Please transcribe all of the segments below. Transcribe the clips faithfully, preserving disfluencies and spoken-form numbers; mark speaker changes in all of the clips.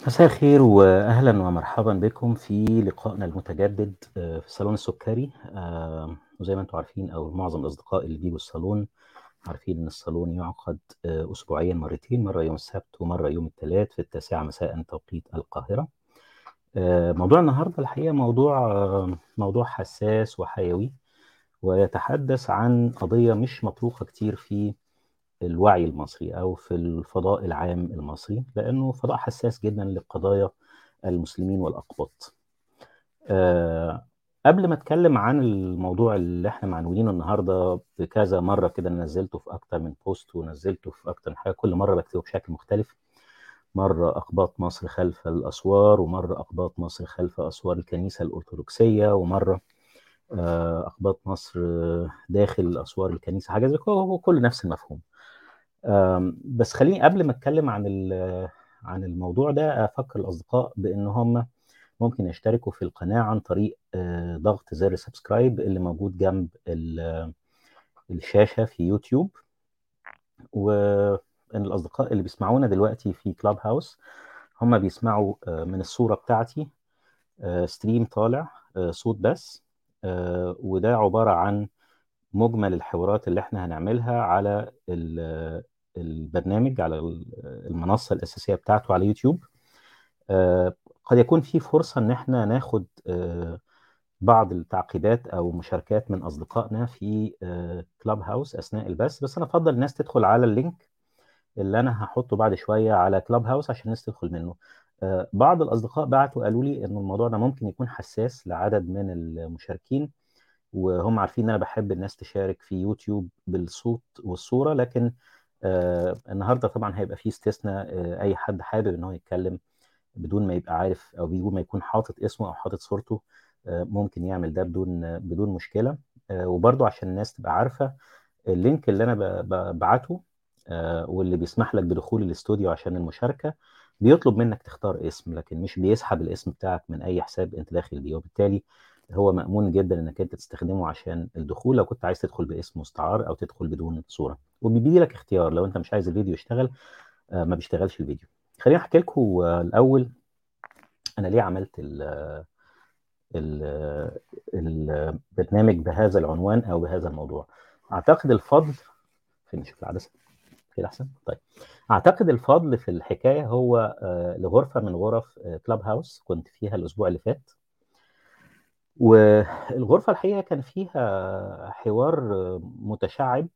Speaker 1: مساء الخير واهلا ومرحبا بكم في لقائنا المتجدد آه، في الصالون السكري. آه، وزي ما انتم عارفين او معظم الاصدقاء اللي بيجوا الصالون عارفين ان الصالون يعقد آه، اسبوعيا مرتين، مره يوم السبت ومره يوم الثلاث في التاسعه مساء توقيت القاهره. آه، موضوع النهارده الحقيقه موضوع آه، موضوع حساس وحيوي، ويتحدث عن قضيه مش مطروحه كتير في الوعي المصري أو في الفضاء العام المصري، لأنه فضاء حساس جدا لقضايا المسلمين والأقباط. أه قبل ما أتكلم عن الموضوع اللي احنا معنوينه النهاردة بكذا مرة كده، نزلته في أكتر من بوست ونزلته في أكتر من حاجة، كل مرة بكتبه بشكل مختلف. مرة أقباط مصر خلف الأسوار، ومرة أقباط مصر خلف أسوار الكنيسة الأرثوذكسية، ومرة آه، أقباط مصر داخل أسوار الكنيسة، حاجة زي كده، هو كل نفس المفهوم. أم، بس خليني قبل ما اتكلم عن ال- عن الموضوع ده افكر الاصدقاء بان هم ممكن يشتركوا في القناه عن طريق آه، ضغط زر سبسكرايب اللي موجود جنب ال- الشاشه في يوتيوب. وان الاصدقاء اللي بيسمعونا دلوقتي في كلاب هاوس هم بيسمعوا آه، من الصوره بتاعتي آه، ستريم طالع، آه، صوت بس. آه، وده عباره عن مجمل الحوارات اللي احنا هنعملها على ال- البرنامج، على ال- المنصة الأساسية بتاعته على يوتيوب. آه، قد يكون في فرصة إن احنا ناخد آه، بعض التعقيبات أو مشاركات من أصدقائنا في كلاب هاوس أثناء البث، بس أنا أفضل الناس تدخل على اللينك اللي أنا هحطه بعد شوية على كلاب هاوس عشان الناس تدخل منه. آه، بعض الأصدقاء بعتوا قالوا لي إن الموضوع ده ممكن يكون حساس لعدد من المشاركين، وهم عارفين ان انا بحب الناس تشارك في يوتيوب بالصوت والصورة، لكن آه النهارده طبعا هيبقى فيه استثناء. آه اي حد حابب ان هو يتكلم بدون ما يبقى عارف او بدون ما يكون حاطط اسمه او حاطط صورته آه ممكن يعمل ده بدون آه بدون مشكلة. آه وبرضو عشان الناس تبقى عارفة، اللينك اللي انا ب- ب- ببعته آه واللي بيسمح لك بدخول الاستوديو عشان المشاركة بيطلب منك تختار اسم، لكن مش بيسحب الاسم بتاعك من اي حساب انت داخل بيه، وبالتالي هو مأمون جدا انك انت تستخدمه عشان الدخول لو كنت عايز تدخل باسم مستعار او تدخل بدون صورة. وبيدي لك اختيار لو انت مش عايز الفيديو يشتغل، آه ما بيشتغلش الفيديو. خليني احكي لكم آه الاول انا ليه عملت ال ال البرنامج بهذا العنوان او بهذا الموضوع. اعتقد الفضل فين، نشوف العدسة كده احسن. طيب، اعتقد الفضل في الحكايه هو آه، لغرفه من غرف آه، كلاب هاوس كنت فيها الاسبوع اللي فات. والغرفه الحقيقه كان فيها حوار آه، متشعب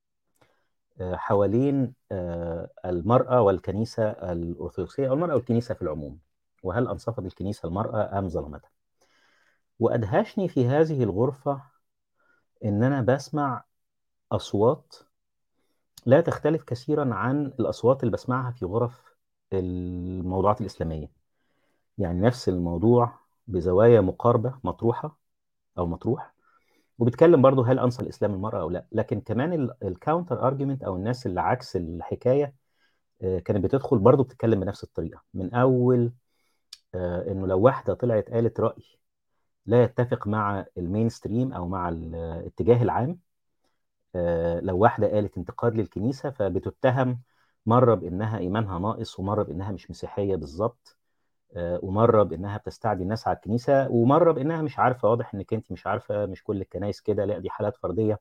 Speaker 1: آه، حوالين آه، المراه والكنيسه الارثوذكسيه، او المراه والكنيسه في العموم، وهل انصفت الكنيسه المراه ام ظلمتها. وادهشني في هذه الغرفه ان انا بسمع اصوات لا تختلف كثيرا عن الاصوات اللي بسمعها في غرف الموضوعات الاسلاميه. يعني نفس الموضوع بزوايا مقاربة مطروحة أو مطروح، وبيتكلم برضو هل أنصر الإسلام المرأة أو لا. لكن كمان الكاونتر أرجيومنت أو الناس اللي عكس الحكاية آه، كانت بتدخل برضو بتتكلم بنفس الطريقة. من أول آه، إنه لو واحدة طلعت قالت رأي لا يتفق مع المين ستريم أو مع الاتجاه العام، آه، لو واحدة قالت انتقاد للكنيسة فبتتهم مرة بإنها إيمانها ناقص، ومرة بإنها مش مسيحية بالظبط، آه، ومره بانها بتستعدي الناس على الكنيسه، ومره بانها مش عارفه. واضح انك انت مش عارفه، مش كل الكنائس كده، لا دي حالات فرديه.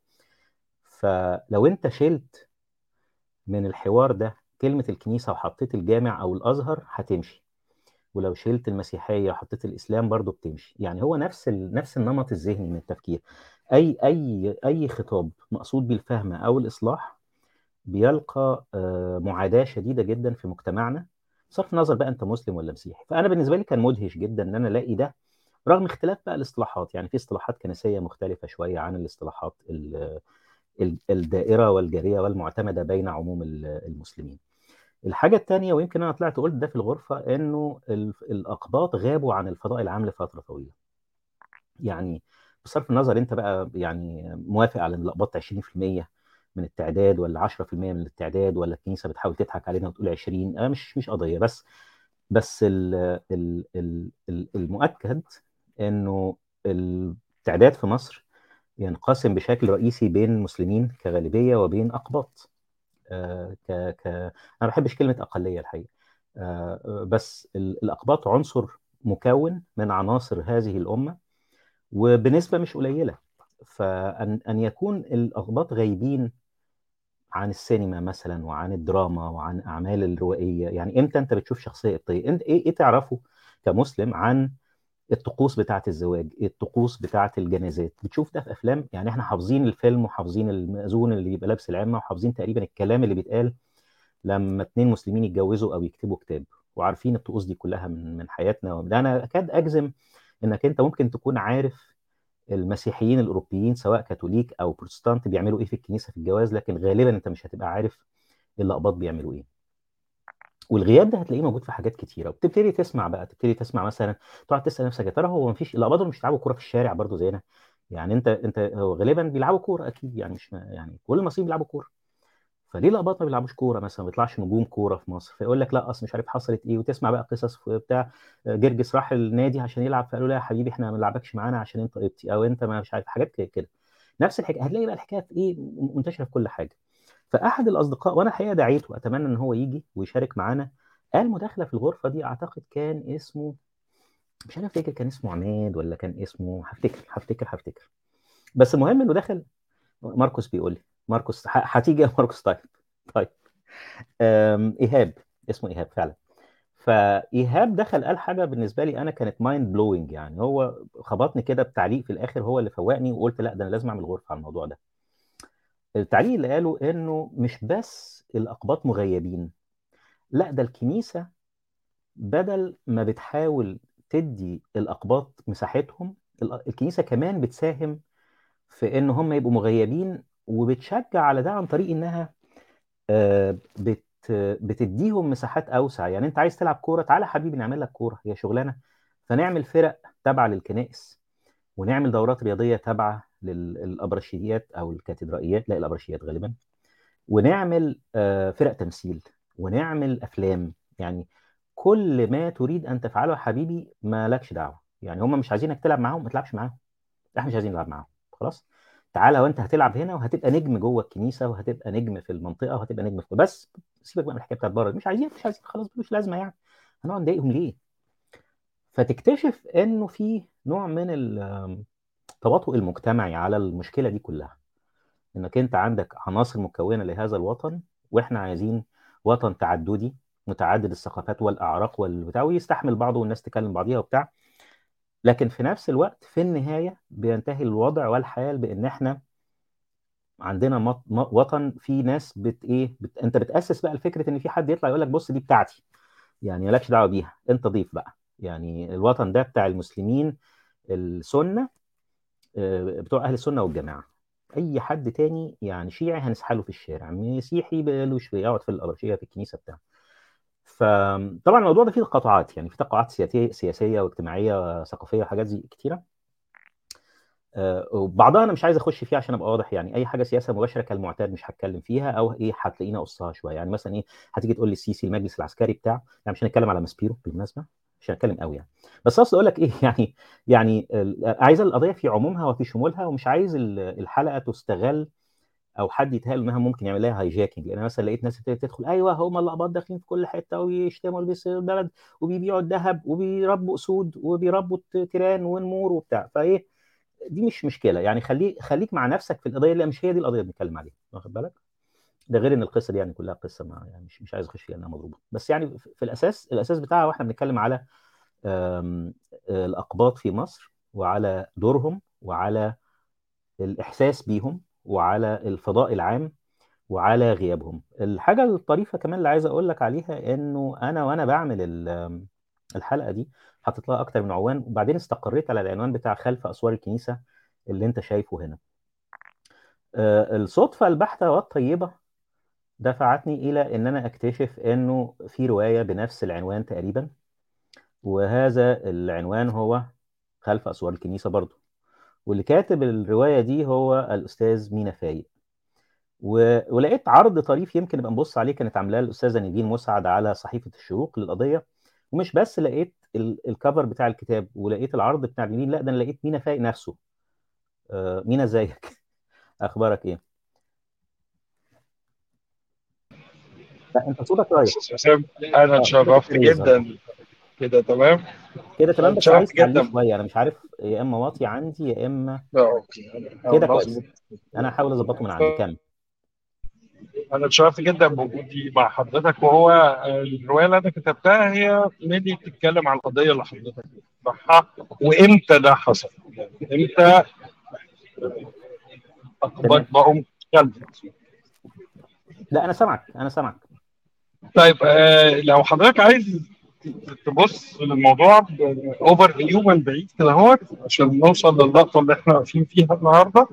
Speaker 1: فلو انت شلت من الحوار ده كلمه الكنيسه وحطيت الجامع او الازهر هتمشي، ولو شلت المسيحيه وحطيت الاسلام برضو بتمشي. يعني هو نفس ال... نفس النمط الذهني من التفكير. اي اي اي خطاب مقصود بيه الفهم او الاصلاح بيلقى آه، معاداة شديدة جدا في مجتمعنا، بصرف النظر بقى انت مسلم ولا مسيحي. فانا بالنسبه لي كان مدهش جدا ان انا الاقي ده، رغم اختلاف بقى الاصطلاحات. يعني في اصطلاحات كنسيه مختلفه شويه عن الاصطلاحات ال- ال- الدائره والجاريه والمعتمده بين عموم ال- المسلمين. الحاجه الثانيه، ويمكن انا طلعت قلت ده في الغرفه، انه ال- الاقباط غابوا عن الفضاء العام لفتره طويله. يعني بصرف النظر انت بقى يعني موافق على ان الاقباط عشرين في المية من التعداد ولا عشرة في المية من التعداد، ولا الكنيسه بتحاول تضحك علينا وتقول عشرين، انا مش مش قضيه. بس بس ال ال ال ال- المؤكد انه التعداد في مصر ينقسم بشكل رئيسي بين مسلمين كغالبيه وبين اقباط. آه ك ك انا ما بحبش كلمه اقليه الحقيقه. آه، آه، بس ال- الأقباط عنصر مكون من عناصر هذه الأمة وبنسبة مش قليلة. فأن أن يكون الأقباط غايبين عن السينما مثلا وعن الدراما وعن أعمال الروائية، يعني إمتى أنت بتشوف شخصية قبطية؟ أنت إيه إيه تعرفه كمسلم عن الطقوس بتاعة الزواج، الطقوس بتاعة الجنازات؟ بتشوف ده في أفلام؟ يعني إحنا حافظين الفيلم وحافظين المأذون اللي يبقى لابس العمة وحافظين تقريبا الكلام اللي بيتقال لما اتنين مسلمين يتجوزوا أو يكتبوا كتاب، وعارفين الطقوس دي كلها من من حياتنا. ده أنا أكاد أجزم إنك أنت ممكن تكون عارف المسيحيين الاوروبيين سواء كاثوليك او بروتستانت بيعملوا ايه في الكنيسه في الجواز، لكن غالبا انت مش هتبقى عارف الاقباط بيعملوا ايه. والغياب ده هتلاقيه موجود في حاجات كتيره، وبتبتدي تسمع بقى، تبتدي تسمع مثلا، تقعد تسال نفسك يا ترى هو ما فيش الاقباط دول مش بيلعبوا كوره في الشارع برضو زينا؟ يعني انت انت هو غالبا بيلعبوا كوره اكيد، يعني مش يعني كل المصريين بيلعبوا كوره، فليه الاقباط ما بيلعبوش كوره مثلا؟ ما بيطلعش نجوم كوره في مصر؟ فيقول لك لا اصل مش عارف حصلت ايه، وتسمع بقى قصص في بتاع جرجس راح النادي عشان يلعب فقالوا لا يا حبيبي احنا ما نلعبكش معانا عشان انت قبطي، او انت ما مش عارف حاجات كده كده. نفس الحكايه هتلاقي بقى الحكايه في ايه، منتشره في كل حاجه. فاحد الاصدقاء وانا الحقيقه دعيته واتمنى ان هو يجي ويشارك معانا، قال مداخله في الغرفه دي، اعتقد كان اسمه، مش عارف فاكر كان اسمه عماد ولا كان اسمه، هفتكر هفتكر هفتكر بس المهم انه دخل. ماركوس بيقول لي، ماركوس ه- هتيجي يا ماركوس؟ طيب. طيب. أم، ايهاب، اسمه ايهاب فعلا. فايهاب دخل قال حاجه بالنسبه لي انا كانت مايند بلوينج، يعني هو خبطني كده بتعليق في الاخر هو اللي فوقني، وقلت لا ده انا لازم اعمل غرفه على الموضوع ده. التعليق اللي قاله انه مش بس الاقباط مغيبين، لا ده الكنيسه بدل ما بتحاول تدي الاقباط مساحتهم، ال- الكنيسه كمان بتساهم في ان هم يبقوا مغيبين، وبتشجع على ده عن طريق انها آه، بت بتديهم مساحات اوسع. يعني انت عايز تلعب كوره، تعالى حبيبي نعمل لك كوره، هي شغلانه. فنعمل فرق تابعه للكنائس، ونعمل دورات رياضيه تابعه للابرشيات او الكاتدرائيات، لا الابرشيات غالبا، ونعمل آه، فرق تمثيل، ونعمل افلام. يعني كل ما تريد ان تفعله يا حبيبي ما لكش دعوه، يعني هم مش عايزينك تلعب معاهم ما تلعبش معاهم، احنا مش عايزين نلعب معاهم خلاص. تعالى وانت هتلعب هنا وهتبقى نجم جوه الكنيسه وهتبقى نجم في المنطقه وهتبقى نجم في، بس سيبك بقى من الحكايه بتاعت بره، مش عايزين مش عايزين خلاص ملوش لازمه يعني، هنقعد نضايقهم ليه؟ فتكتشف انه في نوع من التواطؤ المجتمعي على المشكله دي كلها، انك انت عندك عناصر مكونه لهذا الوطن، واحنا عايزين وطن تعددي متعدد الثقافات والاعراق والبتاع، ويستحمل بعضه والناس تكلم بعضيها وبتاع. لكن في نفس الوقت في النهايه بينتهي الوضع والحال بان احنا عندنا مط... م... وطن فيه ناس بت ايه بت... انت بتاسس بقى الفكره ان في حد يطلع يقول لك بص دي بتاعتي، يعني مالكش دعوه بيها انت ضيف بقى، يعني الوطن ده بتاع المسلمين السنه، آه، بتوع اهل السنه والجماعه. اي حد تاني يعني شيعي هنسحله في الشارع، مسيحي بقالوش يقعد في الابرشيه في الكنيسه بتاعه. فطبعا الموضوع ده فيه تقاطعات، يعني فيه تقاطعات سياسيه سياسيه واجتماعيه وثقافيه وحاجات زي كتيره. آه، وبعضها انا مش عايز اخش فيها عشان ابقى واضح، يعني اي حاجه سياسه مباشره كالمعتاد مش هتكلم فيها، او ايه هتلاقيني اقصها شويه. يعني مثلا ايه، هتيجي تقول لي السيسي المجلس العسكري بتاعه، يعني مش هنتكلم على ماسبيرو بالمناسبه، مش هنتكلم قوي يعني. بس اقصد اقول لك ايه يعني، يعني ال- عايز القضيه في عمومها وفي شمولها، ومش عايز ال- الحلقه تستغل او حد يتهيأ انها ممكن يعمل لها هايجاكينج، لان أنا مثلا لقيت ناس بتبتدي تدخل ايوه هم الاقباط داخلين في كل حته وبيشتموا وبيسرقوا البلد وبيبيعوا الذهب وبيربوا اسود وبيربوا تيران ونمور وبتاع، فايه دي مش مشكله يعني، خليك خليك مع نفسك في القضيه اللي مش هي دي القضيه اللي بنتكلم عليها، واخد بالك؟ ده غير ان القصه دي يعني كلها قصه ما يعني مش مش عايز اخش فيها انها مضروبه، بس يعني في في الاساس الاساس بتاعها واحنا بنتكلم على آم، آه، الاقباط في مصر وعلى دورهم وعلى الاحساس بيهم وعلى الفضاء العام وعلى غيابهم. الحاجه الطريفه كمان اللي عايز اقول لك عليها انه انا وانا بعمل ال- الحلقه دي حطيت لها اكتر من عنوان، وبعدين استقريت على العنوان بتاع خلف اسوار الكنيسه اللي انت شايفه هنا. آه، الصدفة البحتة والطيبة دفعتني إلى إن أنا أكتشف إنه في رواية بنفس العنوان تقريبا، وهذا العنوان هو خلف أسوار الكنيسة برضو، واللي كاتب الرواية دي هو الأستاذ مينا فايق. و... ولقيت عرض طريف يمكن نبقى نبص عليه، كانت عاملاه الأستاذة نيفين مسعد على صحيفة الشروق للقضية. ومش بس لقيت ال... الكفر بتاع الكتاب ولقيت العرض بتاع نيفين، لا ده أنا لقيت مينا فايق نفسه. آه، مينا ازيك؟ أخبارك إيه؟ لا انت صوتك رايح.
Speaker 2: استاذ حسام، انا
Speaker 1: اه كده
Speaker 2: اتشرفت
Speaker 1: كويس اه.
Speaker 2: جدا. كده تمام.
Speaker 1: كده
Speaker 2: انا
Speaker 1: تمام، بس عايز
Speaker 2: اتشرفت
Speaker 1: تعليه
Speaker 2: جدا.
Speaker 1: شويه، انا مش عارف، يا اما واطي عندي يا اما.
Speaker 2: لا، اوكي، انا
Speaker 1: كده
Speaker 2: هحاول
Speaker 1: كويس.
Speaker 2: اظبط.
Speaker 1: انا هحاول اظبطه من عندي كام.
Speaker 2: انا اتشرفت جدا بوجودي مع حضرتك. وهو آه، الروايه اللي انا كتبتها هي مينلي بتتكلم عن القضيه اللي حضرتك بتطرحها، وامتى ده حصل، يعني امتى اقباط
Speaker 1: تمام.
Speaker 2: بقوا مختلفة.
Speaker 1: لا انا سامعك، انا سامعك.
Speaker 2: طيب، آه لو حضرتك عايز تبص للموضوع اوفر فيو من بعيد كده اهوت عشان نوصل للقطه اللي احنا واقفين فيها النهارده.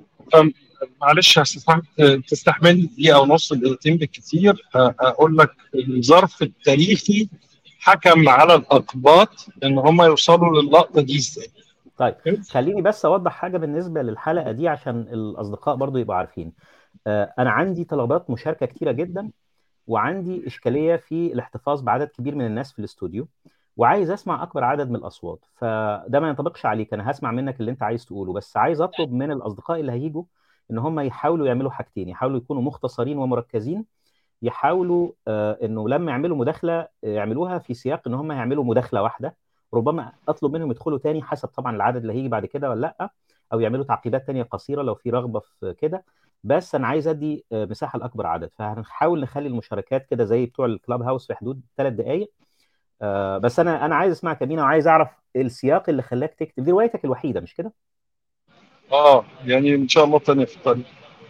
Speaker 2: معلش هستسمح تستحمل دقيقه ونص، دقيقتين بالكثير. آه، اقول لك الظرف التاريخي حكم على الاقباط ان هم يوصلوا للقطه دي ازاي.
Speaker 1: طيب خليني بس اوضح حاجه بالنسبه للحلقه دي عشان الاصدقاء برضو يبقوا عارفين. آه، انا عندي طلبات مشاركه كتيره جدا، وعندي اشكاليه في الاحتفاظ بعدد كبير من الناس في الاستوديو، وعايز اسمع اكبر عدد من الاصوات، فده ما ينطبقش عليك، انا هسمع منك اللي انت عايز تقوله، بس عايز اطلب من الاصدقاء اللي هيجوا ان هم يحاولوا يعملوا حاجتين: يحاولوا يكونوا مختصرين ومركزين، يحاولوا آه، انه لما يعملوا مداخله آه، يعملوها في سياق ان هم يعملوا مداخله واحده. ربما اطلب منهم يدخلوا تاني حسب طبعا العدد اللي هيجي بعد كده ولا لا، او يعملوا تعقيبات تانية قصيره لو في رغبه في كده. بس انا عايز ادي آه، مساحه لاكبر عدد، فهنحاول نخلي المشاركات كده زي بتوع الكلاب هاوس في حدود ثلاث دقائق. آه، بس انا انا عايز اسمعك يا مينا، وعايز اعرف السياق اللي خلاك تكتب دي روايتك الوحيده مش كده؟
Speaker 2: اه، يعني ان شاء الله تاني في الطريق.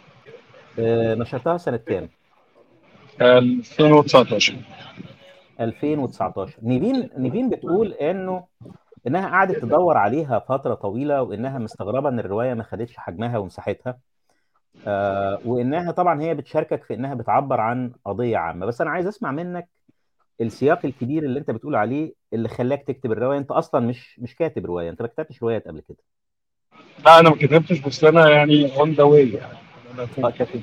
Speaker 1: آه، نشرتها سنه كام؟
Speaker 2: ألفين وتسعتاشر.
Speaker 1: ألفين وتسعتاشر. نيفين نيفين بتقول انه انها قعدت تدور عليها فتره طويله، وانها مستغربه ان الروايه ما خدتش حجمها ومساحتها. آه وانها طبعا هي بتشاركك في انها بتعبر عن قضيه عامه، بس انا عايز اسمع منك السياق الكبير اللي انت بتقول عليه اللي خلاك تكتب الروايه. انت اصلا مش مش كاتب روايه، انت ما كتبتش روايات قبل كده.
Speaker 2: لا، انا ما كتبتش، بس انا يعني اون ذا واي، يعني انا في
Speaker 1: اه
Speaker 2: الخطوة.
Speaker 1: تك-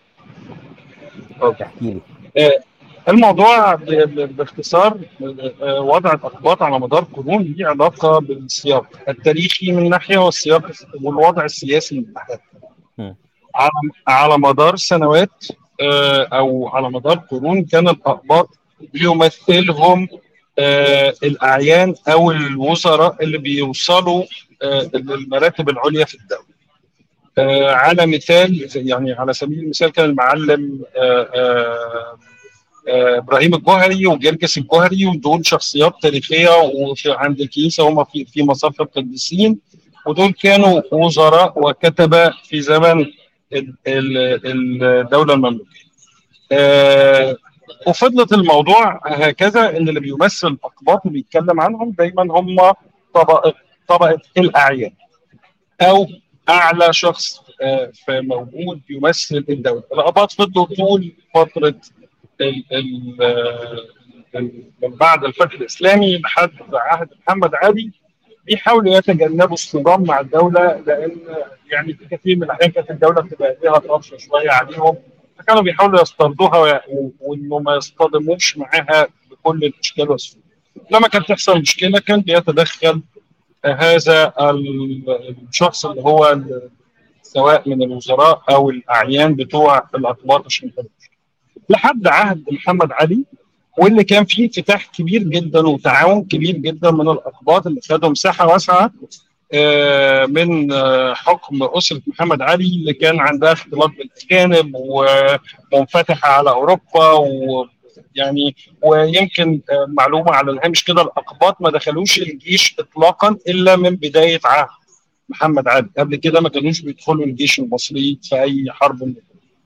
Speaker 2: أوكي.
Speaker 1: احكي لي.
Speaker 2: آه، الموضوع ب- ب- باختصار، آه، وضع الأقباط على مدار قرون ليه علاقة بالسياق التاريخي من ناحية، والسياق والوضع السياسي من ناحية.
Speaker 1: مم.
Speaker 2: على على مدار سنوات، آه، أو على مدار قرون، كان الأقباط بيمثلهم آه، الأعيان أو الوزراء اللي بيوصلوا آه، للمراتب العليا في الدولة. آه، على مثال، يعني على سبيل المثال، كان المعلم آه، آه، آه، ابراهيم الجوهري وجرجس الجوهري، ودول شخصيات تاريخيه وفي عند الكنيسه، هم في في مصاف القديسين. ودول كانوا وزراء وكتبه في زمن ال- ال- الدوله المملوكيه. آه، وفضلت الموضوع هكذا، ان اللي بيمثل الاقباط اللي بيتكلم عنهم دايما هم طبقه طبقه الاعيان، او اعلى شخص آه، في موجود يمثل الدوله. الاقباط فضلوا طول فتره ال- ال- ال- من بعد الفتح الاسلامي لحد عهد محمد علي بيحاولوا يتجنبوا الصدام مع الدوله، لان يعني في كثير من الاحيان كانت الدوله بتبقى ليها طرف شويه عليهم، فكانوا بيحاولوا يسترضوها و- وانه ما يصطدموش معاها بكل الاشكال والسلوك. لما كانت تحصل مشكله كان بيتدخل هذا ال- الشخص اللي هو ال- سواء من الوزراء او الاعيان بتوع الاقباط عشان يحلوا. لحد عهد محمد علي، واللي كان فيه انفتاح كبير جدا وتعاون كبير جدا من الاقباط اللي خدوا مساحه واسعه آه، من آه، حكم اسره محمد علي، اللي كان عندها اختلاط بالاجانب ومنفتحه على اوروبا. ويعني ويمكن آه، معلومه على الهامش كده، الاقباط ما دخلوش الجيش اطلاقا الا من بدايه عهد محمد علي. قبل كده ما كانوش بيدخلوا الجيش المصري في اي حرب من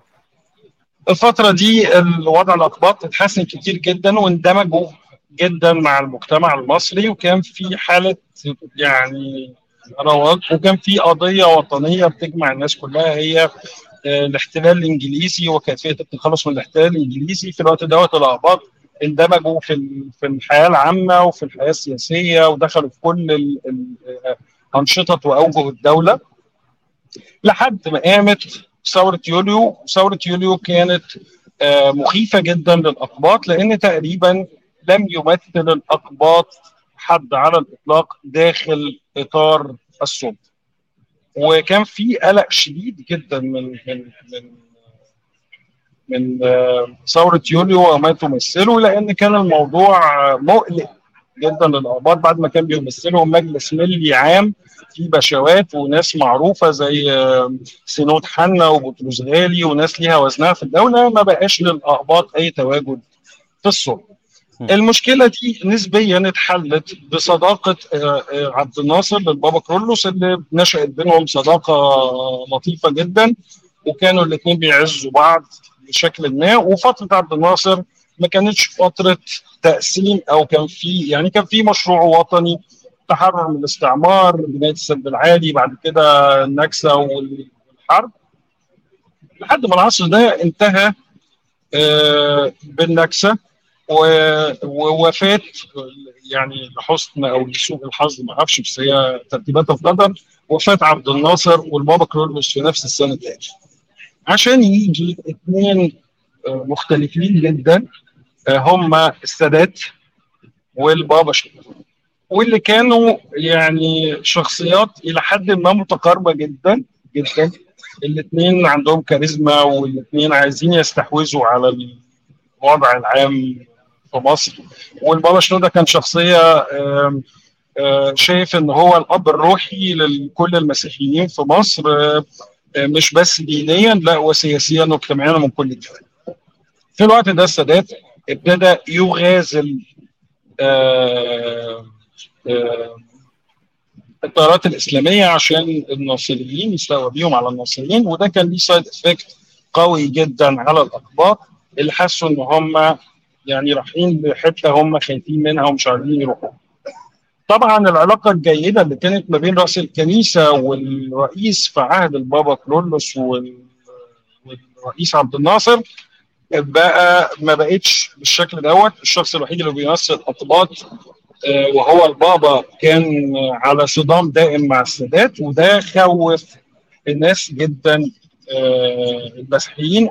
Speaker 2: الفترة دي. الوضع الأقباط اتحسن كتير جدا واندمجوا جدا مع المجتمع المصري، وكان في حالة يعني رواج، وكان في قضية وطنية بتجمع الناس كلها، هي آه، الاحتلال الإنجليزي وكيفية التخلص من الاحتلال الإنجليزي. في الوقت دوت الأقباط اندمجوا في ال- في الحياة العامة وفي الحياة السياسية، ودخلوا في كل ال- ال- آه، أنشطة وأوجه الدولة لحد ما قامت ثورة يوليو. ثورة يوليو كانت آه، مخيفة جدا للأقباط، لأن تقريبا لم يمثل الأقباط حد على الإطلاق داخل إطار السلطة. وكان في قلق شديد جدا من من من من ثوره يوليو وما تمثله، لان كان الموضوع مقلق جدا للاقباط بعد ما كان بيمثلهم مجلس ملي عام في بشوات وناس معروفه زي سينود حنا وبطرس غالي وناس ليها وزنها في الدوله، ما بقاش للاقباط اي تواجد في السلطه. المشكله دي نسبيا اتحلت بصداقه عبد الناصر للبابا كرولوس، اللي نشأت بينهم صداقه لطيفه جدا، وكانوا الاثنين بيعزوا بعض بشكل ما. وفتره عبد الناصر ما كانتش فتره تقسيم، او كان في يعني كان في مشروع وطني، تحرر من الاستعمار، بنايه السد العالي، بعد كده النكسه والحرب، لحد ما العصر ده انتهى بالنكسه ووفاه، يعني لحسن او لسوء الحظ ما اعرفش، بس هي ترتيبات القدر، وفاه عبد الناصر والبابا كرولوس في نفس السنه تاني، عشان يجي اثنين مختلفين جدا، هم السادات والبابا شنودة، واللي كانوا يعني شخصيات الى حد ما متقاربه جدا جدا. الاثنين عندهم كاريزما، والاثنين عايزين يستحوذوا على الوضع العام في مصر. والبابا شنودة كان شخصيه شايف ان هو الاب الروحي لكل المسيحيين في مصر، مش بس دينيا، لا وسياسيا واجتماعيا من كل الجوانب. في الوقت ده السادات ابتدى يغازل آه آه التيارات الاسلاميه عشان الناصريين يستوى بيهم على الناصريين، وده كان ليه سايد افكت قوي جدا على الاقباط، اللي حسوا ان هم يعني رايحين لحته هم خايفين منها ومش عارفين يروحوا. طبعا العلاقه الجيده اللي كانت ما بين راس الكنيسه والرئيس في عهد البابا كرولوس والرئيس عبد الناصر بقى ما بقتش بالشكل دوت. الشخص الوحيد اللي بيمثل الاقباط وهو البابا كان على صدام دائم مع السادات، وده خوف الناس جدا المسيحيين،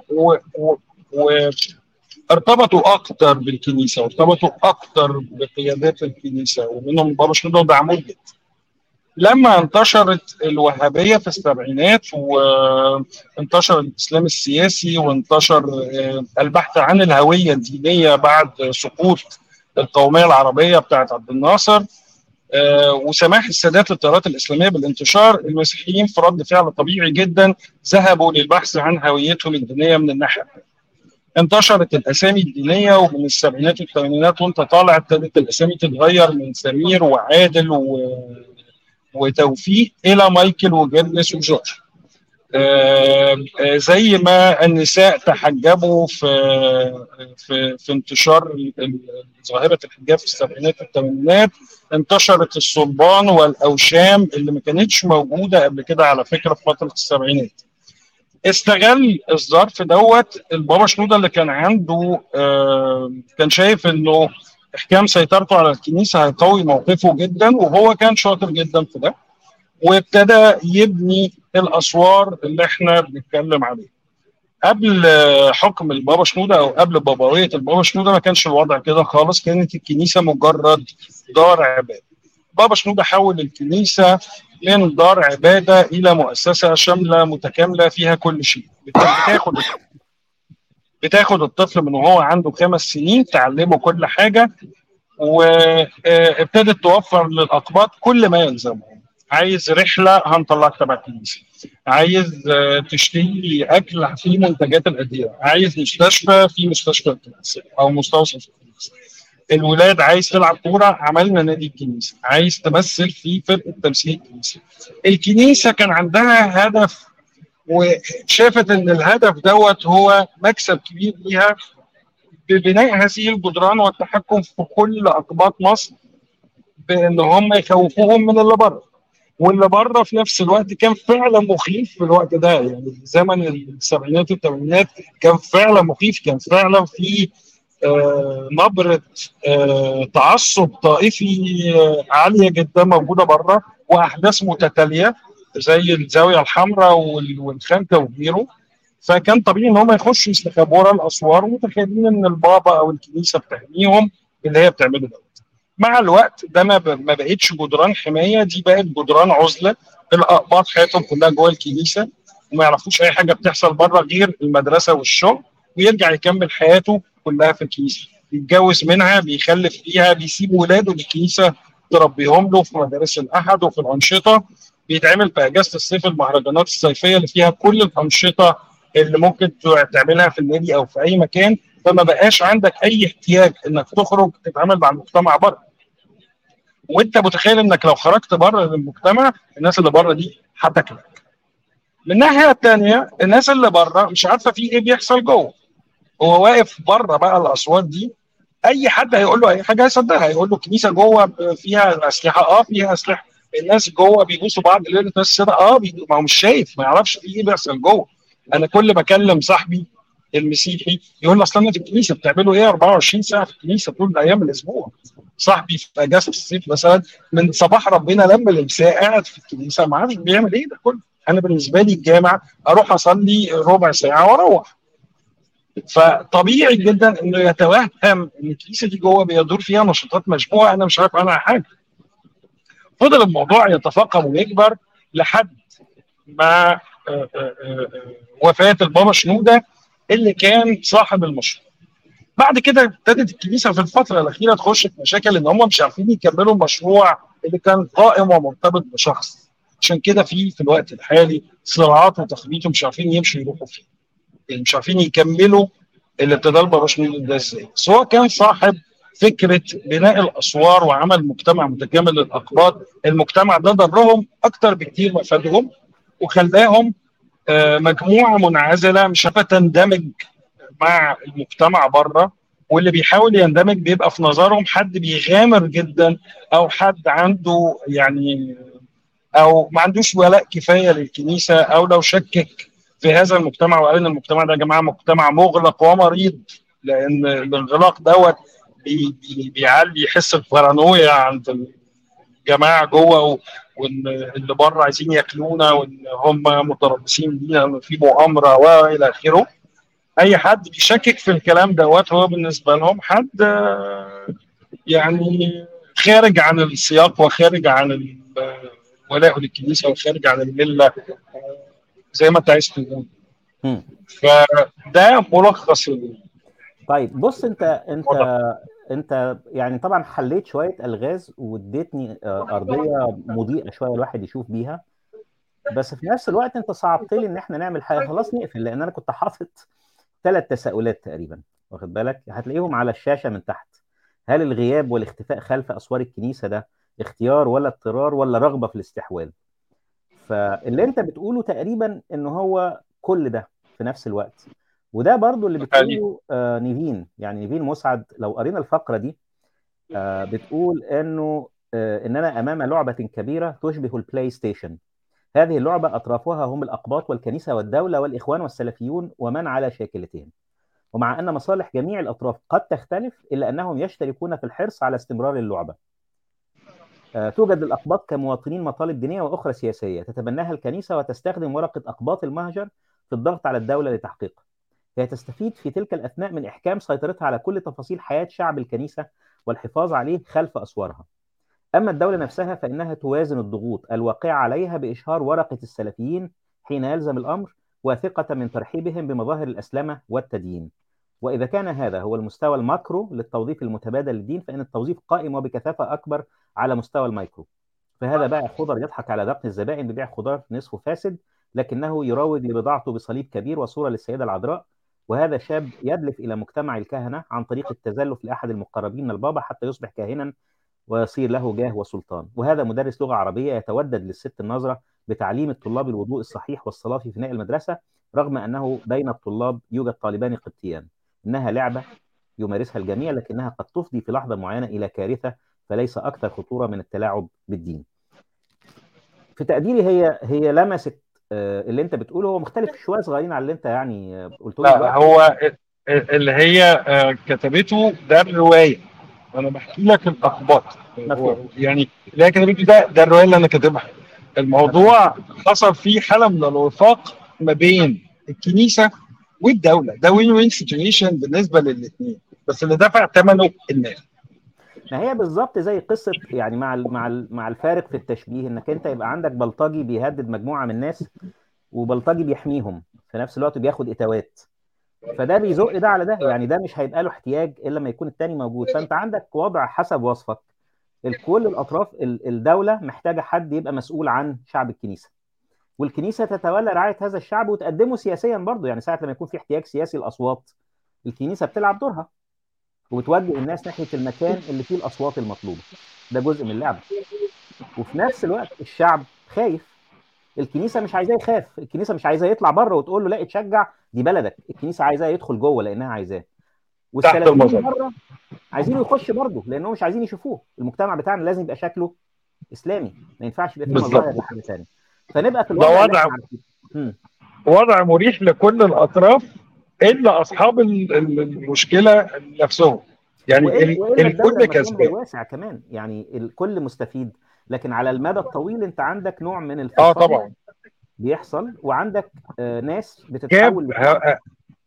Speaker 2: وارتبطوا اكتر بالكنيسه وارتبطوا اكتر بقيادات الكنيسه، ومنهم البابا شنودة ودعموه جدا. لما انتشرت الوهابيه في السبعينات وانتشر الاسلام السياسي وانتشر البحث عن الهويه الدينيه بعد سقوط القوميه العربيه بتاعت عبد الناصر وسماح السادات للتيارات الاسلاميه بالانتشار، المسيحيين في رد فعل طبيعي جدا ذهبوا للبحث عن هويتهم الدينيه من الناحيه. انتشرت الاسامي الدينيه، ومن السبعينات والثمانينات وانت طالع ابتدت الاسامي تتغير من سمير وعادل و وتوفيق الى مايكل وجيرلس وجورج. آه آه زي ما النساء تحجبوا في في في انتشار ظاهره الحجاب في السبعينات والثمانينات، انتشرت الصلبان والاوشام اللي ما كانتش موجوده قبل كده على فكره في فتره السبعينات. استغل الظرف دوت البابا شنودة اللي كان عنده آه كان شايف انه احكام سيطرته على الكنيسه هيقوي موقفه جدا، وهو كان شاطر جدا في ده، وابتدى يبني الاسوار اللي احنا بنتكلم عليها. قبل حكم البابا شنودة او قبل بابويه البابا شنودة ما كانش الوضع كده خالص، كانت الكنيسه مجرد دار عباده. بابا شنودة حول الكنيسه من دار عباده الى مؤسسه شامله متكامله فيها كل شيء. بتاخد بتاخد الطفل من وهو عنده خمس سنين تعلمه كل حاجه، وابتدت توفر للاقباط كل ما يلزمهم. عايز رحله هنطلعك تبع الكنيسه، عايز تشتري اكل في منتجات الادويه، عايز مستشفى في مستشفى الكنيسه او مستوصف الكنيسه. الولاد عايز تلعب كوره عملنا نادي الكنيسه، عايز تمثل في فرقه تمثيل الكنيسه. الكنيسه كان عندها هدف، وشافت ان الهدف دوت هو مكسب كبير ليها ببناء هذه الجدران والتحكم في كل اقباط مصر، بان هم يخوفوهم من اللي بره. واللي بره في نفس الوقت كان فعلا مخيف في الوقت ده، يعني زمن السبعينات والثمانينات كان فعلا مخيف، كان فعلا في آه نبره آه تعصب طائفي آه عاليه جدا موجوده بره، واحداث متتاليه زي الزاويه الحمراء والخنكه وغيره. فكان طبيعي ان هم يخشوا يستخبوا ورا الاسوار ومتخيلين ان البابا او الكنيسه بتحميهم اللي هي بتعمله ده. مع الوقت ده ما ما بقتش جدران حمايه، دي بقت جدران عزله. الاقباط حياتهم كلها جوه الكنيسه وما يعرفوش اي حاجه بتحصل بره غير المدرسه والشغل، ويرجع يكمل حياته كلها في الكنيسه، بيتجوز منها، بيخلف فيها، بيسيب ولاده للكنيسه تربيهم له في مدارس الاحد وفي الانشطه. بيتعمل في اجازه الصيف المهرجانات الصيفيه اللي فيها كل الانشطه اللي ممكن تعملها في النادي او في اي مكان. فما بقاش عندك اي احتياج انك تخرج تتعامل مع المجتمع بره. وانت متخيل انك لو خرجت بره المجتمع الناس اللي بره دي هتاكلك. من الناحيه الثانيه الناس اللي بره مش عارفه في ايه بيحصل جوه. هو واقف بره بقى الاسوار دي، اي حد هيقول له اي حاجه هيصدقها. هيقول له الكنيسه جوه فيها اسلحه، اه فيها اسلحه. الناس جوه بيبوسوا بعض ليله ناس السنه، اه بي- ما هو مش شايف، ما يعرفش في ايه بيحصل جوه. انا كل ما اكلم صاحبي المسيحي يقول لي اصل انا في الكنيسه. بتعملوا ايه اربعة وعشرين ساعه في الكنيسه طول ايام الاسبوع؟ صاحبي في اجازه الصيف مثلا من صباح ربنا لما الامساء قاعد في الكنيسه، ما عارف بيعمل ايه ده كله. انا بالنسبه لي الجامع اروح اصلي ربع ساعه واروح. فطبيعي جدا انه يتوهم ان الكنيسه دي جوه بيدور فيها نشاطات مشبوهه انا مش عارف عنها حاجه. فضل الموضوع يتفاقم ويكبر لحد ما آه، آه، آه، وفاه البابا شنوده اللي كان صاحب المشروع. بعد كده ابتدت الكنيسه في الفتره الاخيره تخش في مشاكل ان هم مش عارفين يكملوا المشروع اللي كان قائم ومرتبط بشخص. عشان كده في في الوقت الحالي صراعات وتخبيط ومش عارفين يمشوا يروحوا فيه، يعني مش عارفين يكملوا اللي ابتدى البابا شنودة ده ازاي. بس هو كان صاحب فكره بناء الاسوار وعمل مجتمع متكامل للاقباط. المجتمع ده ضرهم اكتر بكتير ما فادهم، وخلاهم آه، مجموعه منعزله مش عارفه تندمج مع المجتمع بره. واللي بيحاول يندمج بيبقى في نظرهم حد بيغامر جدا، او حد عنده يعني او ما عندوش ولاء كفايه للكنيسه، او لو شكك في هذا المجتمع وقال ان المجتمع ده يا جماعه مجتمع مغلق ومريض. لان الانغلاق دوت بي بي بيعلي يحس البارانويا عند الجماعه جوه، و- وان اللي بره عايزين ياكلونا، وان هم متربصين بينا، وان في مؤامره والى اخره. اي حد بيشكك في الكلام دوت هو بالنسبه لهم حد آه، يعني خارج عن السياق، وخارج عن ال- ولاء للكنيسه، وخارج عن المله زي ما انت عايز تقول.
Speaker 1: مم.
Speaker 2: فده ملخص
Speaker 1: طيب بص، انت انت
Speaker 2: الوضع.
Speaker 1: انت يعني طبعا حليت شويه الغاز واديتني آه، ارضيه مضيئه شويه الواحد يشوف بيها. بس في نفس الوقت انت صعبت لي ان احنا نعمل حاجه. خلاص نقفل، لان انا كنت حاطط ثلاث تساؤلات تقريبا، واخد بالك؟ هتلاقيهم على الشاشه من تحت. هل الغياب والاختفاء خلف اسوار الكنيسه ده اختيار ولا اضطرار ولا رغبه في الاستحواذ؟ فاللي انت بتقوله تقريبا ان هو كل ده في نفس الوقت. وده برضو اللي
Speaker 2: حقيقي.
Speaker 1: بتقوله آه نيفين، يعني نيفين مسعد. لو قرينا الفقرة دي آه بتقول انه آه اننا امام لعبة كبيرة تشبه البلاي ستيشن. هذه اللعبة اطرافها هم الاقباط والكنيسة والدولة والاخوان والسلفيون ومن على شاكلتهم. ومع ان مصالح جميع الاطراف قد تختلف الا انهم يشتركون في الحرص على استمرار اللعبة. آه، توجد للأقباط كمواطنين مطالب دينية وأخرى سياسية تتبناها الكنيسة وتستخدم ورقة أقباط المهجر في الضغط على الدولة لتحقيقها. هي تستفيد في تلك الأثناء من إحكام سيطرتها على كل تفاصيل حياة شعب الكنيسة والحفاظ عليه خلف أسوارها. أما الدولة نفسها فإنها توازن الضغوط الواقعة عليها بإشهار ورقة السلفيين حين يلزم الأمر، واثقة من ترحيبهم بمظاهر الأسلمة والتدين. وإذا كان هذا هو المستوى الماكرو للتوظيف المتبادل للدين، فإن التوظيف قائم وبكثافة أكبر على مستوى المايكرو. فهذا بائع خضر يضحك على ذقن الزبائن ببيع خضار نصفه فاسد، لكنه يروج لبضاعته بصليب كبير وصورة للسيدة العذراء. وهذا شاب يدلف إلى مجتمع الكهنة عن طريق التزلف لأحد المقربين من البابا حتى يصبح كاهنا ويصير له جاه وسلطان. وهذا مدرس لغة عربية يتودد للست الناظرة بتعليم الطلاب الوضوء الصحيح والصلاة في فناء المدرسة، رغم أنه بين الطلاب يوجد طالبان قبطيان. إنها لعبة يمارسها الجميع، لكنها قد تفضي في لحظة معينة إلى كارثة، فليس أكثر خطورة من التلاعب بالدين. في تقديري هي هي لمست آه، اللي انت بتقوله. هو مختلف شويه صغيرين على اللي انت يعني آه، قلته لي
Speaker 2: لا،
Speaker 1: دلوقتي.
Speaker 2: هو اللي هي آه، كتبته ده الروايه. انا بحكي لك الاخبار. هو
Speaker 1: مفهوم.
Speaker 2: يعني اللي هي كتبته ده ده الروايه اللي انا كاتبها.
Speaker 1: تمام.
Speaker 2: الموضوع حصل فيه حاله من الوفاق ما بين الكنيسه والدوله. ده وين وين سيتويشن بالنسبه للاثنين، بس اللي دفع ثمنه الناس.
Speaker 1: ما هي بالظبط زي قصه، يعني مع ال- مع ال- مع الفارق في التشبيه، انك انت يبقى عندك بلطجي بيهدد مجموعه من الناس، وبلطجي بيحميهم في نفس الوقت بياخد اتوات. فده بيزق ده على ده، يعني ده مش هيبقى له احتياج الا لما يكون التاني موجود. فانت عندك وضع حسب وصفك. كل الاطراف، ال- الدوله محتاجه حد يبقى مسؤول عن شعب الكنيسه، والكنيسه تتولى رعايه هذا الشعب وتقدمه سياسيا برضه. يعني ساعه لما يكون في احتياج سياسي الاصوات، الكنيسه بتلعب دورها وبتوجه الناس ناحيه المكان اللي فيه الاصوات المطلوبه. ده جزء من اللعبه. وفي نفس الوقت الشعب خايف، الكنيسه مش عايزاه يخاف، الكنيسه مش عايزاه يطلع بره وتقول له لا اتشجع دي بلدك، الكنيسه عايزاه يدخل جوه لانها عايزاه.
Speaker 2: تحت
Speaker 1: والسلفيين
Speaker 2: المظله.
Speaker 1: بره عايزينه يخش برضه لانهم مش عايزين يشوفوه. المجتمع بتاعنا لازم يبقى شكله اسلامي، ما ينفعش يبقى فيه
Speaker 2: بالظبط.
Speaker 1: مظاهر لحاجه ثانيه. فنبقى في
Speaker 2: ده
Speaker 1: الوضع اللي
Speaker 2: وضع
Speaker 1: احنا عارفينه. امم
Speaker 2: وضع مريح لكل الاطراف الا اصحاب ال- ال- المشكله نفسهم. يعني
Speaker 1: والا
Speaker 2: ال-
Speaker 1: والا الدوله
Speaker 2: الكل
Speaker 1: المفهوم
Speaker 2: كسبان.
Speaker 1: الواسع كمان، يعني الكل مستفيد. لكن على المدى الطويل انت عندك نوع من
Speaker 2: اه
Speaker 1: الفصام
Speaker 2: طبعا.
Speaker 1: بيحصل، وعندك آه، ناس
Speaker 2: جاب
Speaker 1: بتتحول لشعب.
Speaker 2: ه-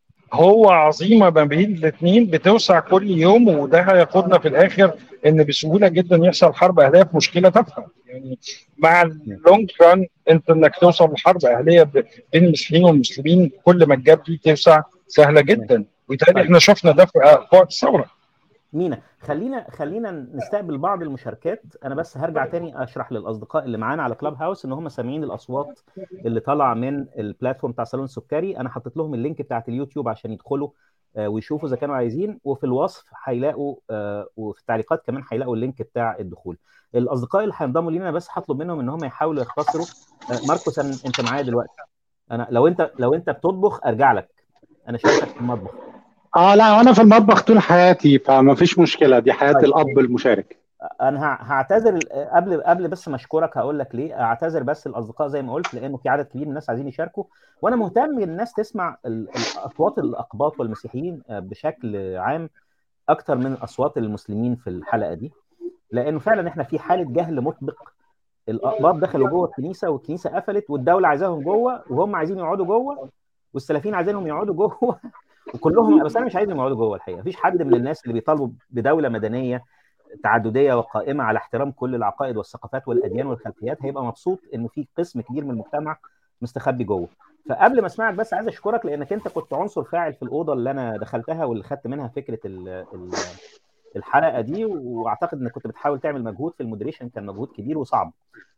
Speaker 2: هو عظيمه ما بين الاثنين بتوسع كل يوم، وده هياخدنا في الاخر ان بسهوله جدا يحصل حرب اهليه في مشكله تافهه يعني. مع اللونج ران انت انك توصل لحرب اهليه ب- بين المسيحيين والمسلمين، كل ما الجاب دي توسع سهله
Speaker 1: تمام.
Speaker 2: جدا. وبالتالي
Speaker 1: طيب
Speaker 2: احنا شفنا ده في في وقت الثوره.
Speaker 1: مينا، خلينا خلينا نستقبل بعض المشاركات. انا بس هرجع تاني اشرح للاصدقاء اللي معانا على كلاب هاوس ان هم سامعين الاصوات اللي طالعه من البلاتفورم بتاع صالون السكري. انا حطيت لهم اللينك بتاعت اليوتيوب عشان يدخلوا آه، ويشوفوا اذا كانوا عايزين، وفي الوصف هيلاقوا آه، وفي التعليقات كمان هيلاقوا اللينك بتاع الدخول. الاصدقاء اللي هينضموا لينا انا بس هطلب منهم ان هم يحاولوا يختصروا. آه، ماركوس، أنا- انت معايا دلوقتي. انا لو انت لو انت بتطبخ ارجع لك، انا شايفك في المطبخ.
Speaker 3: اه لا، وانا في المطبخ طول حياتي فما فيش مشكله، دي حياه
Speaker 1: طيب
Speaker 3: الاب المشارك.
Speaker 1: انا ه- هعتذر قبل قبل بس ما اشكرك، هقول لك ليه اعتذر. بس الاصدقاء زي ما قلت لانه في عدد كبير من الناس عايزين يشاركوا، وانا مهتم ان الناس تسمع ال- الاصوات الاقباط والمسيحيين آه، بشكل عام اكتر من اصوات المسلمين في الحلقه دي، لانه فعلا احنا في حاله جهل مطبق. الاقباط دخلوا جوه الكنيسه والكنيسه قفلت والدوله عايزاهم جوه وهم عايزين يقعدوا جوه، والسلفيين عايزينهم يقعدوا جوه وكلهم. بس انا مش عايزهم يقعدوا جوه الحقيقه. مفيش حد من الناس اللي بيطالبوا بدوله مدنيه تعدديه وقائمه على احترام كل العقائد والثقافات والاديان والخلفيات هيبقى مبسوط انه في قسم كبير من المجتمع مستخبي جوه. فقبل ما اسمعك بس عايز اشكرك لانك انت كنت عنصر فاعل في الاوضه اللي انا دخلتها واللي خدت منها فكره ال ال الحلقه دي، واعتقد انك كنت بتحاول تعمل مجهود في المودريشن، كان مجهود كبير وصعب.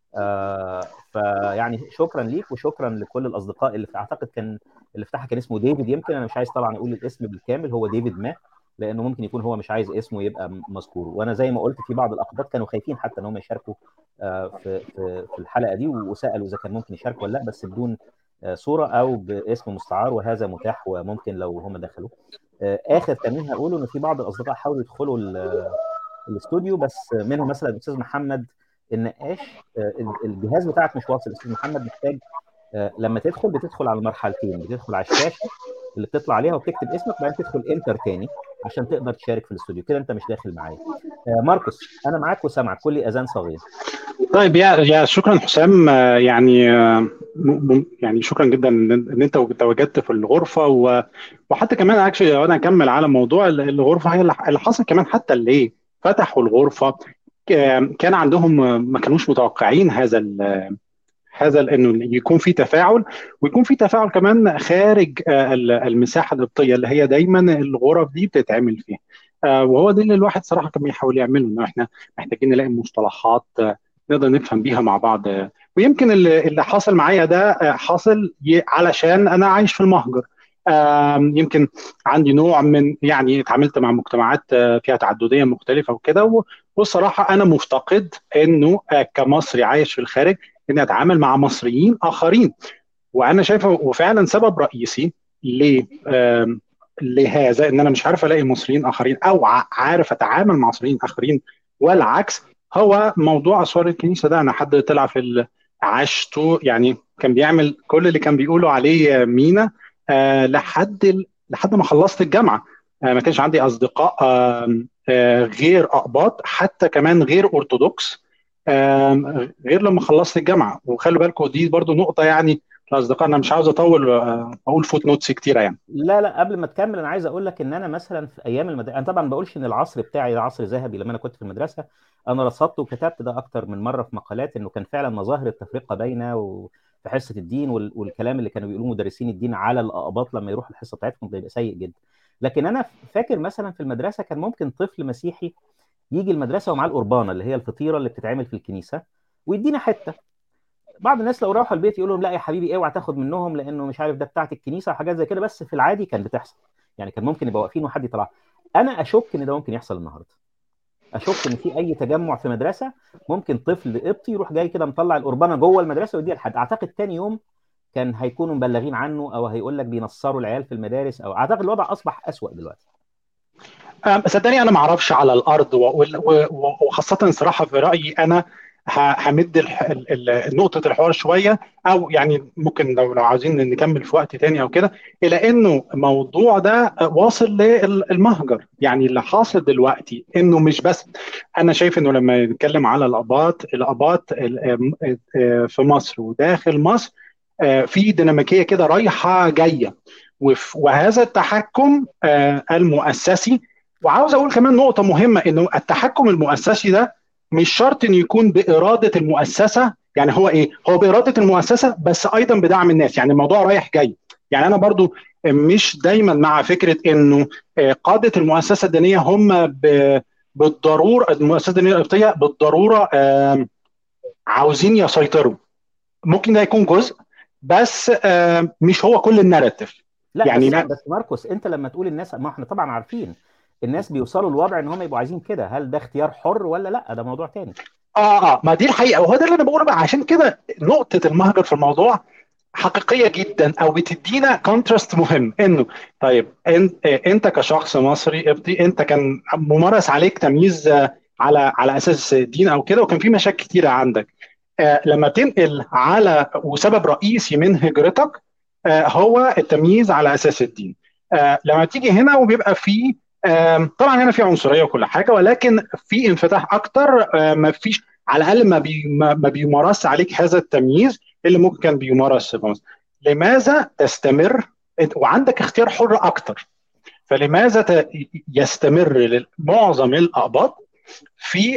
Speaker 1: آه فيعني شكرا ليك وشكرا لكل الاصدقاء اللي اعتقد كان اللي فتحها كان اسمه ديفيد. يمكن انا مش عايز طبعا اقول الاسم بالكامل، هو ديفيد ما، لانه ممكن يكون هو مش عايز اسمه يبقى م- مذكور. وانا زي ما قلت في بعض الاقباط كانوا خايفين حتى ان هم يشاركوا آه في في في الحلقه دي، وسالوا اذا كان ممكن يشاركوا ولا لا، بس بدون آه صوره او باسم مستعار، وهذا متاح وممكن لو هم دخلوا. آه اخر تمرين هقوله انه في بعض الاصدقاء حاولوا يدخلوا ال- الاستوديو، بس منهم مثلا الاستاذ محمد النقاش. آه، الجهاز بتاعك مش واصل استاذ محمد، محتاج آه، لما تدخل بتدخل على المرحلتين، بتدخل على الشاشه اللي بتطلع عليها وبتكتب اسمك، وبعدين تدخل انتر تاني عشان تقدر تشارك في الاستوديو. كده انت مش داخل معايا. آه، ماركوس انا معاك وسامعك، كل اذان صغير.
Speaker 3: طيب يا يا شكرا حسام، آه، يعني آه، م- م- يعني شكرا جدا ان إن انت تواجدت في الغرفه، و- وحتى كمان اكشلي لو انا اكمل على موضوع ال- الغرفه، هي اللي اللي حصل كمان حتى اللي فتحوا الغرفه ك- كان عندهم، آه، ما كانوش متوقعين هذا هذا انه يكون في تفاعل، ويكون في تفاعل كمان خارج آه، ال- المساحه القبطيه اللي هي دايما الغرف دي بتتعمل فيها. آه، وهو ده اللي الواحد صراحه كان بيحاول يعمله، انه احنا محتاجين نلاقي مصطلحات آه، نقدر نفهم بيها مع بعض. آه، ويمكن اللي اللي حاصل معايا ده آه، حاصل ي- علشان انا عايش في المهجر. آم، يمكن عندي نوع من، يعني اتعاملت مع مجتمعات آه، فيها تعدديه مختلفه وكده، و- والصراحه انا مفتقد انه آه، كمصري عايش في الخارج اني اتعامل مع مصريين اخرين. وانا شايفه وفعلا سبب رئيسي ل آم، لهذا ان انا مش عارف الاقي مصريين اخرين، او ع- عارف اتعامل مع مصريين اخرين والعكس، هو موضوع اسوار الكنيسه ده. انا حد طلع في ال- عاشته، يعني كان بيعمل كل اللي كان بيقولوا عليه مينا آه، لحد ال- لحد ما خلصت الجامعه. آه، ما كانش عندي اصدقاء آم، آه، غير اقباط، حتى كمان غير ارثوذكس، آم، غير لما خلصت الجامعه. وخلوا بالكم دي برضو نقطه، يعني الاصدقاء، انا مش عاوز اطول آه، اقول فوت نوتس كتيره يعني.
Speaker 1: لا لا، قبل ما تكمل انا عايز اقول لك ان انا مثلا في ايام المدرسه، انا طبعا ما بقولش ان العصر بتاعي ده عصر ذهبي لما انا كنت في المدرسه. انا رصدت وكتبت ده اكتر من مره في مقالات انه كان فعلا مظاهر التفرقه باينه و... في حصه الدين، والكلام اللي كانوا بيقولوه مدرسين الدين على الاقباط لما يروحوا الحصه بتاعتهم بيبقى سيء جدا. لكن انا فاكر مثلا في المدرسه كان ممكن طفل مسيحي يجي المدرسه ومعاه القربانه اللي هي الفطيره اللي بتتعمل في الكنيسه ويدينا حته. بعض الناس لو راحوا البيت يقولوا لهم لا يا حبيبي اوعى تاخد منهم لانه مش عارف ده بتاعت الكنيسه وحاجات زي كده، بس في العادي كان بتحصل. يعني كان ممكن يبقى واقفين وحد يطلع. انا اشك ان ده ممكن يحصل النهارده. اشك ان في اي تجمع في مدرسه ممكن طفل قبطي يروح جاي كده مطلع القربانه جوه المدرسه ويديها لحد. اعتقد تاني يوم كان هيكونوا مبلغين عنه او هيقول لك بينصروا العيال في المدارس، او اعتقد الوضع اصبح اسوأ دلوقتي.
Speaker 3: صدقني انا ما اعرفش على الارض، وخاصه الصراحه في رايي انا همد نقطه الحوار شويه، او يعني ممكن لو لو عاوزين نكمل في وقت تاني او كده، الى انه الموضوع ده واصل للمهجر. يعني اللي حاصل دلوقتي انه مش بس، انا شايف انه لما نتكلم على الاباط الاباط في مصر وداخل مصر في ديناميكيه كده رايحه جايه، وهذا التحكم المؤسسي. وعاوز اقول كمان نقطه مهمه، انه التحكم المؤسسي ده مش شرط انه يكون باراده المؤسسه. يعني هو ايه؟ هو باراده المؤسسه بس ايضا بدعم الناس. يعني الموضوع رايح جاي. يعني انا برضو مش دايما مع فكره انه قاده المؤسسه الدينيه هم بالضروره، المؤسسه الدينيه القبطيه بالضروره عاوزين يسيطروا. ممكن ده يكون جزء، بس مش هو كل الناراتيف.
Speaker 1: لا
Speaker 3: يعني
Speaker 1: بس
Speaker 3: لا.
Speaker 1: بس ماركوس، انت لما تقول الناس، ما احنا طبعا عارفين الناس بيوصلوا لوضع ان هم يبقوا عايزين كده، هل ده اختيار حر ولا لا؟ ده موضوع تاني.
Speaker 3: اه اه ما دي الحقيقه، وهو ده اللي انا بقوله بقى. عشان كده نقطه المهجر في الموضوع حقيقيه جدا، او بتدينا كونتراست مهم. انه طيب انت, انت كشخص مصري قبطي، انت كان ممارس عليك تمييز على على اساس دين او كده، وكان في مشاكل كتيره عندك. آه لما تنقل على، وسبب رئيسي من هجرتك آه هو التمييز على اساس الدين. آه لما تيجي هنا وبيبقى في آه طبعا هنا في عنصريه وكل حاجه، ولكن في انفتاح اكتر. آه ما فيش، على الاقل ما بي ما بيمارس عليك هذا التمييز اللي ممكن كان بيمارس في مصر. لماذا تستمر وعندك اختيار حر اكتر؟ فلماذا يستمر معظم الأقباط في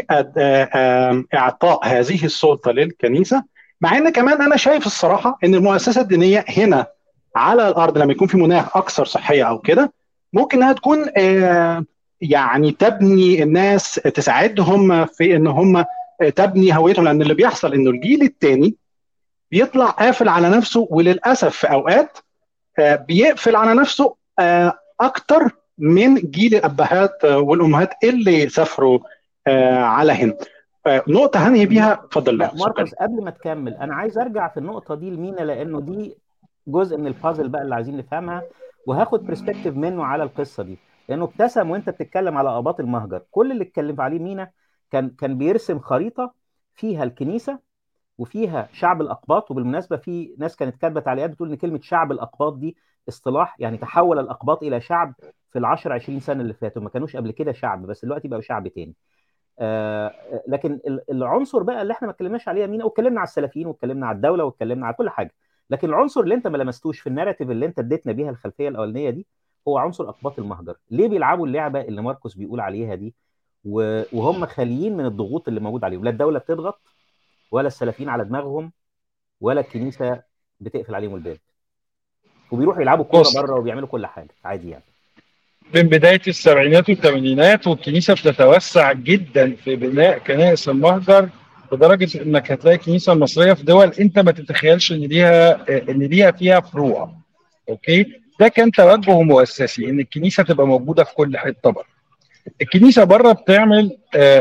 Speaker 3: إعطاء هذه السلطة للكنيسة، مع أن كمان أنا شايف الصراحة أن المؤسسة الدينية هنا على الأرض لما يكون في مناخ أكثر صحية أو كده، ممكن أنها تكون يعني تبني الناس، تساعدهم في أن هم تبني هويتهم. لأن اللي بيحصل أنه الجيل الثاني بيطلع قافل على نفسه، وللأسف في أوقات بيقفل على نفسه أكتر من جيل الأبهات والأمهات اللي سافروا على هنا. نقطة هنهي بيها، اتفضل.
Speaker 1: لا ماركوس، قبل ما تكمل أنا عايز أرجع في النقطة دي لمينا، لأنه دي جزء من البازل بقى اللي عايزين نفهمها، وهاخد برسبكتيف منه على القصة دي. لأنه ابتسم وأنت بتتكلم على آباط المهجر، كل اللي اتكلم عليه مينا كان كان بيرسم خريطة فيها الكنيسة وفيها شعب الأقباط. وبالمناسبة في ناس كانت كاتبة تعليقات بتقول إن كلمة شعب الأقباط دي اصطلاح، يعني تحول الأقباط إلى شعب في العشر عشرين سنة اللي فاتوا، ما كانوش قبل كده شعب، بس دلوقتي بقوا شعب تاني. آه لكن العنصر بقى اللي احنا ما اتكلمناش عليه مين، واتكلمنا على السلفيين واتكلمنا على الدولة واتكلمنا على كل حاجة، لكن العنصر اللي انت ما لمستوش في الناراتيف اللي انت اديتنا بيها الخلفية الأولانية دي هو عنصر أقباط المهجر. ليه بيلعبوا اللعبة اللي ماركوس بيقول عليها دي وهم خاليين من الضغوط اللي موجود عليهم؟ لا الدولة بتضغط، ولا السلفيين على دماغهم، ولا الكنيسة بتقفل عليهم الباب، وبيروحوا يلعبوا كورة بره وبيعملوا كل حاجة عادي. يعني
Speaker 2: من بداية السبعينات والثمانينات والكنيسة بتتوسع جدا في بناء كنائس المهجر، لدرجة انك هتلاقي الكنيسة المصرية في دول انت ما تتخيلش ان ليها ان ليها فيها فروع. اوكي، ده كان توجه مؤسسي ان الكنيسة تبقى موجودة في كل حتة بره. الكنيسة بره بتعمل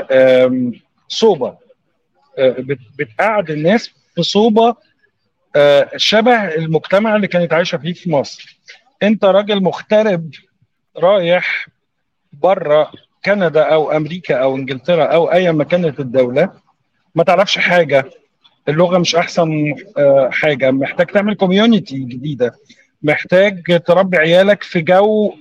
Speaker 2: صوبة، بتقعد الناس في صوبة شبه المجتمع اللي كانت عايشة فيه في مصر. انت راجل مغترب رايح بره كندا او امريكا او انجلترا او اي ما كانت الدوله، ما تعرفش حاجه، اللغه مش احسن حاجه، محتاج تعمل كوميونتي جديده، محتاج تربي عيالك في جو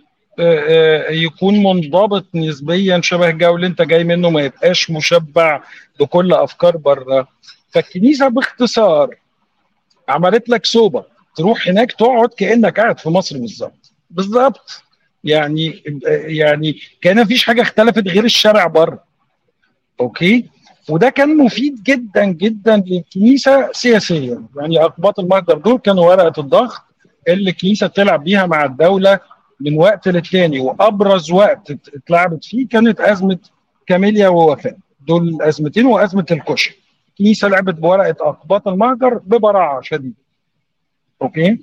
Speaker 2: يكون منضبط نسبيا شبه الجو اللي انت جاي منه، ما يبقاش مشبع بكل افكار بره. فالكنيسه باختصار عملت لك صوبه، تروح هناك تقعد كانك قاعد في مصر بالظبط بالظبط. يعني يعني كان مفيش حاجه اختلفت غير الشارع بره. اوكي، وده كان مفيد جدا جدا للكنيسه سياسيا. يعني اقباط المهجر دول كانوا ورقه الضغط اللي الكنيسه بتلعب بيها مع الدوله من وقت للتاني، وابرز وقت اتلعبت فيه كانت ازمه كاميليا ووفاء، دول الازمتين، وازمه الكشك. الكنيسه لعبت بورقه اقباط المهجر ببراعه شديده. اوكي.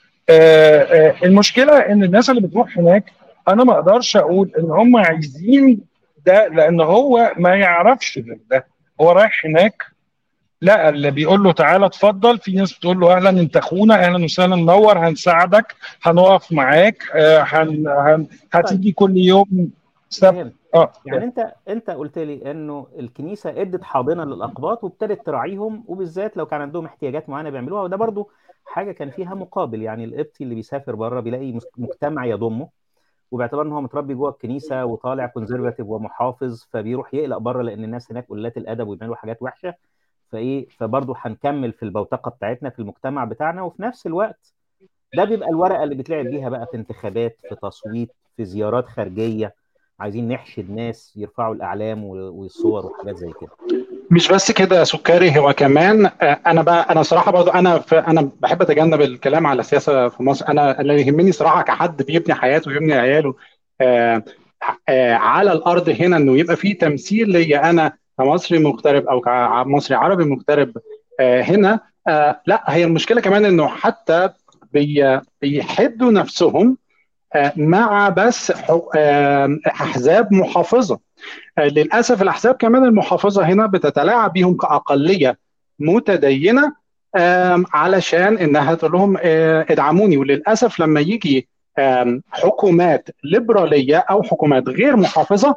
Speaker 2: آه آه المشكله ان الناس اللي بتروح هناك، انا ما اقدرش اقول ان هم عايزين ده، لان هو ما يعرفش ده. هو رايح هناك، لا اللي بيقول له تعالى اتفضل، في ناس بتقول له اهلا انت اخونا، اهلا وسهلا، نور، هنساعدك، هنقف معاك، آه هن هن
Speaker 1: طيب
Speaker 2: هتيجي كل يوم سبت.
Speaker 1: فهمت.
Speaker 2: اه
Speaker 1: يعني انت انت قلت لي انه الكنيسه ادت حاضنه للاقباط وابتدت تراعيهم، وبالذات لو كان عندهم احتياجات معينه بيعملوها، وده برضو حاجه كان فيها مقابل. يعني القبطي اللي بيسافر بره بيلاقي مس- مجتمع يضمه، وباعتبار ان هو متربي جوه الكنيسه وطالع كونزرفاتيف ومحافظ، فبيروح يقلق بره لان الناس هناك قلات الادب وبيعملوا حاجات وحشه. فايه فبرضه هنكمل في البوتقه بتاعتنا في المجتمع بتاعنا، وفي نفس الوقت ده بيبقى الورقه اللي بيتلعب بيها بقى في انتخابات، في تصويت، في زيارات خارجيه، عايزين نحشد ناس يرفعوا الاعلام و- والصور وحاجات زي كده.
Speaker 3: مش بس كده يا سكري، هو كمان آه، انا بقى انا صراحه برضو انا في انا بحب اتجنب الكلام على السياسه في مصر. انا اللي يهمني صراحه كحد بيبني حياته ويبني عياله آه، آه، على الارض هنا، انه يبقى في تمثيل ليا انا كمصري مغترب او كمصري عربي مغترب آه، هنا. آه، لا، هي المشكله كمان انه حتى بي- بيحدوا نفسهم آه، مع بس حو- آه، احزاب محافظه. آه، للاسف الاحزاب كمان المحافظه هنا بتتلاعب بيهم كاقليه متدينه، آم، علشان انها تقول لهم آه، ادعموني. وللاسف لما يجي آم، حكومات ليبراليه او حكومات غير محافظه،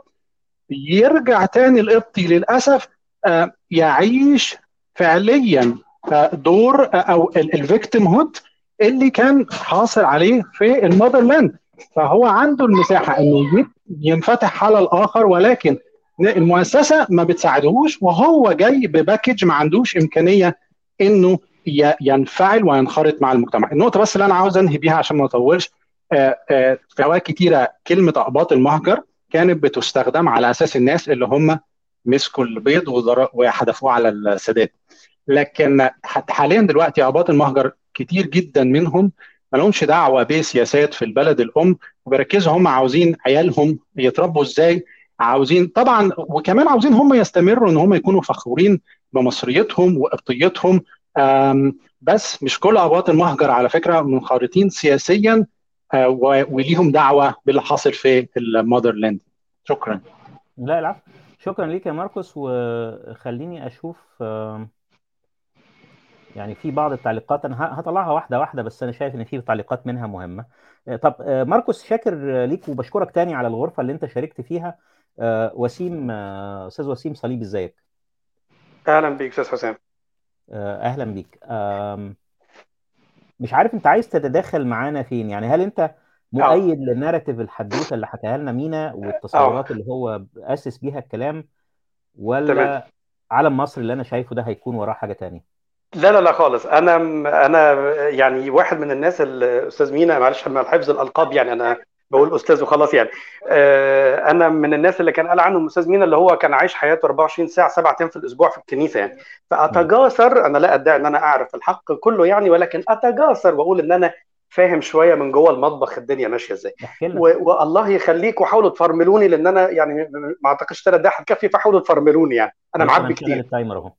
Speaker 3: يرجع تاني القبطي للاسف آه، يعيش فعليا آه، دور آه، او الفيكتيم هود اللي كان حاصل عليه في المذرلاند. فهو عنده المساحه انه يت- ينفتح على الاخر، ولكن المؤسسه ما بتساعدهوش، وهو جاي بباكج ما عندوش امكانيه انه ي- ينفعل وينخرط مع المجتمع. النقطه بس اللي انا عاوز انهي بيها عشان ما اطولش، آه، آه، في اوقات كتيره كلمه اقباط المهجر كانت بتستخدم على اساس الناس اللي هم مسكوا البيض وضر- وحدفوه على السادات. لكن حت- حاليا دلوقتي اباط المهجر كتير جدا منهم ما لهمش دعوه بسياسات في البلد الام، وبيركزوا هم عاوزين عيالهم يتربوا ازاي، عاوزين طبعا، وكمان عاوزين هم يستمروا ان هم يكونوا فخورين بمصريتهم وقبطيتهم. آم، بس مش كل اباط المهجر على فكره منخرطين سياسيا آه، و- وليهم دعوه باللي حاصل في المذرلاند. شكرا.
Speaker 1: لا العفو، شكرا ليك يا ماركوس. وخليني اشوف آم، يعني في بعض التعليقات انا ه- هطلعها واحده واحده، بس انا شايف ان في تعليقات منها مهمه. آه، طب آه، ماركوس، شاكر آه، ليك وبشكرك تاني على الغرفه اللي انت شاركت فيها. آه، وسيم، آه، استاذ وسيم صليب، ازيك؟
Speaker 4: اهلا بيك استاذ حسام.
Speaker 1: آه، اهلا بيك. آم، مش عارف انت عايز تتداخل معانا فين؟ يعني هل انت
Speaker 4: اه
Speaker 1: مؤيد للناراتيف الحدوته اللي حكاها لنا مينا
Speaker 4: اه
Speaker 1: والتصورات اللي هو اسس بيها الكلام،
Speaker 4: تمام.
Speaker 1: ولا علم مصر اللي انا شايفه ده هيكون وراه حاجه تانية؟
Speaker 4: لا لا لا خالص، انا انا يعني واحد من الناس اللي استاذ مينا، معلش مع حفظ الالقاب يعني انا بقول استاذ وخلاص يعني. آه، انا من الناس اللي كان قال عنه استاذ مينا اللي هو كان عايش حياته أربعة وعشرين ساعه سبعة ايام في الاسبوع في الكنيسه يعني.
Speaker 1: مم.
Speaker 4: فاتجاسر، انا لا ادعي ان انا اعرف الحق كله يعني، ولكن اتجاسر واقول ان انا فاهم شويه من جوه المطبخ الدنيا ماشيه ازاي.
Speaker 1: احكي لنا.
Speaker 4: و- والله يخليك، وحاولوا تفرملوني لان انا يعني ما اعتقدش ثلاث دقائق هتكفي، فحاولوا تفرملوني يعني انا
Speaker 1: ماشي، انا
Speaker 4: معبي
Speaker 1: مشغل
Speaker 4: كتير.
Speaker 1: التايمر اهو.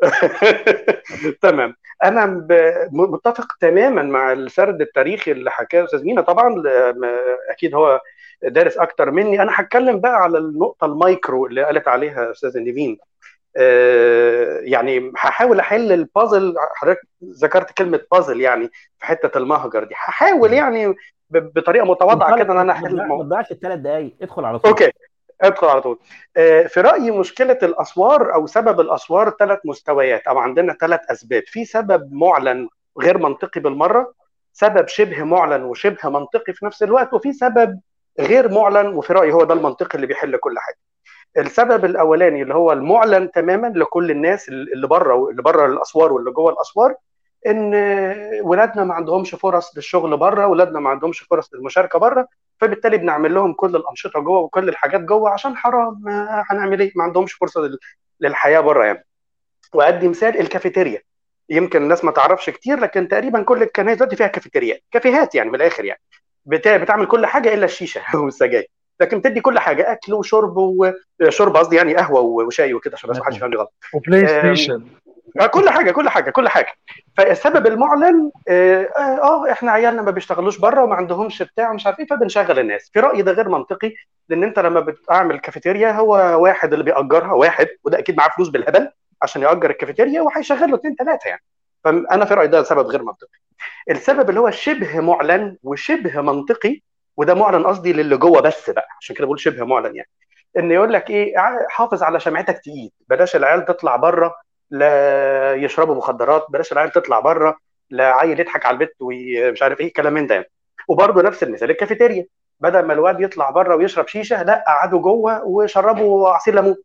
Speaker 4: تمام. انا ب- متفق تماما مع السرد التاريخي اللي حكاه استاذ مينا طبعا. ل- م- اكيد هو دارس اكتر مني. انا هتكلم بقى على النقطه المايكرو اللي قالت عليها استاذ نيفين. آه، يعني هحاول احل البازل. حضرتك ذكرت كلمه بازل يعني في حته المهجر دي، هحاول
Speaker 1: مم.
Speaker 4: يعني ب- بطريقه متواضعه
Speaker 1: منطلق،
Speaker 4: كده ان
Speaker 1: ما
Speaker 4: انا
Speaker 1: ما
Speaker 4: احل
Speaker 1: تضيع- ما
Speaker 4: الموضوع.
Speaker 1: تضيعش الثلاث دقايق، ادخل على طول.
Speaker 4: اوكي، ادخل على طول. آه، في رأيي مشكلة الأسوار أو سبب الأسوار ثلاث مستويات، أو عندنا ثلاث أسباب. في سبب معلن غير منطقي بالمرة، سبب شبه معلن وشبه منطقي في نفس الوقت، وفي سبب غير معلن، وفي رأيي هو ده المنطقي اللي بيحل كل حاجة. السبب الأولاني اللي هو المعلن تماما لكل الناس اللي بره، اللي بره الأسوار واللي جوه الأسوار، ان ولادنا ما عندهمش فرص للشغل بره، ولادنا ما عندهمش فرص للمشاركه بره، فبالتالي بنعمل لهم كل الانشطه جوه وكل الحاجات جوه، عشان حرام هنعمل ايه، ما عندهمش فرصه للحياه بره يعني. وادي مثال الكافيتيريا، يمكن الناس ما تعرفش كتير، لكن تقريبا كل الكنائس دلوقتي فيها كافيتيريا، كافيهات يعني من الاخر يعني، بتعمل كل حاجه الا الشيشه والسجاير، لكن تدي كل حاجه، اكل وشرب وشرب قصدي يعني قهوه وشاي وكده، عشان بس ما حدش يفهمني غلط،
Speaker 2: وبلاي ستيشن،
Speaker 4: كل حاجه كل حاجه كل حاجه. فالسبب المعلن اه, آه احنا عيالنا ما بيشتغلوش بره وما عندهمش بتاع مش عارف ايه، فبنشغل الناس. في رايي ده غير منطقي، لان انت لما بتعمل كافيتيريا هو واحد اللي بيأجرها، واحد وده اكيد معاه فلوس بالهبل عشان يأجر الكافيتيريا، وهيشغل له اثنين ثلاثه يعني. فانا في رايي ده سبب غير منطقي. السبب اللي هو شبه معلن وشبه منطقي، وده معلن قصدي للي جوه بس بقى، عشان كده بقول شبه معلن يعني، ان يقول لك ايه، حافظ على شمعتك تقيل، بلاش العيال تطلع بره لا يشربوا مخدرات، بلاش العيال تطلع بره لا عيل يضحك على البت ومش عارف ايه كلام من ده يعني. وبرده نفس المثال الكافيتيريا، بدل ما الواد يطلع بره ويشرب شيشه، لا قعدوا جوه وشربوا عصير ليمون،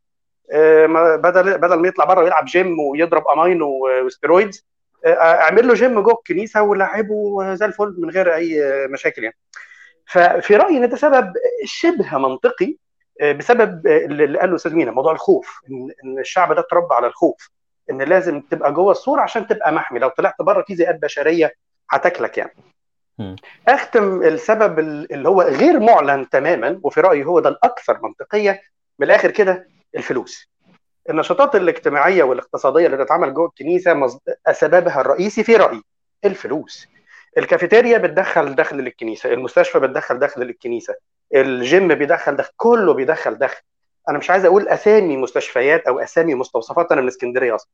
Speaker 4: بدل بدل ما يطلع بره ويلعب جيم ويضرب امين وستيرويدز، اعمل له جيم جوه الكنيسه ولعبه زي الفل من غير اي مشاكل يعني. ففي رايي ان ده سبب شبه منطقي، بسبب اللي قاله استاذ مينا، موضوع الخوف، ان الشعب ده اتربى على الخوف، ان لازم تبقى جوه السور عشان تبقى محمي، لو طلعت بره في ذئاب بشريه هتاكلك يعني. م. اختم السبب اللي هو غير معلن تماما، وفي رايي هو ده الاكثر منطقيه من الاخر كده، الفلوس. النشاطات الاجتماعيه والاقتصاديه اللي بتتعمل جوه الكنيسه سببها الرئيسي في رايي الفلوس. الكافيتيريا بتدخل دخل للكنيسه، المستشفى بتدخل دخل للكنيسه، الجيم بيدخل دخل، كله بيدخل دخل. انا مش عايز اقول اسامي مستشفيات او اسامي مستوصفات، انا من اسكندريه اصلا،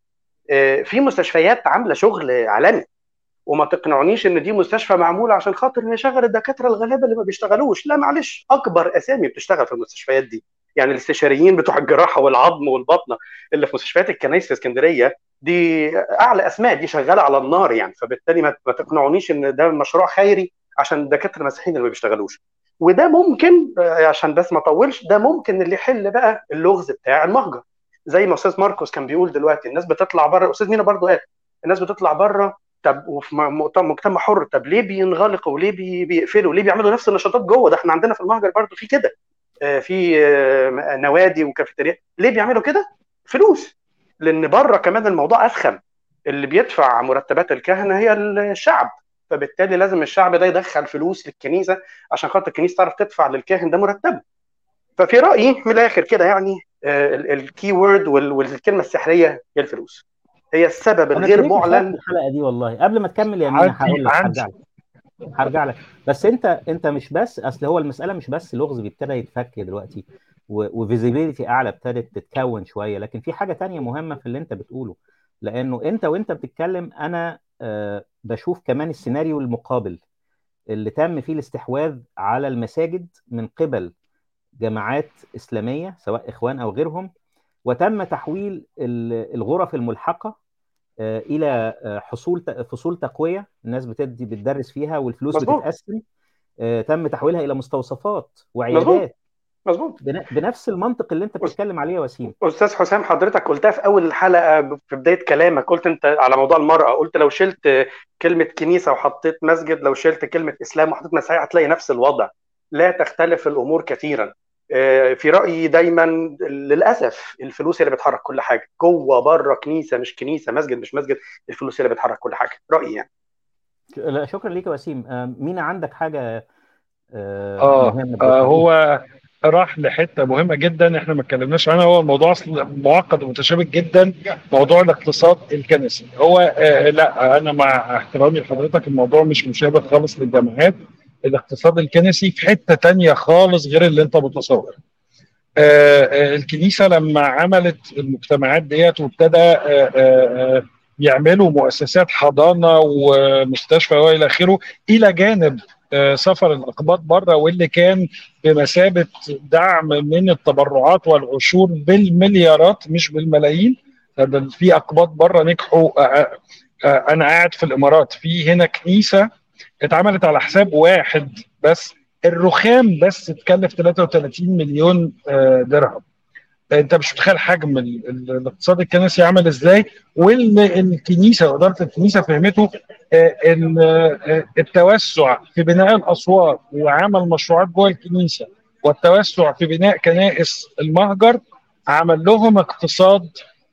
Speaker 4: في مستشفيات عامله شغل عالمي، وما تقنعونيش ان دي مستشفى معموله عشان خاطر نشغل الدكاتره الغلابه اللي ما بيشتغلوش، لا معلش، اكبر اسامي بتشتغل في المستشفيات دي، يعني الاستشاريين بتوع الجراحه والعظم والبطنه اللي في مستشفيات الكنائس في اسكندريه دي اعلى اسماء، دي شغاله على النار يعني. فبالتالي ما تقنعونيش ان ده مشروع خيري عشان الدكاتره المسيحيين اللي ما بيشتغلوش. وده ممكن، عشان بس ما اطولش، ده ممكن اللي يحل بقى اللغز بتاع المهجر، زي ما استاذ ماركوس كان بيقول دلوقتي، الناس بتطلع بره، استاذ مينا برضو قال الناس بتطلع بره، طب وفي مجتمع حر، طب ليه بينغلقوا وليه بيقفلوا، ليه بيعملوا نفس النشاطات جوه؟ ده احنا عندنا في المهجر برضو في كده، في نوادي وكافيتريات، ليه بيعملوا كده؟ فلوس، لان بره كمان الموضوع اسخن، اللي بيدفع مرتبات الكهنه هي الشعب، فبالتالي لازم الشعب ده يدخل فلوس للكنيسه عشان خاطر الكنيسه تعرف تدفع للكاهن ده مرتبه. ففي رايي من الاخر كده يعني، الكي وورد والكلمه السحريه هي الفلوس، هي السبب الغير معلن.
Speaker 1: الحلقه دي والله قبل ما تكمل يا مينا هقول لك، هرجع لك هرجع لك بس انت انت مش بس، اصل هو المساله مش بس لغز بيبتدى يتفك دلوقتي وفيزيبيليتي اعلى ابتدت تتكون شويه، لكن في حاجه تانية مهمه في اللي انت بتقوله، لانه انت وانت بتتكلم انا آه بشوف كمان السيناريو المقابل اللي تم فيه الاستحواذ على المساجد من قبل جماعات اسلاميه سواء اخوان او غيرهم، وتم تحويل الغرف الملحقه الى حصول فصول تقويه الناس بتدي بتدرس فيها والفلوس مزبوط. بتتقسم، تم تحويلها الى مستوصفات وعيادات
Speaker 4: مظبوط
Speaker 1: بنفس المنطق اللي انت بتتكلم عليه يا وسيم.
Speaker 4: استاذ حسام، حضرتك قلتها في اول الحلقه في بدايه كلامك، قلت انت على موضوع المراه، قلت لو شلت كلمه كنيسه وحطيت مسجد، لو شلت كلمه اسلام وحطيت مسيحيه هتلاقي نفس الوضع، لا تختلف الامور كثيرا. في رايي دايما للاسف الفلوس اللي بتحرك كل حاجه، جوه بره، كنيسه مش كنيسه، مسجد مش مسجد، الفلوس اللي بتحرك كل حاجه، رايي يعني.
Speaker 1: لا شكرا ليك يا وسيم. مينا عندك حاجه
Speaker 2: اه, آه هو راح لحته مهمه جدا احنا ما اتكلمناش عنها، هو الموضوع اصلا معقد ومتشابك جدا، موضوع الاقتصاد الكنسي. هو آه لا انا مع احترامي لحضرتك الموضوع مش مشابه خالص للجامعات، الاقتصاد الكنسي في حته تانية خالص غير اللي انت متصور. آه آه الكنيسه لما عملت المجتمعات ديت وابتدى آه آه يعملوا مؤسسات حضانه ومستشفى والى اخره، الى جانب سفر الاقباط بره، واللي كان بمثابه دعم من التبرعات والعشور بالمليارات مش بالملايين. في اقباط بره نجحوا. انا قاعد في الامارات، في هنا كنيسه اتعملت على حساب واحد بس، الرخام بس اتكلف ثلاثة وثلاثين مليون درهم. انت مش متخيل حجم ال- ال- الاقتصاد الكنسي عمل ازاي، والكنيسه واداره الكنيسه فهمته. آه، ال- آه، التوسع في بناء الاسوار وعمل مشروعات جوه الكنيسه، والتوسع في بناء كنائس المهجر، عمل لهم اقتصاد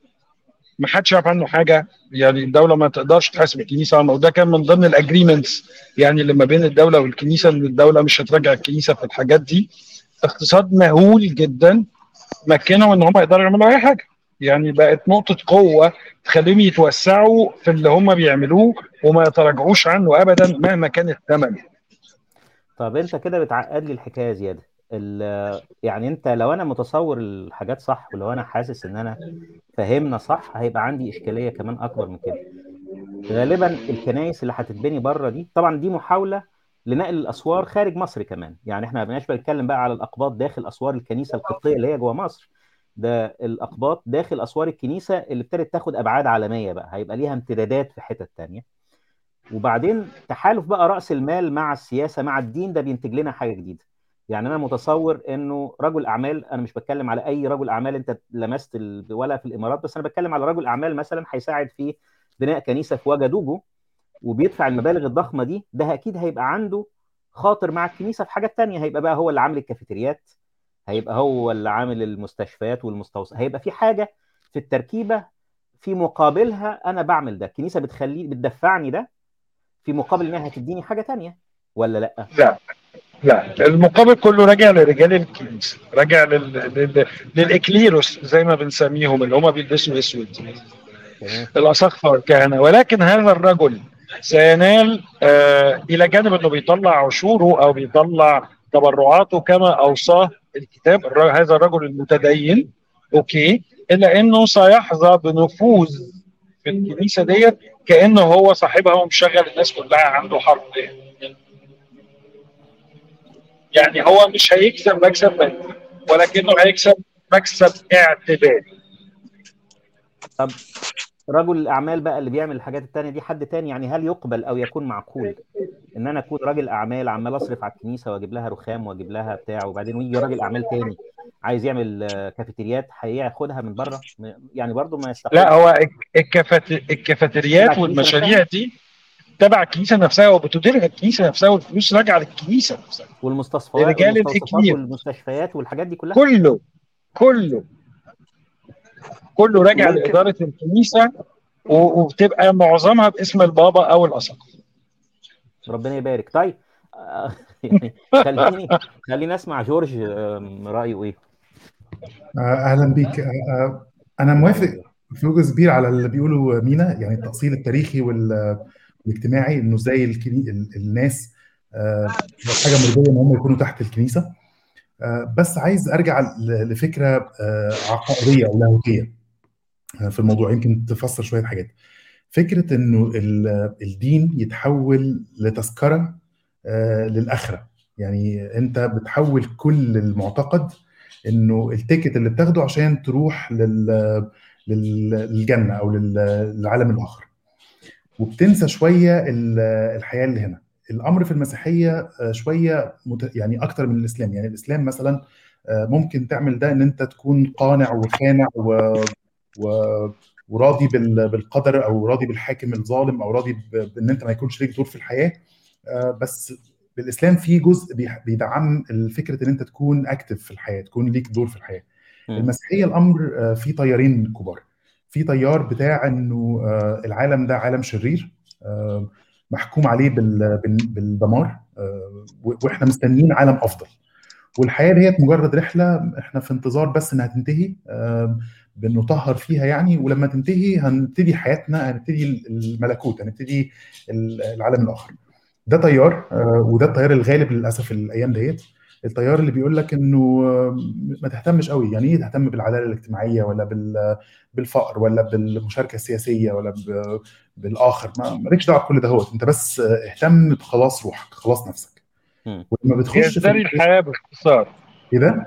Speaker 2: ما حدش يعرف عنه حاجه. يعني الدوله ما تقدرش تحاسب الكنيسه عنه، وده كان من ضمن الاجريمنتس يعني اللي ما بين الدوله والكنيسه، ان الدوله مش هتراجع الكنيسه في الحاجات دي. اقتصاد مهول جدا مكنهم ان هم يقدروا يعملوا اي حاجه. يعني بقت نقطه قوه تخليهم يتوسعوا في اللي هم بيعملوه وما يتراجعوش عنه ابدا مهما كان الثمن.
Speaker 1: طب انت كده بتعقد لي الحكايه زياده. ال- يعني انت لو انا متصور الحاجات صح، ولو انا حاسس ان انا فهمنا صح، هيبقى عندي اشكاليه كمان اكبر من كده. غالبا الكنائس اللي هتتبني بره دي، طبعا دي محاوله لنقل الاسوار خارج مصر كمان. يعني احنا ما بقيناش بنتكلم بقى على الاقباط داخل اسوار الكنيسه القبطيه اللي هي جوه مصر، ده الاقباط داخل اسوار الكنيسه اللي ابتدت تاخد ابعاد عالميه، بقى هيبقى ليها امتدادات في حتت تانية. وبعدين تحالف بقى رأس المال مع السياسة مع الدين، ده بينتج لنا حاجة جديدة. يعني أنا متصور إنه رجل أعمال، أنا مش بتكلم على أي رجل أعمال أنت لمست ال... ولا في الإمارات، بس أنا بتكلم على رجل أعمال مثلا هيساعد في بناء كنيسة في وجدوجو وبيدفع المبالغ الضخمة دي، ده أكيد هيبقى عنده خاطر مع الكنيسة في حاجات تانية. هيبقى بقى هو اللي عامل الكافيتريات، هيبقى هو اللي عامل المستشفيات والمستوصف، هيبقى في حاجة في التركيبة في مقابلها أنا بعمل ده. الكنيسة بتخلي بتدفعني ده في مقابل انها هتديني حاجه تانية، ولا لا؟
Speaker 2: لا لا، المقابل كله راجع لرجال الكنيسه، راجع لل... لل... للاكليروس زي ما بنسميهم، اللي هم بيلبسوا اسود،
Speaker 1: تمام.
Speaker 2: الأساقفة والكهنة. ولكن هذا الرجل سينال آه إلى جانب أنه بيطلع عشوره أو بيطلع تبرعاته كما أوصاه الكتاب، الر- هذا الرجل المتدين، أوكي، إلا أنه سيحظى بنفوذ في الكنيسة ديت كأنه هو صاحبها ومشغل الناس كلها عنده حرفيا. يعني هو مش هيكسب مكسب مادي، ولكنه هيكسب مكسب اعتباري.
Speaker 1: طب رجل الاعمال بقى اللي بيعمل الحاجات التانية دي حد تاني، يعني هل يقبل او يكون معقول ان انا اكون راجل اعمال عمال اصرف على الكنيسه واجيب لها رخام واجيب لها بتاع، وبعدين ويجي راجل اعمال تاني عايز يعمل آه، كافيتريات هياخدها من بره؟ م- يعني برضو ما
Speaker 2: لا،
Speaker 1: يستقلش
Speaker 2: هو الكفت...
Speaker 1: تبع
Speaker 2: الكافيتريات
Speaker 1: الكنيسه
Speaker 2: والمشاريع
Speaker 1: نفسها
Speaker 2: دي تبع الكنيسه نفسها وبتديرها الكنيسه نفسها، والفلوس راجعه للكنيسه نفسها،
Speaker 1: والمستوصفات
Speaker 2: لرجال
Speaker 1: والمستوصفات
Speaker 2: الاكليل.
Speaker 1: والمستشفيات والحاجات دي كلها.
Speaker 2: كله كله كله راجع
Speaker 4: ممكن
Speaker 2: لاداره الكنيسه، و- وبتبقى معظمها باسم البابا او الاساقفه.
Speaker 1: ربنا يبارك. طيب آه، يعني خليني خليني اسمع جورج آم، رايه ايه.
Speaker 5: آه، اهلا بيك. آه، آه، انا
Speaker 1: اهلا
Speaker 5: موافق
Speaker 1: بيك.
Speaker 5: في جزء كبير على اللي بيقوله مينا، يعني التأصيل التاريخي وال- والاجتماعي، انه ازاي الكني... ال- الناس آه، حاجه مرضيه ان هم يكونوا تحت الكنيسه. آه، بس عايز ارجع ل- لفكره آه، عقائديه او لاهوتيه آه، في الموضوع، يمكن تفسر شويه حاجات. فكره انه ال- الدين يتحول لتذكره آه، للاخره. يعني انت بتحول كل المعتقد انه التيكت اللي بتاخده عشان تروح لل لل- للجنه او لل- للعالم الاخر، وبتنسى شويه ال- الحياه اللي هنا. الامر في المسيحيه آه، شويه مت- يعني اكتر من الاسلام. يعني الاسلام مثلا آه، ممكن تعمل ده ان انت تكون قانع وخانع و... و... وراضي بال... بالقدر، او راضي بالحاكم الظالم، او راضي ب... بان انت ما يكونش ليك دور في الحياه. آه، بس بالاسلام في جزء بي- بيدعم الفكره ان انت تكون اكتف في الحياه، تكون ليك دور في الحياه.
Speaker 1: مم.
Speaker 5: المسيحيه الامر آه، في تيارين كبار. في تيار بتاع انه آه، العالم ده عالم شرير آه، محكوم عليه بال- بال- بالدمار، آه، و- واحنا مستنيين عالم افضل. والحياه ديت مجرد رحله، احنا في انتظار بس انها تنتهي، آه، بنطهر فيها يعني، ولما تنتهي هنبتدي حياتنا، هنبتدي الملكوت، هنبتدي العالم الاخر. ده تيار، آه، وده التيار الغالب للاسف الايام ديت. التيار اللي بيقول لك انه آه، ما تهتمش قوي. يعني ايه تهتم بالعداله الاجتماعيه، ولا بال- بالفقر، ولا بالمشاركه السياسيه، ولا ب- بالاخر؟ ما مالكش دعوه بكل ده. هو انت بس آه، اهتم بخلاص روحك، خلاص نفسك.
Speaker 1: مم.
Speaker 5: ولما بتخش في
Speaker 2: بيزدري
Speaker 5: ال-
Speaker 2: الحياه باختصار.
Speaker 5: ايه ده؟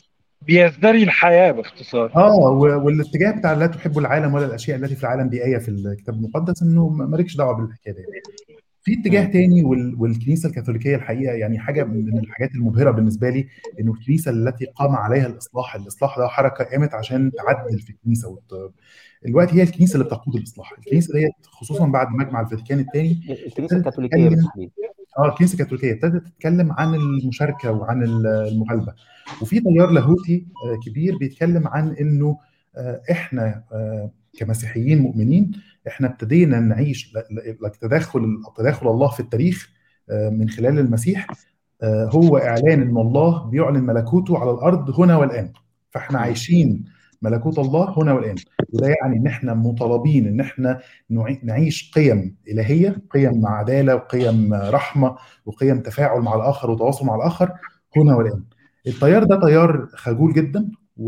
Speaker 2: بيزدري الحياه باختصار.
Speaker 5: اه، و- والاتجاه بتاع لا تحب العالم ولا الاشياء التي في العالم، دي ايه في الكتاب المقدس، انه مالكش دعوه بالحكايه دي. في اتجاه
Speaker 1: مم.
Speaker 5: تاني وال- والكنيسه الكاثوليكيه الحقيقه يعني حاجه من الحاجات المبهره بالنسبه لي، انه الكنيسه التي قام عليها الاصلاح، الاصلاح ده حركه قامت عشان تعدل في الكنيسه وت... الوقت هي الكنيسه اللي بتقود الاصلاح. الكنيسه ديت خصوصا بعد مجمع الفاتيكان الثاني
Speaker 1: الكنيسه
Speaker 5: ابتدت
Speaker 1: الكاثوليكيه
Speaker 5: تتكلم،
Speaker 1: بالتحديد.
Speaker 5: اه الكنيسه الكاثوليكيه ابتدت تتكلم عن المشاركه وعن المغالبه. وفي تيار لاهوتي آه، كبير بيتكلم عن انه آه، احنا آه، كمسيحيين مؤمنين احنا ابتدينا نعيش ل- ل- تدخل تدخل الله في التاريخ آه، من خلال المسيح. آه، هو اعلان ان الله بيعلن ملكوته على الارض هنا والان. فاحنا
Speaker 1: مم.
Speaker 5: عايشين ملكوت الله هنا والان. وده يعني ان احنا مطالبين ان احنا نعي- نعيش قيم الهيه، قيم عداله وقيم رحمه وقيم تفاعل مع الاخر وتواصل مع الاخر هنا والان. التيار ده تيار خجول جدا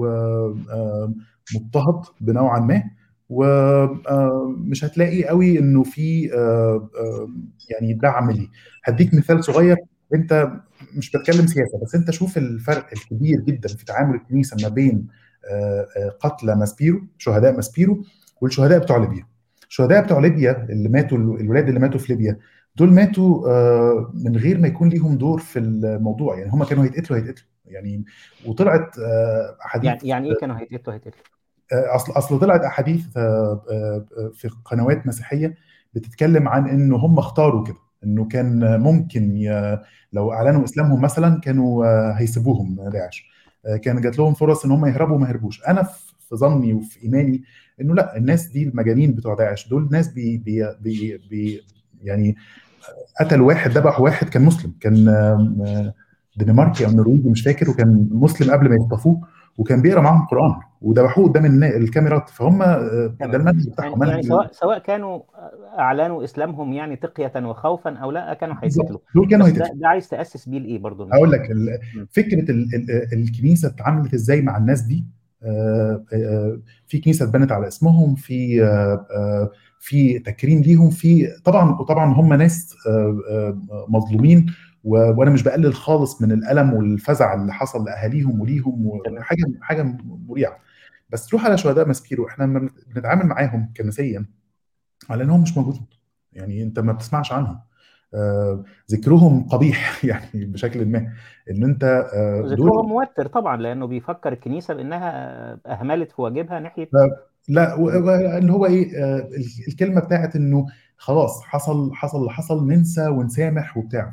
Speaker 5: ومضطهد بنوعا ما، ومش هتلاقي قوي انه في آه، آه، يعني دعم ليه. هديك مثال صغير. انت مش بتكلم سياسه، بس انت شوف الفرق الكبير جدا في تعامل الكنيسه ما بين آه، آه، قتلى ماسبيرو، شهداء ماسبيرو، والشهداء بتوع ليبيا. الشهداء بتوع ليبيا اللي ماتوا، الولاد اللي ماتوا في ليبيا، دول ماتوا آه، من غير ما يكون ليهم دور في الموضوع. يعني هم كانوا هيتقتلوا هيتقتلوا يعني. وطلعت آه، احاديث،
Speaker 1: يعني يعني ايه كانوا هيتقتلوا هيتقتلوا؟
Speaker 5: آه، اصل اصل طلعت احاديث آه، آه، آه، في قنوات مسيحيه بتتكلم عن انه هم اختاروا كده، انه كان ممكن ي... لو اعلنوا اسلامهم مثلا كانوا آه، هيسيبوهم داعش. آه، كان جات لهم فرص ان هم يهربوا وما هربوش. انا في في ظني وفي ايماني انه لا، الناس دي المجانين بتوع داعش دول ناس بي بي بي بي يعني قتل واحد، ذبح واحد كان مسلم، كان آم، آه، دنماركي او نرويجي مش فاكر، وكان مسلم قبل ما يخطفوه، وكان بيقرا معاهم قران وذبحوه قدام النا- الكاميرات. فهم آه، ده
Speaker 1: تمام.
Speaker 5: المنهج بتاعهم،
Speaker 1: يعني
Speaker 5: منهج
Speaker 1: يعني سواء سواء كانوا اعلنوا اسلامهم يعني تقيه وخوفا او لا، كانوا
Speaker 5: بالظبط.
Speaker 1: هيتقتلوا.
Speaker 5: دول كانوا
Speaker 1: بس ده
Speaker 5: هيتقتلوا.
Speaker 1: ده عايز تاسس بيه لايه برضه
Speaker 5: هقول
Speaker 1: المسيحيه؟
Speaker 5: لك ال-
Speaker 1: مم.
Speaker 5: فكره ال- ال- الكنيسه اتعاملت ازاي مع الناس دي. آه، آه، في كنيسه اتبنت على اسمهم، في آه، آه، في تكريم ليهم، في طبعا وطبعا هم ناس آه، آه، مظلومين. و- وانا مش بقلل خالص من الالم والفزع اللي حصل لاهاليهم وليهم،
Speaker 1: تمام.
Speaker 5: وحاجه حاجه مريعه. بس تروح على شهداء ماسبيرو، احنا لما بنتعامل معاهم كنسيا على انهم مش موجودين. يعني انت ما بتسمعش عنهم. آه، ذكرهم قبيح يعني بشكل ما. ان انت آه،
Speaker 1: ذكرهم
Speaker 5: دول
Speaker 1: موتر طبعا، لانه بيفكر الكنيسه بانها اهملت في واجبها ناحيه
Speaker 5: آه، لا و-
Speaker 1: ال-
Speaker 5: و- اللي هو ايه آه، ال- الكلمه بتاعت انه خلاص حصل حصل اللي حصل، ننسى ونسامح وبتاع.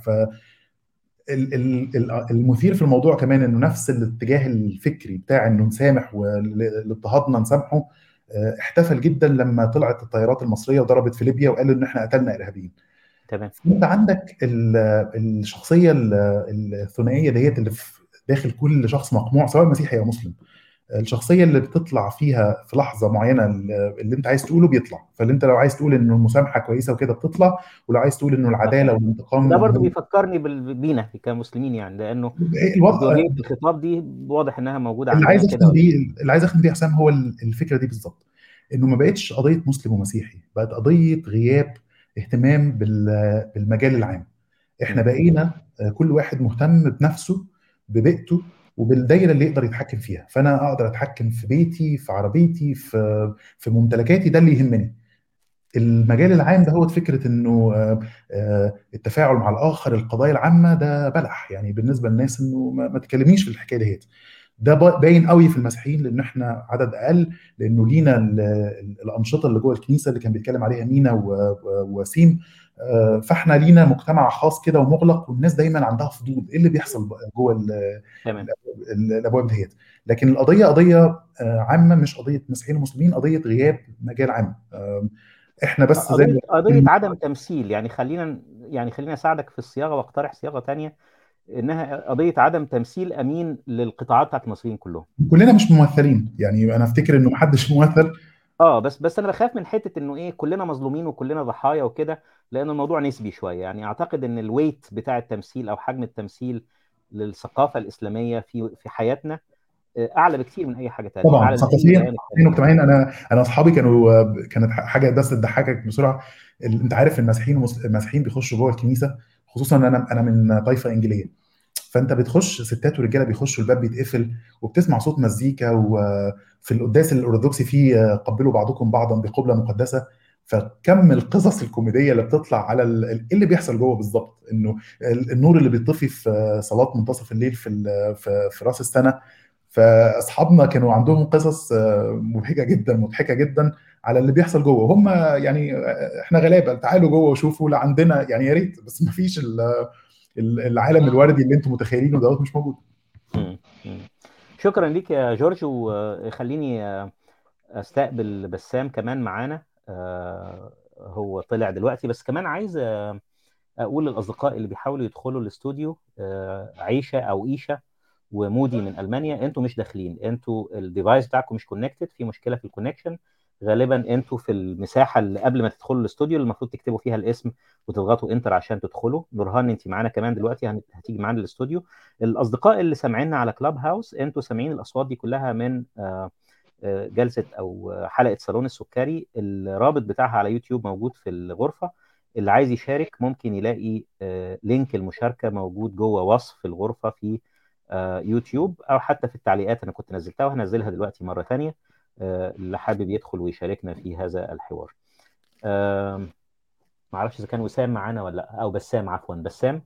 Speaker 5: فالمثير في الموضوع كمان انه نفس الاتجاه الفكري بتاع انه نسامح واللي اضطهدنا نسامحه آه، احتفل جدا لما طلعت الطيارات المصريه وضربت في ليبيا وقالوا ان احنا قتلنا ارهابيين.
Speaker 1: تمام.
Speaker 5: انت عندك ال- الشخصيه ال- الثنائيه ديت اللي في داخل كل شخص مقموع سواء مسيحي او مسلم. الشخصيه اللي بتطلع فيها في لحظه معينه اللي انت عايز تقوله بيطلع. فاللي انت لو عايز تقول انه المسامحه كويسه وكده بتطلع، ولو عايز تقول انه العداله
Speaker 1: وده
Speaker 5: والانتقام
Speaker 1: برضو
Speaker 5: هم
Speaker 1: بيفكرني بال- بينا كمسلمين، يعني لانه
Speaker 5: الوضع.
Speaker 1: ازدواجيه الخطاب دي واضح انها موجوده
Speaker 5: اللي
Speaker 1: عندنا
Speaker 5: عايز
Speaker 1: كده
Speaker 5: اختم
Speaker 1: ولا؟
Speaker 5: بيه اللي عايز اختم بيه يا حسام هو الفكره دي بالظبط. انه ما بقتش قضيه مسلم ومسيحي، بقت قضيه غياب اهتمام بال- بالمجال العام. احنا
Speaker 1: مم.
Speaker 5: بقينا آه، كل واحد مهتم بنفسه، ببيئته، وبالدايره اللي يقدر يتحكم فيها. فانا اقدر اتحكم في بيتي، في عربيتي، في في ممتلكاتي، ده اللي يهمني. المجال العام ده هو فكره انه آه، آه، التفاعل مع الاخر، القضايا العامه، ده بلح يعني بالنسبه للناس. انه ما ما تكلمنيش في الحكايه ديت. ده با- باين قوي في المسيحيين لان احنا عدد اقل، لانه لينا ال- ال- الانشطه اللي جوه الكنيسه اللي كان بيتكلم عليها مينا و- و- ووسيم. آه، فاحنا لينا مجتمع خاص كده ومغلق، والناس دايما عندها فضول ايه اللي بيحصل بقى جوه ال-
Speaker 1: تمام.
Speaker 5: ال- الابواب ديت. لكن القضيه قضيه آه، عامه، مش قضيه مسيحيين ومسلمين، قضيه غياب مجال عام. آه، احنا بس زي
Speaker 1: قضيه
Speaker 5: ما
Speaker 1: قضيه عدم تمثيل. يعني خلينا يعني خلينا اساعدك في الصياغه واقترح صياغه تانية، انها قضيه عدم تمثيل امين للقطاعات بتاعت المصريين كلهم.
Speaker 5: كلنا مش ممثلين. يعني انا افتكر انه محدش ممثل.
Speaker 1: اه بس بس انا بخاف من حته انه ايه كلنا مظلومين وكلنا ضحايا وكده، لان الموضوع نسبي شويه. يعني اعتقد ان الويت بتاع التمثيل او حجم التمثيل للثقافه الاسلاميه في في حياتنا آه، اعلى بكتير من اي حاجه تانية،
Speaker 5: طبعا
Speaker 1: اعلى من اي
Speaker 5: ثقافيا
Speaker 1: بيان
Speaker 5: ثقافيا
Speaker 1: التاريخي.
Speaker 5: واجتماعيا. انا انا اصحابي كانوا كانت حاجه بس تضحكك بسرعه. ال- انت عارف المسيحيين ومس- المسيحيين بيخشوا جوه الكنيسه، خصوصا انا انا من طائفه انجيليه. فانت بتخش ستات ورجاله بيخشوا، الباب بيتقفل وبتسمع صوت مزيكا. وفي القداس الارثوذكسي فيه قبلوا بعضكم بعضا بقبله مقدسه. فكم القصص الكوميديه اللي بتطلع على ال- ايه اللي بيحصل جوه بالظبط، انه ال- النور اللي بيطفي في صلاه منتصف الليل في ال- في في راس السنه. فاصحابنا كانوا عندهم قصص آه، مبهجه جدا مضحكه جدا على اللي بيحصل جوه. وهم يعني آه، احنا غلابه، تعالوا جوه وشوفوا اللي عندنا، يعني يا ريت، بس ما فيش ال- ال- العالم الوردي اللي انتم متخيلينه دوت مش موجود.
Speaker 1: مم. مم. شكرا ليك يا جورج، وخليني استقبل بسام كمان معانا. آه، هو طلع دلوقتي، بس كمان عايز اقول للاصدقاء اللي بيحاولوا يدخلوا الاستوديو، آه، عيشه او ايشا ومودي من المانيا، انتوا مش داخلين، انتوا الديفايس بتاعكم مش كونكتد، في مشكله في الكونكشن غالبا. انتوا في المساحه اللي قبل ما تدخلوا الاستوديو اللي المفروض تكتبوا فيها الاسم وتضغطوا انتر عشان تدخلوا. نورهان انت معانا كمان دلوقتي، هن- هتيجي معانا الاستوديو. الاصدقاء اللي سامعيننا على كلاب هاوس، انتوا سامعين الاصوات دي كلها من آه، آه، جلسه او حلقه صالون السكري. الرابط بتاعها على يوتيوب موجود في الغرفه. اللي عايز يشارك ممكن يلاقي آه، لينك المشاركه موجود جوه وصف الغرفه في آه، يوتيوب، او حتى في التعليقات. انا كنت نزلتها وهنزلها دلوقتي مره ثانيه اللي حابب يدخل ويشاركنا في هذا الحوار. آم، ما اعرفش اذا كان وسام معانا ولا لا، او بسام، عفوا بسام.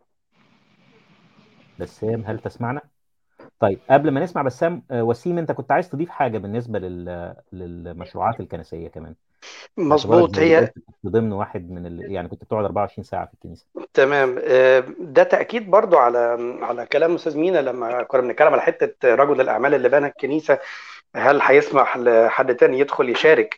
Speaker 1: بسام هل تسمعنا؟ طيب قبل ما نسمع بسام، آه، وسيم انت كنت عايز تضيف حاجه بالنسبه لل... للمشروعات الكنسيه كمان، باعتبارك
Speaker 4: مظبوط.
Speaker 1: زي ما
Speaker 4: هي
Speaker 1: قلت كنت ضمن واحد من ال... يعني كنت بتقعد أربعة وعشرين ساعه في الكنيسه.
Speaker 4: تمام. آه، ده تأكيد برضو على على كلام أستاذ مينا لما كنا بنتكلم على حتة رجل الأعمال اللي بنى الكنيسة، هل هيسمح لحد تاني يدخل يشارك؟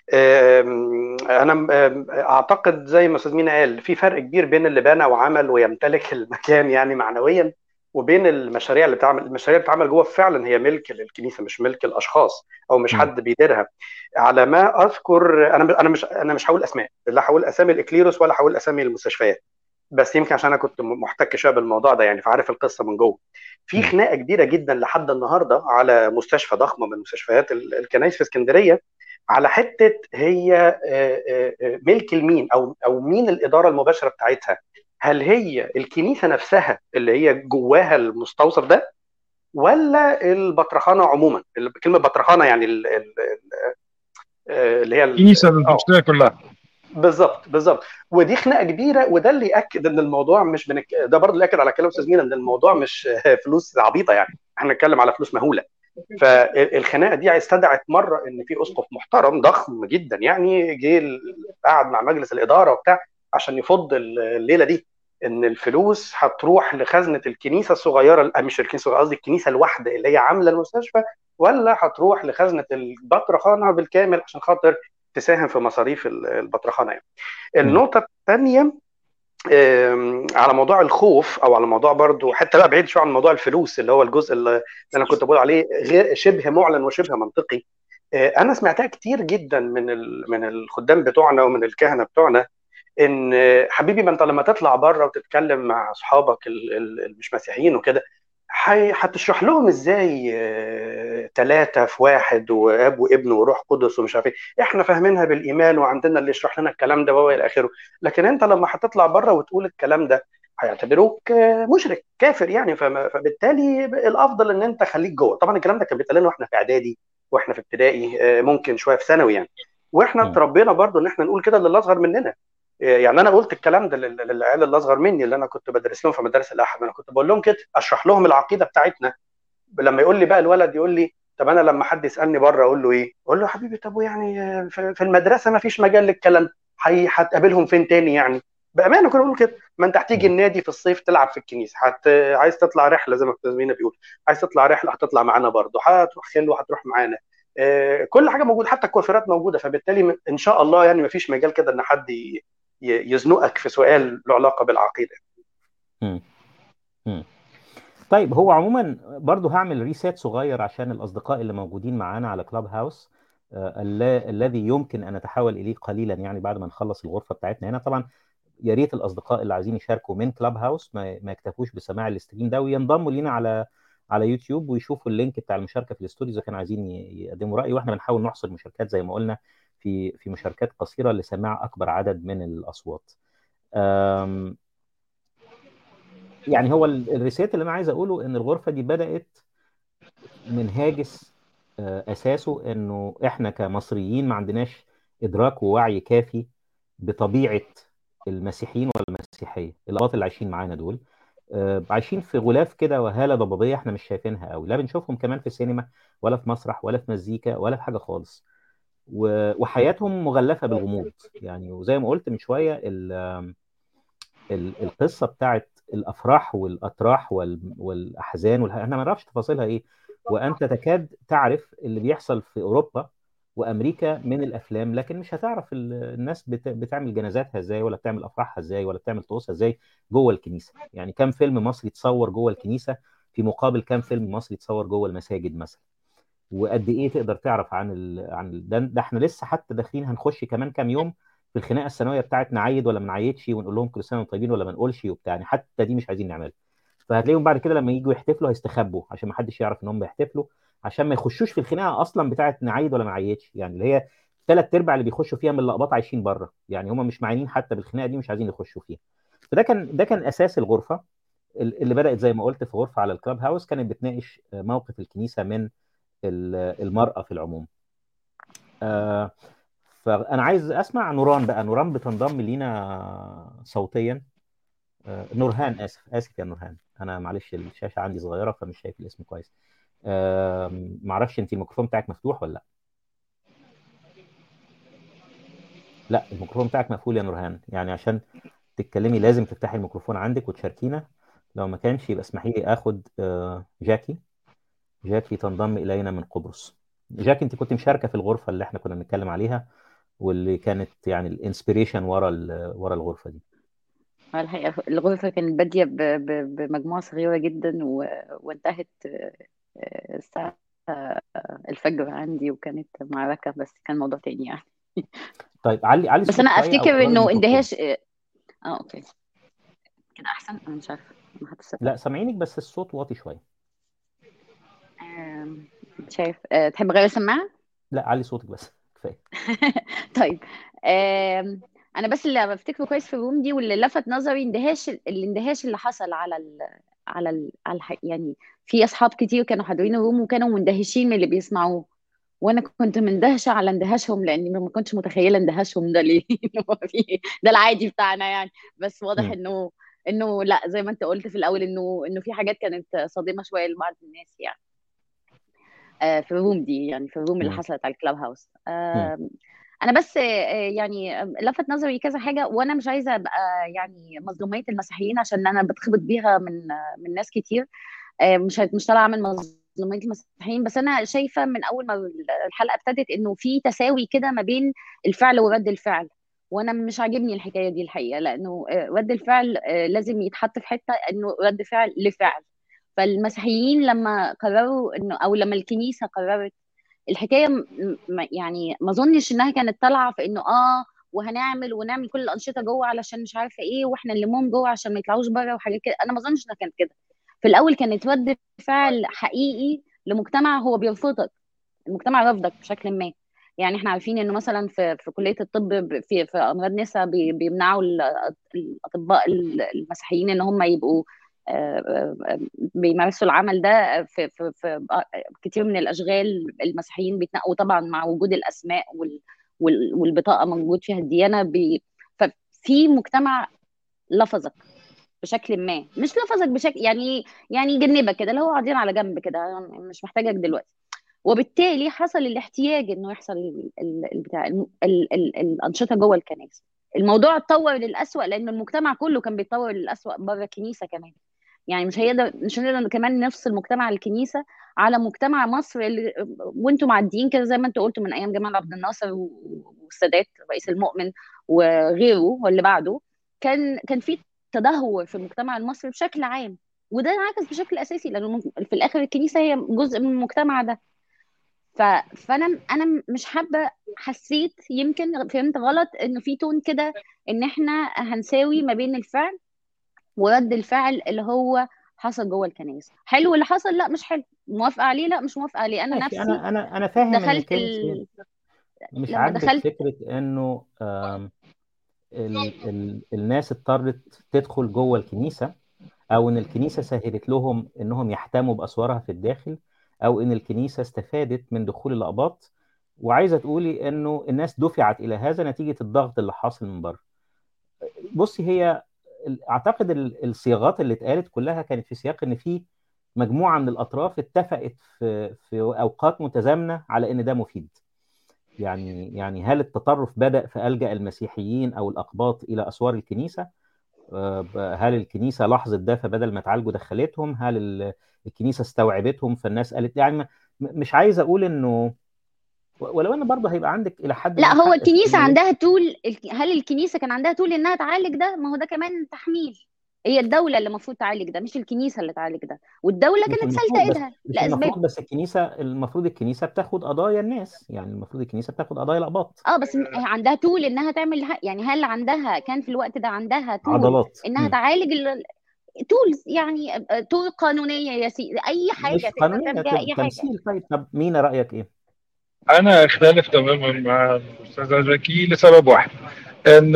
Speaker 4: آم، أنا آم، أعتقد زي ما أستاذ مينا قال، في فرق كبير بين اللي بنى وعمل ويمتلك المكان يعني معنويا، وبين المشاريع اللي بتعمل. المشاريع اللي بتعمل جوه فعلا هي ملك للكنيسة، مش ملك الأشخاص، أو مش
Speaker 1: مم.
Speaker 4: حد بيديرها. على ما أذكر، أنا أنا مش أنا مش هقول أسماء، لا هقول أسامي الإكليروس ولا هقول أسامي المستشفيات، بس يمكن عشان انا كنت محتك شويه بالموضوع ده يعني، فعارف القصه من جوه. في
Speaker 1: مم.
Speaker 4: خناقه كبيره جدا لحد النهارده على مستشفى ضخمه من مستشفيات ال- الكنائس في اسكندريه، على حته هي آه، آه، آه، ملك لمين، او او مين الاداره المباشره بتاعتها. هل هي الكنيسه نفسها اللي هي جواها المستوصف ده، ولا البطرخانه عموما؟ كلمه بطرخانه يعني ال- ال- ال- آه، اللي هي ال-
Speaker 2: كنيسه
Speaker 4: اه
Speaker 2: البشريه كلها.
Speaker 4: بالظبط بالظبط. ودي خناقه كبيره، وده اللي ياكد ان الموضوع مش بنك... ده برضه اللي ياكد على كلام استاذ مينا ان الموضوع مش فلوس عبيطه يعني، احنا بنتكلم على فلوس مهوله. فالخناقه دي استدعت مره ان في اسقف محترم ضخم جدا يعني جه ال- قعد مع مجلس الاداره وبتاع عشان يفض الليله دي، ان الفلوس هتروح لخزنه الكنيسه الصغيره، مش الكنيسه الصغيرة، قصدي الكنيسه الواحده اللي هي عامله المستشفى، ولا هتروح لخزنه البطرخانه بالكامل عشان خاطر تساهم في مصاريف البطرخانه يعني.
Speaker 1: مم.
Speaker 4: النقطه الثانيه على موضوع الخوف، او على موضوع برضو حتى بقى بعيد شويه عن موضوع الفلوس اللي هو الجزء اللي انا كنت بقول عليه غير شبه معلن وشبه منطقي. آه، انا سمعتها كتير جدا من ال- من الخدام بتوعنا ومن الكهنه بتوعنا، ان آه، حبيبي ما انت لما تطلع بره وتتكلم مع اصحابك ال- ال- اللي مش مسيحيين وكده، حي- هتشرح لهم ازاي ثلاثة في واحد واب وابن وروح قدس ومش عارف ايه، احنا فاهمينها بالايمان وعندنا اللي يشرح لنا الكلام ده والى اخره. لكن انت لما هتطلع بره وتقول الكلام ده هيعتبروك آه، مشرك كافر يعني. فما- فبالتالي الافضل ان انت خليك جوه. طبعا الكلام ده كان بيتقال لنا واحنا في اعدادي واحنا في ابتدائي، آه، ممكن شويه في ثانوي يعني، واحنا
Speaker 1: مم.
Speaker 4: اتربينا برضو ان احنا نقول كده للي اصغر مننا. يعني انا قلت الكلام ده لل- للعيال اللي اصغر مني اللي انا كنت بدرس لهم في مدارس الاحد، انا كنت بقول لهم كده، اشرح لهم العقيده بتاعتنا. لما يقول لي بقى الولد يقول لي طب انا لما حد يسالني بره اقول له ايه؟ اقول له يا حبيبي طب يعني في في المدرسه ما فيش مجال للكلام ده، هي- هتقابلهم فين تاني يعني؟ بامانه كنا بنقول كده. ما انت هتيجي
Speaker 1: مم.
Speaker 4: النادي في الصيف تلعب في الكنيسه، هت... عايز تطلع رحله زي ما استاذ مينا بيقول، عايز تطلع رحله هتطلع معانا برضه، هتروح خلوه هتروح معانا. آه، كل حاجه موجوده، حتى الكوافيرات موجوده. فبالتالي ان شاء الله يعني ما فيش مجال كده ان حد ي... ي- يزنقك في سؤال له علاقه بالعقيده.
Speaker 1: مم. مم. طيب هو عموما برضو هعمل ريسيت صغير عشان الأصدقاء اللي موجودين معانا على كلاب هاوس، آه، الل- الذي يمكن أن أتحول إليه قليلا يعني بعد ما نخلص الغرفة بتاعتنا هنا. طبعا يا ريت الأصدقاء اللي عايزين يشاركوا من كلاب هاوس ما, ما يكتفوش بسماع الاستريم ده، وينضموا لينا على على يوتيوب ويشوفوا اللينك بتاع المشاركة في الاستوديو إذا كانوا عايزين ي- يقدموا رأي. واحنا بنحاول نحصل مشاركات زي ما قلنا في في مشاركات قصيرة لسماع أكبر عدد من الأصوات. آم، يعني هو ال- الريسيت اللي أنا عايز أقوله إن الغرفة دي بدأت من هاجس آه، اساسه انه احنا كمصريين ما عندناش ادراك ووعي كافي بطبيعه المسيحيين والمسيحيه، الاباط اللي عايشين معانا دول آه، عايشين في غلاف كده وهاله ضبابيه احنا مش شايفينها قوي، لا بنشوفهم كمان في السينما ولا في مسرح ولا في مزيكا ولا في حاجه خالص. و- وحياتهم مغلفه بالغموض يعني. وزي ما قلت من شويه ال- ال- القصه بتاعت الافراح والاتراح وال- والاحزان والح... احنا ما نعرفش تفاصيلها ايه، وانت تكاد تعرف اللي بيحصل في اوروبا وامريكا من الافلام، لكن مش هتعرف ال- الناس بت... بتعمل جنازاتها ازاي، ولا بتعمل افراحها ازاي، ولا بتعمل طقوسها ازاي جوه الكنيسه. يعني كم فيلم مصري اتصور جوه الكنيسه في مقابل كم فيلم مصري اتصور جوه المساجد مثلا؟ وقد ايه تقدر تعرف عن ال... عن ال... ده, ده احنا لسه حتى داخلين هنخش كمان كام يوم في الخناقه السنويه بتاعت نعيد ولا ما نعيدش، ونقول لهم كل سنه وانتم طيبين ولا ما نقولش وبتاع، يعني حتى دي مش عايزين نعملها. فهتلاقيهم بعد كده لما يجوا يحتفلوا هيستخبوا عشان ما حدش يعرف ان هم بيحتفلوا، عشان ما يخشوش في الخناقه اصلا بتاعت نعيد ولا ما نعيدش، يعني اللي هي ثلاث ارباع اللي بيخشوا فيها من اللقبات عايشين بره، يعني هم مش معنيين حتى بالخناقه دي، مش عايزين يخشوا فيها. فده كان ده كان اساس الغرفه اللي بدات زي ما قلت في غرفه على الكلاب هاوس، كانت بتناقش موقف الكنيسه من ال- المراه في العموم. آه، فانا عايز اسمع نوران بقى. نوران بتنضم لينا صوتيا. آه، نورهان، اسف اسف يا نورهان، انا معلش الشاشه عندي صغيره فمش شايف الاسم كويس. آه، معرفش انت الميكروفون بتاعك مفتوح ولا لا؟ لا الميكروفون بتاعك مقفول يا نورهان، يعني عشان تتكلمي لازم تفتحي الميكروفون عندك وتشاركينا. لو ما كانش يبقى اسمحي لي اخد آه، جاكي. جاكي تنضم الينا من قبرص. جاكي انت كنت مشاركه في الغرفه اللي احنا كنا بنتكلم عليها، واللي كانت يعني الانسبيريشن ورا ال- ورا الغرفه دي.
Speaker 6: آه، الحقيقة الغرفة كانت بادية ب- ب- بمجموعة صغيرة جدا و... وانتهت آه، آه، الساعة آه، الفجر عندي، وكانت معركة، بس كان موضوع تاني يعني.
Speaker 1: طيب علي علي
Speaker 6: بس
Speaker 1: صوتك
Speaker 6: أنا
Speaker 1: شويه او
Speaker 6: أفتكر
Speaker 1: قربي من
Speaker 6: إنه
Speaker 1: الميكروفون.
Speaker 6: اندهاش اه آه، أوكي كده أحسن. أنا مش عارفة، ما حد
Speaker 1: لا
Speaker 6: سمع.
Speaker 1: سامعينك بس الصوت واطي شويه.
Speaker 6: آم، شايف آه، تحب أغير السماعة؟
Speaker 1: لا علي صوتك بس كفايه.
Speaker 6: طيب. آم، انا بس اللي بفتكره كويس في الروم دي واللي لفت نظري اندهاش الاندهاش اللي حصل على ال على ال على الح... يعني في اصحاب كتير كانوا حاضرين الروم وكانوا مندهشين من اللي بيسمعوه، وانا كنت مندهشه على اندهاشهم لاني ما كنتش متخيله اندهاشهم ده ليه. إنه هو في ده العادي بتاعنا يعني. بس واضح
Speaker 1: مم.
Speaker 6: انه انه لا، زي ما انت قلت في الاول، انه انه في حاجات كانت صادمه شويه لبعض الناس يعني. آه، في الروم دي، يعني في الروم اللي
Speaker 1: مم.
Speaker 6: حصلت على الكلاب هاوس.
Speaker 1: مم.
Speaker 6: آه، انا بس آه، يعني لفت نظري كذا حاجه، وانا مش عايزه ابقى يعني مظلوميه المسيحيين عشان انا بتخبط بيها من من ناس كتير. آه، مش مش طالعه من مظلوميه المسيحيين، بس انا شايفه من اول ما الحلقه ابتدت انه في تساوي كده ما بين الفعل ورد الفعل. وانا مش عاجبني الحكايه دي الحقيقه، لانه آه، رد الفعل آه، لازم يتحط في حته انه رد فعل لفعل. فالمسيحيين لما قرروا انه، او لما الكنيسه قررت الحكايه م- م- يعني ما اظنش انها كانت طالعه في انه اه وهنعمل ونعمل كل الانشطه جوه علشان مش عارفه ايه، واحنا نلمهم جوه عشان ما يطلعوش بره وحاجات كده. انا ما اظنش انها كانت كده. في الاول كانت رد فعل حقيقي لمجتمع هو بيرفضك، المجتمع رفضك بشكل ما. يعني احنا عارفين انه مثلا في في كليه الطب، ب- في في امراض نساء بي- بيمنعوا ال- الاطباء المسيحيين ان هم يبقوا آه، آه، بيمارسوا العمل ده في في في كتير من الاشغال. المسيحيين بيتنقوا طبعا مع وجود الاسماء وال وال- والبطاقه موجود فيها الديانه. بي ففي مجتمع لفظك بشكل ما، مش لفظك بشكل يعني يعني يجنبك كده، اللي هو قاعدين على جنب كده، مش محتاجك دلوقتي. وبالتالي حصل الاحتياج انه يحصل ال- ال- البتاع ال- ال- ال- الانشطه جوه الكنائس. الموضوع اتطور للأسوأ لان المجتمع كله كان بيتطور للأسوأ بره الكنيسه كمان. يعني مش هيقدر مش هنقدر كمان نفصل مجتمع الكنيسه على مجتمع مصر اللي وانتم معديين كده زي ما انتم قلتوا من ايام جمال عبد الناصر و- والسادات الرئيس المؤمن وغيره واللي بعده. كان كان في تدهور في المجتمع المصري بشكل عام، وده انعكس بشكل اساسي لانه في الاخر الكنيسه هي جزء من المجتمع ده. ف... فانا انا مش حابه، حسيت يمكن فهمت غلط انه في تون كده ان احنا هنساوي ما بين الفعل ورد الفعل اللي هو حصل جوه الكنائس. حلو اللي حصل؟ لا مش حلو. موافقه عليه؟ لا مش موافقه عليه. انا
Speaker 1: ماشي،
Speaker 6: نفسي
Speaker 1: انا انا انا فاهم
Speaker 6: دخلت
Speaker 1: انك انت
Speaker 6: ال...
Speaker 1: مش
Speaker 6: لما
Speaker 1: عاجبك
Speaker 6: دخلت
Speaker 1: فكره انه آم، ال ال الناس اضطرت تدخل جوه الكنيسه، او ان الكنيسه سهلت لهم انهم يحتموا باسوارها في الداخل، او ان الكنيسه استفادت من دخول الاقباط وعايزه تقولي انه الناس دفعت الى هذا نتيجه الضغط اللي حاصل من بره. بصي، هي اعتقد ال- الصياغات اللي اتقالت كلها كانت في سياق ان في مجموعه من الاطراف اتفقت في في اوقات متزامنه على ان ده مفيد. يعني يعني هل التطرف بدأ فألجأ المسيحيين او الاقباط الى اسوار الكنيسه؟ آه، ب- هل الكنيسه لاحظت ده فبدل ما تعالجوا دخلتهم؟ هل ال- الكنيسه استوعبتهم فالناس قالت يعني ما- م- مش عايز اقول انه، ولو ان برضه هيبقى عندك الى حد
Speaker 6: لا،
Speaker 1: ما
Speaker 6: هو
Speaker 1: حق في
Speaker 6: الكنيسة
Speaker 1: انه
Speaker 6: عندها تول. هل الكنيسة كان عندها تول انها تعالج ده؟ ما هو ده كمان تحميل. هي الدولة اللي المفروض تعالج ده، مش الكنيسة اللي تعالج ده، والدولة
Speaker 1: مش
Speaker 6: كانت سالكة
Speaker 1: المفروض، بس
Speaker 6: ايدها
Speaker 1: مش
Speaker 6: لأسباب.
Speaker 1: المفروض بس الكنيسه المفروض الكنيسه بتاخد قضايا الناس، يعني المفروض الكنيسه بتاخد قضايا الاقباط.
Speaker 6: اه بس م- عندها تول انها تعمل ه- يعني هل عندها كان في الوقت ده عندها تول
Speaker 1: عضلات.
Speaker 6: انها
Speaker 1: مم.
Speaker 6: تعالج تولز؟ يعني آه، تول قانونية يا سيدي، اي
Speaker 1: مش
Speaker 6: حاجة تقدر تعمل
Speaker 1: قانونيه،
Speaker 6: بيها
Speaker 1: تم-
Speaker 6: اي حاجة.
Speaker 1: تمثيل. طيب طب مينا رايك ايه؟
Speaker 2: انا اختلف تماما مع الاستاذه زكي لسبب واحد، ان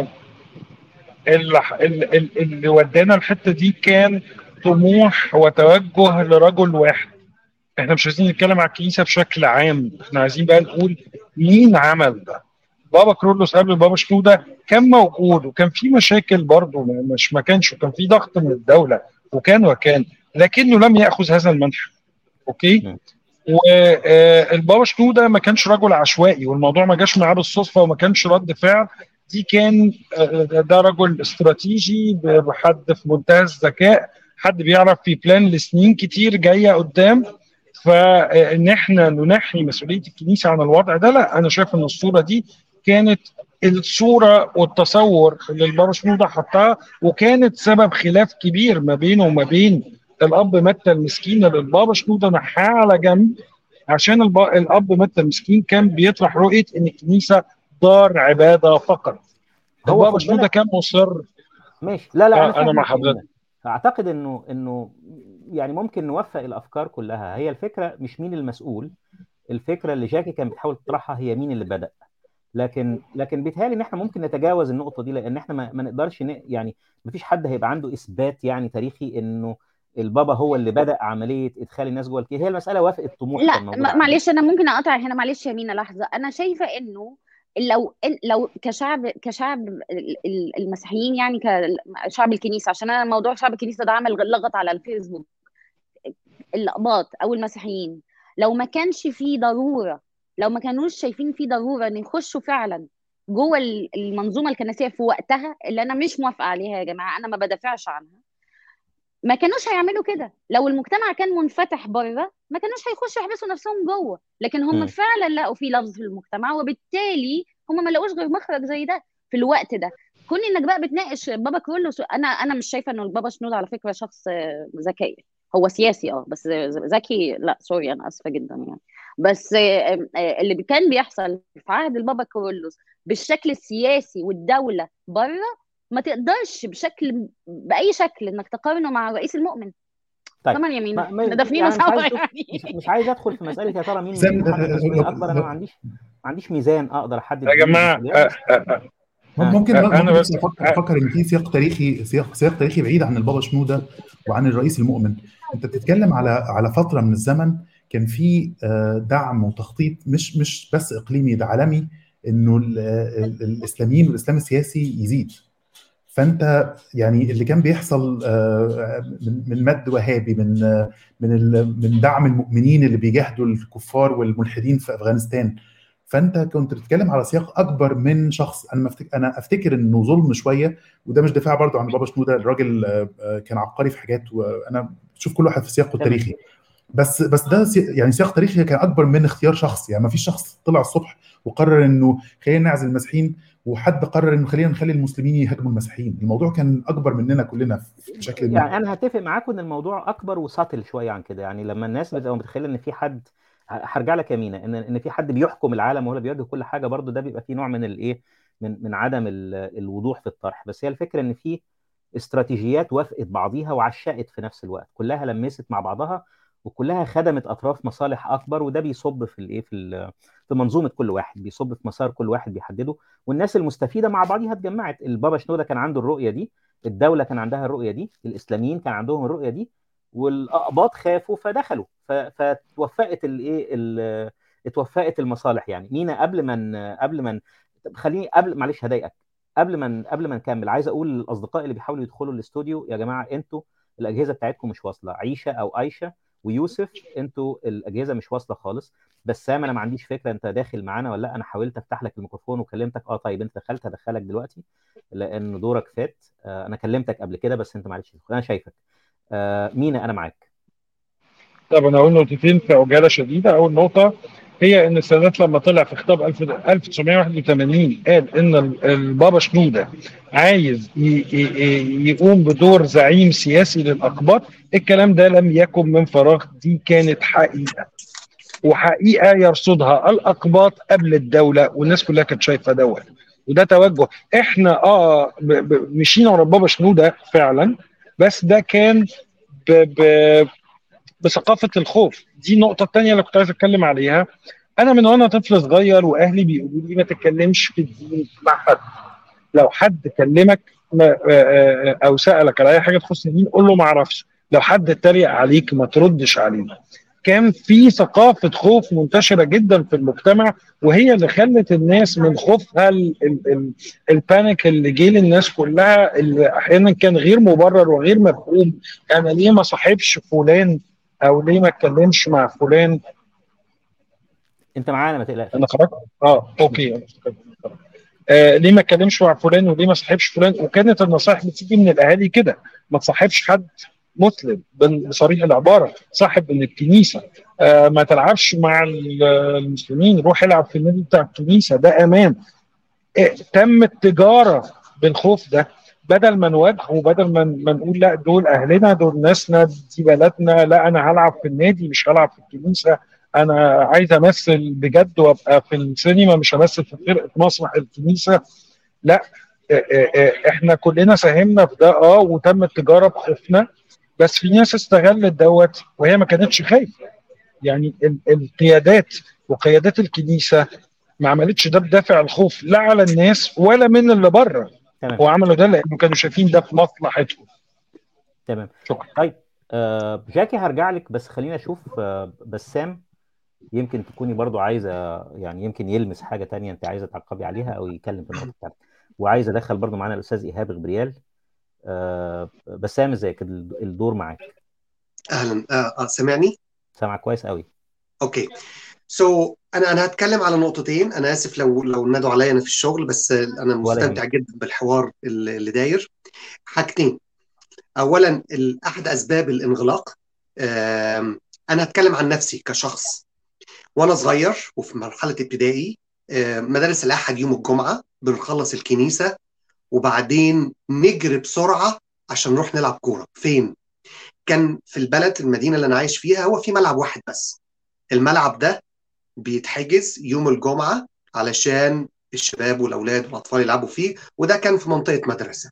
Speaker 2: اللي, اللي, اللي ودانا الحته دي كان طموح وتوجه لرجل واحد. احنا مش عايزين نتكلم على الكنيسه بشكل عام، احنا عايزين بقى نقول مين عمل ده. بابا كرولوس قبل بابا شنودة كان موجود، وكان في مشاكل برضه، مش ما كانش، وكان في ضغط من الدوله، وكان وكان لكنه لم ياخذ هذا المنحى. اوكي.
Speaker 1: مم.
Speaker 2: والبابا شنودة ما كانش رجل عشوائي، والموضوع ما جاش معاه بالصدفه وما كانش رد فعل. دي كان آه، ده رجل استراتيجي، بحد في منتهى الذكاء، حد بيعرف في بلان لسنين كتير جايه قدام. فان احنا ننحي مسؤوليه الكنيسه عن الوضع ده، لا، انا شايف ان الصوره دي كانت الصوره والتصور اللي البابا شنودة حطها، وكانت سبب خلاف كبير ما بينه وما بين الاب متى المسكين، اللي البابا شنودة نحاه على جنب عشان الب... الاب متى المسكين كان بيطرح رؤيه ان الكنيسه دار عباده فقط.
Speaker 1: هو
Speaker 2: البابا
Speaker 1: خد
Speaker 2: شنودة
Speaker 1: بالك.
Speaker 2: كان مصر.
Speaker 1: ماشي، لا لا، انا
Speaker 2: آه انا مع
Speaker 1: فاهمك يا
Speaker 2: حضرتك.
Speaker 1: مينا. اعتقد انه انه يعني ممكن نوفق الافكار كلها. هي الفكره مش مين المسؤول، الفكره اللي جاكي كان بتحاول تطرحها هي مين اللي بدأ. لكن لكن بيتهيألي ان احنا ممكن نتجاوز النقطه دي، لان احنا ما, ما نقدرش ن... يعني ما فيش حد هيبقى عنده اثبات يعني تاريخي انه البابا هو اللي بدأ عمليه ادخال الناس جوه الكنيسه. هي المساله وافقت طموح
Speaker 6: لا،
Speaker 1: كان موجود
Speaker 6: م-
Speaker 1: عنده.
Speaker 6: معلش انا ممكن اقطع هنا، معلش يا مينا لحظه. انا شايفه انه لو إن- لو كشعب كشعب ال- ال- المسيحيين، يعني كشعب الكنيسه، عشان انا موضوع شعب الكنيسه ده عمل لغط على الفيسبوك. الأقباط او المسيحيين، لو ما كانش فيه ضروره، لو ما كانوش شايفين فيه ضروره ان يخشوا فعلا جوه ال- المنظومه الكنسيه في وقتها، اللي انا مش موافقه عليها يا جماعه، انا ما بدافعش عنها، ما كانوش هيعملوا كده. لو المجتمع كان منفتح بره ما كانوش هيخشوا يحبسوا نفسهم جوه، لكن هم
Speaker 1: مم.
Speaker 6: فعلا لقوا في لفظ في المجتمع، وبالتالي هم ما لقوش غير مخرج زي ده في الوقت ده. كون انك بقى بتناقش بابا كرولوس، انا انا مش شايفه انه البابا شنودة على فكره شخص آه، ذكي. هو سياسي اه، بس ذكي لا، سوري انا اسفه جدا يعني. بس آه، آه، اللي كان بيحصل في عهد البابا كرولوس بالشكل السياسي والدوله بره، ما تقدرش بشكل باي شكل انك تقارنه مع الرئيس المؤمن.
Speaker 1: طيب،
Speaker 6: كمان يمينة
Speaker 1: ما ما
Speaker 6: احنا دافنينه
Speaker 1: يعني مش
Speaker 6: سوا
Speaker 1: عايز أشوف،
Speaker 6: يعني.
Speaker 1: مش مش عايز ادخل في مساله يا ترى مين
Speaker 5: حسام،
Speaker 1: مين
Speaker 5: آه،
Speaker 1: حمل
Speaker 5: آه،
Speaker 1: المسؤوليه
Speaker 5: لو-
Speaker 1: اكبر. انا ما
Speaker 5: لو-
Speaker 1: عنديش ما عنديش ميزان اقدر احدد
Speaker 2: يا
Speaker 1: مين
Speaker 2: جماعه
Speaker 1: المسؤوليه.
Speaker 2: آه
Speaker 1: بس
Speaker 2: آه
Speaker 1: ها.
Speaker 5: ممكن
Speaker 2: آه انا
Speaker 5: ممكن
Speaker 2: بس
Speaker 5: بس افكر
Speaker 2: آه
Speaker 5: افكر ان في سياق تاريخي، سياق سياق تاريخي بعيد عن البابا شنودة وعن الرئيس المؤمن. انت بتتكلم على على فتره من الزمن كان في آه، دعم وتخطيط مش مش بس اقليمي، ده عالمي، انه ال- ال- الاسلاميين والاسلام السياسي يزيد. فانت يعني اللي كان بيحصل آه، من من مد وهابي، من آه، من ال- من دعم المؤمنين اللي بيجاهدوا الكفار والملحدين في افغانستان. فانت كنت بتتكلم على سياق اكبر من شخص. انا مفتك... انا افتكر انه ظلم شويه، وده مش دفاع برضو عن بابا شنودة. الراجل آه، آه، كان عبقري في حاجات، وانا بشوف كل واحد في سياقه
Speaker 1: تمام.
Speaker 5: التاريخي. بس بس ده سي... يعني سياق تاريخي كان اكبر من اختيار شخص. يعني ما فيش شخص طلع الصبح وقرر انه خلينا نعزل المسيحيين، وحد قرر انه خلينا نخلي المسلمين يهاجموا المسيحيين. الموضوع كان اكبر مننا كلنا بشكل ما.
Speaker 1: يعني انا هتفق معاكم ان الموضوع اكبر وساطل شويه عن كده. يعني لما الناس بتبقى متخيله ان في حد، هرجع لك يا مينا، ان ان في حد بيحكم العالم وهو اللي بيواجه كل حاجه، برضو ده بيبقى فيه نوع من الايه، من من عدم ال- الوضوح في الطرح. بس هي الفكره ان في استراتيجيات وافقت بعضيها وعشقت في نفس الوقت، كلها لمست مع بعضها وكلها خدمت اطراف مصالح اكبر، وده بيصب في الايه، في ال- في منظومه كل واحد، بيصب في مسار كل واحد بيحدده، والناس المستفيده مع بعضيها اتجمعت. البابا شنودة كان عنده الرؤيه دي، الدوله كان عندها الرؤيه دي، الاسلاميين كان عندهم الرؤيه دي، والاقباط خافوا فدخلوا، ف- فتوفقت الايه ال- اتوفقت المصالح. يعني مينا قبل ما ن- قبل ما ن- طب خليني قبل، معلش هضايقك، قبل ما ن- قبل ما نكمل عايز اقول للاصدقاء اللي بيحاولوا يدخلوا الاستوديو، يا جماعه انتوا الاجهزه بتاعتكم مش واصله. عيشه او عايشه ويوسف، انتوا الاجهزه مش واصله خالص. بسام انا ما عنديش فكره انت داخل معانا ولا لا، انا حاولت افتح لك الميكروفون وكلمتك. اه طيب انت دخلت، هدخلك دلوقتي لان دورك فات. آه انا كلمتك قبل كده بس انت معلش تدخل. انا شايفك. آه مينا انا معاك.
Speaker 2: طب انا هقول نقطتين في عجاله شديده. اول نقطه هي ان السادات لما طلع في خطاب ألف وتسعمائة وواحد وثمانين قال ان ال- البابا شنوده عايز ي- ي- ي- يقوم بدور زعيم سياسي للاقباط. الكلام ده لم يكن من فراغ، دي كانت حقيقه، وحقيقه يرصدها الاقباط قبل الدوله، والناس كلها كانت شايفه دوت. وده توجه احنا اه ب- ب- مشينا ورا بابا شنوده فعلا، بس ده كان ب ب بثقافه الخوف. دي النقطه الثانيه اللي كنت عايز اتكلم عليها. انا من وانا طفل صغير واهلي بيقولوا لي ما تتكلمش في الدين مع حد. لو حد كلمك ما- آه، آه، او سالك على اي حاجه تخص الدين قول له ما اعرفش. لو حد اتريق عليك ما تردش عليه. كان في ثقافه خوف منتشره جدا في المجتمع، وهي اللي خلت الناس من خوفها ال- ال- ال- البانيك اللي جه للناس كلها، اللي احيانا كان غير مبرر وغير مفهوم. انا ليه ما صاحبش فلان، او ليه ما اتكلمش مع فلان.
Speaker 1: انت معانا ما تقلقش.
Speaker 2: انا خرجت. اه اوكي. أنا افتكرت إني خرجت. آه ليه ما اتكلمش مع فلان وليه ما صاحبش فلان. وكانت النصائح بتيجي من الاهالي كده: ما تصاحبش حد مسلم بال- بصريح العباره، صاحب من الكنيسه. آه ما تلعبش مع ال- المسلمين، روح العب في النادي بتاع الكنيسه، ده امان. آه تم التجاره بالخوف ده، بدل ما نواجهه وبدل ما ما نقول لا دول اهلنا دول ناسنا دي بلدنا، لا انا هلعب في النادي مش هلعب في الكنيسه. انا عايز امثل بجد وابقى في السينما مش همثل في فرقه مسرح الكنيسه. لا، آه، آه، آه، احنا كلنا ساهمنا في ده اه وتم التجاره بخوفنا. بس في ناس استغلت دوت وهي ما كانتش خايفه. يعني ال- القيادات وقيادات الكنيسه ما عملتش ده بدافع الخوف لا على الناس ولا من اللي بره.
Speaker 1: تمام
Speaker 2: هو عملوا ده لانه كانوا شايفين ده في مصلحتهم.
Speaker 1: تمام.
Speaker 2: شكرا.
Speaker 1: طيب آه جاكي هرجع لك، بس خلينا اشوف آه بسام، يمكن تكوني برضو عايزه، يعني يمكن يلمس حاجه تانية انت عايزه تعقبي عليها او يتكلم في النقطه بتاعتك. وعايز ادخل برضو معانا الاستاذ ايهاب غبريال. آه بسام ازيك؟ الدور معاك.
Speaker 7: اهلا. آه آه سامعني؟
Speaker 1: سامعك كويس قوي.
Speaker 7: اوكي. سو so, انا انا هتكلم على نقطتين. انا اسف لو لو نادوا عليا انا في الشغل، بس انا
Speaker 1: ولا
Speaker 7: مستمتع
Speaker 1: يهمك.
Speaker 7: جدا بالحوار اللي اللي داير. حاجتين: اولا ال- احد اسباب الانغلاق. آم، انا هتكلم عن نفسي كشخص. وانا صغير وفي مرحله ابتدائي، آم، مدارس الاحد يوم الجمعه بنخلص الكنيسه وبعدين نجري بسرعه عشان نروح نلعب كوره. فين؟ كان في البلد المدينه اللي انا عايش فيها هو في ملعب واحد بس. الملعب ده بيتحجز يوم الجمعة علشان الشباب والأولاد والأطفال يلعبوا فيه، وده كان في منطقة مدرسة.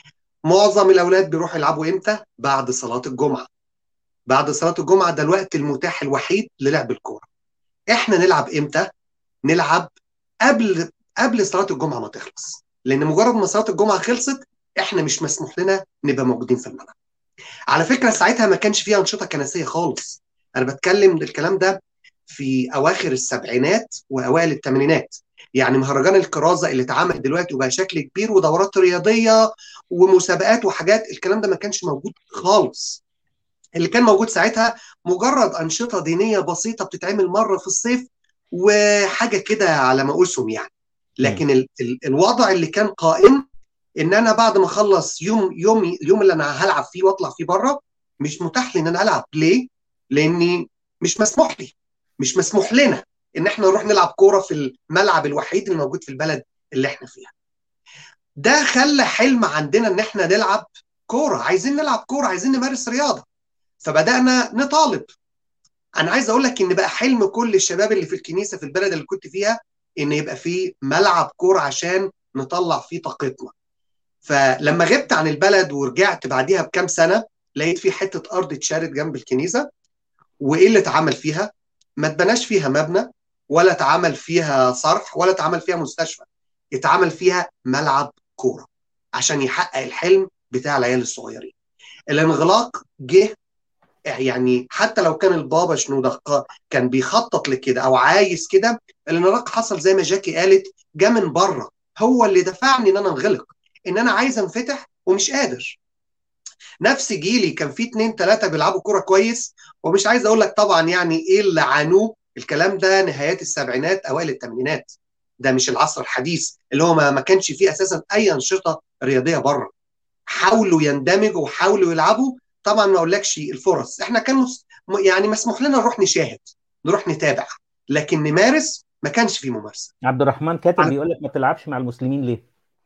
Speaker 7: معظم الأولاد بيروحوا يلعبوا إمتى؟ بعد صلاة الجمعة. بعد صلاة الجمعة ده الوقت المتاح الوحيد للعب الكورة. إحنا نلعب إمتى؟ نلعب قبل قبل صلاة الجمعة ما تخلص، لأن مجرد ما صلاة الجمعة خلصت إحنا مش مسموح لنا نبقى موجودين في الملعب. على فكرة ساعتها ما كانش فيها أنشطة كنسية خالص. أنا بتكلم الكلام ده في أواخر السبعينات وأوائل الثمانينات. يعني مهرجان الكرازة اللي اتعمل دلوقتي وبقى شكل كبير ودورات رياضية ومسابقات وحاجات، الكلام ده ما كانش موجود خالص. اللي كان موجود ساعتها مجرد أنشطة دينية بسيطة بتتعمل مرة في الصيف وحاجة كده على ما أسهم يعني. لكن ال ال الوضع اللي كان قائم ان انا بعد ما اخلص يوم يوم اليوم اللي انا هلعب فيه واطلع فيه بره، مش متاح لي ان انا العب. ليه؟ لاني مش مسموح لي، مش مسموح لنا ان احنا نروح نلعب كوره في الملعب الوحيد اللي موجود في البلد اللي احنا فيها. ده خلى حلم عندنا ان احنا نلعب كوره، عايزين نلعب كوره، عايزين نمارس رياضه. فبدانا نطالب. انا عايز اقول لك ان بقى حلم كل الشباب اللي في الكنيسه في البلد اللي كنت فيها ان يبقى فيه ملعب كوره عشان نطلع فيه طاقتنا. فلما غبت عن البلد ورجعت بعديها بكام سنة لقيت في حتة أرض اتشالت جنب الكنيسة. وإيه اللي اتعمل فيها؟ ما اتبناش فيها مبنى ولا اتعمل فيها صرح ولا اتعمل فيها مستشفى. اتعمل فيها ملعب كورة عشان يحقق الحلم بتاع العيال الصغيرين. الانغلاق جه يعني حتى لو كان البابا شنودة كان بيخطط لكده او عايز كده، الانغلاق حصل زي ما جاكي قالت، جه من بره، هو اللي دفعني ان انا انغلق، ان انا عايز انفتح ومش قادر. نفس جيلي كان في اتنين تلاته بيلعبوا كوره كويس، ومش عايز اقول لك طبعا يعني ايه اللي عانوه، الكلام ده نهايات السبعينات اوائل الثمانينات، ده مش العصر الحديث اللي هو ما كانش فيه اساسا اي انشطه رياضيه بره. حاولوا يندمجوا وحاولوا يلعبوا، طبعا ما اقولكش الفرص، احنا كان مس... يعني مسموح لنا نروح نشاهد، نروح نتابع، لكن نمارس ما كانش في ممارسه.
Speaker 1: عبد الرحمن كاتب بيقول لك ما تلعبش مع المسلمين ليه؟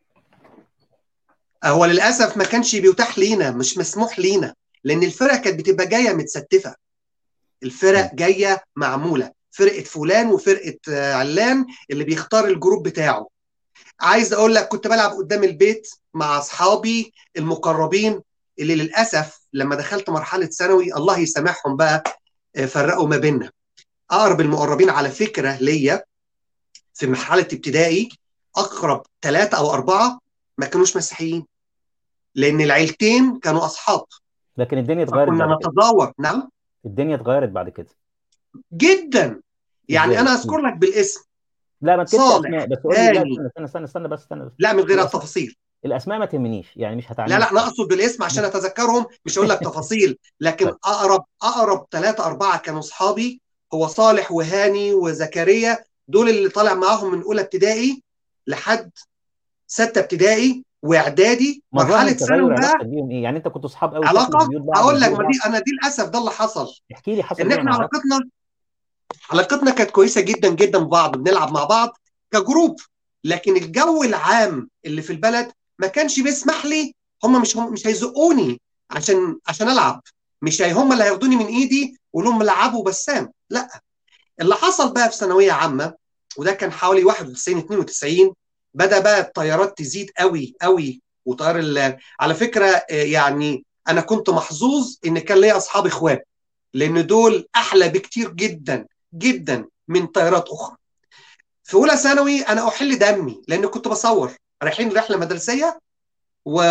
Speaker 7: هو للاسف ما كانش بيتاح لينا، مش مسموح لينا، لان الفرق كانت بتبقى جايه متستفه، الفرق جايه معموله، فرقه فلان وفرقه علان اللي بيختار الجروب بتاعه. عايز اقول لك كنت بلعب قدام البيت مع اصحابي المقربين، اللي للاسف لما دخلت مرحله ثانوي الله يسامحهم بقى فرقوا ما بيننا. اقرب المقربين على فكره ليا في مرحله ابتدائي، اقرب ثلاثه او اربعه ما كانوش مسيحيين، لان العيلتين كانوا اصحاب.
Speaker 1: لكن الدنيا اتغيرت
Speaker 7: كنا
Speaker 1: بعد كده.
Speaker 7: نتداور. نعم،
Speaker 1: الدنيا اتغيرت بعد كده
Speaker 7: جدا. يعني
Speaker 1: ازاي؟
Speaker 7: انا اذكر لك بالاسم،
Speaker 1: لا ما تكتبش
Speaker 7: صالح
Speaker 1: اسماء، بس قول لي. لا
Speaker 7: هاني،
Speaker 1: استنى استنى استنى استنى بس استنى بس.
Speaker 7: لا من غير
Speaker 1: الاسماء
Speaker 7: التفاصيل.
Speaker 1: الاسماء ما تهمنيش، يعني مش
Speaker 7: لا
Speaker 1: هتعنيني
Speaker 7: لا
Speaker 1: في حاجه.
Speaker 7: نقصد بالاسم عشان اتذكرهم، مش هقول لك تفاصيل، لكن
Speaker 1: طيب.
Speaker 7: اقرب اقرب ثلاثه اربعه كانوا اصحابي، هو صالح وهاني وزكريا، دول اللي طالع معاهم من اولى ابتدائي لحد سته ابتدائي واعدادي.
Speaker 1: مظاهر
Speaker 7: مرحله
Speaker 1: تغير
Speaker 7: ثانوي
Speaker 1: علاقتك
Speaker 7: بقى
Speaker 1: بيهم ايه؟ يعني انت كنتوا اصحاب قوي ساكنوا في
Speaker 7: علاقه،
Speaker 1: بيوت بعض
Speaker 7: هقول لك،
Speaker 1: وبيوت
Speaker 7: ما دي
Speaker 1: بعض؟
Speaker 7: انا دي للاسف ده اللي حصل،
Speaker 1: احكي لي حصل
Speaker 7: ان
Speaker 1: ايه
Speaker 7: احنا
Speaker 1: وانا اعرف.
Speaker 7: علاقتنا علاقتنا كانت كويسه جدا جدا ببعض، بنلعب مع بعض كجروب، لكن الجو العام اللي في البلد ما كانش بيسمح لي، هم مش هم مش هيزقوني عشان عشان العب، مش هي هم اللي هياخدوني من ايدي ويقولوا لهم العبوا بسام، لا. اللي حصل بقى في ثانويه عامه، وده كان حوالي واحد وتسعين اتنين وتسعين، بدا بقى الطيارات تزيد قوي قوي، وطيار على فكره يعني انا كنت محظوظ ان كان ليا اصحاب اخوان، لان دول احلى بكتير جدا جدا من طيارات اخرى. في اولى ثانوي انا احل دمي لان كنت بصور، رايحين رحله مدرسيه و...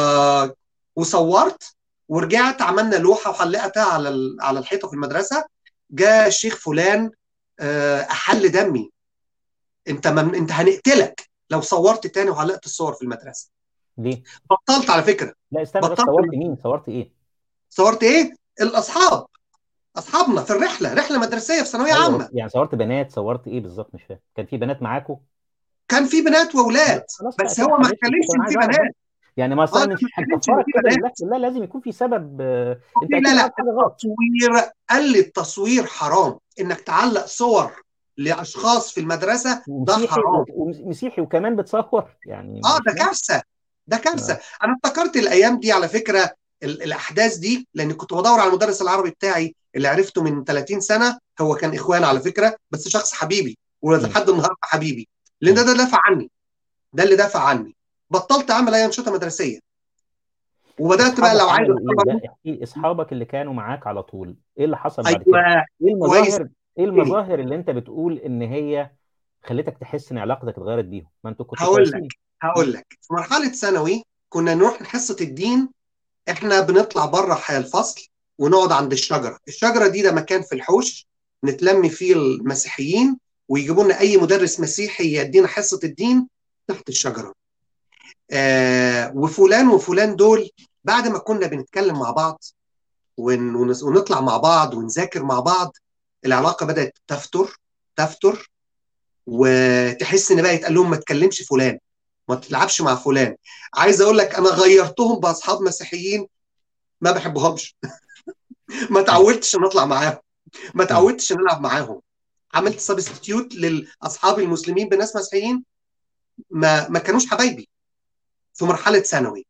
Speaker 7: وصورت ورجعت، عملنا لوحه وحلقتها على ال... على الحيطه في المدرسه. جاء الشيخ فلان احل دمي، انت من... انت هنقتلك لو صورت تاني وعلقت الصور في المدرسه.
Speaker 1: ليه؟
Speaker 7: بطلت على فكره.
Speaker 1: لا استنى بس،
Speaker 7: بطلت.
Speaker 1: صورت مين؟ صورت ايه؟
Speaker 7: صورت ايه؟ الاصحاب، اصحابنا في الرحله، رحله مدرسيه في ثانويه
Speaker 1: ايوه
Speaker 7: عامه.
Speaker 1: بس يعني صورت بنات، صورت ايه بالظبط؟ مش فاهم. كان في بنات معاكوا؟
Speaker 7: كان في بنات واولاد،
Speaker 1: خلاص بقى
Speaker 7: بس
Speaker 1: كده
Speaker 7: هو ما
Speaker 1: حبيبتي
Speaker 7: اتكلمش
Speaker 1: كده،
Speaker 7: ان
Speaker 1: انا عايز
Speaker 7: في
Speaker 1: اعرف بقى.
Speaker 7: بنات.
Speaker 1: يعني ما
Speaker 7: اه
Speaker 1: اصلا
Speaker 7: لا،
Speaker 1: مش
Speaker 7: ما اتكلمش ان
Speaker 1: هنكفرك
Speaker 7: في
Speaker 1: كده
Speaker 7: بنات.
Speaker 1: لله، لا لازم يكون في سبب. آه، انت
Speaker 7: لا
Speaker 1: اكيد
Speaker 7: لا،
Speaker 1: عملت حاجه غلط.
Speaker 7: التصوير قال لي التصوير حرام، انك تعلق صور لاشخاص في المدرسه ده
Speaker 1: ومسيحي
Speaker 7: حرام.
Speaker 1: ومسيحي وكمان بتصور، يعني
Speaker 7: اه
Speaker 1: مش
Speaker 7: ده
Speaker 1: ممكن.
Speaker 7: كارثه، ده كارثه.
Speaker 1: آه.
Speaker 7: انا افتكرت الايام دي على فكره، ال- الاحداث دي، لان كنت بدور على المدرس العربي بتاعي اللي عرفته من ثلاثين سنه، هو كان اخوان على فكره، بس شخص حبيبي ولحد النهارده حبيبي، لان ده ده دافع عني، ده اللي دافع عني. بطلت اعمل اي انشطه مدرسيه، وبدات بقى
Speaker 1: اصحابك
Speaker 7: لو عايز
Speaker 1: عملوا ايه؟
Speaker 7: أتكلم.
Speaker 1: لا احكي، اصحابك اللي كانوا معاك على طول ايه اللي حصل بعد كده؟
Speaker 7: ايوه
Speaker 1: ايه
Speaker 7: كويس.
Speaker 1: المظاهر ايه المظاهر اللي انت بتقول ان هي خلتك تحس ان علاقتك اتغيرت بيهم؟ ما انتوا كنتوا
Speaker 7: هقول لك
Speaker 1: كويسين.
Speaker 7: هقول لك في مرحله ثانوي كنا نروح حصه الدين، احنا بنطلع بره الفصل ونقعد عند الشجره، الشجره دي ده مكان في الحوش نتلم فيه المسيحيين، ويجيبوا لنا اي مدرس مسيحي يدينا حصه الدين تحت الشجره. آه وفلان وفلان دول بعد ما كنا بنتكلم مع بعض ون... ونطلع مع بعض ونذاكر مع بعض، العلاقه بدات تفتر تفتر، وتحس ان بقى يتقال لهم ما تكلمش فلان، ما تلعبش مع فلان. عايز اقول لك انا غيرتهم باصحاب مسيحيين ما بحبهمش ما تعودتش ان اطلع معاهم، ما تعودتش ان العب معاهم، عملت سبستيوت للاصحاب المسلمين بناس مسيحيين ما ما كانوش حبايبي في مرحله ثانوي.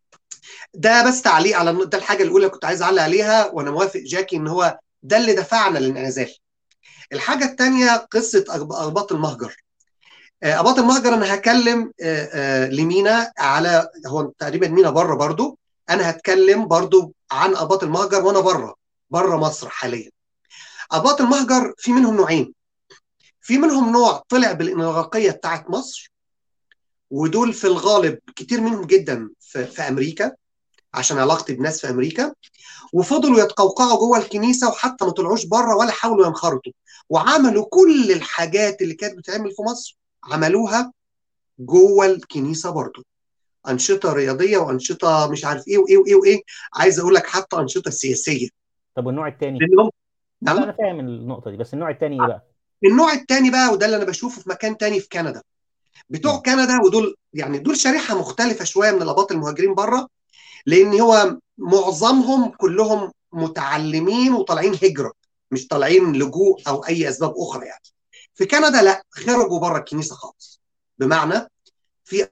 Speaker 7: ده بس تعليق على ده، الحاجه الاولى كنت عايز اعلق عليها، وانا موافق جاكي ان هو ده اللي دفعنا للانعزال. الحاجه الثانيه قصه ارباط المهجر. اباط المهجر انا هكلم لمينا على، هو تقريبا مينا بره برضو، انا هتكلم برضو عن اباط المهجر وانا بره بره مصر حاليا. اباط المهجر في منهم نوعين، في منهم نوع طلع بالانغلاقيه بتاعت مصر، ودول في الغالب كتير منهم جدا في, في امريكا، عشان علاقتي بناس في امريكا، وفضلوا يتقوقعوا جوه الكنيسه وحتى ما طلعوش بره ولا حاولوا ينخرطوا، وعملوا كل الحاجات اللي كانت بتتعمل في مصر عملوها جوه الكنيسه برضه. انشطه رياضيه وانشطه مش عارف ايه وايه وايه وايه، عايز اقول لك حتى انشطه سياسيه.
Speaker 1: طب والنوع الثاني؟
Speaker 7: لانهم
Speaker 1: لا انا
Speaker 7: نعم.
Speaker 1: فاهم النقطه دي، بس النوع الثاني ايه بقى؟
Speaker 7: النوع الثاني بقى، وده اللي انا بشوفه في مكان تاني في كندا، بتوع
Speaker 1: م.
Speaker 7: كندا، ودول يعني دول شريحه مختلفه شويه من الاباط المهاجرين بره، لان هو معظمهم كلهم متعلمين وطالعين هجره، مش طالعين لجوء او اي اسباب اخرى يعني. في كندا لا، خرجوا بره الكنيسه خالص، بمعنى في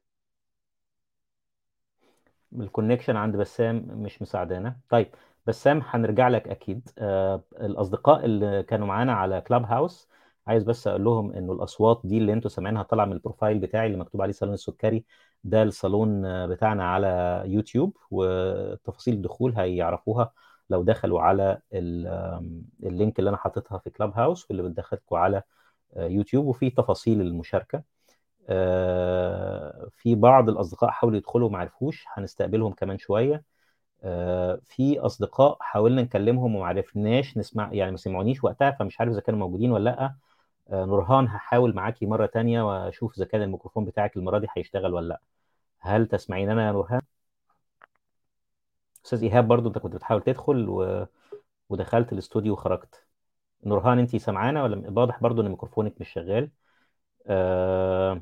Speaker 1: الكونكشن عند بسام مش مساعدانا. طيب بسام هنرجع لك اكيد. آه الاصدقاء اللي كانوا معانا على كلاب هاوس، عايز بس اقول لهم انه الاصوات دي اللي انتوا سامعينها طالعه من البروفايل بتاعي اللي مكتوب عليه صالون السكري. ده الصالون آه، بتاعنا على يوتيوب، وتفاصيل الدخول هيعرفوها لو دخلوا على ال- آم، اللينك اللي انا حاططها في كلاب هاوس، واللي بتدخلكم على آه، يوتيوب، وفي تفاصيل المشاركه. آه، في بعض الأصدقاء حاولوا يدخلوا ما عرفوش، هنستقبلهم كمان شوية. آه، في أصدقاء حاولنا نكلمهم وما عرفناش نسمع، يعني ما سمعونيش وقتها، فمش عارف إذا كانوا موجودين ولا لأ. آه، نورهان هحاول معاكي مرة تانية وأشوف إذا كان الميكروفون بتاعك المرة دي هيشتغل ولا لأ. هل تسمعين أنا يا نورهان؟ أستاذ إيهاب برضو أنت كنت بتحاول تدخل و... ودخلت الاستوديو وخرجت. نورهان أنت سامعانا ولا واضح برضو إن ميكروفونك مش شغال؟ آه...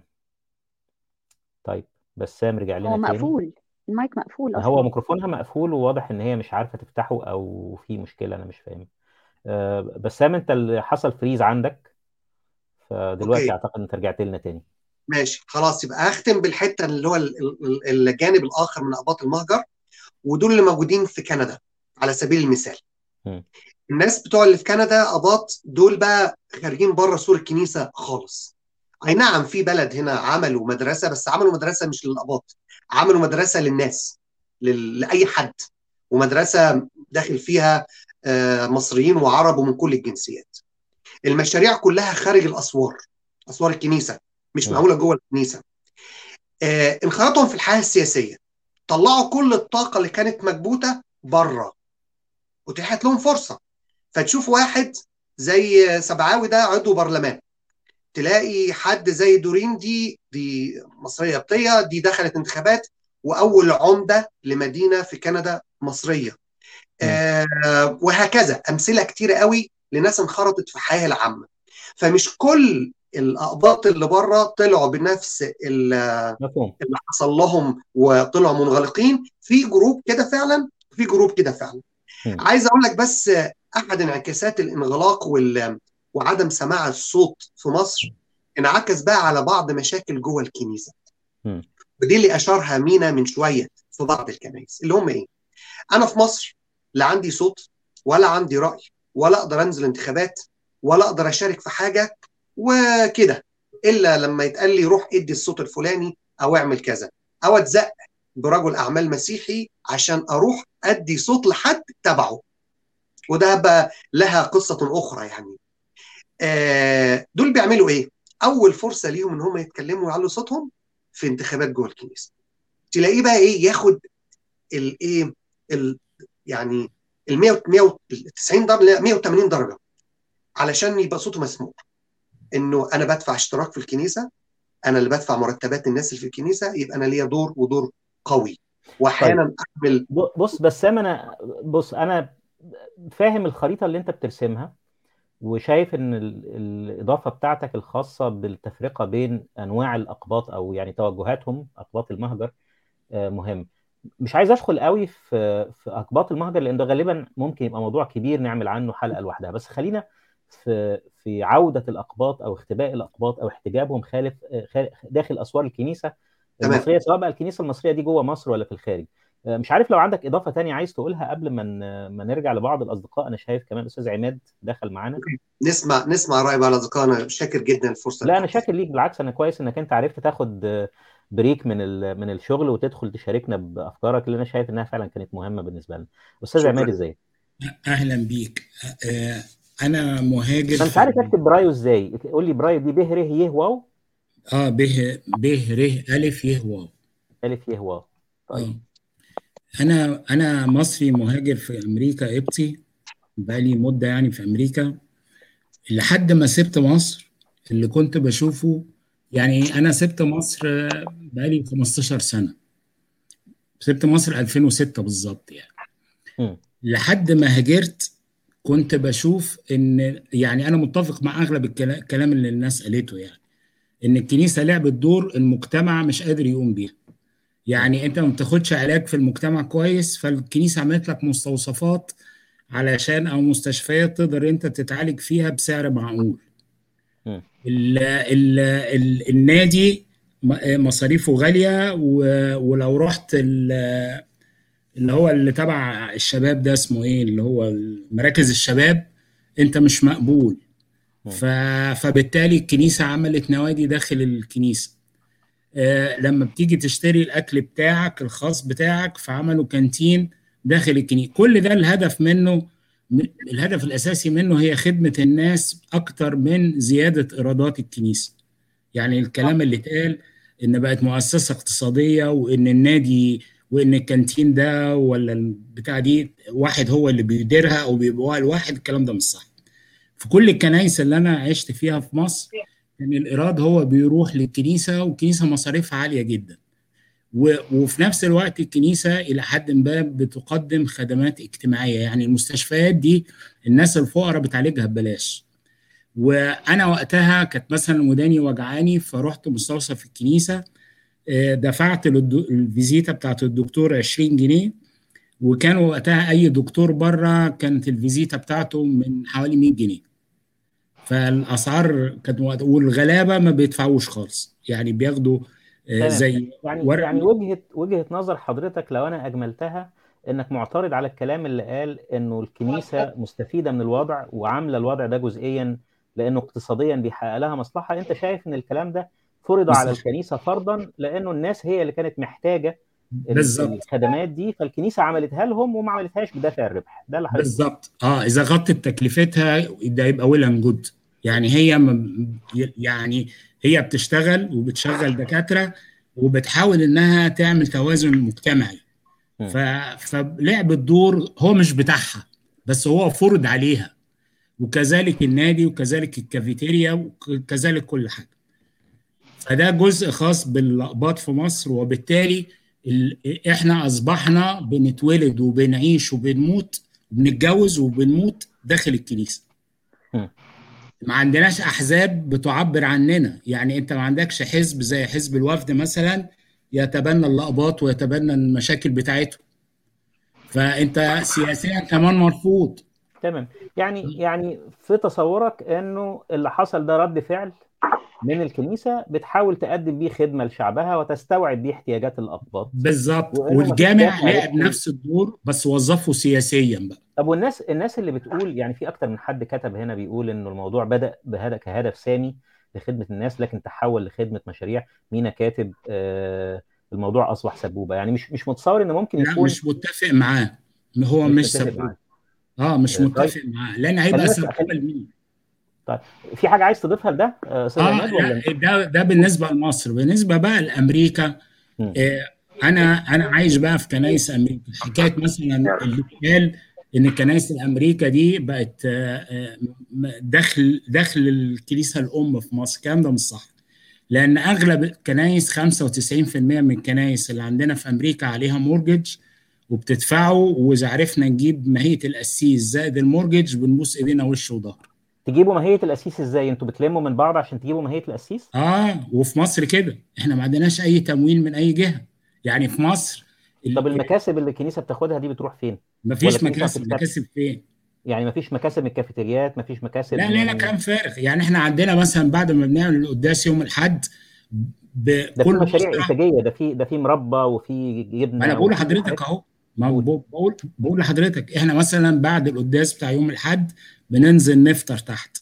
Speaker 1: طيب بسام رجع
Speaker 6: هو
Speaker 1: لنا تاني.
Speaker 6: مقفول، المايك مقفول
Speaker 1: هو
Speaker 6: اصلا.
Speaker 1: ميكروفونها مقفول، وواضح ان هي مش عارفه تفتحه او في مشكله، انا مش فاهم. أه بسام انت اللي حصل فريز عندك، فدلوقتي
Speaker 7: اوكي
Speaker 1: اعتقد انت رجعت لنا تاني.
Speaker 7: ماشي خلاص، يبقى هختم بالحته اللي هو ال- ال- الجانب الاخر من اباط المهجر، ودول اللي موجودين في كندا على سبيل المثال.
Speaker 1: م.
Speaker 7: الناس بتوع اللي في كندا اباط دول بقى خارجين بره سور الكنيسه خالص. اي نعم في بلد هنا عملوا مدرسه، بس عملوا مدرسه مش للاباط، عملوا مدرسه للناس، لل... لاي حد، ومدرسه داخل فيها آه، مصريين وعرب ومن كل الجنسيات. المشاريع كلها خارج الاسوار، اسوار الكنيسه، مش
Speaker 1: م.
Speaker 7: معموله جوه الكنيسه. آه، انخرطهم في الحياه السياسيه، طلعوا كل الطاقه اللي كانت مكبوته بره، اتيحت لهم فرصه. فتشوف واحد زي سبعاوي ده عضو برلمان، تلاقي حد زي دورين دي دي مصريه قبطيه، دي دخلت انتخابات واول عمده لمدينه في كندا مصريه.
Speaker 1: م.
Speaker 7: آه وهكذا امثله كتيره قوي لناس انخرطت في الحياه العامه. فمش كل الاقباط اللي بره طلعوا بنفس ال-
Speaker 1: مفهوم.
Speaker 7: اللي حصل لهم وطلعوا منغلقين، في جروب كده فعلا، في جروب كده فعلا.
Speaker 1: م.
Speaker 7: عايز اقول لك بس احد انعكاسات الانغلاق وال وعدم سماع الصوت في مصر انعكس بقى على بعض مشاكل جوه الكنيسه،
Speaker 1: م.
Speaker 7: ودي اللي اشارها مينا من شويه في بعض الكنائس، اللي هم ايه؟ انا في مصر لا عندي صوت ولا عندي راي ولا اقدر انزل انتخابات ولا اقدر اشارك في حاجه وكده، الا لما يتقال لي روح ادي الصوت الفلاني او اعمل كذا، او اتزق برجل اعمال مسيحي عشان اروح ادي صوت لحد تبعه، وده بقى لها قصه اخرى يعني. آه دول بيعملوا ايه؟ اول فرصه ليهم ان هم يتكلموا ويعلوا صوتهم في انتخابات جوه الكنيسه، تلاقيه بقى ايه، ياخد الايه ال يعني ال مية مية وتسعين درجه، مية وتمانين درجه، علشان يبقى صوته مسموع، انه انا بدفع اشتراك في الكنيسه، انا اللي بدفع مرتبات الناس اللي في الكنيسه، يبقى انا ليا دور ودور قوي،
Speaker 1: طيب
Speaker 7: واحيانا اعمل.
Speaker 1: ب- بص بسام، انا بص انا فاهم الخريطه اللي انت بترسمها، وشايف ان ال- الاضافه بتاعتك الخاصه بالتفرقه بين انواع الاقباط او يعني توجهاتهم اقباط المهجر آه، مهم. مش عايز ادخل قوي في في اقباط المهجر، لان ده غالبا ممكن يبقى موضوع كبير نعمل عنه حلقه لوحدها، بس خلينا في في عوده الاقباط او اختباء الاقباط او احتجابهم خالف خارج- داخل اسوار الكنيسه
Speaker 7: تمام.
Speaker 1: المصريه، سواء بقى الكنيسه المصريه دي جوه مصر ولا في الخارج. آه، مش عارف لو عندك اضافه تانية عايز تقولها قبل ما ن- ما نرجع لبعض الاصدقاء. انا شايف كمان الاستاذ عماد دخل معانا.
Speaker 7: نسمع نسمع راي بعض الاصدقاء، انا شاكر جدا الفرصه اللي
Speaker 1: لا انا
Speaker 7: اتاحت لي.
Speaker 1: شاكر ليك، بالعكس انا كويس انك انت عرفت تاخد آه، بريك من ال- من الشغل وتدخل تشاركنا بافكارك اللي انا شايف انها فعلا كانت مهمه بالنسبه لنا. استاذ عماد
Speaker 7: شكرا.
Speaker 1: ازاي؟
Speaker 8: اهلا بيك. آه، انا مهاجر
Speaker 1: انا مش
Speaker 8: في
Speaker 1: عارف اكتب برايو ازاي، قول لي برايو دي ب ر ي واو
Speaker 8: اه به به ر الف ي واو.
Speaker 1: الف ي واو. طيب
Speaker 8: اه انا انا مصري مهاجر في امريكا، قبطي، بقالي مده يعني في امريكا. لحد ما سبت مصر اللي كنت بشوفه، يعني انا سبت مصر بقالي خمستاشر سنه، سبت مصر ألفين وستة بالظبط يعني.
Speaker 1: مم.
Speaker 8: لحد ما هاجرت كنت بشوف ان، يعني انا متفق مع اغلب الكلا- الكلام اللي الناس قالته، يعني ان الكنيسه لعبت دور المجتمع مش قادر يقوم بيها. يعني انت ما بتاخدش علاج في المجتمع كويس، فالكنيسه عملت لك مستوصفات علشان، او مستشفيات تقدر انت تتعالج فيها بسعر معقول.
Speaker 1: مم.
Speaker 8: ال ال ال النادي م- مصاريفه غاليه، و- ولو رحت ال- اللي هو اللي تبع الشباب ده اسمه ايه، اللي هو مراكز الشباب، انت مش مقبول.
Speaker 1: مم.
Speaker 8: ف... فبالتالي الكنيسه عملت نوادي داخل الكنيسه. آه، لما بتيجي تشتري الاكل بتاعك الخاص بتاعك، فعملوا كانتين داخل الكنيسه. كل ده الهدف منه، م- الهدف الاساسي منه هي خدمه الناس اكتر من زياده ايرادات الكنيسه. يعني الكلام اللي اتقال ان بقت مؤسسه اقتصاديه، وان النادي وان الكانتين ده ولا البتاع دي واحد هو اللي بيديرها او بيبقى الواحد، الكلام ده مش صح. في كل الكنائس اللي انا عشت فيها في مصر كان الايراد هو بيروح للكنيسه، والكنيسه مصاريفها عاليه جدا. و- وفي نفس الوقت الكنيسه الى حد ما بتقدم خدمات اجتماعيه، يعني المستشفيات دي الناس الفقراء بتعالجها ببلاش. وانا وقتها كانت مثلا وداني وجعاني، فرحت مستوصف الكنيسه، آه، دفعت للدو- الفيزيتا بتاعت الدكتور عشرين جنيه، وكان وقتها اي دكتور بره كانت الفيزيتا بتاعته من حوالي مية جنيه. فالاسعار كانت وقت- والغلابه ما بيدفعوش خالص، يعني بياخدوا آه،
Speaker 1: تمام.
Speaker 8: زي
Speaker 1: يعني
Speaker 8: ورق.
Speaker 1: يعني وجهة وجهة نظر حضرتك لو انا اجملتها، انك معترض على الكلام اللي قال انه الكنيسة مستفيدة من الوضع وعاملة الوضع ده جزئيا لانه اقتصاديا بيحقق لها مصلحة. انت شايف ان الكلام ده فرض على
Speaker 8: بالظبط،
Speaker 1: الكنيسة فرضا لانه الناس هي اللي كانت محتاجة ال-
Speaker 8: بالظبط،
Speaker 1: الخدمات دي، فالكنيسة عملتها لهم وما عملتهاش بدافع الربح. ده اللي حضرتك تقصده.
Speaker 8: بالظبط. اه، اذا غطت تكلفتها ده يبقى ويل اند جود. يعني هي م- يعني هي بتشتغل وبتشغل دكاتره، وبتحاول انها تعمل توازن مجتمعي. ف...
Speaker 1: مم.
Speaker 8: فلعبت دور هو مش بتاعها، بس هو فرض عليها. وكذلك النادي، وكذلك الكافيتيريا، وكذلك كل حاجه. فده جزء خاص باللقباط في مصر، وبالتالي ال... احنا اصبحنا بنتولد وبنعيش وبنموت وبنتجوز وبنموت داخل الكنيسه.
Speaker 1: مم.
Speaker 8: ما عندناش احزاب بتعبر عننا، يعني انت ما عندكش حزب زي حزب الوفد مثلا يتبنى اللقباط ويتبنى المشاكل بتاعتهم، فانت سياسيا كمان مرفوض.
Speaker 1: تمام. يعني يعني في تصورك انه اللي حصل ده رد فعل من الكنيسة بتحاول تقدم بيه خدمة لشعبها وتستوعب بيه احتياجات الأقباط،
Speaker 8: بالظبط،
Speaker 1: وإنه مفيش
Speaker 8: والجامع
Speaker 1: دافع
Speaker 8: لعب
Speaker 1: ربحي.
Speaker 8: نفس الدور بس وظفه سياسيا بقى.
Speaker 1: طب والناس الناس اللي بتقول، يعني في أكتر من حد كتب هنا بيقول إنه الموضوع بدأ بهدف كهدف سامي لخدمة الناس لكن تحول لخدمة مشاريع. مينا كاتب آه الموضوع أصبح سبوبة. يعني مش مش متصور إن ممكن
Speaker 8: لا،
Speaker 1: يكون.
Speaker 8: مش متفق معاه. هو
Speaker 1: مش
Speaker 8: مش
Speaker 1: متفق
Speaker 8: سبوب.
Speaker 1: معاك.
Speaker 8: اه، مش
Speaker 1: آه طيب،
Speaker 8: متفق معاه، لان هيبقى
Speaker 1: خلينا نسمع.
Speaker 8: سبوبه
Speaker 1: خلي...
Speaker 8: لمين؟
Speaker 1: طيب، في حاجة عايز تضيفها لده آه، أستاذ
Speaker 8: اه،
Speaker 1: عماد
Speaker 8: لا،
Speaker 1: ولا؟
Speaker 8: ده ده
Speaker 1: قول.
Speaker 8: بالنسبه لمصر. بالنسبه بقى لامريكا،
Speaker 1: مم.
Speaker 8: آه انا انا عايش بقى في كنايس امريكا. حكايه مثلا اللي قال ان كنايس الامريكا دي بقت آه آه، داخل داخل الكنيسه الام في مصر، الكلام ده مش صح. لان اغلب الكنايس خمسة وتسعين في المية من الكنايس اللي عندنا في امريكا عليها مورجج وبتدفعه، واذا عرفنا نجيب ماهيه القسيس زائد المورجج بنبوس ايدينا وش وظهر.
Speaker 1: تجيبوا ماهية القسيس ازاي؟ انتوا بتلموا من بعض عشان تجيبوا ماهية القسيس؟
Speaker 8: اه، وفي مصر كده احنا ما عندناش اي تمويل من اي جهه. يعني في مصر ال-
Speaker 1: طب المكاسب اللي الكنيسة بتاخدها دي بتروح فين؟ ولا
Speaker 8: مفيش
Speaker 1: الكنيسة ما
Speaker 8: مكاسب.
Speaker 1: بتكسبش؟
Speaker 8: مكاسب فين؟
Speaker 1: يعني مفيش مكاسب من الكافيتريات، مفيش مكاسب
Speaker 8: لا، لا، لا،
Speaker 1: من.
Speaker 8: كلام فارغ. يعني احنا عندنا مثلا بعد ما بنعمل القداس يوم الاحد
Speaker 1: ده في
Speaker 8: بكل
Speaker 1: مشاريع
Speaker 8: اسره.
Speaker 1: إنتاجية، ده في ده في مربى وفي
Speaker 8: ما انا
Speaker 1: جبنة
Speaker 8: بقول
Speaker 1: وفي حاجات.
Speaker 8: لحضرتك اهو. ما
Speaker 1: قول.
Speaker 8: ب- بقول بقول لحضرتك احنا مثلا بعد القداس بتاع يوم الاحد بننزل نفطر تحت.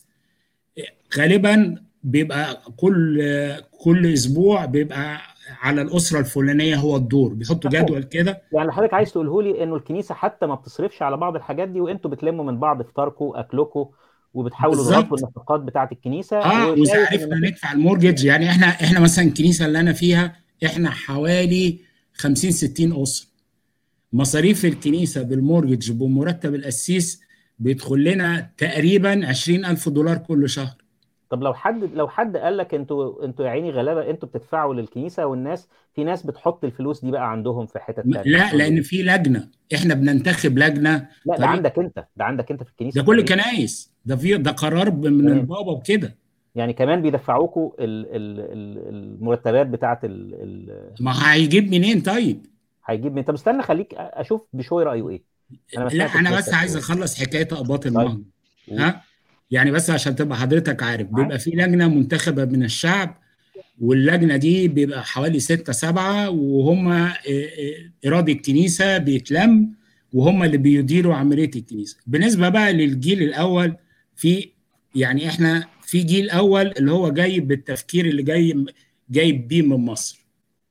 Speaker 8: غالبا بيبقى كل كل اسبوع بيبقى على الاسره الفلانيه هو الدور، بيحطوا
Speaker 1: مفهوم.
Speaker 8: جدول كده.
Speaker 1: يعني اللي حضرتك عايز تقوله لي انه الكنيسة حتى ما بتصرفش على بعض الحاجات دي، وانتوا بتلموا من بعض فطاركم اكلكم وبتحاولوا تغطوا
Speaker 8: بالظبط.
Speaker 1: النفقات بتاعة الكنيسة،
Speaker 8: اه، واذا
Speaker 1: وشايف ان
Speaker 8: عرفنا
Speaker 1: مفيش.
Speaker 8: ندفع المورجج، يعني احنا احنا مثلا الكنيسه اللي انا فيها احنا حوالي خمسين ستين اسره. مصاريف الكنيسه بالمورجج بمرتب القسيس بيدخل لنا تقريبا عشرين ألف دولار كل شهر.
Speaker 1: طب لو حد لو حد قال لك انتوا انتوا يا عيني غلابه، انتوا بتدفعوا للكنيسه، والناس في ناس بتحط الفلوس دي بقى عندهم في حتت
Speaker 8: م-
Speaker 1: تانية،
Speaker 8: لا،
Speaker 1: هتقول له
Speaker 8: لان
Speaker 1: ايه؟
Speaker 8: في لجنه، احنا بننتخب لجنه
Speaker 1: لا، ده
Speaker 8: طريق.
Speaker 1: عندك انت ده عندك انت في الكنيسه
Speaker 8: ده كل
Speaker 1: بتعملوه
Speaker 8: الكنائس، ده في ده قرار ب- من
Speaker 1: كمان.
Speaker 8: البابا وكده.
Speaker 1: يعني كمان بيدفعوكوا ال ال ال المرتبات بتاعت ال ال
Speaker 8: ما هيجيب منين طيب؟
Speaker 1: هيجيب من. طب استنى، خليك اشوف بشوي رايه ايه. انا ما
Speaker 8: لا،
Speaker 1: سمعتش
Speaker 8: انا بس
Speaker 1: لسه
Speaker 8: عايز
Speaker 1: بشوي.
Speaker 8: اخلص حكايه اقباط
Speaker 1: طيب
Speaker 8: المهجر.
Speaker 1: قول.
Speaker 8: ها، يعني بس عشان تبقى حضرتك عارف،
Speaker 1: معاك.
Speaker 8: بيبقى في لجنه منتخبه من الشعب، واللجنه دي بيبقى حوالي ستة سبعة، وهم آه، آه، إرادة الكنيسه بيتلم، وهم اللي بيديروا عمليه الكنيسه. بالنسبه بقى للجيل الاول، في يعني احنا في جيل اول اللي هو جاي بالتفكير اللي جاي جايب بيه من مصر،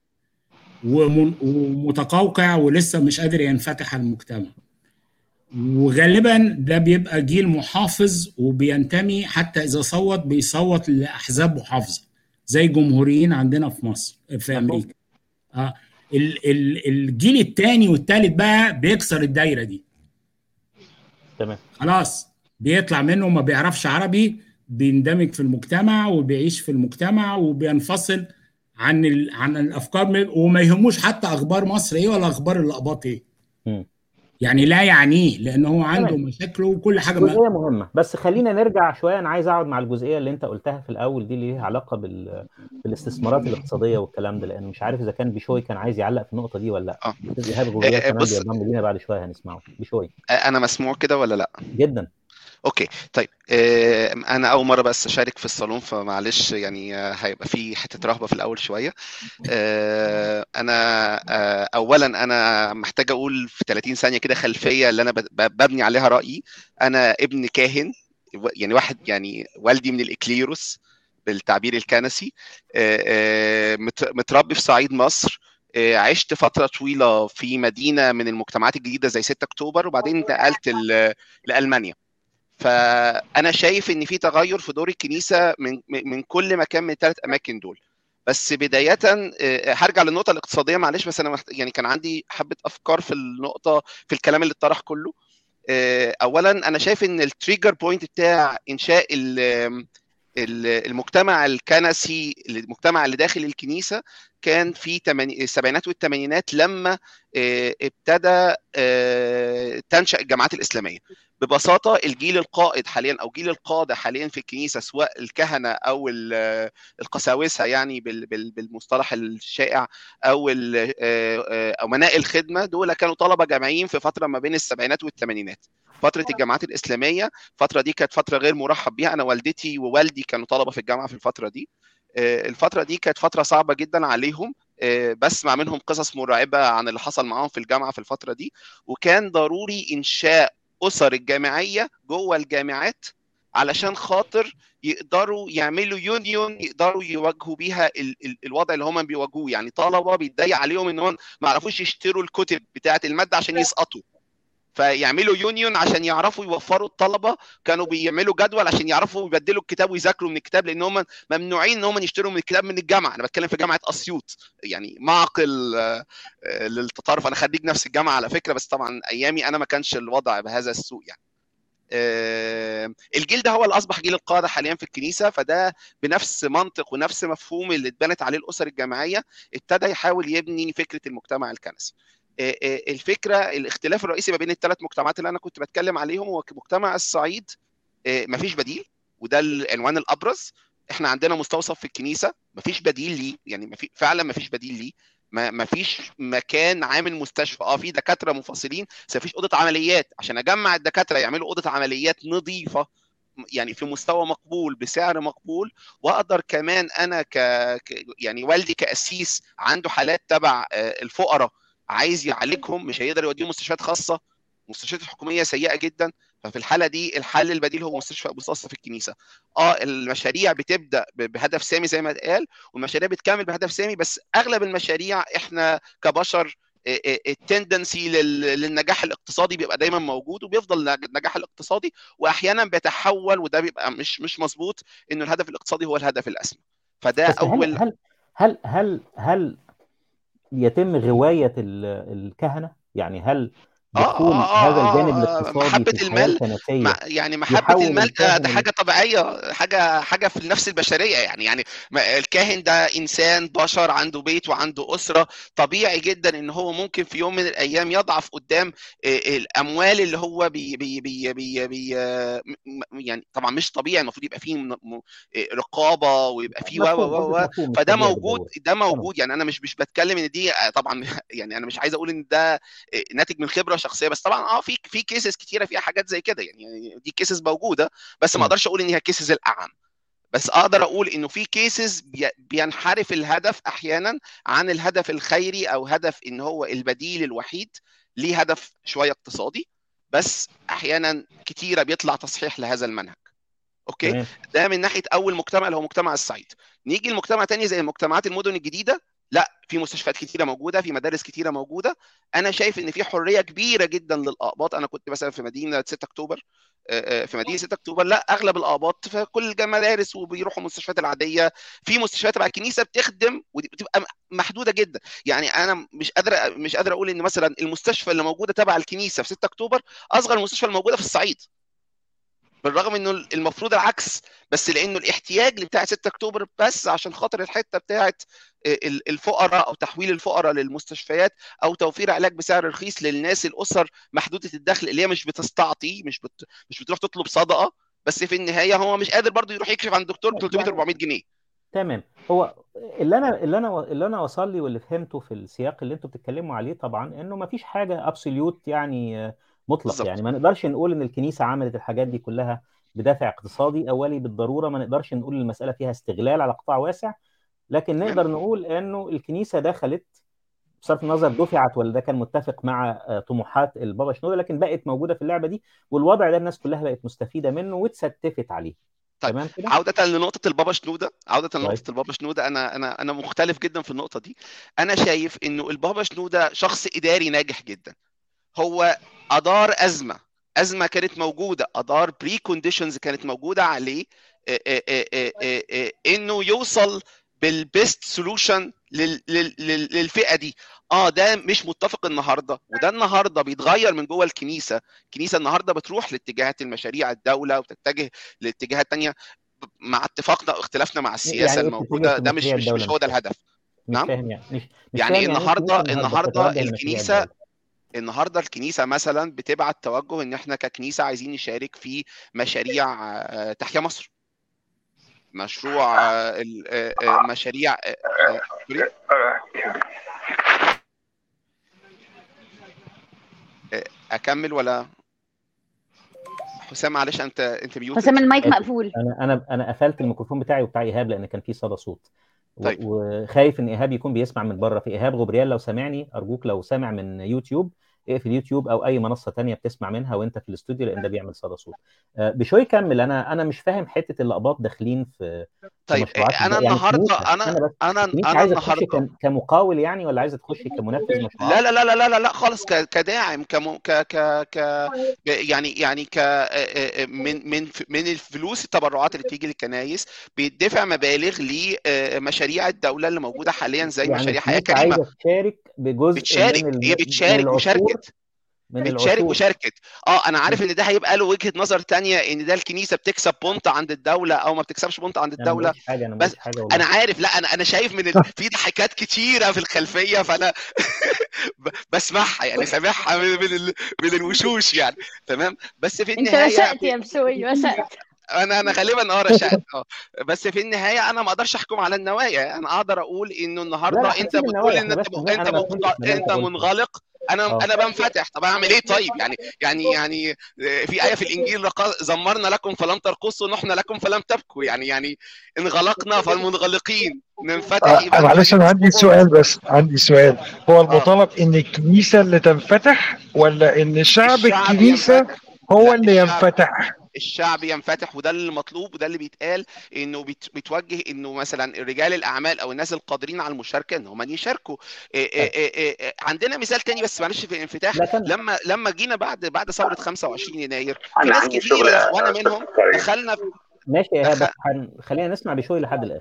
Speaker 8: ومن- ومتقوقع ولسه مش قادر ينفتح على المجتمع. وغالبا ده بيبقى جيل محافظ، وبينتمي حتى اذا صوت بيصوت لاحزاب محافظه زي الجمهوريين عندنا في مصر في
Speaker 1: مفهوم.
Speaker 8: امريكا. اه ال ال الجيل الثاني والثالث بقى بيكسر الدايره دي،
Speaker 1: تمام.
Speaker 8: خلاص بيطلع منه، ما بيعرفش عربي، بيندمج في المجتمع وبيعيش في المجتمع وبينفصل عن ال عن الافكار، وما يهموش حتى اخبار مصر ايه ولا اخبار الاقباط ايه.
Speaker 1: مم.
Speaker 8: يعني لا يعنيه، لان هو عنده
Speaker 1: تمام.
Speaker 8: مشاكله وكل حاجه. ما
Speaker 1: جزئيه مهمه، بس خلينا نرجع شويه. انا عايز اقعد مع الجزئيه اللي انت قلتها في الاول دي، اللي ليها علاقه بال بالاستثمارات الاقتصاديه والكلام ده، لان مش عارف اذا كان بشوي كان عايز يعلق في النقطه دي ولا لا.
Speaker 9: اه
Speaker 1: استاذ ايهاب
Speaker 9: آه،
Speaker 1: غوريال
Speaker 9: آه،
Speaker 1: كمان
Speaker 9: بص،
Speaker 1: بينضم لينا بعد شويه، هنسمعه. بشوي.
Speaker 9: آه، انا مسموع كده ولا لا؟
Speaker 1: جدا.
Speaker 9: اوكي، طيب. آه، انا اول مره بس اشارك في الصالون، فمعلش يعني آه، هيبقى في حته رهبه في الاول شويه. آه، انا آه، اولا انا محتاج اقول في ثلاثين ثانيه كده خلفيه اللي انا ب- ب- ببني عليها رايي. انا ابن كاهن، و- يعني واحد يعني والدي من الاكليروس بالتعبير الكنسي. آه، آه، مت- متربي في صعيد مصر. آه، عشت فتره طويله في مدينه من المجتمعات الجديده زي ستة اكتوبر، وبعدين انتقلت ل- لالمانيا. فانا شايف ان في تغير في دور الكنيسه من من كل مكان من الثلاث اماكن دول. بس بدايه آه، هرجع للنقطه الاقتصاديه، معلش، بس انا محت... يعني كان عندي حبه افكار في النقطه في الكلام اللي اتطرح كله. آه، اولا انا شايف ان التريجر بوينت بتاع انشاء ال- ال- المجتمع الكنسي، المجتمع اللي داخل الكنيسه، كان في تماني- السبعينات والثمانينات، لما آه، ابتدى آه، تنشا الجامعات الاسلاميه. ببساطه الجيل القائد حاليا او جيل القاده حاليا في الكنيسه، سواء الكهنه او ال- القساوسه، يعني بال- بال- بالمصطلح الشائع، او ال- آه، آه، امناء الخدمه، دول كانوا طلبه جامعيين في فتره ما بين السبعينات والثمانينات. فتره الجامعات الاسلاميه، الفتره دي كانت فتره غير مرحب بيها. انا والدتي ووالدي كانوا طلبه في الجامعه في الفتره دي. آه، الفتره دي كانت فتره صعبه جدا عليهم. آه، بسمع منهم قصص مرعبه عن اللي حصل معاهم في الجامعه في الفتره دي. وكان ضروري انشاء اسر الجامعيه جوه الجامعات علشان خاطر يقدروا يعملوا يونيون، يقدروا يواجهوا بيها ال ال الوضع اللي هم بيواجهوه. يعني طلبه بيتضايق عليهم ان هم ما يعرفوش يشتروا الكتب بتاعه الماده عشان يسقطوا، فيعملوا يونيون عشان يعرفوا يوفروا الطلبه. كانوا بيعملوا جدول عشان يعرفوا يبدلوا الكتاب ويذاكروا من الكتاب، لان هم ممنوعين ان هم يشتروا من الكتاب من الجامعه. انا بتكلم في جامعه اسيوط، يعني معقل آه، آه، للتطرف. انا خريج نفس الجامعه على فكره، بس طبعا ايامي انا ما كانش الوضع بهذا السوء يعني. آه، الجيل ده هو اللي اصبح جيل القاده حاليا في الكنيسه، فده بنفس منطق ونفس مفهوم اللي اتبنت عليه الاسر الجامعيه ابتدى يحاول يبني فكره المجتمع الكنسي. آه، آه، الفكره الاختلاف الرئيسي ما بين الثلاث مجتمعات اللي انا كنت بتكلم عليهم هو مجتمع الصعيد. آه، مفيش بديل، وده العنوان الابرز. احنا عندنا مستوصف في الكنيسه مفيش بديل ليه، يعني مفي فعلا مفيش بديل ليه. ما مفيش مكان عامل مستشفى. اه في دكاتره منفصلين، بس مفيش اوضه عمليات عشان اجمع الدكاتره يعملوا اوضه عمليات نظيفه، يعني في مستوى مقبول بسعر مقبول. واقدر كمان انا ك... ك... يعني والدي كاسيس عنده حالات تبع آه، الفقراء، عايز يعالجهم، مش هيقدر يوديهم مستشفيات خاصه، المستشفيات الحكوميه سيئه جدا. ففي الحاله دي الحل البديل هو مستشفى مستوصف في الكنيسه. اه المشاريع بتبدا ب- بهدف سامي زي ما اتقال، والمشاريع بتكمل بهدف سامي، بس اغلب المشاريع احنا كبشر التندنسي للنجاح الاقتصادي بيبقى دايما موجود، وبيفضل النجاح الاقتصادي، واحيانا بيتحول، وده بيبقى مش مش مظبوط، انه الهدف الاقتصادي هو الهدف الاسمى. فده
Speaker 1: بس هل
Speaker 9: اول.
Speaker 1: هل هل هل هل يتم غوايه ال- الكهنه؟ يعني هل
Speaker 9: اه
Speaker 1: دخول
Speaker 9: اه
Speaker 1: هذا الجانب
Speaker 9: اه اه
Speaker 1: الاقتصادي
Speaker 9: محبة
Speaker 1: في الحياة
Speaker 9: المال،
Speaker 1: الكنسية
Speaker 9: مع يعني محبة
Speaker 1: يحول
Speaker 9: المال ده,
Speaker 1: الكاهن
Speaker 9: ده
Speaker 1: ال-
Speaker 9: حاجة طبيعية، حاجة حاجة في النفس البشرية يعني يعني ما- الكاهن ده إنسان بشر عنده بيت وعنده أسرة، طبيعي جدا إن هو ممكن في يوم من الأيام يضعف قدام آه، الأموال اللي هو بي بي بي بي بي آه، م- م- يعني طبعا مش طبيعي، المفروض يبقى فيه م- م- آه، رقابة ويبقى فيه و و
Speaker 1: مفهوم
Speaker 9: و
Speaker 1: قصدك،
Speaker 9: و
Speaker 1: مفهوم، مش
Speaker 9: فده
Speaker 1: طبيعي
Speaker 9: موجود،
Speaker 1: بالضرورة.
Speaker 9: ده
Speaker 1: تمام
Speaker 9: موجود يعني أنا مش مش بتكلم إن دي آه، طبعا يعني أنا مش عايز أقول إن ده ناتج من خبره شخصيه، بس طبعا اه في في كيسز كتيره فيها حاجات زي كده يعني، دي كيسز موجوده، بس ما
Speaker 1: مم.
Speaker 9: اقدرش اقول ان هي كيسز الاعم، بس اقدر اقول انه في كيسز بينحرف الهدف احيانا عن الهدف الخيري او هدف ان هو البديل الوحيد، ليه هدف شويه اقتصادي، بس احيانا كتيره بيطلع تصحيح لهذا المنهج. اوكي،
Speaker 1: تمام.
Speaker 9: ده من ناحيه اول مجتمع اللي هو مجتمع الصعيد. نيجي لمجتمع تاني زي مجتمعات المدن الجديده، لا في مستشفيات كتيره موجوده، في مدارس كتيره موجوده، انا شايف ان في حريه كبيره جدا للاقباط. انا كنت مثلا في مدينه ستة اكتوبر، آه، آه، في مدينه ستة اكتوبر لا اغلب الاقباط في كل المدارس وبيروحوا المستشفيات العاديه، في مستشفيات تبع الكنيسه بتخدم ودي بتبقى محدوده جدا. يعني انا مش قادر مش قادر اقول ان مثلا المستشفى اللي موجوده تبع الكنيسه في ستة اكتوبر اصغر من المستشفى الموجوده في الصعيد، بالرغم انه المفروض العكس، بس لانه الاحتياج بتاع ستة اكتوبر بس عشان خاطر الحته بتاعت الفقراء او تحويل الفقراء للمستشفيات او توفير علاج بسعر رخيص للناس الاسر محدوده الدخل اللي هي مش بتستعطي، مش بت... مش بتروح تطلب صدقه، بس في النهايه هو مش قادر برضه يروح يكشف عند دكتور ب ثلاثمية
Speaker 1: يعني
Speaker 9: أربعمية جنيه.
Speaker 1: تمام. هو اللي انا اللي انا اللي انا وصل لي واللي فهمته في السياق اللي انتوا بتتكلموا عليه طبعا انه ما فيش حاجه ابسوليوت يعني آه، مطلق، يعني
Speaker 9: بالظبط.
Speaker 1: ما نقدرش نقول ان الكنيسه عملت الحاجات دي كلها بدافع اقتصادي اولي بالضروره، ما نقدرش نقول المساله فيها استغلال على قطاع واسع، لكن
Speaker 9: تمام.
Speaker 1: نقدر نقول انه الكنيسه دخلت بصرف النظر دفعت ولا ده كان متفق مع آه، طموحات البابا شنودة، لكن بقت موجوده في اللعبه دي، والوضع ده الناس كلها بقت مستفيده منه واتستفت عليه.
Speaker 9: طيب
Speaker 1: تمام كده؟
Speaker 9: عودة لنقطة البابا شنودة، عودة
Speaker 1: كويس.
Speaker 9: لنقطة البابا شنودة، أنا أنا أنا مختلف جدا في النقطة دي. أنا شايف إنه البابا شنودة شخص إداري ناجح جدا، هو أدار أزمة، أزمة كانت موجودة، أدار بري كونديشنز كانت موجودة عليه آه، آه، آه، آه، آه، آه، إنه يوصل بالبيست سولوشن للفئة دي. اه ده مش متفق النهارده، وده النهارده بيتغير من جوه الكنيسه، الكنيسه النهارده بتروح لاتجاهات المشاريع الدوله وتتجه لاتجاهات تانية مع اتفاقنا واختلافنا مع السياسه
Speaker 1: يعني ايه بتتجه
Speaker 9: الموجوده،
Speaker 1: في
Speaker 9: ده مش
Speaker 1: مشاريع
Speaker 9: مش
Speaker 1: الدوله؟
Speaker 9: مش
Speaker 1: مش
Speaker 9: هو ده
Speaker 1: فاهم،
Speaker 9: الهدف.
Speaker 1: مش
Speaker 9: نعم،
Speaker 1: فاهم يعني مش مش
Speaker 9: يعني
Speaker 1: فاهم يعني ايه
Speaker 9: النهارده
Speaker 1: الكنيسه النهارده
Speaker 9: النهارده
Speaker 1: بتتوجه لمشاريع
Speaker 9: الكنيسه
Speaker 1: الدوله؟
Speaker 9: النهارده الكنيسه مثلا بتبعت توجه ان احنا ككنيسه عايزين نشارك في مشاريع آه، تحيا مصر، مشروع آه، ال- آه، آه، مشاريع آه، آه، سوري آه، اكمل ولا حسام؟ معلش انت انت ميوتد.
Speaker 6: حسام المايك
Speaker 1: آسف.
Speaker 6: مقفول.
Speaker 1: انا انا انا قفلت الميكروفون بتاعي وبتاع ايهاب لان كان في صدى صوت، و-
Speaker 9: طيب
Speaker 1: وخايف ان ايهاب يكون بيسمع من بره. في ايهاب غبريال لو سامعني ارجوك، لو سامع من يوتيوب اقفل يوتيوب او اي منصه تانية بتسمع منها وانت في الاستوديو، لان ده بيعمل صدى صوت. آه، بشوي كمل. انا انا مش فاهم حته الاقباط داخلين في في
Speaker 9: طيب
Speaker 1: مشروعات
Speaker 9: انا
Speaker 1: الد- يعني
Speaker 9: النهارده
Speaker 1: الكنيسه،
Speaker 9: انا
Speaker 1: انا بس
Speaker 9: انا
Speaker 1: الكنيسه
Speaker 9: انا
Speaker 1: عايزه تخش
Speaker 9: النهارده
Speaker 1: كم- كمقاول يعني، ولا عايزه تخش كمنفذ مشروعات؟
Speaker 9: لا لا لا لا لا لا لا خالص، ك- كداعم كم ك ك ك يعني يعني ك من من من الفلوس التبرعات اللي بتيجي للكنايس بيدفع مبالغ لمشاريع الدوله اللي موجوده حاليا زي
Speaker 1: يعني
Speaker 9: مشاريع حياه
Speaker 1: الكنيسه
Speaker 9: كريمه.
Speaker 1: عايزه تشارك بجزء من
Speaker 9: بتشارك، هي
Speaker 1: الم... من
Speaker 9: بتشارك
Speaker 1: العشور
Speaker 9: وشاركت
Speaker 1: من
Speaker 9: بتشارك
Speaker 1: العشور
Speaker 9: وشاركت اه انا عارف ان ده هيبقى له وجهة نظر تانية ان ده الكنيسة بتكسب بونت عند الدولة او ما بتكسبش بونت عند
Speaker 1: انا ما
Speaker 9: الدولة،
Speaker 1: بقولش حاجه، انا ما
Speaker 9: بس
Speaker 1: بقولش حاجه
Speaker 9: انا
Speaker 1: والله.
Speaker 9: عارف، لا انا انا شايف من ال... في ضحكات كتيرة في الخلفية، فانا ب- بسمعها يعني، سامعها من من, ال... من الوشوش يعني، تمام، بس في
Speaker 6: انت
Speaker 9: النهاية
Speaker 6: رشقت يا بشوي، رشقت.
Speaker 9: انا انا غالبا اه رشقت اه بس في النهايه انا ما اقدرش احكم على النوايا، انا اقدر اقول انه
Speaker 1: لا لا
Speaker 9: النهارده انت
Speaker 1: هنسيب
Speaker 9: بتقول
Speaker 1: النوايا،
Speaker 9: ان
Speaker 1: احنا
Speaker 9: انت
Speaker 1: بس
Speaker 9: م...
Speaker 1: انا
Speaker 9: انت
Speaker 1: ما فهمتش
Speaker 9: منغ...
Speaker 1: ما اللي انت
Speaker 9: انت
Speaker 1: قلته.
Speaker 9: منغلق، انا
Speaker 1: اه
Speaker 9: انا بنفتح، طب اعمل ايه طيب يعني يعني يعني في ايه في الانجيل رق- زمرنا لكم فلم ترقصوا، نحن لكم فلم تبكوا، يعني يعني انغلقنا فالمنغلقين ننفتح،
Speaker 10: آه
Speaker 9: يبقى
Speaker 10: معلش انا عندي سؤال، بس عندي سؤال، هو
Speaker 9: اه
Speaker 10: المطالب ان الكنيسه اللي تنفتح ولا ان شعب
Speaker 9: الشعب
Speaker 10: الكنيسه
Speaker 9: ينفتح،
Speaker 10: هو
Speaker 9: لا
Speaker 10: اللي
Speaker 9: الشعب
Speaker 10: ينفتح؟
Speaker 9: الشعب ينفتح، وده اللي مطلوب وده اللي بيتقال، انه بيت- بيتوجه انه مثلا رجال الاعمال او الناس القادرين على المشاركه ان هم يشاركوا. إيه
Speaker 1: طيب
Speaker 9: إيه إيه إيه عندنا مثال تاني بس معلش في الانفتاح،
Speaker 1: لا كمل.
Speaker 9: لما لما جينا بعد بعد ثوره خمسة وعشرين يناير في
Speaker 11: انا
Speaker 9: ناس
Speaker 11: عندي
Speaker 9: كتيره
Speaker 11: شغل يا
Speaker 9: وانا
Speaker 11: استاذ
Speaker 9: منهم
Speaker 11: كريم.
Speaker 9: دخلنا
Speaker 1: ماشي يا ايهاب،
Speaker 9: دخل
Speaker 1: بس هن... خلينا نسمع بشوي لحد الاخر.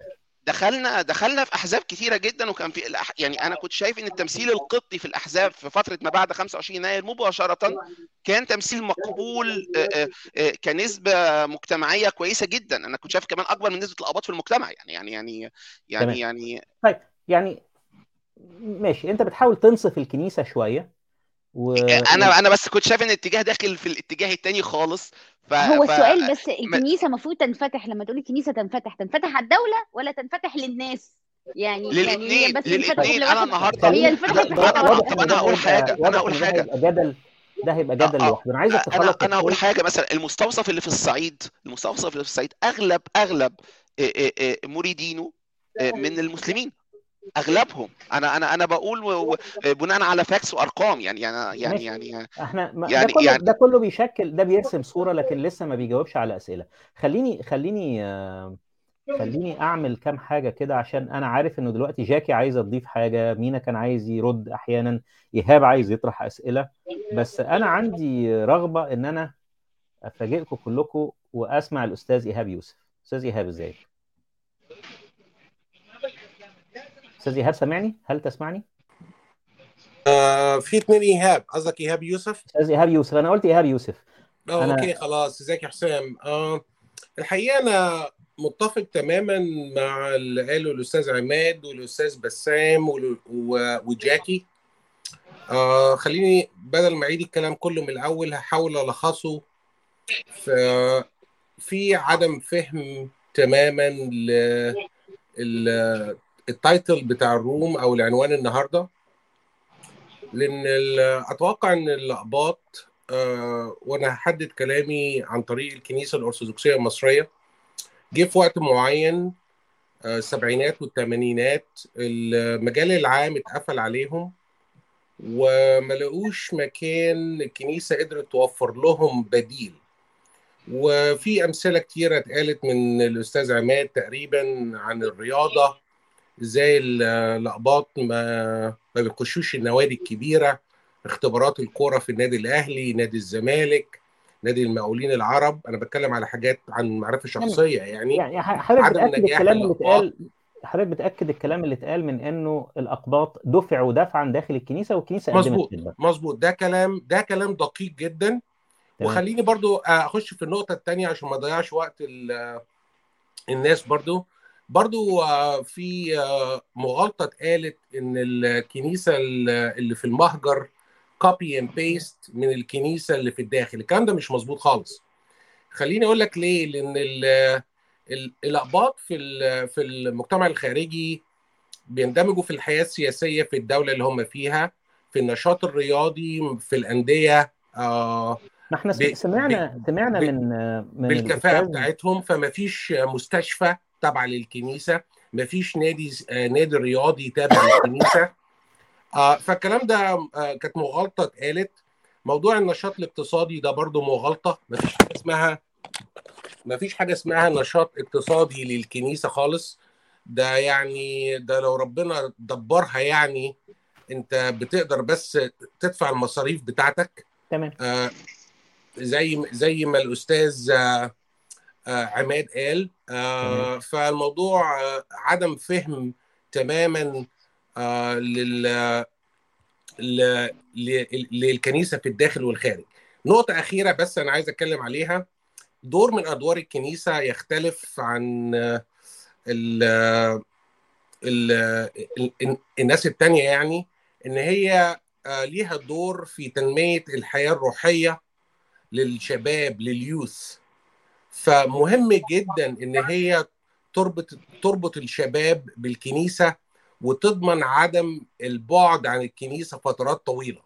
Speaker 9: دخلنا دخلنا في احزاب كتيره جدا، وكان في الأح... يعني انا كنت شايف ان التمثيل القبطي في الاحزاب في فتره ما بعد خمسة وعشرين يناير مباشره كان تمثيل مقبول آه، آه، آه، كنسبه مجتمعيه كويسه جدا. انا كنت شايف كمان اكبر من نسبه الاباط في المجتمع، يعني يعني يعني يعني
Speaker 1: تمام.
Speaker 9: يعني
Speaker 1: طيب يعني ماشي، انت بتحاول تنصف الكنيسه شويه و...
Speaker 9: انا انا بس كنت شايف ان الاتجاه داخل في الاتجاه التاني خالص. ف...
Speaker 6: هو
Speaker 9: ف...
Speaker 6: السؤال بس،
Speaker 9: م-
Speaker 6: الكنيسه المفروض تنفتح، لما تقولي الكنيسه تنفتح تنفتح على الدوله ولا تنفتح للناس؟ يعني يعني هي
Speaker 9: للاثنين
Speaker 6: بس انفتحت
Speaker 9: للاثنين انا
Speaker 6: لواحد،
Speaker 9: النهارده
Speaker 6: هي
Speaker 1: خليني
Speaker 6: انفتحت
Speaker 1: ده,
Speaker 6: في
Speaker 1: ده
Speaker 6: حته
Speaker 9: انا
Speaker 1: واضح
Speaker 6: واحده.
Speaker 9: طب
Speaker 1: ان ده
Speaker 9: انا هقول
Speaker 1: هيبقى
Speaker 9: حاجه انا
Speaker 1: واضح
Speaker 9: هقول
Speaker 1: ان ده
Speaker 9: حاجه
Speaker 1: هيبقى جدل، ده هيبقى
Speaker 9: اه
Speaker 1: جدل
Speaker 9: اه
Speaker 1: لوحده. انا عايزك
Speaker 9: انا
Speaker 1: تخلص يا
Speaker 9: انا هقول
Speaker 1: بشوي.
Speaker 9: حاجه مثلا. المستوصف اللي في الصعيد المستوصف اللي في الصعيد اغلب اغلب آه، آه، آه، مريدينه آه، من المسلمين اغلبهم. انا انا انا بقول و- و- بناء على فاكس وارقام، يعني يعني يعني
Speaker 1: ماشي،
Speaker 9: يعني
Speaker 1: احنا ما- ده
Speaker 9: يعني
Speaker 1: كله
Speaker 9: يعني
Speaker 1: ده كله بيشكل، ده بيرسم صوره لكن لسه ما بيجاوبش على اسئله. خليني خليني آه، خليني اعمل كام حاجه كده، عشان انا عارف انه دلوقتي جاكي عايز تضيف حاجه، مينا كان عايز يرد احيانا، ايهاب عايز يطرح اسئله. بس انا عندي رغبه ان انا افاجئكم كلكم واسمع الاستاذ ايهاب يوسف. استاذ ايهاب ازيك؟ استاذ ايهاب سامعني؟ هل تسمعني؟
Speaker 11: آه في اتنين ايهاب، قصدك ايهاب يوسف؟
Speaker 1: استاذ ايهاب يوسف، انا قلت ايهاب يوسف.
Speaker 11: اه اوكي
Speaker 1: انا
Speaker 11: خلاص. ازيك يا حسام؟ آه الحقيقه انا متفق تماما مع اللي قاله الاستاذ عماد والاستاذ بسام وال- و- وجاكي. آه خليني بدل ما اعيد الكلام كله من الاول هحاول الخصه في في عدم فهم تماما للتايتل بتاع الروم او العنوان النهارده. لان ال- اتوقع ان الاقباط آه، وانا هحدد كلامي عن طريق الكنيسه الارثوذكسيه المصريه، جه في وقت معين آه، السبعينات والثمانينات المجال العام اتقفل عليهم وما لقوش مكان الكنيسه قدرت توفر لهم بديل. وفي امثله كتيره اتقالت من الاستاذ عماد تقريبا عن الرياضه، ازاي ال- الاقباط ما ما بيخشوش النوادي الكبيره، اختبارات الكوره في النادي الاهلي، نادي الزمالك، نادي المقاولين العرب. انا بتكلم على حاجات عن معرفه
Speaker 1: يعني
Speaker 11: شخصيه يعني.
Speaker 1: يعني ح- حضرتك
Speaker 11: عدم
Speaker 1: بتاكد
Speaker 11: نجاح
Speaker 1: الكلام اللي
Speaker 11: الاقباط.
Speaker 1: اتقال، حضرتك بتاكد الكلام اللي اتقال من انه الاقباط دفعوا دفعا داخل الكنيسه والكنيسه قدمت
Speaker 11: مظبوط
Speaker 1: خدمه.
Speaker 11: مظبوط، ده كلام ده كلام دقيق جدا.
Speaker 1: تمام.
Speaker 11: وخليني برضو اخش في النقطه الثانيه عشان ما اضيعش وقت ال- الناس. برضو برضو آه، في آه، مغالطه اتقالت ان الكنيسه اللي في المهجر كوبي اند بيست من الكنيسه اللي في الداخل. الكلام ده مش مظبوط خالص. خليني اقول لك ليه. لان ال- ال- الاقباط في ال- في المجتمع الخارجي بيندمجوا في الحياه السياسيه في الدوله اللي هم فيها، في النشاط الرياضي، في الانديه آه
Speaker 1: ما احنا
Speaker 11: ب
Speaker 1: سم-
Speaker 11: ب
Speaker 1: سمعنا سمعنا
Speaker 11: ب
Speaker 1: من من
Speaker 11: بالكفاءه
Speaker 1: الاستاذ.
Speaker 11: بتاعتهم. فما فيش مستشفى تابعه للكنيسه، ما فيش نادي آه، نادي رياضي تابع للكنيسه. آه فالكلام ده آه كانت مغالطه اتقالت. موضوع النشاط الاقتصادي ده برضو مغالطه. ما فيش حاجه اسمها ما فيش حاجه اسمها نشاط اقتصادي للكنيسه خالص. ده يعني ده لو ربنا دبرها يعني انت بتقدر بس تدفع المصاريف بتاعتك.
Speaker 1: تمام.
Speaker 11: آه زي زي ما الاستاذ آه آه عماد قال.
Speaker 1: تمام.
Speaker 11: آه فالموضوع آه عدم فهم تماما آه لل ل- ل- للكنيسه في الداخل والخارج. نقطه اخيره بس انا عايز اتكلم عليها. دور من ادوار الكنيسه يختلف عن ال ال ال الناس التانية، يعني ان هي آه، ليها دور في تنميه الحياه الروحيه للشباب لليوث. فمهم جدا ان هي تربط تربط الشباب بالكنيسه وتضمن عدم البعد عن الكنيسه فترات طويله.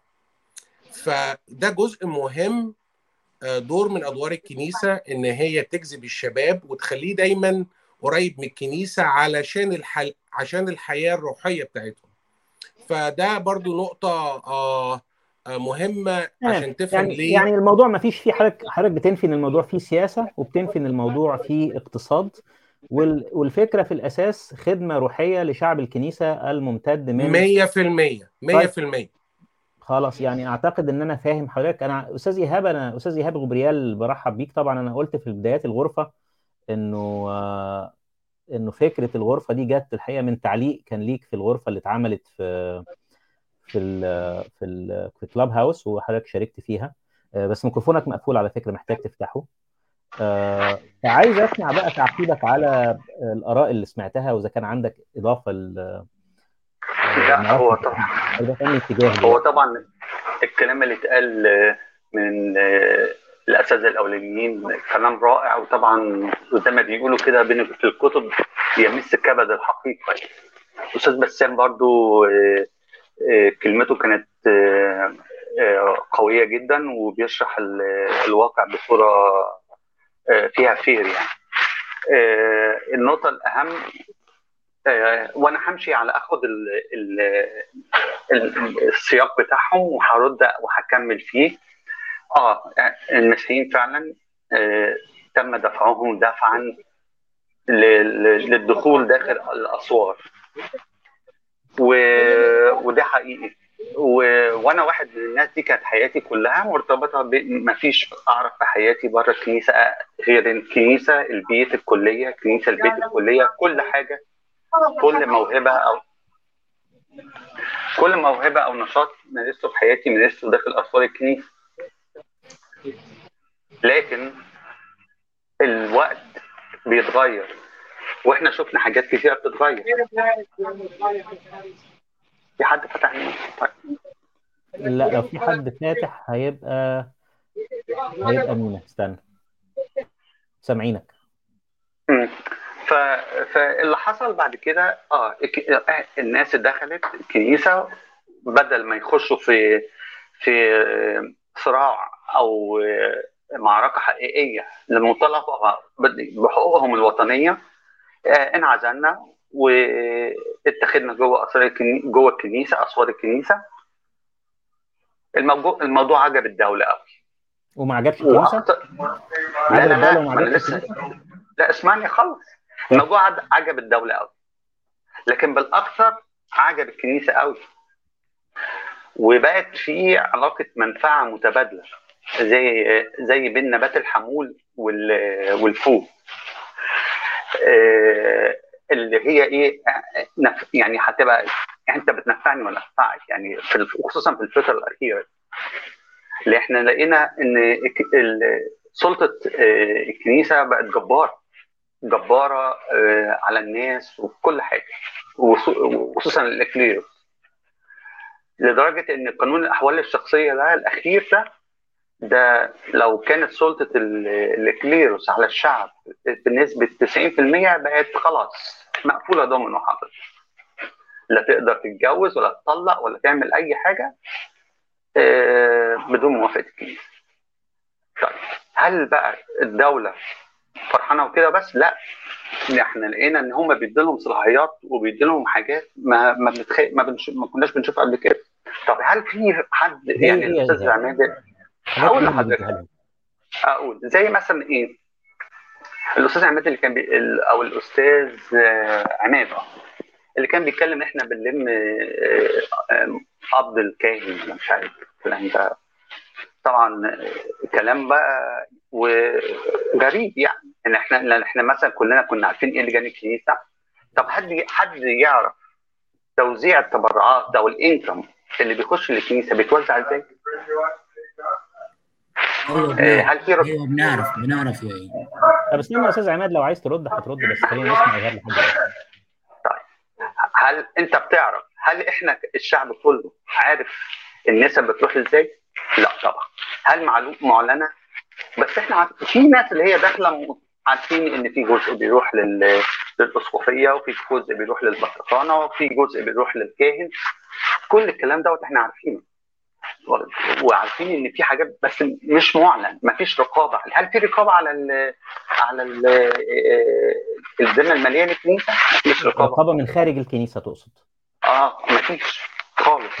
Speaker 11: فده جزء مهم. آه، دور من ادوار الكنيسه ان هي تجذب الشباب وتخليه دايما قريب من الكنيسه علشان الحل... عشان الحياه الروحيه بتاعتهم. فده برضو نقطه آه آه، مهمه
Speaker 1: تمام.
Speaker 11: عشان تفهم
Speaker 1: يعني
Speaker 11: ليه.
Speaker 1: يعني الموضوع ما فيش فيه، حضرتك حضرتك بتنفي ان الموضوع فيه سياسه وبتنفي ان الموضوع فيه اقتصاد، وال- والفكره في الاساس خدمه روحيه لشعب الكنيسه الممتد من.
Speaker 11: مية في المية مية
Speaker 1: طيب
Speaker 11: في المية.
Speaker 1: خلاص، يعني اعتقد ان انا فاهم حضرتك. انا استاذ ايهاب، انا استاذ ايهاب غبريال برحب بيك. طبعا انا قلت في بدايات الغرفه انه آه، انه فكره الغرفه دي جت الحقيقه من تعليق كان ليك في الغرفه اللي اتعملت في في ال في ال في كلاب هاوس، وحضرتك شاركت فيها. آه، بس ميكروفونك مقفول على فكره، محتاج تفتحه. آه، فعايز اسمع بقى تعقيبك على الاراء اللي سمعتها، واذا كان عندك اضافه ل
Speaker 12: لا
Speaker 1: معرفش
Speaker 12: هو
Speaker 1: انت
Speaker 12: طبعا
Speaker 1: هيبقى في أنهي اتجاه
Speaker 12: هو
Speaker 1: دلوقتي.
Speaker 12: طبعا الكلام اللي اتقال آه، من آه، الاساتذه الاولانيين كلام رائع، وطبعا زي ما بيقولوا كده بين في الكتب يمس كبد الحقيقه. استاذ بسام برضو آه، آه، كلمته كانت آه، آه، قويه جدا، وبيشرح ال- الواقع بصوره آه، فيها فير يعني. آه، النقطه الاهم، آه، وانا همشي على اخد ال ال ال السياق بتاعهم وهرد وهكمل فيه. اه المسيحيين فعلا آه تم دفعهم دفعا لل- للدخول داخل الاسوار، و- وده حقيقي. و- وانا واحد من الناس دي كانت حياتي كلها مرتبطه ب ما فيش اعرف في حياتي بره الكنيسه غير الكنيسه، البيت، الكليه، الكنيسه، البيت، الكليه، كل حاجه، كل موهبه او كل موهبه او نشاط مارسته في حياتي مارسته داخل اسوار الكنيسه. لكن الوقت بيتغير، واحنا شفنا حاجات كتيره بتتغير. في حد فتح المايك؟ طيب.
Speaker 1: لا، لو في حد فاتح هيبقى هيبقى مينا. استنى، سامعينك.
Speaker 12: مم. ف... فاللي حصل بعد كده اه الك- الناس اللي دخلت الكنيسه بدل ما يخشوا في في صراع او معركه حقيقيه للمطالبه بحقوقهم الوطنيه، آه، انعزلنا واتخذنا جوه اسرار الكني... جوه الكنيسه، اسوار الكنيسه. الموضوع الموضوع عجب الدوله قوي.
Speaker 1: وما عجبش الكنيسه؟
Speaker 12: واكتر لا
Speaker 1: عجب
Speaker 12: لا
Speaker 1: الدوله
Speaker 12: لا
Speaker 1: وما
Speaker 12: ما انا
Speaker 1: عجبش
Speaker 12: لسه
Speaker 1: الكنيسه؟
Speaker 12: لا اسمعني خلص. الموضوع عد- عجب الدوله قوي، لكن بالاكثر عجب الكنيسه قوي، وبقت في علاقه منفعه متبادله زي زي بين نبات الحمول وال- والفول، آه، اللي هي ايه، آه، نف- يعني هتبقى يعني انت بتنفعني وانا انفعك يعني في الف- خصوصا في الفتره الاخيره اللي احنا لقينا ان الك- ال- سلطه آه، الكنيسه بقت جباره جباره آه، على الناس وفي كل حاجه، وخصوصا الاكليروس، لدرجه ان قانون الاحوال الشخصيه ده الاخير ده ده لو كانت سلطه ال- الاكليروس على الشعب بنسبه تسعين في المية بقت خلاص مقفوله ضمن حضرتك، لا تقدر تتجوز ولا تطلق ولا تعمل اي حاجه آه، بدون موافقه الكنيسه. طيب هل بقى الدوله فرحانه وكده بس؟ لا، احنا لقينا ان هم بيديلهم صلاحيات وبيديلهم حاجات ما ما, بنتخ... ما, بنش... ما كناش بنشوفها قبل كده. طب هل في حد
Speaker 1: زي
Speaker 12: يعني
Speaker 1: ايه يا
Speaker 12: الاستاذ
Speaker 1: ايهاب؟
Speaker 12: عماد؟
Speaker 1: حاجات
Speaker 12: هقول
Speaker 1: ايه اللي
Speaker 12: لحضرتك،
Speaker 1: بيديها لهم؟
Speaker 12: اقول زي مثلا ايه، الاستاذ عماد اللي كان بي... ال- او الاستاذ آه، عماد اللي كان بيتكلم احنا بنلم آه، آه، قبض الكاهن ولا مش عارف الكلام ده. طبعا آه، كلام بقى وغريب يعني ان احنا إن احنا مثلا كلنا كنا عارفين ايه لجان الكنيسه. طب حد حد يعرف توزيع التبرعات او الانكم اللي بيخش للكنيسه بيتوزع ازاي؟
Speaker 8: ايوه
Speaker 12: آه،
Speaker 8: بنعرف
Speaker 12: هل في رق...
Speaker 8: ايوه بنعرف بنعرف يا ايه.
Speaker 1: طب استنى يا استاذ عماد، لو عايز ترد هترد، بس خلينا نسمع ايهاب لحد الاخر.
Speaker 12: هل انت بتعرف، هل احنا الشعب كله عارف النسب بتروح ازاي؟ لا طبعا. هل معلوم معلنه؟ بس احنا عارف- في ناس اللي هي داخله م- عارفين ان في جزء بيروح لل للاسقفيه، وفي جزء بيروح للبطرخانه، وفي جزء بيروح للكاهن. كل الكلام دوت احنا عارفينه، وعارفين ان في حاجات بس مش معلن، مفيش رقابه. هل في رقابه على ال على ال الذمه الماليه للكنيسه؟ مفيش رقابه.
Speaker 1: رقابه من خارج الكنيسه تقصد؟
Speaker 12: اه مفيش خالص.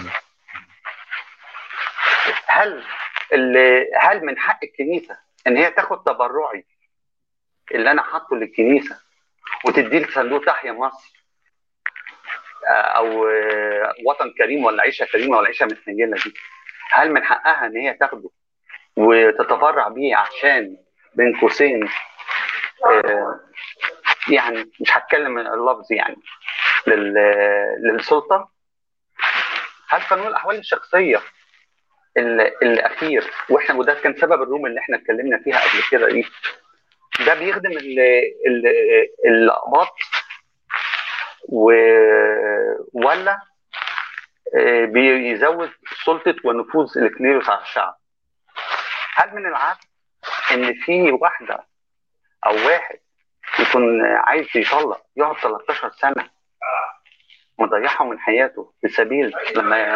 Speaker 12: هل ال- هل من حق الكنيسه ان هي تاخد تبرعي اللي انا حاطه للكنيسه وتديه لصندوق تحيا مصر آه، او آه، وطن كريم ولا عيشه كريمه ولا عيشه متنيله دي؟ هل من حقها ان هي تاخده وتتبرع بيه عشان بين قوسين آه، يعني مش هتكلم اللفظ يعني لل... للسلطه، هل قانون الاحوال الشخصيه ال- الاخير، واحنا وده كان سبب الروم اللي احنا اتكلمنا فيها قبل كده دي، ده بيخدم ال- ال- الاقباط و... ولا آه، بيزود سلطه ونفوذ الكليروس على الشعب؟ هل من العدل ان في واحده او واحد يكون عايز يطلق يقعد تلتاشر سنه مضيعها من حياته في سبيل لما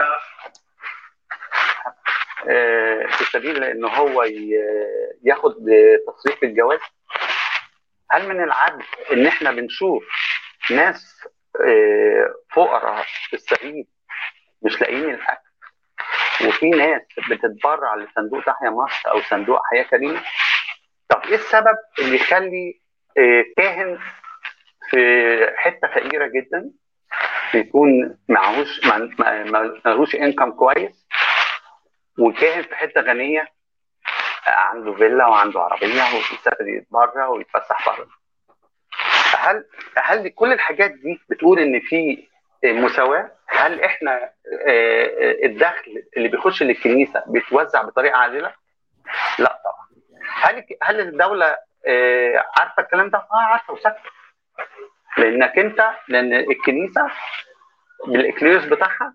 Speaker 12: آه، في سبيل ان هو ي- ياخد تصريح بالجواز؟ هل من العدل ان احنا بنشوف ناس آه، فقراء في الصعيد مش لاقيين الاكل، وفي ناس بتتبرع لصندوق تحيا مصر او صندوق حياه كريمه؟ طب ايه السبب اللي يخلي آه، كاهن في حته فقيره جدا يكون معهوش ما- ما- معهوش انكم كويس، وكاهن في حته غنيه عنده فيلا وعنده عربيه ويسافر يتبرع ويتفسح بره؟ هل هل كل الحاجات دي بتقول ان في مساواه؟ هل احنا آه، الدخل اللي بيخش للكنيسه بيتوزع بطريقه عادله؟ لا طبعا. هل هل الدوله آه، عارفه الكلام ده؟ اه عارفه وساكته. لانك انت لان الكنيسه بالاكليروس بتاعها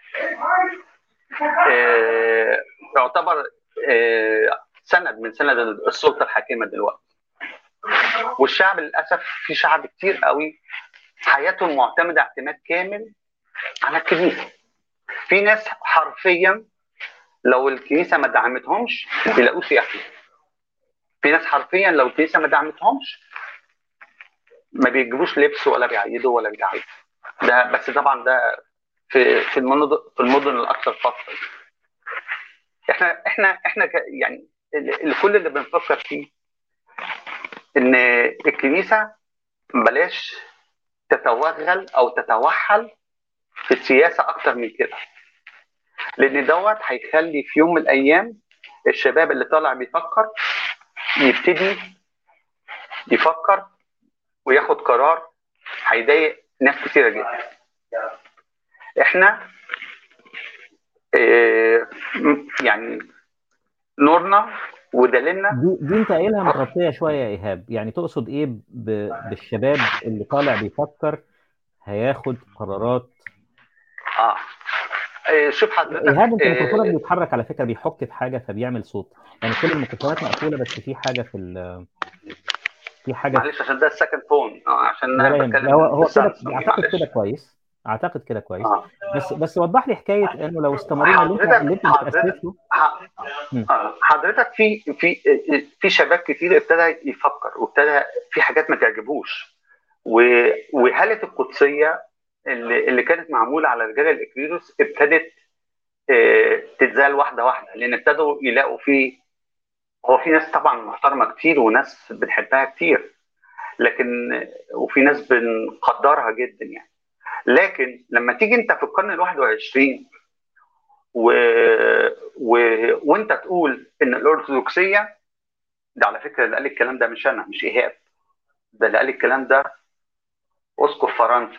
Speaker 12: آه، يعتبر آه، سند من سند السلطه الحاكمه دلوقتي. والشعب للاسف في شعب كتير قوي حياته معتمده اعتماد كامل على الكنيسه. في ناس حرفيا لو الكنيسه ما دعمتهمش ما بيلاقوش ياكلوا. في ناس حرفيا لو الكنيسه ما دعمتهمش ما بيجيبوش لبس ولا بيعيدوا ولا بيتعيدوا. ده بس طبعا ده في في المدن في المدن الاكثر فقرا. احنا احنا احنا ك- يعني ال- كل اللي بنفكر فيه ان الكنيسه بلاش تتوغل او تتوحل في السياسه اكتر من كده، لان دوت هيخلي في يوم من الايام الشباب اللي طالع بيفكر يبتدي يفكر وياخد قرار هيضايق ناس كثيره جدا. احنا اه يعني نورنا ودليلنا.
Speaker 1: دي دي انت قايلها متغطيه شويه يا ايهاب، يعني تقصد ايه ب- بالشباب اللي طالع بيفكر هياخد قرارات؟
Speaker 12: اه اه شوف حضرتك
Speaker 1: ايهاب انت ميكروفونك
Speaker 12: اه
Speaker 1: بيتحرك على فكره، بيحك في حاجه فبيعمل صوت، يعني كل الميكروفونات مقفوله بس في حاجه في ال... في حاجه في...
Speaker 12: معلش عشان ده السكند فون اه عشان انا
Speaker 1: ولا يهمك. لا،
Speaker 12: بتكلم
Speaker 1: هو هو كده
Speaker 12: بالسامسونج
Speaker 1: اعتقد كده
Speaker 12: معلش.
Speaker 1: كويس، اعتقد كده كويس.
Speaker 12: اه
Speaker 1: بس بس وضح لي حكايه انه لو استمرينا اللي انت اللي
Speaker 12: حضرتك
Speaker 1: انت
Speaker 12: حضرتك
Speaker 1: بتاسسه.
Speaker 12: ح-
Speaker 1: مم.
Speaker 12: آه، حضرتك في في في شباب كتير ابتدى يفكر وابتدى في حاجات ما تعجبوش، و- وهاله القدسيه اللي, اللي كانت معموله على رجال الاكليروس ابتدت آه، تتزال واحده واحده، لان ابتدوا يلاقوا فيه هو في ناس طبعا محترمه كتير وناس بنحبها كتير، لكن وفي ناس بنقدرها جدا يعني. لكن لما تيجي انت في القرن الواحد والعشرين و... و... وانت تقول ان الارثوذكسيه، ده على فكره اللي قال الكلام ده مش انا، مش ايهاب، ده اللي قال الكلام ده اسقف فرنسا،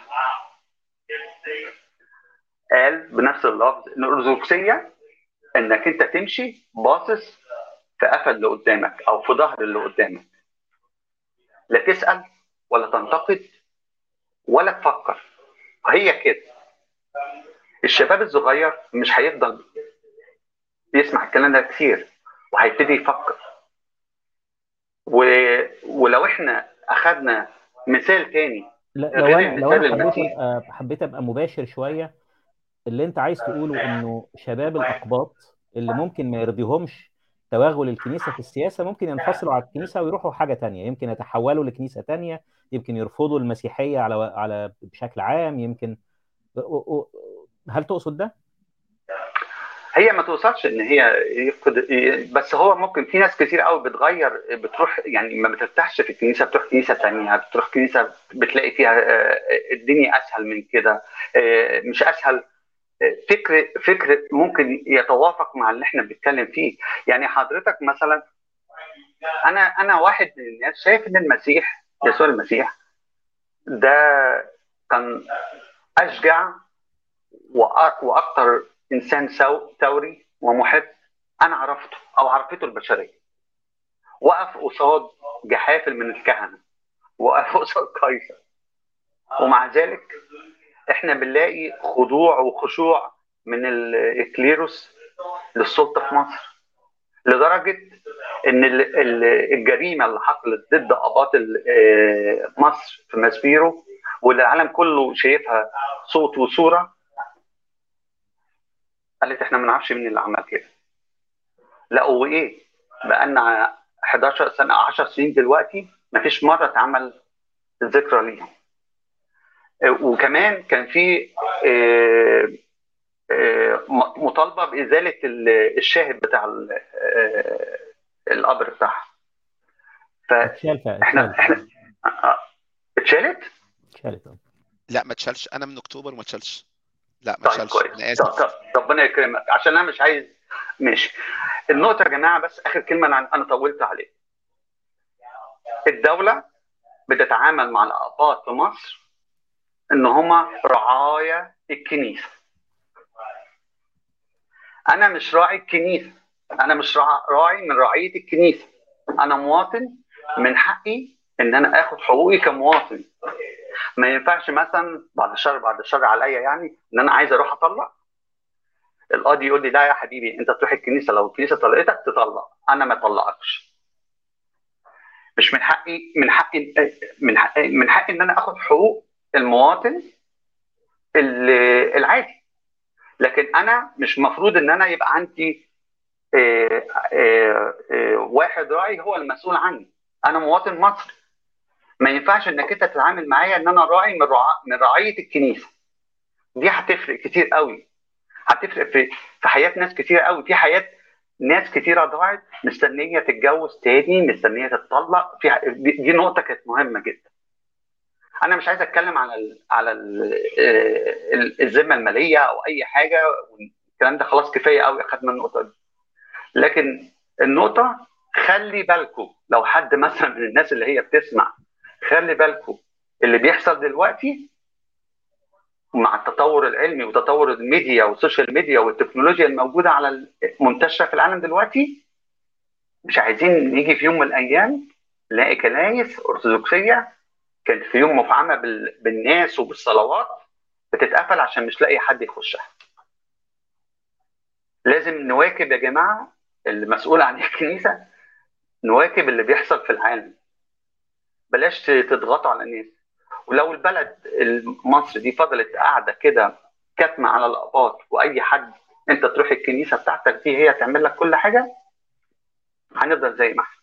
Speaker 12: قال بنفس اللفظ ان الارثوذكسيه انك انت تمشي باصص في قفا اللي قدامك او في ظهر اللي قدامك، لا تسال ولا تنتقد ولا تفكر. هي كده. الشباب الصغير مش هيفضل يسمع الكلام ده كتير وهيبتدي يفكر. و... ولو احنا اخذنا مثال تاني
Speaker 1: لا، لو
Speaker 12: غير
Speaker 1: انا لو انا
Speaker 12: المثال
Speaker 1: حبيت
Speaker 12: المسيحي.
Speaker 1: ابقى حبيت ابقى مباشر شويه، اللي انت عايز تقوله انه شباب الاقباط اللي ممكن ما يرضيهمش توغل الكنيسه في السياسه ممكن ينفصلوا على الكنيسه ويروحوا حاجه تانية، يمكن يتحولوا لكنيسه تانية، يمكن يرفضوا المسيحيه على على بشكل عام، يمكن. هل تقصد ده؟
Speaker 12: هي ما توصلش ان هي يفقد، بس هو ممكن في ناس كتير قوي بتغير، بتروح يعني ما بترتاحش في الكنيسه بتروح كنيسه ثانيه، بتروح كنيسه بتلاقي فيها آه، الدنيا اسهل من كده، آه، مش اسهل، آه، فكر فكر ممكن يتوافق مع اللي احنا بنتكلم فيه. يعني حضرتك مثلا انا انا واحد من الناس شايف ان المسيح يسوع المسيح ده كان اشجع واكثر انسان ثوري ومحب انا عرفته او عرفته البشريه. وقف قصاد جحافل من الكهنه، وقف قصاد قيصر، ومع ذلك احنا بنلاقي خضوع وخشوع من الكليروس للسلطه في مصر، لدرجه ان الجريمه اللي حصلت ضد اباط مصر في ماسبيرو واللي العالم كله شايفها صوت وصوره، قالت احنا ما نعرفش مين اللي عمل كده. لا وايه بقالنا حداشر سنه عشر سنين دلوقتي ما فيش مره اتعمل ذكرى ليهم. وكمان كان في مطالبه بازاله الشاهد بتاع القبر بتاعها. فاحنا احنا اتشالت؟
Speaker 1: اتشالت
Speaker 9: لا ما اتشالش، انا من اكتوبر وما اتشالش. لا ما
Speaker 12: طيب
Speaker 9: اتشالش،
Speaker 12: كويس.
Speaker 9: انا اسف.
Speaker 12: ربنا يكرمك عشان انا مش عايز. ماشي. النقطه يا جماعه بس اخر كلمه، انا انا طولت عليها. الدوله بتتعامل مع الأقباط في مصر ان هما رعايا الكنيسه. انا مش راعي الكنيسه، انا مش راعي من رعيه الكنيسه، انا مواطن من حقي ان انا اخد حقوقي كمواطن. ما ينفعش مثلا بعد الشر بعد الشر عليا يعني ان انا عايز اروح اطلق، القاضي يقول لي لا يا حبيبي انت تروح الكنيسه، لو الكنيسه طلقتك تطلق، انا ما اطلقكش. مش من حقي من حقي من حقي من حقي ان انا اخد حقوق المواطن العادي. لكن انا مش مفروض ان انا يبقى عندي آآ آآ آآ واحد راعي هو المسؤول عني. انا مواطن مصري، ما ينفعش انك انت تتعامل معايا ان انا راعي من رع... من رعايه الكنيسه. دي هتفرق كتير قوي، هتفرق في في حياه ناس كتير قوي، في حياه ناس كتيره ضاعت مستنيه تتجوز تاني، مستنيه تتطلق. في دي نقطه كانت مهمه جدا. انا مش عايز اتكلم على ال على ال الذمه الماليه او اي حاجه، والكلام ده خلاص كفايه قوي اخدنا النقطه دي. لكن النقطه خلي بالكم، لو حد مثلا من الناس اللي هي بتسمع، خلي بالكم اللي بيحصل دلوقتي مع التطور العلمي وتطور الميديا والسوشيال ميديا والتكنولوجيا الموجوده على المنتشره في العالم دلوقتي. مش عايزين نيجي في يوم من الايام نلاقي كنايس ارثوذكسيه كانت في يوم مفعمه بالناس وبالصلوات بتتقفل عشان مش لاقي حد يخشها. لازم نواكب يا جماعه، المسؤول عن الكنيسه نواكب اللي بيحصل في العالم، بلاش تضغطوا على الناس. ولو البلد مصر دي فضلت قاعده كده كاتمه على الأقباط، واي حد انت تروح الكنيسه بتاعتك دي هي تعمل لك كل حاجه، هنفضل زي ما احنا.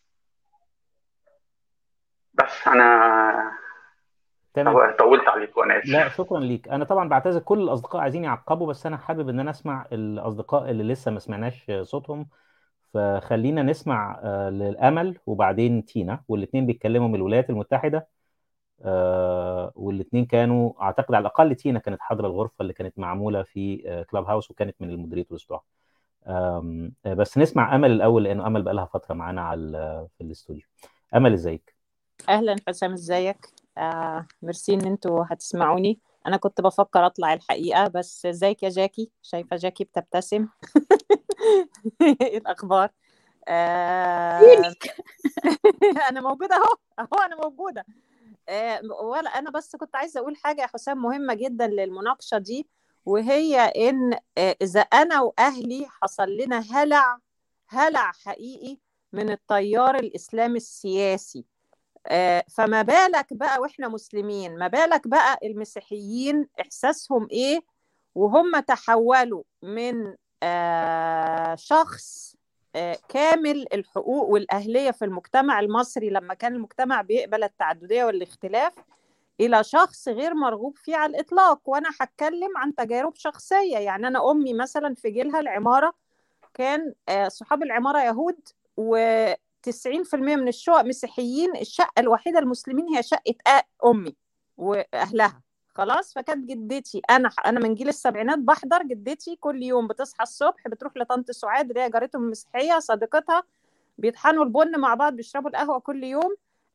Speaker 12: بس انا
Speaker 1: تمام.
Speaker 12: طولت عليك وانا اسف.
Speaker 1: لا شكرا ليك. انا طبعا بعتذر، كل الاصدقاء عايزين يعقبوا، بس انا حابب ان انا اسمع الاصدقاء اللي لسه ما سمعناش صوتهم، فخلينا نسمع آه، للامل وبعدين تينا، والاثنين بيتكلموا من الولايات المتحده. آه، والاثنين كانوا اعتقد على الاقل تينا كانت حاضره الغرفه اللي كانت معموله في آه، كلاب هاوس، وكانت من المودريتورز بتوعها. آم، آه، بس نسمع امل الاول، لانه امل بقى لها فتره معانا على في الاستوديو. امل ازيك؟
Speaker 13: اهلا حسام، ازيك؟ آه ميرسي ان انتوا هتسمعوني. انا كنت بفكر اطلع الحقيقه، بس ازيك يا جاكي؟ شايفه جاكي بتبتسم. ايه الاخبار؟ آه انا موجوده اهو اهو انا موجوده. آه ولا انا بس كنت عايزه اقول حاجه يا حسام مهمه جدا للمناقشه دي، وهي ان آه اذا انا واهلي حصل لنا هلع هلع حقيقي من التيار الاسلامي السياسي، آه فما بالك بقى واحنا مسلمين؟ ما بالك بقى المسيحيين احساسهم ايه وهم تحولوا من آه شخص آه كامل الحقوق والاهليه في المجتمع المصري لما كان المجتمع بيقبل التعدديه والاختلاف، الى شخص غير مرغوب فيه على الاطلاق. وانا هتكلم عن تجارب شخصيه. يعني انا امي مثلا في جيلها العماره كان آه صحاب العماره يهود، و تسعين في المية من الشقق مسيحيين. الشقة الوحيدة المسلمين هي شقة أمي وأهلها، خلاص. فكانت جدتي، أنا أنا من جيل السبعينات بحضر جدتي كل يوم بتصحى الصبح بتروح لطنط سعاد اللي هي جارتهم المسيحية صديقتها، بيطحنوا البن مع بعض، بيشربوا القهوة كل يوم.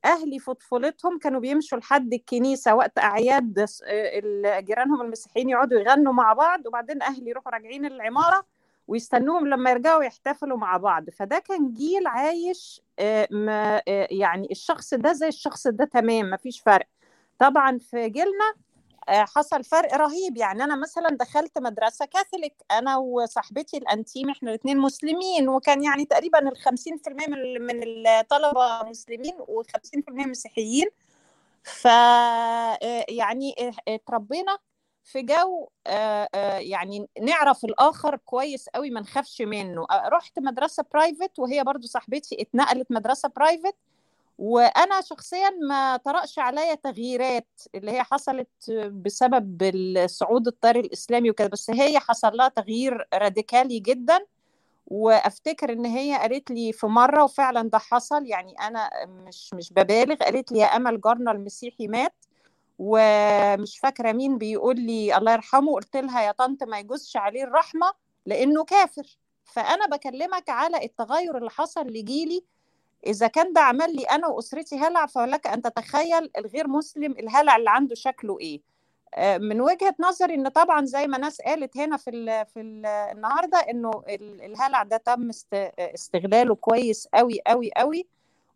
Speaker 13: اهلي في طفولتهم كانوا بيمشوا لحد الكنيسه وقت اعياد جيرانهم المسيحيين، يقعدوا يغنوا مع بعض، وبعدين اهلي يروحوا راجعين العماره ويستنوهم لما يرجعوا يحتفلوا مع بعض. فده كان جيل عايش ما يعني الشخص ده زي الشخص ده تمام، مفيش فرق. طبعا في جيلنا حصل فرق رهيب. يعني أنا مثلا دخلت مدرسة كاثوليك أنا وصاحبتي الأنتيم، إحنا الاثنين مسلمين، وكان يعني تقريبا الخمسين في المية من الطلبة مسلمين وخمسين في المية مسيحيين. ف يعني اتربينا في جو يعني نعرف الآخر كويس قوي، ما نخافش منه. رحت مدرسة برايفت، وهي برضو صاحبتي اتنقلت مدرسة برايفت، وأنا شخصيا ما طرقش عليا تغييرات اللي هي حصلت بسبب الصعود التيار الإسلامي وكده، بس هي حصل لها تغيير راديكالي جدا. وافتكر ان هي قالت لي في مره، وفعلا ده حصل، يعني انا مش مش ببالغ، قالت لي يا امل جارنا المسيحي مات، ومش فاكره مين بيقول لي الله يرحمه، قلت لها يا طنط ما يجوزش عليه الرحمه لانه كافر. فانا بكلمك على التغير اللي حصل لجيلي. اذا كان ده عمل لي انا واسرتي هلع، فلك ان تتخيل الغير مسلم الهلع اللي عنده شكله ايه. من وجهة نظري ان طبعا زي ما ناس قالت هنا في ال في ال النهارده انه الهلع ده تم استغلاله كويس قوي قوي قوي،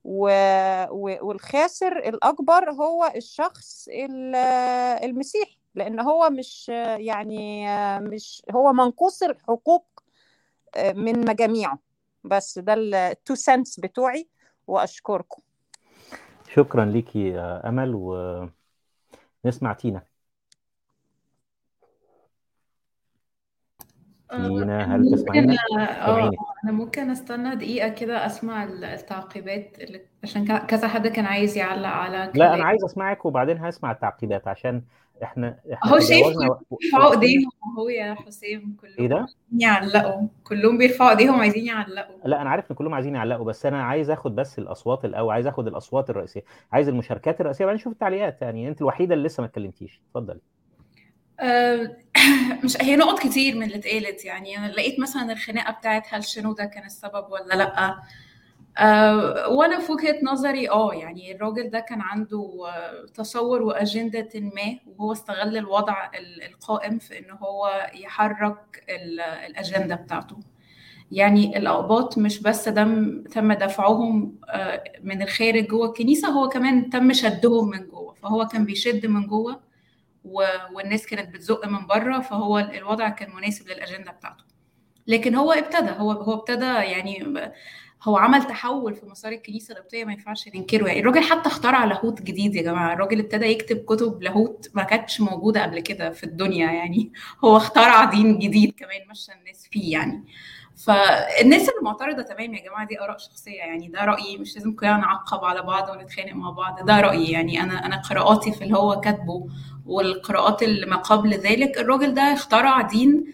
Speaker 13: والخاسر الاكبر هو الشخص المسيحي، لان هو مش يعني مش هو منقوص الحقوق من مجاميعه. بس ده التو سنتس بتوعي، واشكركم.
Speaker 1: شكرا ليكي يا امل، ونسمع تينا. تينا هل تسمعينا؟
Speaker 14: اه انا ممكن استنى دقيقة كده اسمع التعقيبات اللي... عشان كذا حد كان عايز يعلق على كلام.
Speaker 1: لا انا عايز اسمعك وبعدين هسمع التعقيبات، عشان احنا احنا
Speaker 14: هو شايف
Speaker 1: تجاوزنا
Speaker 14: بيرفعوا ايديهم اهو يا حسام، كلهم
Speaker 1: ايه ده؟
Speaker 14: عايزين يعلقوا، كلهم بيرفعوا ايديهم عايزين يعلقوا.
Speaker 1: لا انا عارف ان كلهم عايزين يعلقوا، بس انا عايز اخد بس الاصوات الاول، عايز اخد الاصوات الرئيسيه، عايز المشاركات الرئيسيه، بعدين نشوف التعليقات. يعني انت الوحيده اللي لسه ما اتكلمتيش، اتفضلي.
Speaker 14: أه مش هي نقط كتير من اللي اتقالت. يعني انا لقيت مثلا الخناقه بتاعت هل شنو ده كان السبب ولا لا. أه وانا في وجهه نظري اه يعني الراجل ده كان عنده تصور واجنده ما، وهو استغل الوضع القائم في ان هو يحرك الاجنده بتاعته. يعني الأقباط مش بس دم تم دفعهم من الخارج جوه الكنيسة، هو كمان تم شدهم من جوه، فهو كان بيشد من جوه والناس كانت بتزق من بره، فهو الوضع كان مناسب للأجندة بتاعته. لكن هو ابتدى هو هو ابتدى يعني هو عمل تحول في مسار الكنيسة القبطية ما ينفعش ننكره. يعني الراجل حتى اخترع لاهوت جديد يا جماعة، الراجل ابتدى يكتب كتب لاهوت ما كانتش موجودة قبل كده في الدنيا. يعني هو اخترع دين جديد كمان مشى الناس فيه يعني. فالناس اللي معترضه تمام يا جماعه دي اراء شخصيه، يعني ده رايي، مش لازم كلنا نعقب على بعض ونتخانق مع بعض، ده رايي. يعني انا انا قراءاتي في اللي هو كاتبه والقراءات اللي ما قبل ذلك، الراجل ده اخترع دين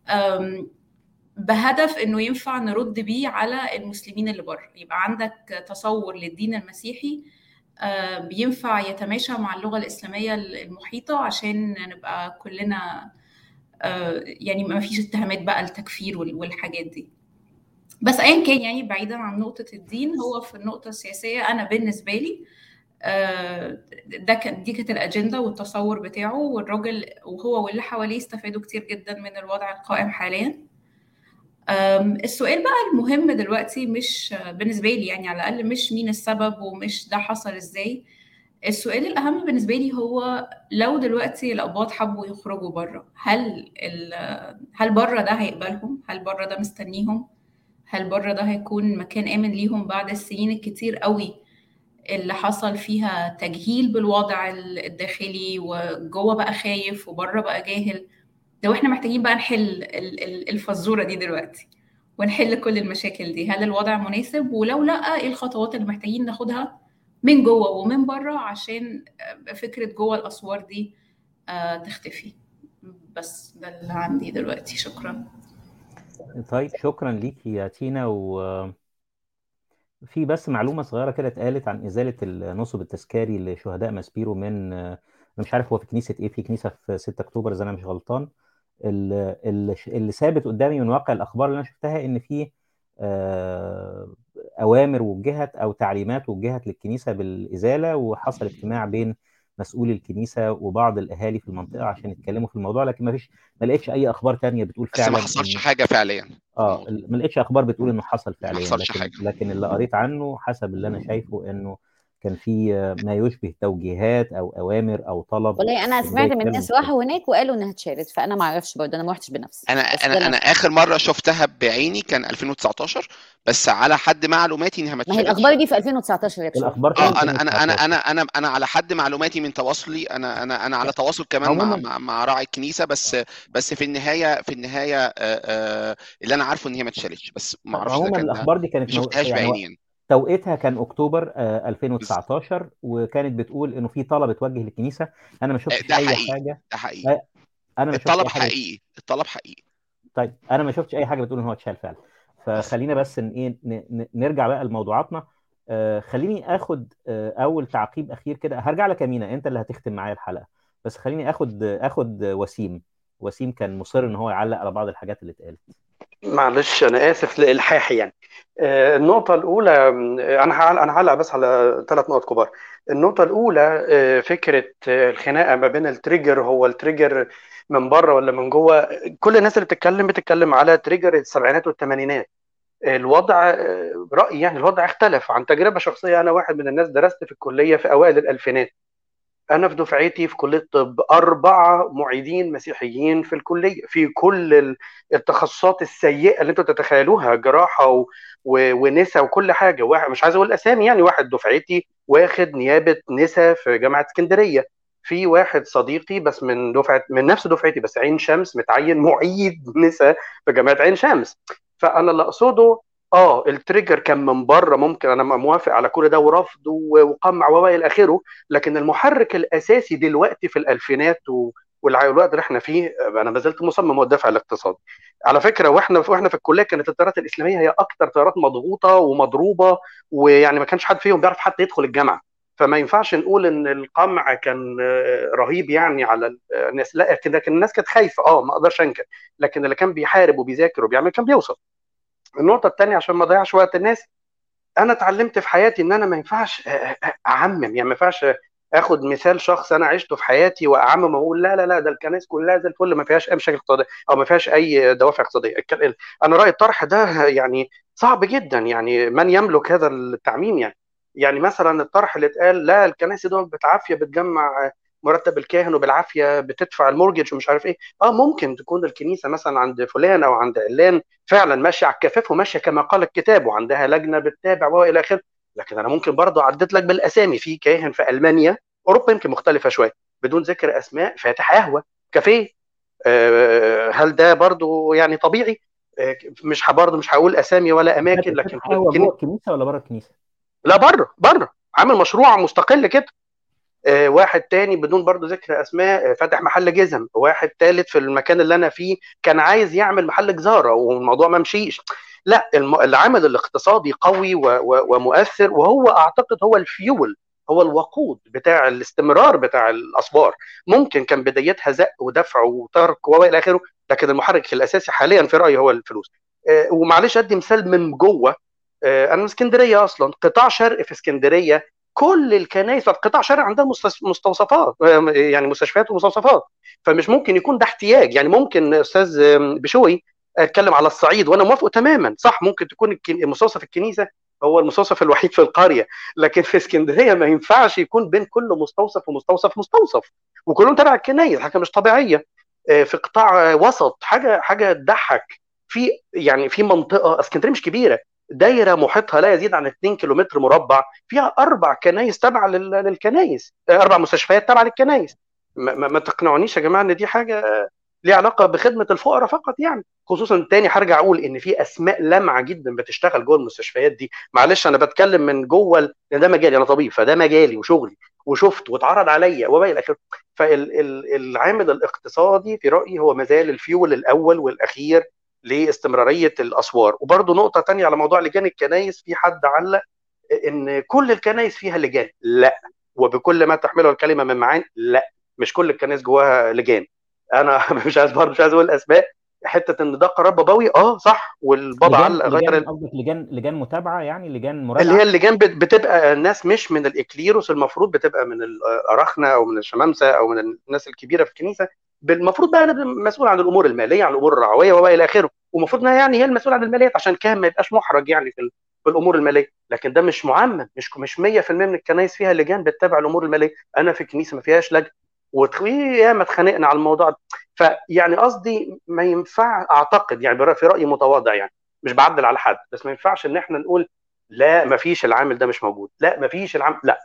Speaker 14: بهدف انه ينفع نرد بيه على المسلمين اللي بره، يبقى عندك تصور للدين المسيحي بينفع يتماشى مع اللغه الاسلاميه المحيطه، عشان نبقى كلنا يعني ما فيش اتهامات بقى التكفير والحاجات دي. بس ايا كان، يعني بعيدا عن نقطة الدين، هو في النقطة السياسية انا بالنسبة لي ده كان دي كانت الاجندة والتصور بتاعه، والراجل وهو واللي حواليه استفادوا كتير جدا من الوضع القائم حاليا. السؤال بقى المهم دلوقتي مش بالنسبة لي، يعني على الاقل مش مين السبب ومش ده حصل ازاي. السؤال الأهم بالنسبة لي هو لو دلوقتي الأقباط حبوا يخرجوا بره، هل هل بره ده هيقبلهم؟ هل بره ده مستنيهم؟ هل بره ده هيكون مكان آمن ليهم بعد السنين الكتير قوي اللي حصل فيها تجهيل بالوضع الداخلي، وجوه بقى خايف وبره بقى جاهل؟ لو احنا محتاجين بقى نحل الفزورة دي دلوقتي ونحل كل المشاكل دي، هل الوضع مناسب؟ ولو لا، ايه الخطوات اللي محتاجين ناخدها من جوه ومن بره عشان فكرة جوه الأسوار دي تختفي؟ بس ده اللي عندي دلوقتي. شكرا.
Speaker 1: طيب شكرا ليكي يا تينا. و في بس معلومة صغيرة كده اتقالت عن إزالة النصب التذكاري لشهداء ماسبيرو من، أنا مش عارف هو في كنيسة إيه، في كنيسة في ستة أكتوبر إذا أنا مش غلطان. اللي ثابت قدامي من واقع الأخبار اللي أنا شفتها إن في اوامر وجهت او تعليمات وجهت للكنيسه بالازاله، وحصل اجتماع بين مسؤول الكنيسه وبعض الاهالي في المنطقه عشان يتكلموا في الموضوع، لكن ما فيش ما لقيتش اي اخبار تانية بتقول
Speaker 9: بس ما
Speaker 1: فعلا
Speaker 9: حصلش
Speaker 1: إن
Speaker 9: حاجه فعليا.
Speaker 1: اه ما لقيتش اخبار بتقول انه حصل
Speaker 9: ما
Speaker 1: فعليا،
Speaker 9: حصلش
Speaker 1: لكن
Speaker 9: حاجه.
Speaker 1: لكن اللي قريت عنه حسب اللي انا شايفه انه كان في ما يشبه توجيهات او اوامر او طلب
Speaker 6: والله انا
Speaker 1: إن ده
Speaker 6: سمعت من
Speaker 1: يتكلم
Speaker 6: ناس
Speaker 1: في كده.
Speaker 6: راحوا هناك وقالوا انها اتشالت، فانا ما اعرفش برضه، انا ما رحتش بنفسي،
Speaker 9: انا
Speaker 6: بس
Speaker 9: انا
Speaker 6: ده اللي
Speaker 9: انا
Speaker 6: انا
Speaker 9: اخر مره شفتها بعيني كان ألفين وتسعتاشر، بس على حد معلوماتي انها ما
Speaker 6: ما هي
Speaker 9: اتشالتش.
Speaker 6: الاخبار دي في ألفين وتسعتاشر يا بشوي.
Speaker 1: الاخبار
Speaker 9: اه
Speaker 1: كانت
Speaker 9: انا انا انا
Speaker 1: ألفين وتسعتاشر.
Speaker 9: انا انا انا على حد معلوماتي من تواصلي، انا انا انا على تواصل كمان مع
Speaker 1: عموما
Speaker 9: مع, مع راعي الكنيسه، بس بس في النهايه في النهايه آه، آه، اللي انا عارفه ان هي ما اتشالتش، بس ما اعرفش اذا
Speaker 1: عموما
Speaker 9: كان
Speaker 1: الاخبار دي
Speaker 9: ما
Speaker 1: كانت مو...
Speaker 9: شفتهاش
Speaker 1: يعني
Speaker 9: بعيني يعني.
Speaker 1: توقيتها كان اكتوبر آه،
Speaker 9: بس
Speaker 1: ألفين وتسعتاشر، وكانت بتقول انه في طلب اتوجه للكنيسه. انا ما
Speaker 9: آه،
Speaker 1: شفتش
Speaker 9: ده
Speaker 1: اي
Speaker 9: حقيقي،
Speaker 1: حاجه.
Speaker 9: ده حقيقي.
Speaker 1: آه، انا ما شفتش
Speaker 9: الطلب
Speaker 1: اي حاجه.
Speaker 9: حقيقي، الطلب حقيقي.
Speaker 1: طيب انا ما شفتش اي حاجه بتقول ان هو اتشال فعلا. فخلينا بس ان ايه ن- ن- نرجع بقى لموضوعاتنا. آه، خليني اخد آه، اول تعقيب اخير كده. هرجع لك يا مينا، انت اللي هتختم معايا الحلقه، بس خليني اخد اخد وسيم. وسيم كان مصر ان هو يعلق على بعض الحاجات اللي اتقالت.
Speaker 4: معلش انا اسف لالحاحي يعني. آه، النقطه الاولى، آه، انا هعلق انا هعلق بس على ثلاث نقط كبار. النقطه الاولى، آه، فكره آه، الخناقه ما بين التريجر، هو التريجر من بره ولا من جوه. كل الناس اللي بتتكلم بتتكلم على تريجر السبعينات والثمانينات. الوضع آه، رايي يعني الوضع اختلف عن تجربه شخصيه. انا واحد من الناس درست في الكليه في اوائل الالفينات. أنا في دفعتي في كلية الطب أربعة معيدين مسيحيين في الكلية، في كل ال- التخصصات السيئة اللي أنتوا تتخيلوها، جراحة و... و... ونسا وكل حاجة. واحد مش عايز أقول أسامي يعني، واحد دفعتي واخد نيابة نسا في جامعة اسكندرية. في واحد صديقي بس من دفعة من نفس دفعتي بس عين شمس متعين معيد نسا في جامعة عين شمس. فأنا اللي أقصده اه التريجر كان من بره، ممكن انا موافق على كل ده ورفض وقمع والى اخره، لكن المحرك الاساسي دلوقتي في الالفينات و... والوقت اللي احنا فيه، انا ما زلت مصمم والدافع الاقتصادي. على فكره، واحنا واحنا في الكليه كانت التيارات الاسلاميه هي اكثر تيارات مضغوطه ومضروبه، ويعني ما كانش حد فيهم بيعرف حتى يدخل الجامعه. فما ينفعش نقول ان القمع كان رهيب يعني على الناس، لا لكن الناس كانت خايفه، اه ما اقدرش انكر، لكن اللي كان بيحارب وبيذاكر وبيعمل كان بيوصل. النقطه الثانيه عشان ما اضيعش وقت الناس، انا اتعلمت في حياتي ان انا ما ينفعش اعمم، يعني ما ينفعش اخد مثال شخص انا عشته في حياتي واعمم واقول لا لا لا ده الكنائس كلها زي الفل ما فيهاش اي مشاكل اقتصاديه او ما فيهاش اي دوافع اقتصاديه. انا رايي الطرح ده يعني صعب جدا، يعني من يملك هذا التعميم يعني. يعني مثلا الطرح اللي اتقال لا الكنائس دول بالعافيه بتجمع مرتب الكاهن وبالعافيه بتدفع المورجج ومش عارف ايه. اه ممكن تكون الكنيسه مثلا عند فلان او عند علان فعلا ماشيه على الكفاف وماشيه كما قال الكتاب وعندها لجنه بتتابع والى اخره، لكن انا ممكن برضه اعدد لك بالاسامي في كاهن في المانيا، اوروبا يمكن مختلفه شويه بدون ذكر اسماء، فاتح قهوه كافيه. آه هل ده برضه يعني طبيعي؟ آه مش برضه مش هقول اسامي ولا اماكن، لكن
Speaker 1: فاتح قهوه جوه الكنيسه ولا بره الكنيسه؟
Speaker 4: لا بره بره، عامل مشروع مستقل كده. آه، واحد تاني بدون برضو ذكر اسماء، آه، فتح محل جزم. واحد تالت في المكان اللي انا فيه كان عايز يعمل محل جزاره والموضوع ما مشيش. لا الم... العامل الاقتصادي قوي و... و... ومؤثر، وهو اعتقد هو الفيول، هو الوقود بتاع الاستمرار بتاع الاسبار. ممكن كان بدايتها زق ودفع وترك والى اخره، لكن المحرك الاساسي حاليا في رايي هو الفلوس. آه، ومعلش ادي مثال من جوه. آه، انا من اسكندريه اصلا، قطاع شرق في اسكندريه كل الكنائس قطاع شرق عندها مستوصفات، يعني مستشفيات ومستوصفات، فمش ممكن يكون ده احتياج. يعني ممكن استاذ بشوي اتكلم على الصعيد وانا موافقه تماما، صح، ممكن تكون مستوصف الكنيسه هو المستوصف الوحيد في القريه، لكن في اسكندريه ما ينفعش يكون بين كل مستوصف ومستوصف مستوصف وكلهم تبع الكنائس، حاجه مش طبيعيه. في قطاع وسط حاجه حاجه تضحك. في يعني في منطقه، اسكندريه مش كبيره، دايره محيطها لا يزيد عن اتنين كيلومتر مربع، فيها اربع كنايس تابعه للكنايس، اربع مستشفيات تابعه للكنايس. ما, ما, ما تقنعونيش يا جماعه ان دي حاجه ليها علاقه بخدمه الفقراء فقط يعني. خصوصا تاني هرجع اقول ان في اسماء لامعه جدا بتشتغل جوه المستشفيات دي. معلش انا بتكلم من جوه، لان ده مجالي، انا طبيب فده مجالي وشغلي وشفت واتعرض عليا والى اخره. فالعامل الاقتصادي في رايي هو مازال الفيول الاول والاخير لاستمراريه الاسوار. وبرضه نقطه تانية على موضوع لجان الكنائس، في حد علق ان كل الكنائس فيها لجان، لا، وبكل ما تحمله الكلمه من معاني، لا، مش كل الكنائس جواها لجان. انا مش عايز برضه مش عايز اقول اسماء، حته ان ده قرار بابوي، اه صح، والبابا
Speaker 1: لجان
Speaker 4: علق غير
Speaker 1: لجان
Speaker 4: ال-
Speaker 1: قصدك لجان لجان متابعه، يعني لجان
Speaker 4: اللي هي
Speaker 1: مراجعه.
Speaker 4: اللجان بت- بتبقى ناس مش من الاكليروس، المفروض بتبقى من الاراخنه او من الشمامسه او من الناس الكبيره في الكنيسه. المفروض بقى انا مسؤول عن الامور الماليه، عن الامور الرعويه وما الى اخره، ومفروض انها يعني هي المسؤول عن الماليات عشان كان ما يبقاش محرج يعني في ال- في الامور الماليه. لكن ده مش معمم، مش مش مية في المية من الكنائس فيها لجان بتتابع الامور الماليه. انا في كنيسه ما فيهاش لجنه، وياما اتخانقنا على الموضوع ده. فيعني قصدي ما ينفع، اعتقد يعني برا- في رايي متواضع يعني، مش بعدل على حد، بس ما ينفعش ان احنا نقول لا ما فيش العامل ده مش موجود، لا ما فيش العامل، لا.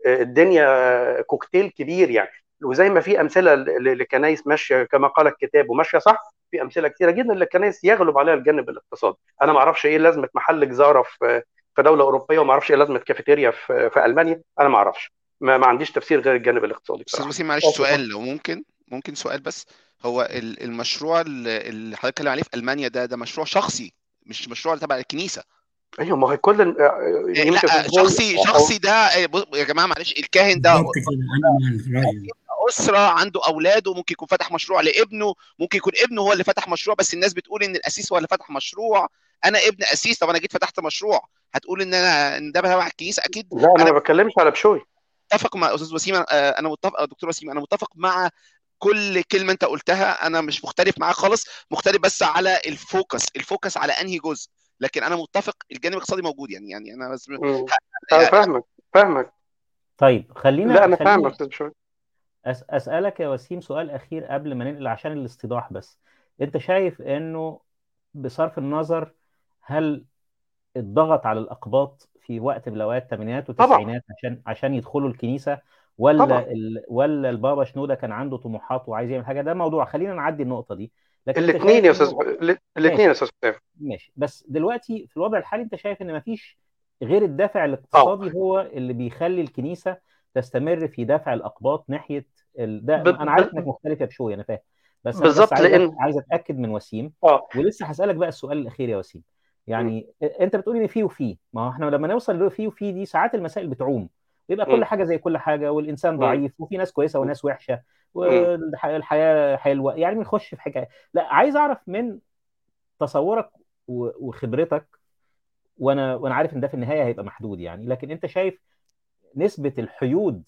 Speaker 4: الدنيا كوكتيل كبير يعني. وزي ما في امثله ل- لكنايس ماشيه كما قال الكتاب وماشيه صح، في امثله كثيره جدا للكنايس يغلب عليها الجانب الاقتصادي. انا ما اعرفش ايه لازمه محل جزاره في في دوله اوروبيه، وما اعرفش ايه لازمه كافيتيريا في في المانيا، انا ما اعرفش، ما, ما عنديش تفسير غير الجانب الاقتصادي
Speaker 9: استاذ
Speaker 4: بصراحه.
Speaker 9: وسيم، معلش سؤال لو ممكن، ممكن سؤال بس. هو ال- المشروع اللي اللي حضرتك بتتكلم عليه في المانيا ده ده مشروع شخصي، مش مشروع تبع الكنيسه.
Speaker 4: ايوه، ما هو كل ال-
Speaker 9: إيه،
Speaker 4: يمكن
Speaker 9: لا شخصي شخصي ده إيه، بص- يا جماعه معلش، الكاهن ده
Speaker 8: بالظبط كده، انا مع الراي.
Speaker 9: اسره عنده اولاده، ممكن يكون فتح مشروع لابنه، ممكن يكون ابنه هو اللي فتح مشروع، بس الناس بتقول ان الاسيس هو اللي فتح مشروع. انا ابن اسيس، طب انا جيت فتحت مشروع، هتقول ان انا ان ده تبع الكنيسه؟ اكيد.
Speaker 4: لا انا
Speaker 9: انا
Speaker 4: ما بتكلمش على بشوي.
Speaker 9: متفق مع استاذ وسيم، آه، انا متفق دكتور وسيم، انا متفق مع كل كلمه انت قلتها، انا مش مختلف معاك خالص، مختلف بس على الفوكس، الفوكس على انهي جزء. لكن انا متفق الجانب الاقتصادي موجود، يعني يعني انا بس
Speaker 4: مم. انا فاهمك فاهمك
Speaker 1: طيب خلينا
Speaker 4: لا انا
Speaker 1: خلينا
Speaker 4: فاهمك استاذ بشوي.
Speaker 1: أس أسألك يا وسيم سؤال أخير قبل ما ننقل عشان الاستيضاح بس. أنت شايف إنه بصرف النظر هل الضغط على الأقباط في وقت من الأوقات الثمانينات
Speaker 4: طبعا
Speaker 1: والتسعينات عشان عشان يدخلوا الكنيسة، ولا
Speaker 4: طبعا
Speaker 1: ال... ولا البابا شنودة كان عنده طموحات وعايز يعمل حاجة؟ ده موضوع، خلينا نعدي النقطة دي. لكن أنت
Speaker 4: الاثنين
Speaker 1: شايف
Speaker 4: يا استاذ،
Speaker 1: إنه
Speaker 4: الاثنين
Speaker 1: ماشي
Speaker 4: يا استاذ حسام.
Speaker 1: ماشي بس دلوقتي في الوضع الحالي أنت شايف إن مفيش غير الدافع
Speaker 4: اه
Speaker 1: الاقتصادي هو اللي بيخلي الكنيسة تستمر في دفع الأقباط ناحية ال... ده.
Speaker 4: ب...
Speaker 1: أنا عارف إنك
Speaker 4: ب...
Speaker 1: مختلف يا بشوي، أنا فاهم، بس أنا بس
Speaker 4: بالظبط
Speaker 1: عايز أ...
Speaker 4: لان
Speaker 1: عايز أتأكد من وسيم.
Speaker 4: اه
Speaker 1: ولسه هسألك بقى السؤال الأخير يا وسيم.
Speaker 4: م-
Speaker 1: يعني أنت بتقول إن في وفي، ما هو إحنا لما نوصل لفي وفي دي ساعات المسائل بتعوم، بيبقى كل
Speaker 4: م-
Speaker 1: حاجة زي كل حاجة، والإنسان
Speaker 4: م-
Speaker 1: ضعيف، وفي ناس كويسة
Speaker 4: م-
Speaker 1: وناس وحشة،
Speaker 4: م-
Speaker 1: والحياة حلوة، يعني بنخش في حكاية. لا، عايز أعرف من تصورك و- وخبرتك، وانا وانا عارف ان ده في النهايه هيبقى محدود يعني، لكن انت شايف نسبه الحيود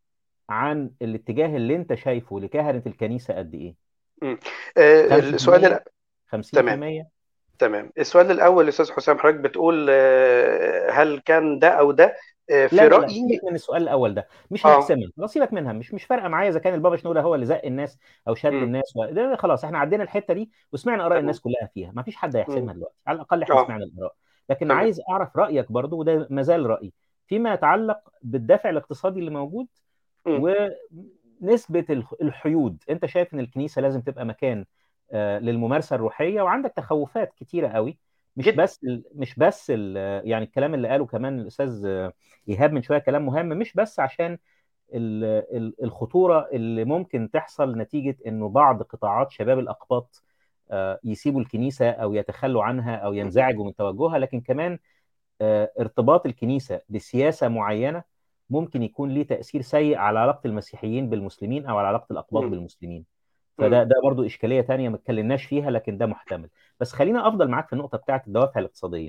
Speaker 1: عن الاتجاه اللي انت شايفه لكهنه الكنيسه قد ايه؟
Speaker 4: م. آه، السؤال
Speaker 1: خمسة في المية؟
Speaker 4: الأ... تمام
Speaker 1: خمسين في المية؟
Speaker 4: تمام. السؤال الاول استاذ حسام، حضرتك بتقول آه، هل كان ده او ده؟ آه، في
Speaker 1: لا لا لا،
Speaker 4: رايي
Speaker 1: سيبك من السؤال الاول ده، مش
Speaker 4: اه
Speaker 1: هنحسمها، خلاص سيبك منها، مش مش فارقه معايا اذا كان البابا شنوده هو اللي زق الناس او شد
Speaker 4: م.
Speaker 1: الناس و... ده خلاص احنا عدينا الحته دي وسمعنا اراء
Speaker 4: تمام.
Speaker 1: الناس كلها فيها، ما فيش حد
Speaker 4: م.
Speaker 1: هيحسمها دلوقتي، على الاقل احنا
Speaker 4: اه
Speaker 1: سمعنا الاراء. لكن
Speaker 4: تمام.
Speaker 1: عايز اعرف رايك برضو، وده ما زال رايي، فيما يتعلق بالدافع الاقتصادي اللي موجود
Speaker 4: م.
Speaker 1: ونسبة الح- الحيود. انت شايف ان الكنيسة لازم تبقى مكان آه، للممارسة الروحية، وعندك تخوفات كتيرة قوي، مش
Speaker 4: جدا
Speaker 1: بس ال- مش بس ال- يعني الكلام اللي قاله كمان الأستاذ آه، إيهاب من شوية كلام مهم، مش بس عشان ال- ال- الخطورة اللي ممكن تحصل نتيجة انه بعض قطاعات شباب الأقباط آه، يسيبوا الكنيسة او يتخلوا عنها او ينزعجوا من توجهها، لكن كمان آه، ارتباط الكنيسة بسياسة معينة ممكن يكون ليه تأثير سيء على علاقة المسيحيين بالمسلمين أو على علاقة الأقباط
Speaker 4: م.
Speaker 1: بالمسلمين.
Speaker 4: م.
Speaker 1: فده ده برضو إشكالية تانية ما اتكلمناش فيها، لكن ده محتمل. بس خلينا أفضل معاك في النقطة بتاعت الدوافع الاقتصادية.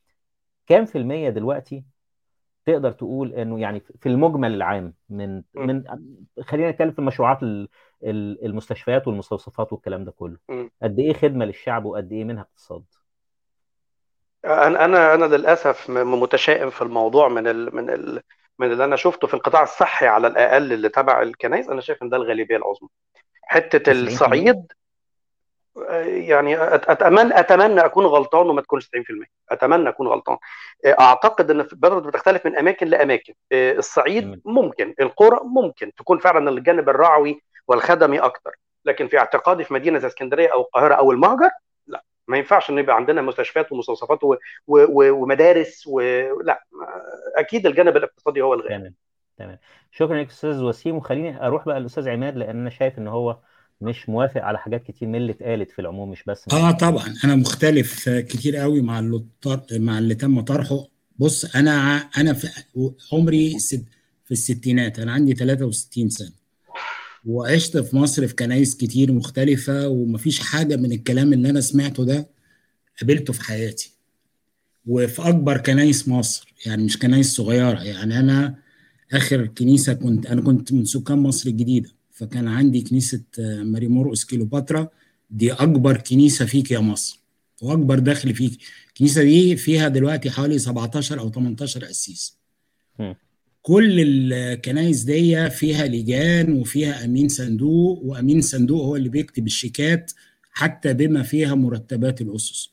Speaker 1: كام في المية دلوقتي تقدر تقول إنه يعني في المجمل العام من
Speaker 4: م.
Speaker 1: من خلينا نتكلم في المشروعات ال- ال- المستشفيات والمستوصفات والكلام ده كله،
Speaker 4: م.
Speaker 1: قد إيه خدمة للشعب وقد إيه منها اقتصاد؟
Speaker 4: انا انا انا للاسف م- متشائم في الموضوع من ال من ال من اللي انا شفته في القطاع الصحي على الاقل اللي تبع الكنائس. انا شايف ان ده الغالبيه العظمى. حته
Speaker 1: تسعين في المية؟
Speaker 4: الصعيد آه، يعني أت- اتمنى اتمنى اكون غلطان وما تكونش تسعين في المية. اتمنى اكون غلطان. آه، اعتقد ان برضه بتختلف من اماكن لاماكن. آه، الصعيد
Speaker 1: جميل.
Speaker 4: ممكن، القرى ممكن تكون فعلا الجانب الرعوي والخدمي اكتر، لكن في اعتقادي في مدينه زي اسكندريه او القاهره او المهجر لا، ما ينفعش ان يبقى عندنا مستشفيات ومستوصفات و... و... و... ومدارس ولا. اكيد الجانب الاقتصادي هو الغالب.
Speaker 1: تمام تمام. شكرا لك استاذ وسيم، وخليني اروح بقى للاستاذ عماد، لان انا شايف ان هو مش موافق على حاجات كتير من اللي اتقالت في العموم، مش بس من
Speaker 8: اه
Speaker 1: الكلام.
Speaker 8: طبعا انا مختلف كتير قوي مع اللي طر- مع اللي تم طرحه. بص انا ع- انا في عمري ست في الستينات، انا عندي ثلاثة وستين سنه. وعشت في مصر في كنايس كتير مختلفة، ومفيش حاجة من الكلام اللي أنا سمعته ده قابلته في حياتي. وفي أكبر كنايس مصر، يعني مش كنايس صغيرة. يعني أنا آخر كنيسة كنت أنا كنت من سكان مصر الجديدة، فكان عندي كنيسة ماري مرقس كيلوباترا، دي أكبر كنيسة فيك يا مصر وأكبر دخل فيك. الكنيسة دي فيها دلوقتي حوالي سبعتاشر أو تمنتاشر قسيس. كل الكنايس دي فيها لجان وفيها أمين صندوق، وأمين صندوق هو اللي بيكتب الشيكات حتى بما فيها مرتبات الأسس.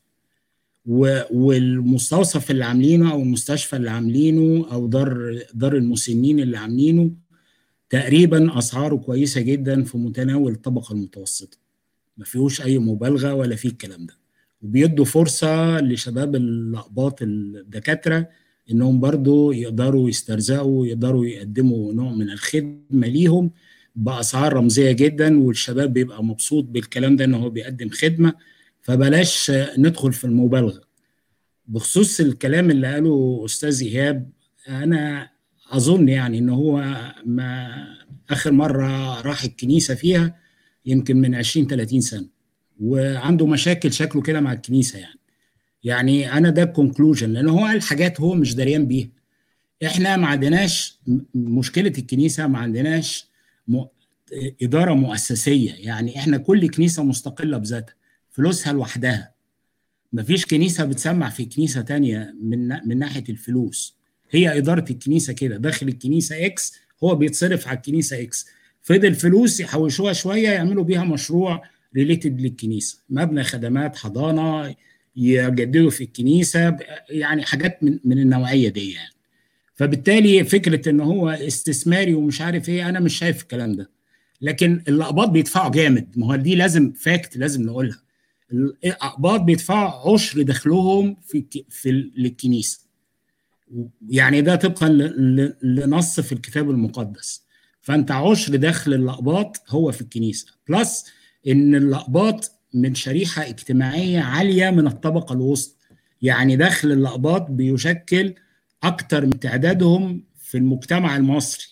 Speaker 8: والمستوصف اللي عاملينه او المستشفى اللي عاملينه او دار دار المسنين اللي عاملينه تقريبا اسعاره كويسه جدا في متناول الطبقه المتوسطه، ما فيهوش اي مبالغه ولا فيه الكلام ده. وبيدوا فرصه لشباب الاقباط الدكاتره انهم برضو يقدروا يسترزقوا ويقدروا يقدموا نوع من الخدمه ليهم باسعار رمزيه جدا، والشباب بيبقى مبسوط بالكلام ده ان هو بيقدم خدمه. فبلاش ندخل في المبالغه. بخصوص الكلام اللي قاله استاذ ايهاب، انا اظن يعني ان هو ما اخر مره راح الكنيسه فيها يمكن من عشرين ثلاثين سنه، وعنده مشاكل شكله كده مع الكنيسه. يعني يعني انا ده الكونكلوجن، لان هو قال حاجات هو مش دريان بيها. احنا ما عندناش مشكله الكنيسه، ما عندناش م... اداره مؤسسيه. يعني احنا كل كنيسه مستقله بذاتها، فلوسها لوحدها. مفيش كنيسة بتسمع في كنيسة تانية من من ناحية الفلوس. هي إدارة الكنيسة كده، داخل الكنيسة إكس هو بيتصرف على الكنيسة إكس، فضل فلوس يحوشوها شوية يعملوا بيها مشروع ريليتد للكنيسة، مبنى خدمات، حضانة، يجددوا في الكنيسة، يعني حاجات من من النوعية دي يعني. فبالتالي فكرة إن هو استثماري ومش عارف إيه، أنا مش شايف الكلام ده. لكن الأقباط بيدفعوا جامد، ما هو دي لازم فاكت لازم نقولها. الأقباط بيدفعوا عشر دخلهم في في للكنيسة، يعني ده طبقا لنص في الكتاب المقدس. فأنت عشر دخل الأقباط هو في الكنيسة، بلس إن الأقباط من شريحة اجتماعية عالية من الطبقة الوسطى. يعني دخل الأقباط بيشكل أكتر من تعدادهم في المجتمع المصري.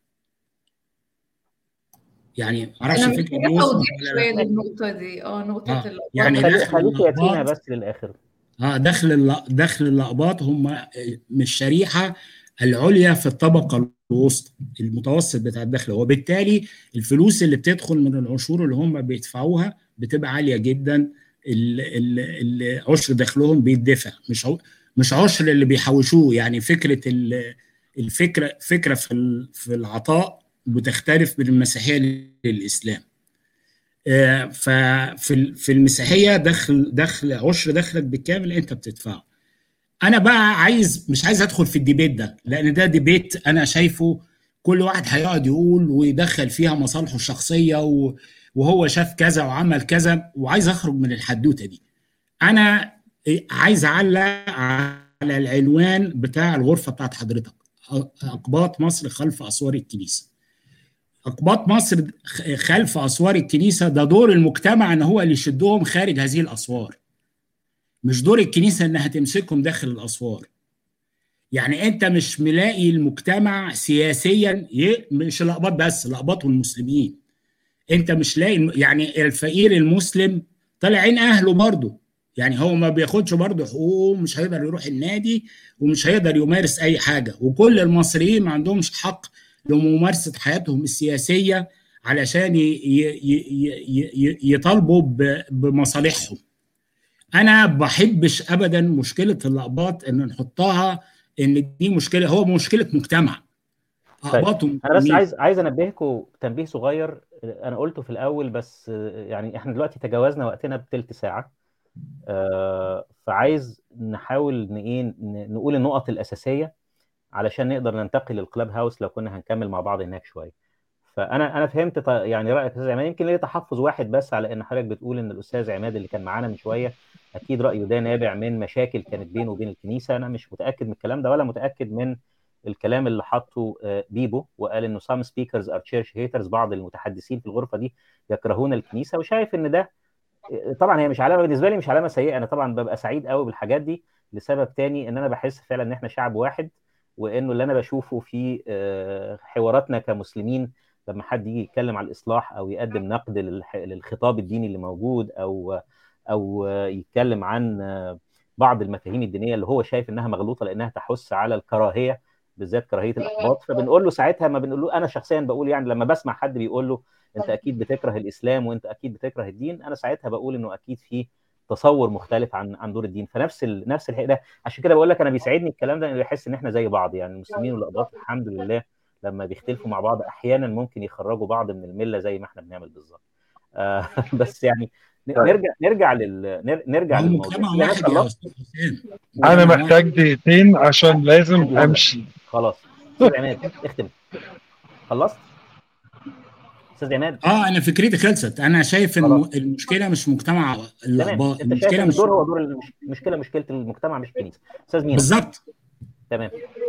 Speaker 8: يعني معرفش
Speaker 14: انا
Speaker 8: الفكره دي
Speaker 14: محتاجه
Speaker 8: وصلت
Speaker 14: توضيح
Speaker 8: ولا
Speaker 14: شويه
Speaker 8: لا.
Speaker 14: للنقطه دي. اه نقطه
Speaker 8: اه
Speaker 14: الأقباط.
Speaker 8: يعني
Speaker 1: خلي
Speaker 8: دخل
Speaker 1: خليك يتيمة
Speaker 8: الأقباط،
Speaker 1: بس للآخر.
Speaker 8: اه دخل الل- دخل الأقباط هم من الشريحة العليا في الطبقة الوسطى، المتوسط بتاع الدخل، وبالتالي الفلوس اللي بتدخل من العشور اللي هم بيدفعوها بتبقى عالية جدا. ال- ال- ال- عشر دخلهم بيدفع، مش عو- مش عشر اللي بيحوشوه. يعني فكرة ال- الفكرة فكرة في ال- في العطاء بتختلف من المسيحية للإسلام. آه، ففي في المسيحيه دخل دخل عشر دخلك بالكامل انت بتدفعه. انا بقى عايز مش عايز ادخل في الديبيت ده، لان ده ديبيت انا شايفه كل واحد هيقعد يقول ويدخل فيها مصالحه الشخصيه و- وهو شاف كذا وعمل كذا، وعايز اخرج من الحدوته دي. انا عايز اعلق على العنوان بتاع الغرفه بتاعت حضرتك، اقباط مصر خلف اسوار الكنيسه. أقباط مصر خلف أسوار الكنيسة، ده دور المجتمع إن هو اللي يشدهم خارج هذه الأسوار، مش دور الكنيسة إنها تمسكهم داخل الأسوار. يعني أنت مش ملاقي المجتمع سياسيا، مش الأقباط بس، الأقباط والمسلمين. أنت مش لاقي، يعني الفقير المسلم طالع عين أهله برضه، يعني هو ما بياخدش برضه حقوقه، مش هيقدر يروح النادي ومش هيقدر يمارس أي حاجة. وكل المصريين ما عندهمش حق لممارسة حياتهم السياسية علشان يطالبوا بمصالحهم. أنا بحبش أبدا مشكلة الأقباط إن نحطها إن دي مشكلة، هو مشكلة مجتمع
Speaker 1: طيب
Speaker 8: أقباط
Speaker 1: انا بس
Speaker 8: ومسلمين.
Speaker 1: عايز عايز انبهكم تنبيه صغير. انا قلته في الاول بس يعني احنا دلوقتي تجاوزنا وقتنا بتلت ساعه. آه، فعايز نحاول ن- ايه ن- نقول النقط الاساسيه علشان نقدر ننتقل للكلاب هاوس لو كنا هنكمل مع بعض هناك شويه. فانا انا فهمت ط- يعني رايك يا استاذ عماد. يمكن ليه تحفظ واحد بس على ان حضرتك بتقول ان الاستاذ عماد اللي كان معانا من شويه اكيد رايه ده نابع من مشاكل كانت بينه وبين الكنيسه. انا مش متاكد من الكلام ده، ولا متاكد من الكلام اللي حطه آه، بيبو وقال انه some speakers are church haters، بعض المتحدثين في الغرفه دي يكرهون الكنيسه. وشايف ان ده طبعا هي مش علامه بالنسبه لي، مش علامه سيئه. انا طبعا ببقى سعيد قوي بالحاجات دي لسبب تاني، ان انا بحس فعلا ان احنا شعب واحد، وانه اللي انا بشوفه في آه، حواراتنا كمسلمين لما حد يجي يتكلم على الاصلاح او يقدم نقد للخطاب الديني اللي موجود، او او يتكلم عن بعض المفاهيم الدينيه اللي هو شايف انها مغلوطه لانها تحث على الكراهيه، بالذات كراهيه الاقباط، فبنقول له ساعتها، ما بنقول له، انا شخصيا بقول يعني لما بسمع حد بيقول له انت اكيد بتكره الاسلام وانت اكيد بتكره الدين، انا ساعتها بقول انه اكيد في تصور مختلف عن عن دور الدين. فنفس ال... نفس الحقيقه ده، عشان كده بقول لك انا بيساعدني الكلام ده، انه يحس ان احنا زي بعض، يعني المسلمين والاقباط الحمد لله لما بيختلفوا مع بعض احيانا ممكن يخرجوا بعض من المله زي ما احنا بنعمل بالظبط. آه بس يعني نرجع نرجع لل نرجع
Speaker 8: هو
Speaker 1: للموضوع.
Speaker 8: مجتمع واحد يا استاذ حسام.
Speaker 10: انا محتاج دقيقتين عشان لازم امشي.
Speaker 1: خلاص استاذ عماد اختم. خلصت استاذ عماد؟
Speaker 8: اه انا فكرتي خلصت. انا شايف ان المشكله مش مجتمع الاقباط،
Speaker 1: انت شايف
Speaker 8: المشكله
Speaker 1: ان
Speaker 8: مش
Speaker 1: الدور هو دور المشكله مشكله المجتمع مش الكنيسه. استاذ مينا
Speaker 8: بالظبط.
Speaker 1: تمام.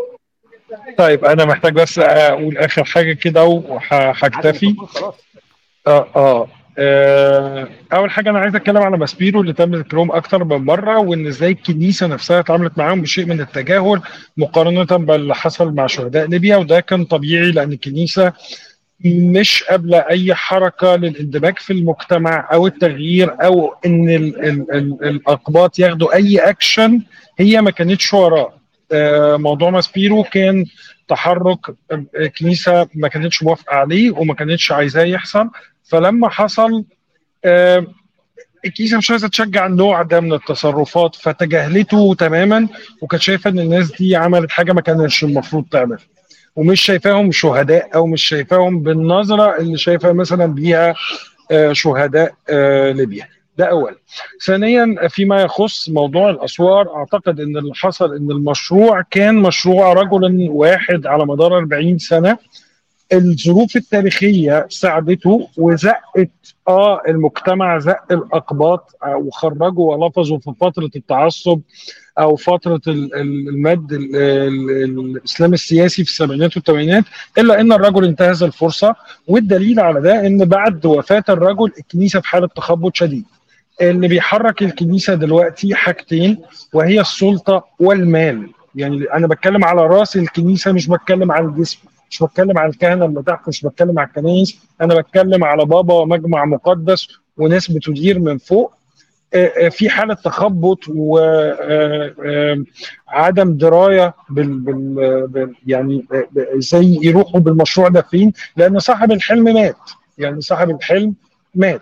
Speaker 10: طيب انا محتاج بس اقول اخر حاجه كده وهكتفي. آه, اه اه اول حاجه انا عايز اتكلم على ماسبيرو اللي تم ذكرهم اكتر من مره، وان ازاي الكنيسه نفسها اتعاملت معاهم بشيء من التجاهل مقارنه باللي حصل مع شهداء ليبيا، وده كان طبيعي لان الكنيسه مش قابله اي حركه للاندماج في المجتمع او التغيير او ان ال ال ال الاقباط ياخدوا اي اكشن، هي ما كانتش وراه. آه موضوع ماسبيرو كان تحرك الكنيسه ما كانتش موافقه عليه وما كانتش عايزاه يحصل، فلما حصل آه الكنيسه مش عايزه تشجع النوع ده من التصرفات فتجاهلته تماما، وكانت شايفه ان الناس دي عملت حاجه ما كانش المفروض تعمل، ومش شايفاهم شهداء او مش شايفاهم بالنظره اللي شايفها مثلا بيها شهداء ليبيا. ده اولا. ثانيا فيما يخص موضوع الاسوار، اعتقد ان اللي حصل ان المشروع كان مشروع رجل واحد على مدار أربعين سنه. الظروف التاريخيه ساعدته وزقت اه المجتمع، زق الاقباط وخرجوا ولفظوا في فتره التعصب او فتره المد الاسلام السياسي في السبعينات والثمانينات، الا ان الرجل انتهز الفرصه. والدليل على ده ان بعد وفاه الرجل الكنيسه في حاله تخبط شديد. اللي بيحرك الكنيسه دلوقتي حاجتين، وهي السلطه والمال. يعني انا بتكلم على راس الكنيسه، مش بتكلم على الجسم، مش بتكلم على الكهنه اللي تحت، مش بتكلم على الكنائس، انا بتكلم على بابا ومجمع مقدس وناس بتدير من فوق. في حاله تخبط وعدم درايه بال, بال يعني ازاي يروحوا بالمشروع ده فين، لان صاحب الحلم مات. يعني صاحب الحلم مات.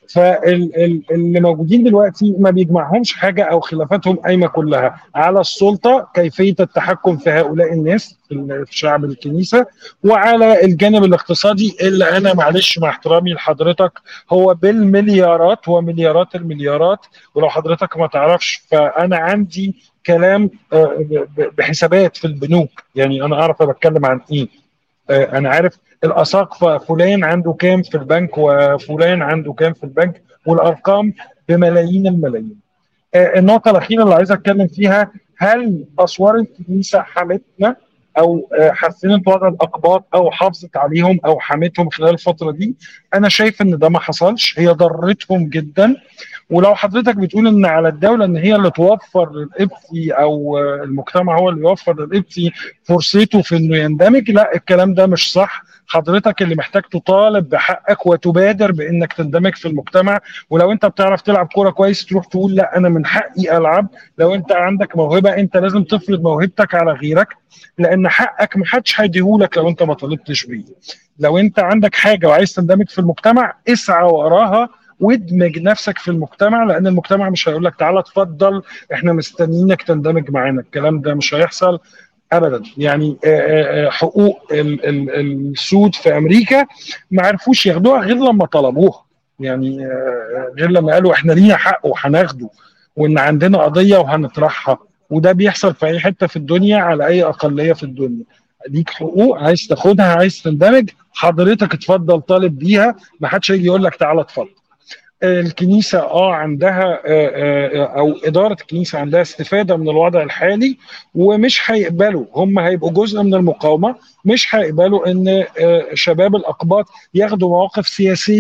Speaker 10: فاللي موجودين دلوقتي ما بيجمعهمش حاجه او خلافاتهم قايمه كلها على السلطه، كيفيه التحكم في هؤلاء الناس في شعب الكنيسه، وعلى الجانب الاقتصادي اللي انا معلش مع احترامي لحضرتك هو بالمليارات ومليارات المليارات. ولو حضرتك ما تعرفش فانا عندي كلام بحسابات في البنوك، يعني انا اعرف بتكلم عن ايه. انا عارف الاساقفه فلان عنده كام في البنك وفلان عنده كام في البنك، والارقام بملايين الملايين. النقطه الاخيره اللي عايز اتكلم فيها، هل اسوار الكنيسه حمتنا او حسنت وضع الاقباط او حافظت عليهم او حمتهم خلال الفتره دي؟ انا شايف ان ده ما حصلش، هي ضرتهم جدا. ولو حضرتك بتقول ان على الدوله ان هي اللي توفر للقبطي او المجتمع هو اللي يوفر للقبطي فرصته في انه يندمج، لا الكلام ده مش صح. حضرتك اللي محتاج تطالب بحقك وتبادر بانك تندمج في المجتمع. ولو انت بتعرف تلعب كوره كويس تروح تقول لا انا من حقي العب. لو انت عندك موهبه انت لازم تفرض موهبتك على غيرك، لان حقك محدش هيديهولك لو انت ما طالبتش بيه. لو انت عندك حاجه وعايز تندمج في المجتمع اسعى وراها وادمج نفسك في المجتمع، لان المجتمع مش هيقول لك تعالى اتفضل احنا مستنيينك تندمج معانا. الكلام ده مش هيحصل ابدا. يعني حقوق السود في امريكا ما عرفوش ياخدوها غير لما طلبوها، يعني غير لما قالوا احنا لينا حق وهناخده وان عندنا قضيه وهنطرحها. وده بيحصل في اي حته في الدنيا على اي اقليه في الدنيا. ليك حقوق عايز تاخدها، عايز تندمج، حضرتك اتفضل طالب بيها، ما حدش هيجي يقول لك تعالى اتفضل. الكنيسه اه عندها او اداره الكنيسه عندها استفاده من الوضع الحالي، ومش هيقبلوا، هم هيبقوا جزء من المقاومه، مش هيقبلوا ان شباب الاقباط ياخدوا مواقف سياسيه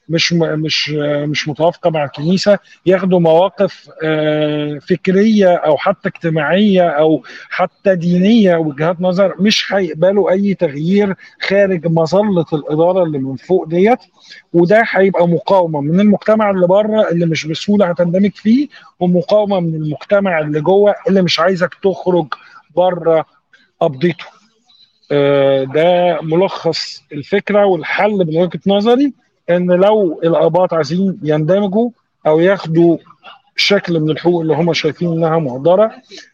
Speaker 10: مش مش مش متوافقه مع الكنيسه، ياخدوا مواقف فكريه او حتى اجتماعيه او حتى دينيه، وجهات نظر، مش هيقبلوا اي تغيير خارج مظله الاداره اللي من فوق ديت. وده هيبقى مقاومه من المجتمع اللي بره اللي مش بسهوله هتندمج فيه، ومقاومه من المجتمع اللي جوه اللي مش عايزك تخرج بره قبضته. ده ملخص الفكره والحل من وجهه نظري، ان لو الاباط عايزين يندمجوا او ياخدوا شكل من الحقوق اللي هم شايفين انها مهدره،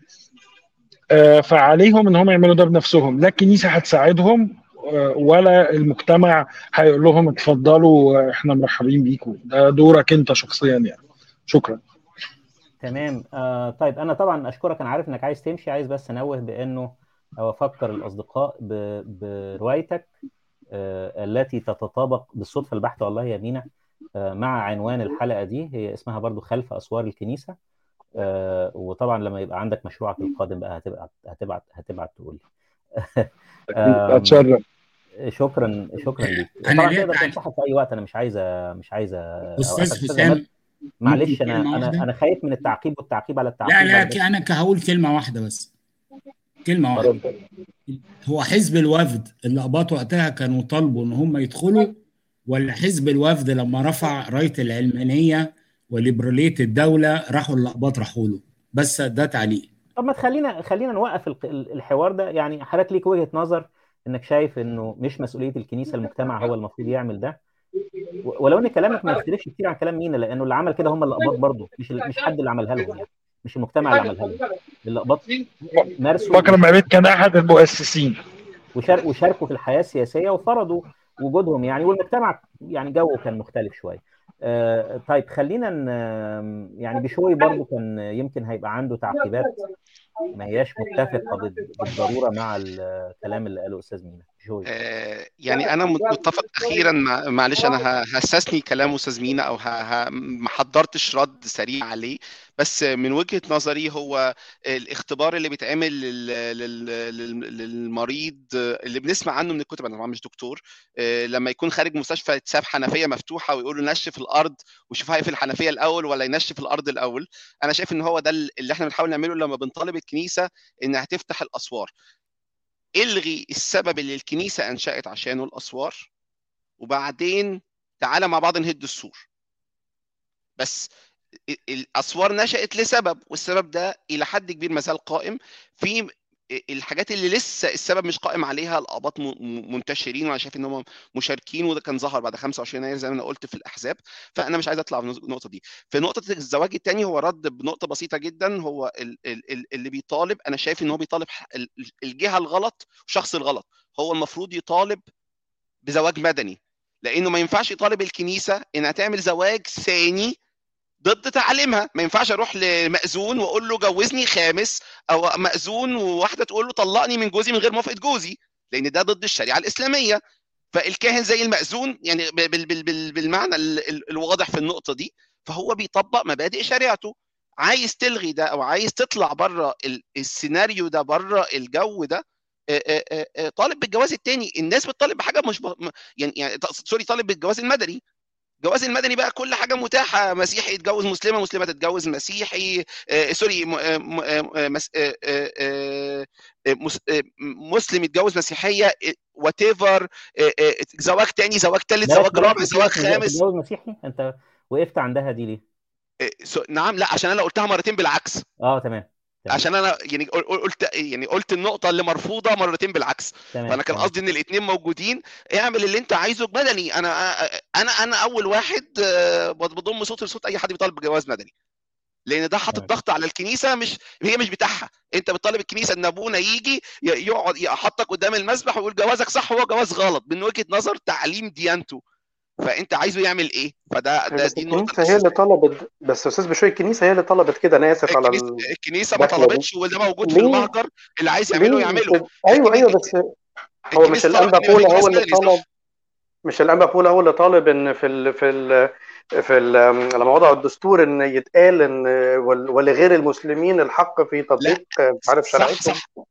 Speaker 10: فعليهم ان هم يعملوا ده بنفسهم، لا الكنيسه هتساعدهم ولا المجتمع هيقول لهم اتفضلوا احنا مرحبين بيكم. ده دورك انت شخصيا يعني. شكرا.
Speaker 1: تمام. آه طيب انا طبعا اشكرك، انا عارف انك عايز تمشي، عايز بس انوه بانه او افكر الاصدقاء بروايتك آه التي تتطابق بالصدفه البحته والله يا مينا آه مع عنوان الحلقه دي، هي اسمها برضو خلف اسوار الكنيسه. آه وطبعا لما يبقى عندك مشروعك القادم بقى هتبقى هتبعت هتبعت تقول لي.
Speaker 10: اتشرف.
Speaker 1: شكرا شكرا ليك.
Speaker 8: انا
Speaker 1: طبعا
Speaker 8: ليه
Speaker 1: تقدر تنصحك في اي وقت، انا مش عايزه مش عايزه
Speaker 8: استاذ حسام،
Speaker 1: معلش انا انا
Speaker 8: واحدة؟
Speaker 1: انا خايف من التعقيب والتعقيب على التعقيب.
Speaker 8: لا لا انا هقول كلمه واحده بس، كلمه واحده. هو حزب الوفد اللي قباط وقتها كانوا طالبوا ان هم يدخلوا، ولا حزب الوفد لما رفع رايه العلمانيه وليبراليه الدوله راحوا اللقباط راحوا له؟ بس ده تعليق.
Speaker 1: طب ما تخلينا خلينا نوقف الحوار ده. يعني حضرتك ليك وجهه نظر انك شايف انه مش مسؤوليه الكنيسه، المجتمع هو المفروض يعمل ده، ولو ان كلامك ما يختلفش كتير عن كلام مينا، لانه اللي عمل كده هم اللقباط برضه، مش مش حد اللي عملها لهم، يعني مش المجتمع اللي عملها لهم. اللقباط مارسوا
Speaker 10: بكر معبد كان احد المؤسسين
Speaker 1: وشارك وشاركوا في الحياه السياسيه وفرضوا وجودهم يعني، والمجتمع يعني جوه كان مختلف شويه. آه طيب خلينا يعني بشوي برضه كان يمكن هيبقى عنده تعقيبات ما هياش متفقه بالضروره مع الكلام اللي قاله استاذ مينا. شوي.
Speaker 9: آه يعني انا متفق اخيرا مع معلش انا هستثني كلام استاذ مينا او ما حضرتش رد سريع عليه، بس من وجهة نظري هو الاختبار اللي بيتعمل للمريض اللي بنسمع عنه من الكتب، انا طبعا مش دكتور، لما يكون خارج مستشفى تساب حنفيه مفتوحه ويقولوا نشف الارض وشوف هيقفل الحنفيه الاول ولا ينشف الارض الاول. انا شايف ان هو ده اللي احنا بنحاول نعمله لما بنطالب الكنيسه انها تفتح الاسوار. الغي السبب اللي الكنيسه انشأت عشانه الاسوار، وبعدين تعالى مع بعض نهد السور. بس الاسوار نشأت لسبب، والسبب ده الى حد كبير ما زال قائم. في الحاجات اللي لسه السبب مش قائم عليها الاباط منتشرين، وانا شايف ان هم مشاركين، وده كان ظهر بعد خمسة وعشرين يناير زي ما انا قلت في الاحزاب. فانا مش عايز اطلع من النقطه دي. في نقطه الزواج الثاني هو رد بنقطه بسيطه جدا. هو اللي بيطالب، انا شايف ان هو بيطالب الجهه الغلط والشخص الغلط. هو المفروض يطالب بزواج مدني، لانه ما ينفعش يطالب الكنيسه انها تعمل زواج ثاني ضد تعليمها. ما ينفعش اروح لمأذون واقول له جوزني خامس، او مأذون وواحده تقول له طلقني من جوزي من غير موافقه جوزي، لان ده ضد الشريعه الاسلاميه. فالكاهن زي المأذون يعني بالمعنى الواضح في النقطه دي، فهو بيطبق مبادئ شريعته. عايز تلغي ده او عايز تطلع بره السيناريو ده، بره الجو ده، طالب بالجواز الثاني. الناس بتطالب بحاجه مش ب... يعني يعني سوري طالب بالجواز المدني. الجواز المدني بقى كل حاجه متاحه، مسيحي يتجوز مسلمه، مسلمه تتجوز مسيحي، آه سوري م... آه مس... آه آه مس... آه مسلم يتجوز مسيحيه، وات ايفر، زواج تاني، زواج ثالث، زواج رابع، زواج خامس.
Speaker 1: تتجوز مسيحي انت وقفت عندها دي ليه؟
Speaker 9: آه سو... نعم لا عشان انا قلتها مرتين بالعكس.
Speaker 1: اه تمام. تمام.
Speaker 9: عشان انا يعني قلت يعني قلت النقطه اللي مرفوضه مرتين بالعكس.
Speaker 1: تمام.
Speaker 9: فانا كان قصدي ان الاثنين موجودين. اعمل اللي انت عايزه مدني. انا انا انا اول واحد بضم صوت لصوت اي حد بيطالب بجواز مدني، لان ده حاطط ضغط على الكنيسه، مش هي مش بتاعها. انت بتطالب الكنيسه ان ابونا يجي يقعد يحطك قدام المسبح ويقول جوازك صح وهو جواز غلط من وجهه نظر تعليم ديانته. فانت عايزه يعمل ايه؟ فده ده دي
Speaker 4: الكنيسه هي اللي طلبت. بس استاذ بشوي الكنيسه هي اللي طلبت كده. انا اسف على
Speaker 9: الكنيسه, الكنيسة ما طلبتش، وده موجود في المهجر. اللي عايز يعمله يعمله.
Speaker 4: ايوه ايوه بس هو مش الانبا بولا هو اللي طلب. مش الانبا بولا هو اللي طالب ان في ال في ال في ال لما وضعوا الدستور ان يتقال ان ولغير المسلمين الحق في تطبيق مش عارف شرعيتهم.
Speaker 9: صح صح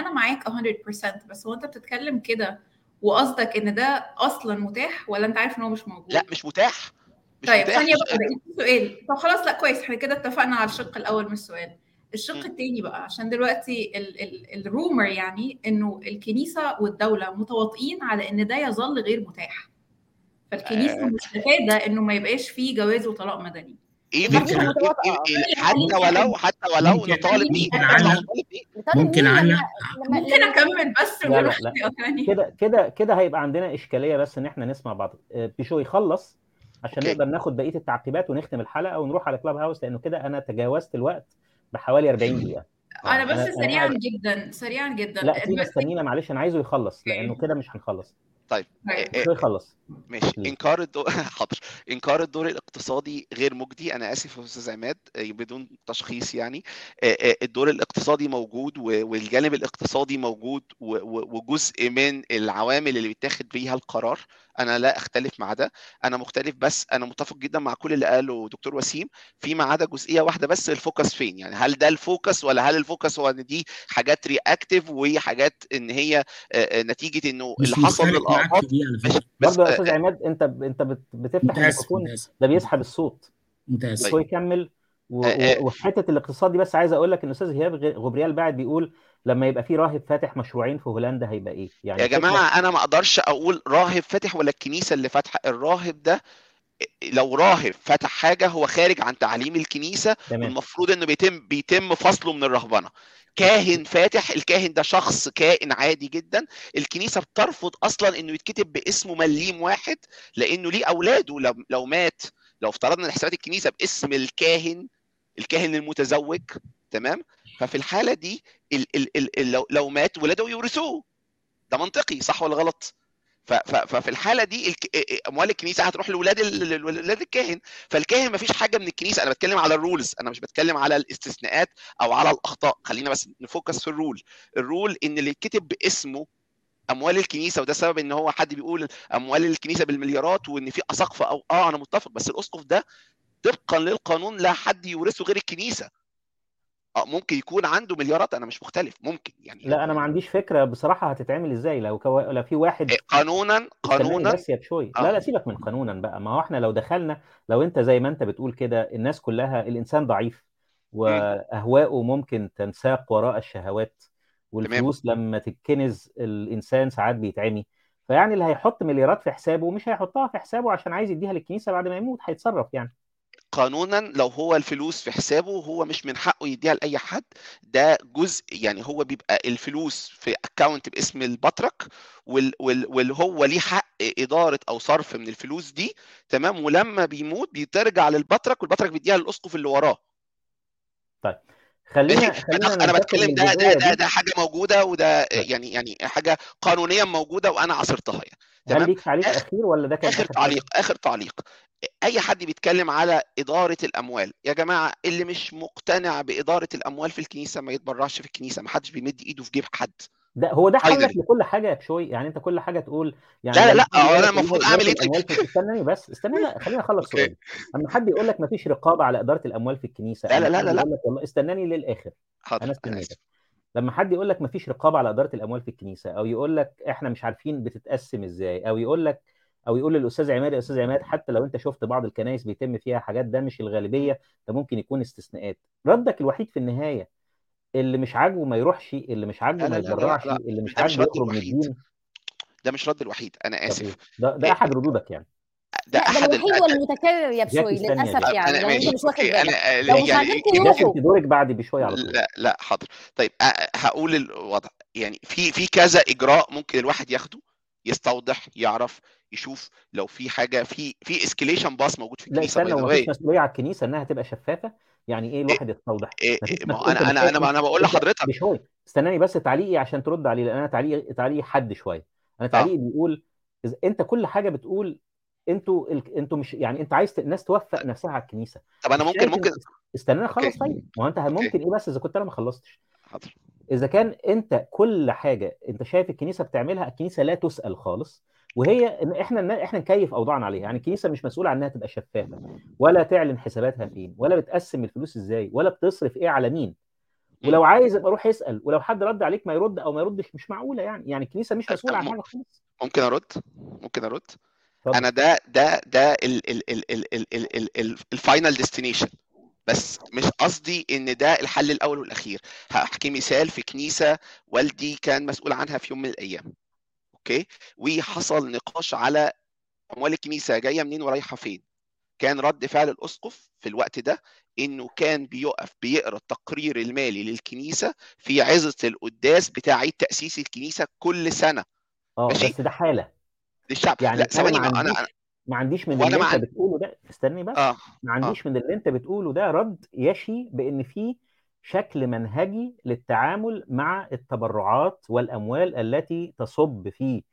Speaker 14: انا معاك مية بالمية، بس هو انت بتتكلم كده وقصدك ان ده اصلا متاح ولا انت عارف ان هو مش موجود؟
Speaker 9: لا مش متاح، مش
Speaker 14: طيب
Speaker 9: متاح.
Speaker 14: ثانيه بقى، ده سؤال. طب خلاص، لا كويس، احنا كده اتفقنا على الشق الاول من السؤال. الشق
Speaker 9: م.
Speaker 14: الثاني بقى، عشان دلوقتي ال ال الرومر يعني انه الكنيسه والدوله متواطئين على ان ده يظل غير متاح. فالكنيسه مستفاده انه ما يبقاش فيه جواز وطلاق مدني.
Speaker 9: ايفن حتى ولو حتى ولو نطالب بيه
Speaker 8: ممكن على
Speaker 14: ممكن اكمل بس
Speaker 1: لا لا لا كده كده كده هيبقى عندنا اشكاليه، بس ان احنا نسمع بعض. بيشو يخلص عشان نقدر ناخد بقيه التعقيبات ونختم الحلقه ونروح على كلاب هاوس، لانه كده انا تجاوزت الوقت بحوالي أربعين دقيقه.
Speaker 14: انا بس أنا سريعا أنا جدا سريعا جدا
Speaker 1: لا تينا استنينا معلش، انا عايزه يخلص لانه كده مش هنخلص.
Speaker 9: طيب
Speaker 1: شو يخلص
Speaker 9: ماشي. انكار الدور حاضر انكار الدور الاقتصادي غير مجدي. انا اسف يا استاذ عماد بدون تشخيص، يعني الدور الاقتصادي موجود والجانب الاقتصادي موجود وجزء من العوامل اللي بيتاخد بيها القرار. انا لا اختلف مع ده، انا مختلف بس انا متفق جدا مع كل اللي قاله دكتور وسيم، فيما عدا جزئيه واحده بس، الفوكس فين؟ يعني هل ده الفوكس ولا هل الفوكس هو ان دي حاجات رياكتيف وحاجات ان هي نتيجه انه اللي حصل للأقباط.
Speaker 1: برضه يا استاذ عماد انت انت بتفتح الميكروفون ده بيسحب الصوت.
Speaker 8: ممتاز.
Speaker 1: هو يكمل. وفي حته الاقتصاد دي بس عايز اقول لك ان الاستاذ ايهاب غبريال باعت بيقول لما يبقى في راهب فاتح مشروعين في هولندا هيبقى ايه؟ يعني
Speaker 9: يا جماعه انا ما اقدرش اقول راهب فاتح ولا الكنيسه اللي فاتحه. الراهب ده لو راهب فتح حاجه هو خارج عن تعليم الكنيسه، والمفروض انه بيتم بيتم فصله من الرهبنه. كاهن فاتح، الكاهن ده شخص كائن عادي جدا، الكنيسه بترفض اصلا انه يتكتب باسمه مليم واحد، لانه ليه اولاده. لو لو مات، لو افترضنا ان حسابات الكنيسه باسم الكاهن الكاهن المتزوج، تمام، ففي الحاله دي ال ال ال ال لو, لو مات ولاده يورثوه. ده منطقي صح ولا غلط؟ ففي الحاله دي اموال الكنيسه هتروح لاولاد ولاد الكاهن. فالكاهن ما فيش حاجه من الكنيسه. انا بتكلم على الرولز، انا مش بتكلم على الاستثناءات او على الاخطاء. خلينا بس نفوكس في الرول. الرول ان اللي يتكتب باسمه اموال الكنيسه، وده سبب ان هو حد بيقول اموال الكنيسه بالمليارات وان في اساقفه او اه انا متفق، بس الاسقف ده طبقا للقانون لا حد يورثه غير الكنيسه. اه ممكن يكون عنده مليارات، انا مش مختلف، ممكن يعني.
Speaker 1: لا انا ما عنديش فكره بصراحه هتتعمل ازاي. لو كو... لو في واحد
Speaker 9: قانونا قانونا
Speaker 1: بس يا بشوي آه. لا لا سيبك من قانونا بقى. ما هو احنا لو دخلنا، لو انت زي ما انت بتقول كده الناس كلها، الانسان ضعيف واهواؤه ممكن تنساق وراء الشهوات، والفلوس لما تتكنز الانسان ساعات بيتعمي. فيعني اللي هيحط مليارات في حسابه مش هيحطها في حسابه عشان عايز يديها للكنيسه بعد ما يموت، هيتصرف يعني.
Speaker 9: قانونا لو هو الفلوس في حسابه هو مش من حقه يديها لاي حد. ده جزء يعني، هو بيبقى الفلوس في اكاونت باسم البطرك، واللي هو ليه حق اداره او صرف من الفلوس دي، تمام، ولما بيموت بترجع للبطرك والبطرك بيديها للاسقف اللي وراه.
Speaker 1: طيب خلينا خلينا
Speaker 9: انا بتكلم ده ده ده, ده حاجه موجوده، وده يعني يعني حاجه قانونيا موجوده وانا عصرتها يعني.
Speaker 1: هل ليك تعليق آخر اخير ولا ده كان
Speaker 9: اخر تعليق؟ اخر تعليق. اي حد بيتكلم على اداره الاموال، يا جماعه اللي مش مقتنع باداره الاموال في الكنيسه ما يتبرعش في الكنيسه. ما حدش بيمد ايده في جيب حد.
Speaker 1: ده هو ده حلك لكل حاجه يا بشوي. يعني انت كل حاجه تقول يعني
Speaker 9: لا لا لا انا المفروض اعمل ايه؟
Speaker 1: استناني بس استناني خليني اخلص سؤالي. اما حد يقول لك ما فيش رقابه على اداره الاموال في الكنيسه،
Speaker 9: لا لا لا لا, لا.
Speaker 1: يقول لك والله استناني للاخر.
Speaker 9: انا
Speaker 1: استنيتك. لما حد يقول لك ما فيش رقابه على اداره الاموال في الكنيسه، او يقول لك احنا مش عارفين بتتقسم ازاي، او يقول لك او يقول للاستاذ عماد يا استاذ عماد حتى لو انت شفت بعض الكنائس بيتم فيها حاجات، ده مش الغالبيه، ده ممكن يكون استثناءات. ردك الوحيد في النهايه اللي مش عاجبه ما يروحش، اللي مش عاجبه ما يتبرعش، اللي مش عاجبه يخرج من الدين.
Speaker 9: ده مش رد الوحيد، انا اسف.
Speaker 1: ده ده احد ردودك يعني.
Speaker 6: ده احد الوحيد والمتكرر يا بشوي للاسف يعني. لو انت مش واخد بالك لو مش عاجبكم روحوا.
Speaker 1: دورك بعد بشوي على طول.
Speaker 9: لا لا حاضر. طيب هقول الوضع يعني. في في كذا اجراء ممكن الواحد ياخده، يستوضح، يعرف، يشوف لو في حاجه في في اسكيليشن باص موجود في الكنيسه.
Speaker 1: لا استنى، ومفيش مسؤوليه على الكنيسه انها تبقى شفافه. يعني ايه الواحد يستوضح؟
Speaker 9: إيه ما انا انا انا انا بقول لحضرتك
Speaker 1: بشوي استناني بس تعليقي عشان ترد عليه، لان انا تعليقي تعليقي حد شويه. انا تعليقي آه. بيقول إذا انت كل حاجه بتقول انتوا ال... انتوا مش يعني انت عايز الناس توفق نفسها على الكنيسه.
Speaker 9: طب انا ممكن ممكن
Speaker 1: استناني اخلص. طيب ما هو انت ممكن ايه بس اذا كنت انا ما خلصتش.
Speaker 9: حاضر.
Speaker 1: اذا كان انت كل حاجه انت شايف الكنيسه بتعملها، الكنيسه لا تسال خالص، وهي ان احنا احنا نكيف اوضاعنا عليها. يعني الكنيسه مش مسؤوله عن انها تبقى شفافه، ولا تعلن حساباتها فين، ولا بتقسم الفلوس ازاي، ولا بتصرف ايه على مين. ولو عايز يبقى روح اسال، ولو حد رد عليك ما يرد او ما يردش، مش معقوله يعني. يعني الكنيسه مش مسؤوله عن حاجه خالص.
Speaker 9: ممكن ارد ممكن ارد طبعا. انا ده ده ده الفاينل ديستنيشن، بس مش قصدي ان ده الحل الاول والاخير. هحكي مثال في كنيسه والدي كان مسؤول عنها في يوم من الايام، اوكي، وحصل نقاش على اموال الكنيسه جايه منين ورايحه فين. كان رد فعل الاسقف في الوقت ده انه كان بيقف بيقرا التقرير المالي للكنيسه في عظه القداس بتاع عيد تاسيس الكنيسه كل سنه.
Speaker 1: اه
Speaker 9: ماشي
Speaker 1: بس ده حاله
Speaker 9: للشعب.
Speaker 1: يعني.
Speaker 9: لا
Speaker 1: انا
Speaker 9: ثواني،
Speaker 1: ما
Speaker 9: ما انا
Speaker 1: عنديش ما عنديش من
Speaker 9: وانا
Speaker 1: اللي
Speaker 9: مع
Speaker 1: انت بتقوله ده، استني بس،
Speaker 9: اه
Speaker 1: ما
Speaker 9: اه
Speaker 1: عنديش من اللي انت بتقوله ده رد يشي بان في شكل منهجي للتعامل مع التبرعات والاموال التي تصب في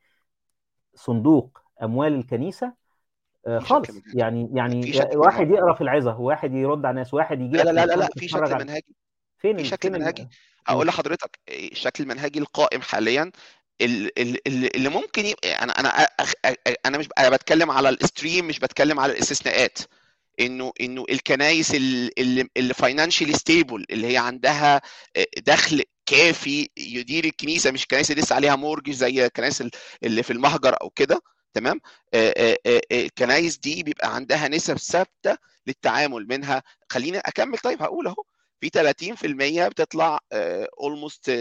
Speaker 1: صندوق اموال الكنيسه آه،
Speaker 9: في شكل
Speaker 1: خالص.
Speaker 9: منهجي،
Speaker 1: يعني يعني
Speaker 9: في شكل
Speaker 1: واحد
Speaker 9: منهجي.
Speaker 1: يقرا في العظه، وواحد يرد على الناس، واحد يجي
Speaker 9: لا
Speaker 1: لك
Speaker 9: لا
Speaker 1: في
Speaker 9: لا لا
Speaker 1: مؤتمر
Speaker 9: لا في
Speaker 1: تتفرج
Speaker 9: شكل
Speaker 1: على
Speaker 9: منهجي،
Speaker 1: فين
Speaker 9: في
Speaker 1: ال...
Speaker 9: شكل
Speaker 1: فين
Speaker 9: منهجي.
Speaker 1: ال...
Speaker 9: اقول
Speaker 1: قول.
Speaker 9: لحضرتك الشكل المنهجي القائم حاليا ال- ال- ال- اللي ممكن يبقى، انا انا أخ- أ- انا مش انا بتكلم على الاستريم، مش بتكلم على الاستثناءات. انه انه الكنايس ال- اللي اللي فاينانشالي ستيبل، اللي هي عندها دخل كافي يدير الكنيسه، مش الكنائس اللي لسه عليها مورجج زي الكنائس اللي في المهجر او كده. تمام. آه، آه، آه، الكنائس دي بيبقى عندها نسب ثابته للتعامل منها. خليني اكمل. طيب هقول اهو في ثلاثين في المية بتطلع اولموست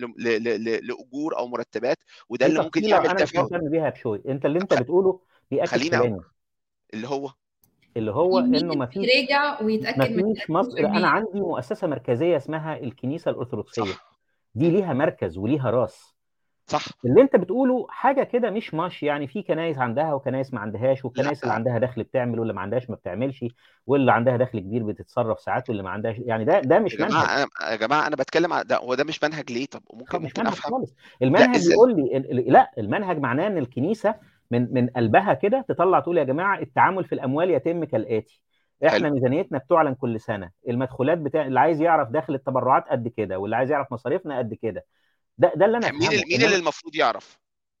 Speaker 9: لاجور او مرتبات، وده
Speaker 1: دي
Speaker 9: اللي ممكن
Speaker 1: تفصيله
Speaker 9: يعمل
Speaker 1: انا مش
Speaker 9: تفاوت.
Speaker 1: مهتم بيها بشوي. انت اللي انت
Speaker 9: طب
Speaker 1: بتقوله بياكد
Speaker 9: خلينا أقول
Speaker 1: كلامي،
Speaker 9: اللي هو
Speaker 1: اللي هو انه ما فيش
Speaker 14: يراجع ويتاكد
Speaker 1: ما
Speaker 14: من
Speaker 1: فيش مصر. انا
Speaker 14: ثلاثين بالمية.
Speaker 1: عندي مؤسسه مركزيه اسمها الكنيسه الارثوذكسيه،
Speaker 9: صح.
Speaker 1: دي ليها مركز وليها راس.
Speaker 9: صح.
Speaker 1: اللي انت بتقوله حاجه كده مش ماشي. يعني في كنايس عندها وكنايس ما عندهاش، والكنايس اللي
Speaker 9: لا
Speaker 1: عندها دخل بتعمل واللي ما عندهاش ما بتعملش، واللي عندها دخل كبير بتتصرف ساعات واللي ما عندهاش. يعني ده ده
Speaker 9: يا
Speaker 1: مش منهج.
Speaker 9: جماعه انا يا جماعه انا بتكلم على ده، هو ده مش منهج ليه؟ طب ممكن
Speaker 1: مش
Speaker 9: ممكن
Speaker 1: منهج
Speaker 9: افهم.
Speaker 1: خالص.
Speaker 9: لا
Speaker 1: المنهج
Speaker 9: ازاي؟
Speaker 1: يقول لي ال- ال- لا، المنهج معناه ان الكنيسه من من قلبها كده تطلع تقول يا جماعه التعامل في الاموال يتم كالاتي:
Speaker 9: حلو.
Speaker 1: احنا ميزانيتنا بتعلن كل سنه، المدخولات بتاع اللي عايز يعرف دخل التبرعات قد كده، واللي عايز يعرف مصاريفنا قد كده. ده ده اللي انا
Speaker 9: مين
Speaker 1: افهمه.
Speaker 9: ال- مين اللي
Speaker 1: انما
Speaker 9: المفروض يعرف؟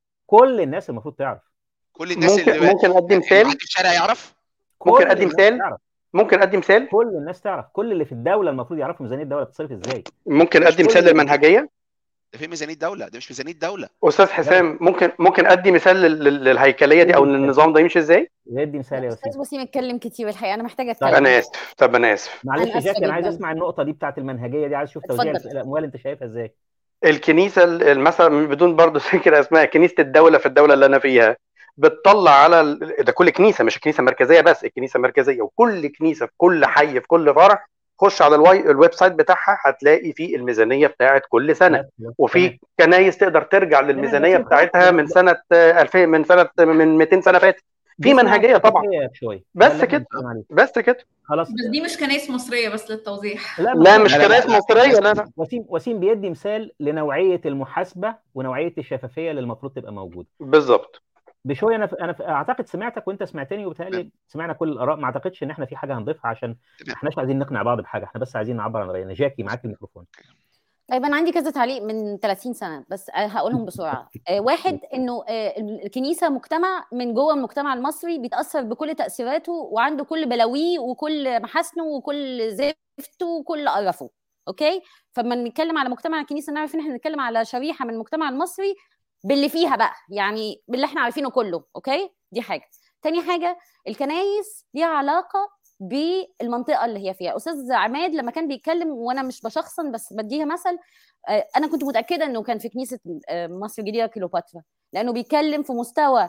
Speaker 1: كل الناس المفروض تعرف.
Speaker 9: كل الناس
Speaker 4: ممكن
Speaker 9: اللي
Speaker 4: ممكن ادي
Speaker 9: اللي
Speaker 4: مثال
Speaker 9: معدي في الشارع يعرف؟
Speaker 4: ممكن
Speaker 1: كل
Speaker 4: ادي
Speaker 1: الناس
Speaker 4: مثال
Speaker 1: تعرف.
Speaker 4: ممكن ادي مثال
Speaker 1: كل الناس تعرف. كل اللي في الدوله المفروض يعرفوا ميزانيه الدوله بتصرف ازاي.
Speaker 4: ممكن
Speaker 9: مش
Speaker 4: ادي
Speaker 1: كل
Speaker 4: مثال
Speaker 1: اللي
Speaker 4: للمنهجيه.
Speaker 9: ده في ميزانيه دوله، ده مش ميزانيه دوله.
Speaker 4: استاذ
Speaker 1: لا،
Speaker 4: حسام، ممكن ممكن ادي مثال لل- لل- للهيكليه دي
Speaker 1: ادي
Speaker 4: او
Speaker 1: مثال،
Speaker 4: للنظام ده يمشي ازاي.
Speaker 1: ادي مثال يا وسيم.
Speaker 6: استاذ وسيم اتكلم كتير الحقيقه، انا محتاجه
Speaker 1: طيب
Speaker 6: اتكلم.
Speaker 4: انا اسف طب انا اسف
Speaker 1: معلش
Speaker 6: انا
Speaker 1: يا
Speaker 6: اسفه
Speaker 1: جاكي، انا عايز
Speaker 6: جدا.
Speaker 1: اسمع النقطه دي بتاعت المنهجيه دي، عايز اشوف توزيع
Speaker 6: اتفضل.
Speaker 1: الاموال انت شايفها ازاي.
Speaker 4: الكنيسه ال- مثلا بدون برضه ذكر اسماء، كنيسه الدوله في الدوله اللي انا فيها بتطلع على ال- ده كل كنيسه، مش الكنيسه المركزيه بس، الكنيسه المركزيه وكل كنيسه في كل حي في كل فرع. خش على الواي الويب سايت بتاعها هتلاقي فيه الميزانيه بتاعت كل سنه،
Speaker 1: بس بس تمام
Speaker 4: وفي كنايس تقدر ترجع
Speaker 1: تمام يا
Speaker 4: للميزانيه
Speaker 1: وسيم. خلاص
Speaker 4: بتاعتها
Speaker 1: ده
Speaker 4: من
Speaker 1: ده
Speaker 4: سنه آه، ألفين، من سنه من مئتين سنه فاتت.
Speaker 1: دي
Speaker 4: في
Speaker 1: اسمها
Speaker 4: منهجيه طبعا،
Speaker 1: اتفاقيه بشويه، ده
Speaker 4: بس
Speaker 1: اللي احنا
Speaker 4: كده
Speaker 1: بنتكلم عليه.
Speaker 4: بس كده.
Speaker 1: خلاص.
Speaker 14: بس دي مش كنايس مصريه بس للتوضيح.
Speaker 1: لا
Speaker 4: لا
Speaker 1: مفهوم.
Speaker 4: مش
Speaker 9: لا لا لا
Speaker 4: كنايس
Speaker 9: لا في
Speaker 4: مصريه،
Speaker 9: ناس
Speaker 4: لا لا
Speaker 1: وسيم وسيم بيدي مثال لنوعيه المحاسبه ونوعيه الشفافيه اللي المفروض تبقى موجوده.
Speaker 4: بالظبط.
Speaker 1: بشويه انا انا اعتقد سمعتك وانت سمعتني، وبالتالي سمعنا كل الاراء. ما اعتقدش ان احنا في حاجه هنضيفها، عشان ما
Speaker 9: تمام.
Speaker 1: احناش عايزين نقنع بعض بحاجه، احنا بس عايزين نعبر عن راينا. جاكي معاك الميكروفون.
Speaker 6: طيب انا عندي كذا تعليق من ثلاثين سنه، بس هقولهم بسرعه. آه، واحد، انه آه، الكنيسه مجتمع من جوه المجتمع المصري بيتاثر بكل تاثيراته، وعنده كل بلاويه وكل محاسنه وكل زفته وكل قرفه. اوكي، فلما نتكلم على مجتمع الكنيسه نعرف ان احنا بنتكلم على شريحه من المجتمع المصري باللي فيها بقى، يعني باللي احنا عارفينه كله. اوكي، دي حاجه. تاني حاجه، الكنايس ليها علاقه بالمنطقه اللي هي فيها. استاذ عماد لما كان بيتكلم، وانا مش بشخصن بس بديها مثل، انا كنت متاكده انه كان في كنيسه مصر الجديده كليوباترا، لانه بيتكلم في مستوى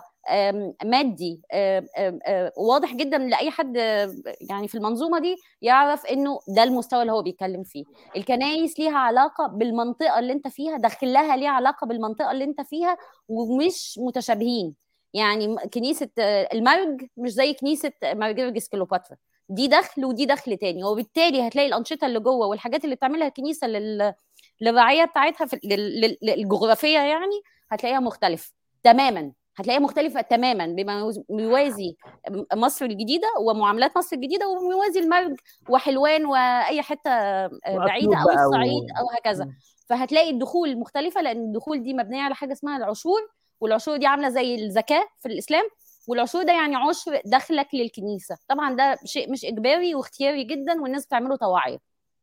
Speaker 6: مادي واضح جدا لاي حد يعني في المنظومه دي يعرف انه ده المستوى اللي هو بيتكلم فيه. الكنايس ليها علاقه بالمنطقه اللي انت فيها، دخلها ليها علاقه بالمنطقه اللي انت فيها، ومش متشابهين. يعني كنيسه المرج مش زي كنيسه مرجرجس كليوباترا، دي دخل ودي دخل تاني، وبالتالي هتلاقي الانشطه اللي جوه والحاجات اللي بتعملها الكنيسه لل... للرعايه بتاعتها في لل... للجغرافيه، يعني هتلاقيها مختلف تماما، هتلاقيها مختلفه تماما بما يوازي مصر الجديده ومعاملات مصر الجديده، وموازي المرج وحلوان واي حته بعيده او الصعيد و... او هكذا. فهتلاقي الدخول مختلفه، لان الدخول دي مبنيه على حاجه اسمها العشور، والعشور دي عامله زي الزكاه في الاسلام، والعشور ده يعني عشر دخلك للكنيسه. طبعا ده شيء مش اجباري واختياري جدا، والناس بتعمله طواعيه.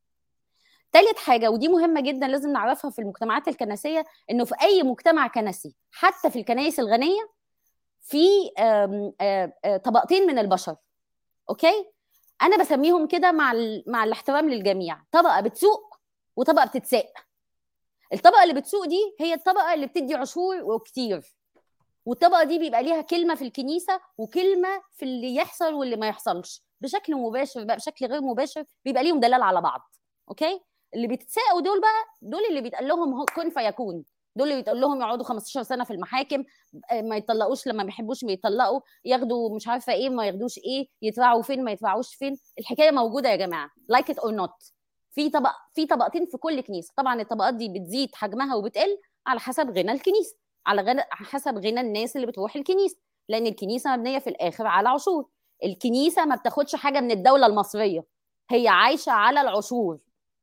Speaker 6: ثالث حاجه، ودي مهمه جدا لازم نعرفها في المجتمعات الكنسيه، انه في اي مجتمع كنسي حتى في الكنائس الغنيه في آم آم آم طبقتين من البشر. اوكي، انا بسميهم كده مع مع الاحترام للجميع، طبقه بتسوق وطبقه بتتساق. الطبقه اللي بتسوق دي هي الطبقه اللي بتدي عشور وكتير، والطبقه دي بيبقى ليها كلمه في الكنيسه وكلمه في اللي يحصل واللي ما يحصلش، بشكل مباشر بقى بشكل غير مباشر بيبقى ليهم دلال على بعض. اوكي، اللي بيتساقوا دول بقى دول اللي بيتقال لهم كن فيكون، دول اللي بيتقال لهم يقعدوا خمستاشر سنه في المحاكم، ما يطلقوش لما ما بيحبوش بيطلقوا، ياخدوا مش عارفه ايه ما ياخدوش ايه، يدفعوا فين ما يدفعوش فين. الحكايه موجوده يا جماعه، لايك ات اور نوت. في طبق في طبقتين في كل كنيسه. طبعا الطبقات دي بتزيد حجمها وبتقل على حسب غنى الكنيسه، على غنى حسب غنى الناس اللي بتروح الكنيسه، لان الكنيسه مبنيه في الاخر على عشور. الكنيسه ما بتاخدش حاجه من الدوله المصريه، هي عايشه على العشور،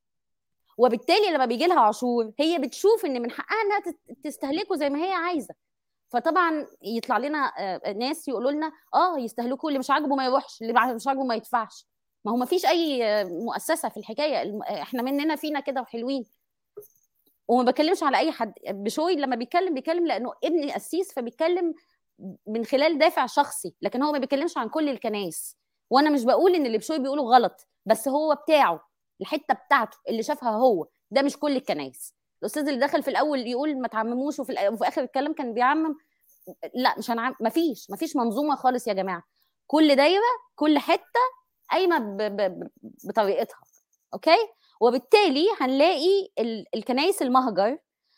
Speaker 6: وبالتالي لما بيجي لها عشور هي بتشوف ان من حقها انها تستهلكه زي ما هي عايزه. فطبعا يطلع لنا ناس يقولوا لنا اه يستهلكوا، اللي مش عاجبه ما يروحش، اللي مش عاجبه ما يدفعش. ما هو ما فيش اي مؤسسه في الحكايه، احنا مننا فينا كده وحلوين. وما بكلمش على اي حد، بشوي لما بيتكلم بيتكلم لانه ابني قسيس فبيتكلم من خلال دافع شخصي، لكن هو ما بيتكلمش عن كل الكنائس. وانا مش بقول ان اللي بشوي بيقوله غلط، بس هو بتاعه الحته بتاعته اللي شافها هو، ده مش كل الكنائس. الاستاذ اللي دخل في الاول يقول ما تعمموش وفي, الأ... وفي اخر الكلام كان بيعمم، لا مش هنعمم، ما فيش ما فيش منظومه خالص يا جماعه. كل دايره كل حته قايمه ب... ب... بطريقتها. اوكي، وبالتالي هنلاقي ال... الكنائس المهجر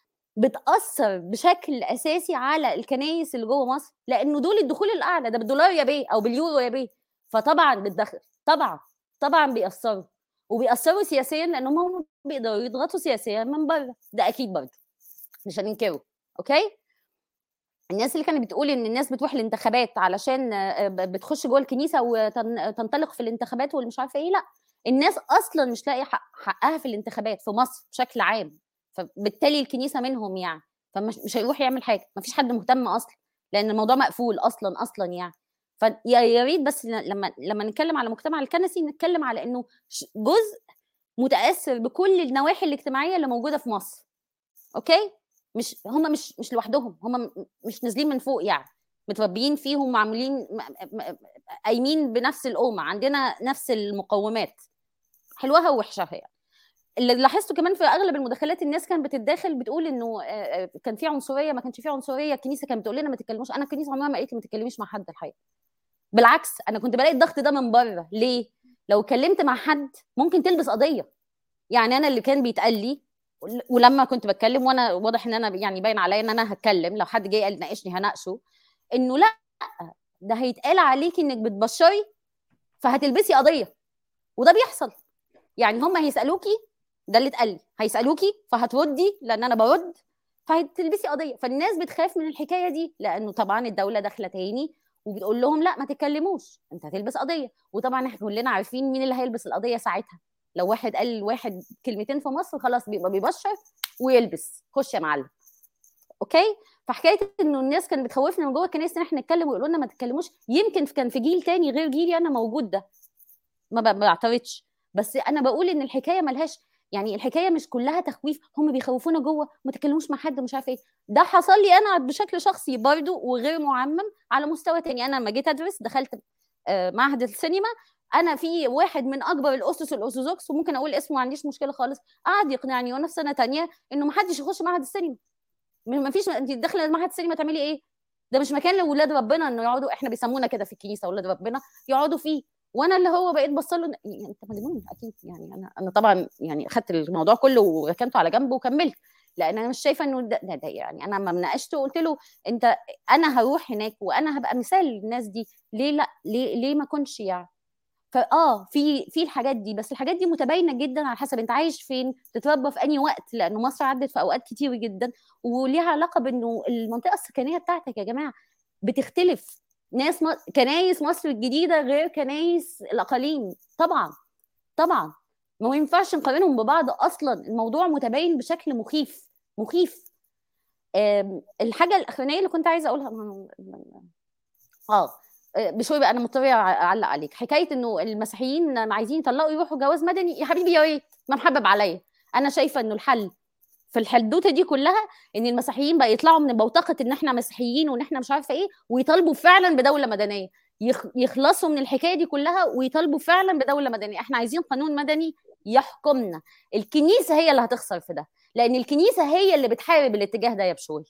Speaker 6: بتأثر بشكل أساسي على الكنائس اللي جوه مصر، لأنه دول الدخول الأعلى، ده بالدولار يا بيه أو باليورو يا بيه، فطبعا بتدخل، طبعا طبعا بيأثروا وبيأثروا سياسيا لأنهم هم بيقدروا يضغطوا سياسيا من بره، ده أكيد برضه مش هننكره. أوكي، الناس اللي كانت بتقول إن الناس بتروح الانتخابات علشان بتخش جوه الكنيسة وتنطلق في الانتخابات واللي مش عارفة إيه، لا، الناس أصلا مش لاقية حق حقها في الانتخابات في مصر بشكل عام، فبالتالي الكنيسه منهم يعني، فمش مش هيروح يعمل حاجه، ما فيش حد مهتم اصلا لان الموضوع مقفول اصلا اصلا يعني. فيا ريت بس لما لما نتكلم على المجتمع الكنسي نتكلم على انه جزء متاثر بكل النواحي الاجتماعيه اللي موجوده في مصر. اوكي، مش هم مش مش لوحدهم، هم مش نازلين من فوق يعني، متربيين فيهم معمولين قايمين بنفس القومه، عندنا نفس المقومات حلوها ووحشها يعني. اللي لاحظته كمان في اغلب المداخلات الناس كانت بتتداخل بتقول انه كان في عنصريه، ما كانش في عنصريه، الكنيسه كانت بتقول لنا ما تتكلموش. انا الكنيسه عمرها ما قالت لي ما تتكلميش مع حد الحقيقه، بالعكس انا كنت بلاقي الضغط ده من بره. ليه؟ لو اتكلمت مع حد ممكن تلبس قضيه. يعني انا اللي كان بيتقال لي ولما كنت بتكلم وانا واضح ان انا يعني باين عليا ان انا هتكلم، لو حد جاي قال ناقشني هناقشه، انه لا ده هيتقال عليكي انك بتبشري فهتلبسي قضيه، وده بيحصل. يعني هم هيسالوكي، ده اللي اتقال لي، هيسالوكي فهتردي لان انا برد فهتلبسي قضيه. فالناس بتخاف من الحكايه دي لانه طبعا الدوله داخله تاني وبتقول لهم لا ما تتكلموش انت هتلبس قضيه. وطبعا احنا كلنا عارفين مين اللي هيلبس القضيه ساعتها. لو واحد قال واحد كلمتين في مصر خلاص بيبقى بيبشر ويلبس، خش يا معلم. اوكي، فحكايه انه الناس كانت بتخوفنا من جوه الكنيسه ان احنا نتكلم ويقولوا لنا ما تتكلموش، يمكن كان في جيل تاني غير جيلي انا موجود ده ما بعترضش، بس انا بقول ان الحكايه ملهاش يعني، الحكايه مش كلها تخويف، هم بيخوفونا جوه ما تكلموش مع حد مش عارف ايه. ده حصل لي انا بشكل شخصي برضو وغير معمم على مستوى تاني. انا لما جيت ادرس دخلت معهد السينما، انا في واحد من اكبر الاسس الارثوذكس وممكن اقول اسمه ما عنديش مشكله خالص، قعد يقنعني وانا في سنه تانية انه ما حدش يخش معهد السينما. ما فيش، انت داخله معهد السينما تعملي ايه؟ ده مش مكان لاولاد ربنا انه يقعدوا، احنا بيسمونا كده في الكنيسه اولاد ربنا يقعدوا فيه. وانا اللي هو بقيت بص له يعني انت مجنون اكيد يعني. انا انا طبعا يعني خدت الموضوع كله وركنته على جنب وكملت، لان انا مش شايفه انه ده, ده, ده يعني انا ما مناقشته وقلت له انت انا هروح هناك وانا هبقى مثال للناس دي، ليه لا ليه ليه ما كنتش يعني. فاه في في الحاجات دي، بس الحاجات دي متباينه جدا على حسب انت عايش فين، تتربى في انهي وقت، لانه مصر عدت في اوقات كتير جدا وليها علاقه بانه المنطقه السكنيه بتاعتك يا جماعه بتختلف. ناس م... كنايس مصر الجديده غير كنايس الاقاليم طبعا طبعا، ما ينفعش نقارنهم ببعض اصلا، الموضوع متباين بشكل مخيف مخيف. الحاجه الاخرانيه اللي كنت عايزه اقولها اه بشوي بقى انا مضطره اعلق عليك، حكايه انه المسيحيين عايزين يطلقوا يروحوا جواز مدني. يا حبيبي يا ريت، ما محبب عليا. انا شايفه انه الحل في الحدوته دي كلها ان المسيحيين بقى يطلعوا من بوتقه ان احنا مسيحيين وان احنا مش عارفه ايه، ويطالبوا فعلا بدوله مدنيه، يخلصوا من الحكايه دي كلها ويطالبوا فعلا بدوله مدنيه. احنا عايزين قانون مدني يحكمنا. الكنيسه هي اللي هتخسر في ده، لان الكنيسه هي اللي بتحارب الاتجاه ده يا بشوي.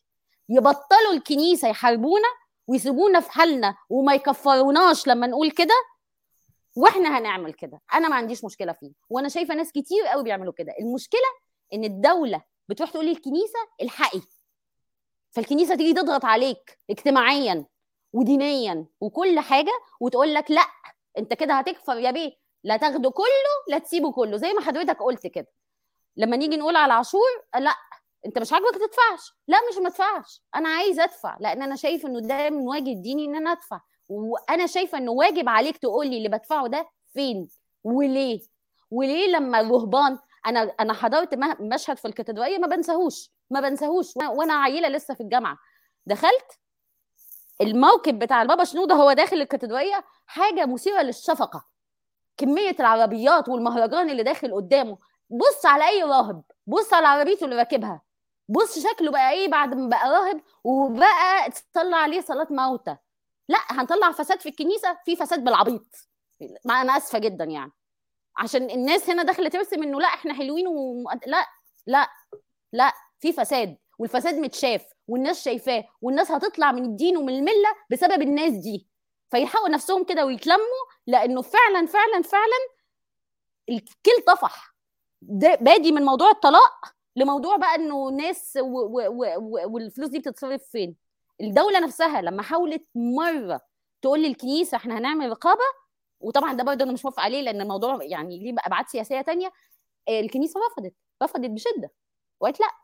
Speaker 6: يبطلوا الكنيسه يحاربونا ويسيبونا في حالنا وما يكفروناش لما نقول كده، واحنا هنعمل كده. انا ما عنديش مشكله فيه، وانا شايفه ناس كتير قوي بيعملوا كده. المشكله ان الدوله بتروح تقول للكنيسه الحقي، فالكنيسه تيجي تضغط عليك اجتماعيا ودينيا وكل حاجه وتقول لك لا انت كده هتكفر يا بيه، لا تاخده كله لا تسيبه كله، زي ما حضرتك قلت كده. لما نيجي نقول على عاشور لا انت مش عاجبك تدفعش، لا مش ما ادفعش، انا عايز ادفع لان انا شايف انه ده من واجب ديني ان انا ادفع، وانا شايفه انه واجب عليك تقول لي اللي بدفعه ده فين وليه. وليه لما الرهبان، انا انا حضرت مشهد في الكاتدرائيه ما بنساهوش ما بنساهوش وانا عيله لسه في الجامعه، دخلت الموكب بتاع البابا شنودة هو داخل الكاتدرائيه، حاجه مثيره للشفقه، كميه العربيات والمهرجان اللي داخل قدامه. بص على اي راهب، بص على عربيته اللي راكبها، بص شكله بقى ايه بعد ما بقى راهب وبقى تصلى عليه صلاه موتى. لا هنطلع فساد في الكنيسه، في فساد بالعبيط، ما انا اسفه جدا يعني، عشان الناس هنا داخله ترسم انه لا احنا حلوين و... لا لا لا في فساد، والفساد متشاف والناس شايفاه، والناس هتطلع من الدين ومن المله بسبب الناس دي، فيلحقوا نفسهم كده ويتلموا، لانه فعلا فعلا فعلا الكل طفح. ده بادي من موضوع الطلاق لموضوع بقى انه ناس و... و... و... والفلوس دي بتتصرف فين. الدوله نفسها لما حاولت مره تقول للكنيسه احنا هنعمل رقابه، وطبعا ده برضه انا مش موافقه عليه لان الموضوع يعني ليه ابعاد سياسيه تانية، الكنيسه رفضت رفضت بشده وقالت لا.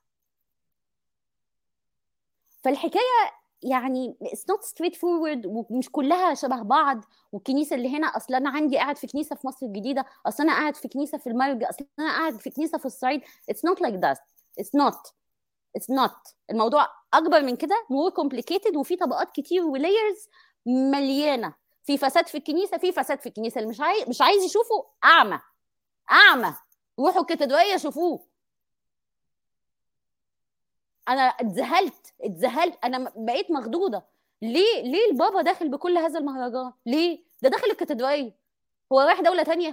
Speaker 6: فالحكايه يعني it's not straight forward ومش كلها شبه بعض. والكنيسه اللي هنا اصلا انا عندي قاعد في كنيسه في مصر الجديده، اصلا انا قاعد في كنيسه في المرج، اصلا انا قاعد في كنيسه في الصعيد. it's not like that it's not it's not الموضوع اكبر من كده، more complicated، وفي طبقات كتير ولايرز مليانه. في فساد في الكنيسه، في فساد في الكنيسه. اللي مش عايز مش عايز يشوفه اعمى اعمى، روحوا الكاتدرائيه شوفوه. انا اتذهلت اتذهلت انا بقيت مخضوضه. ليه ليه البابا داخل بكل هذا المهرجان؟ ليه ده داخل الكاتدرائيه؟ هو رايح دوله تانية؟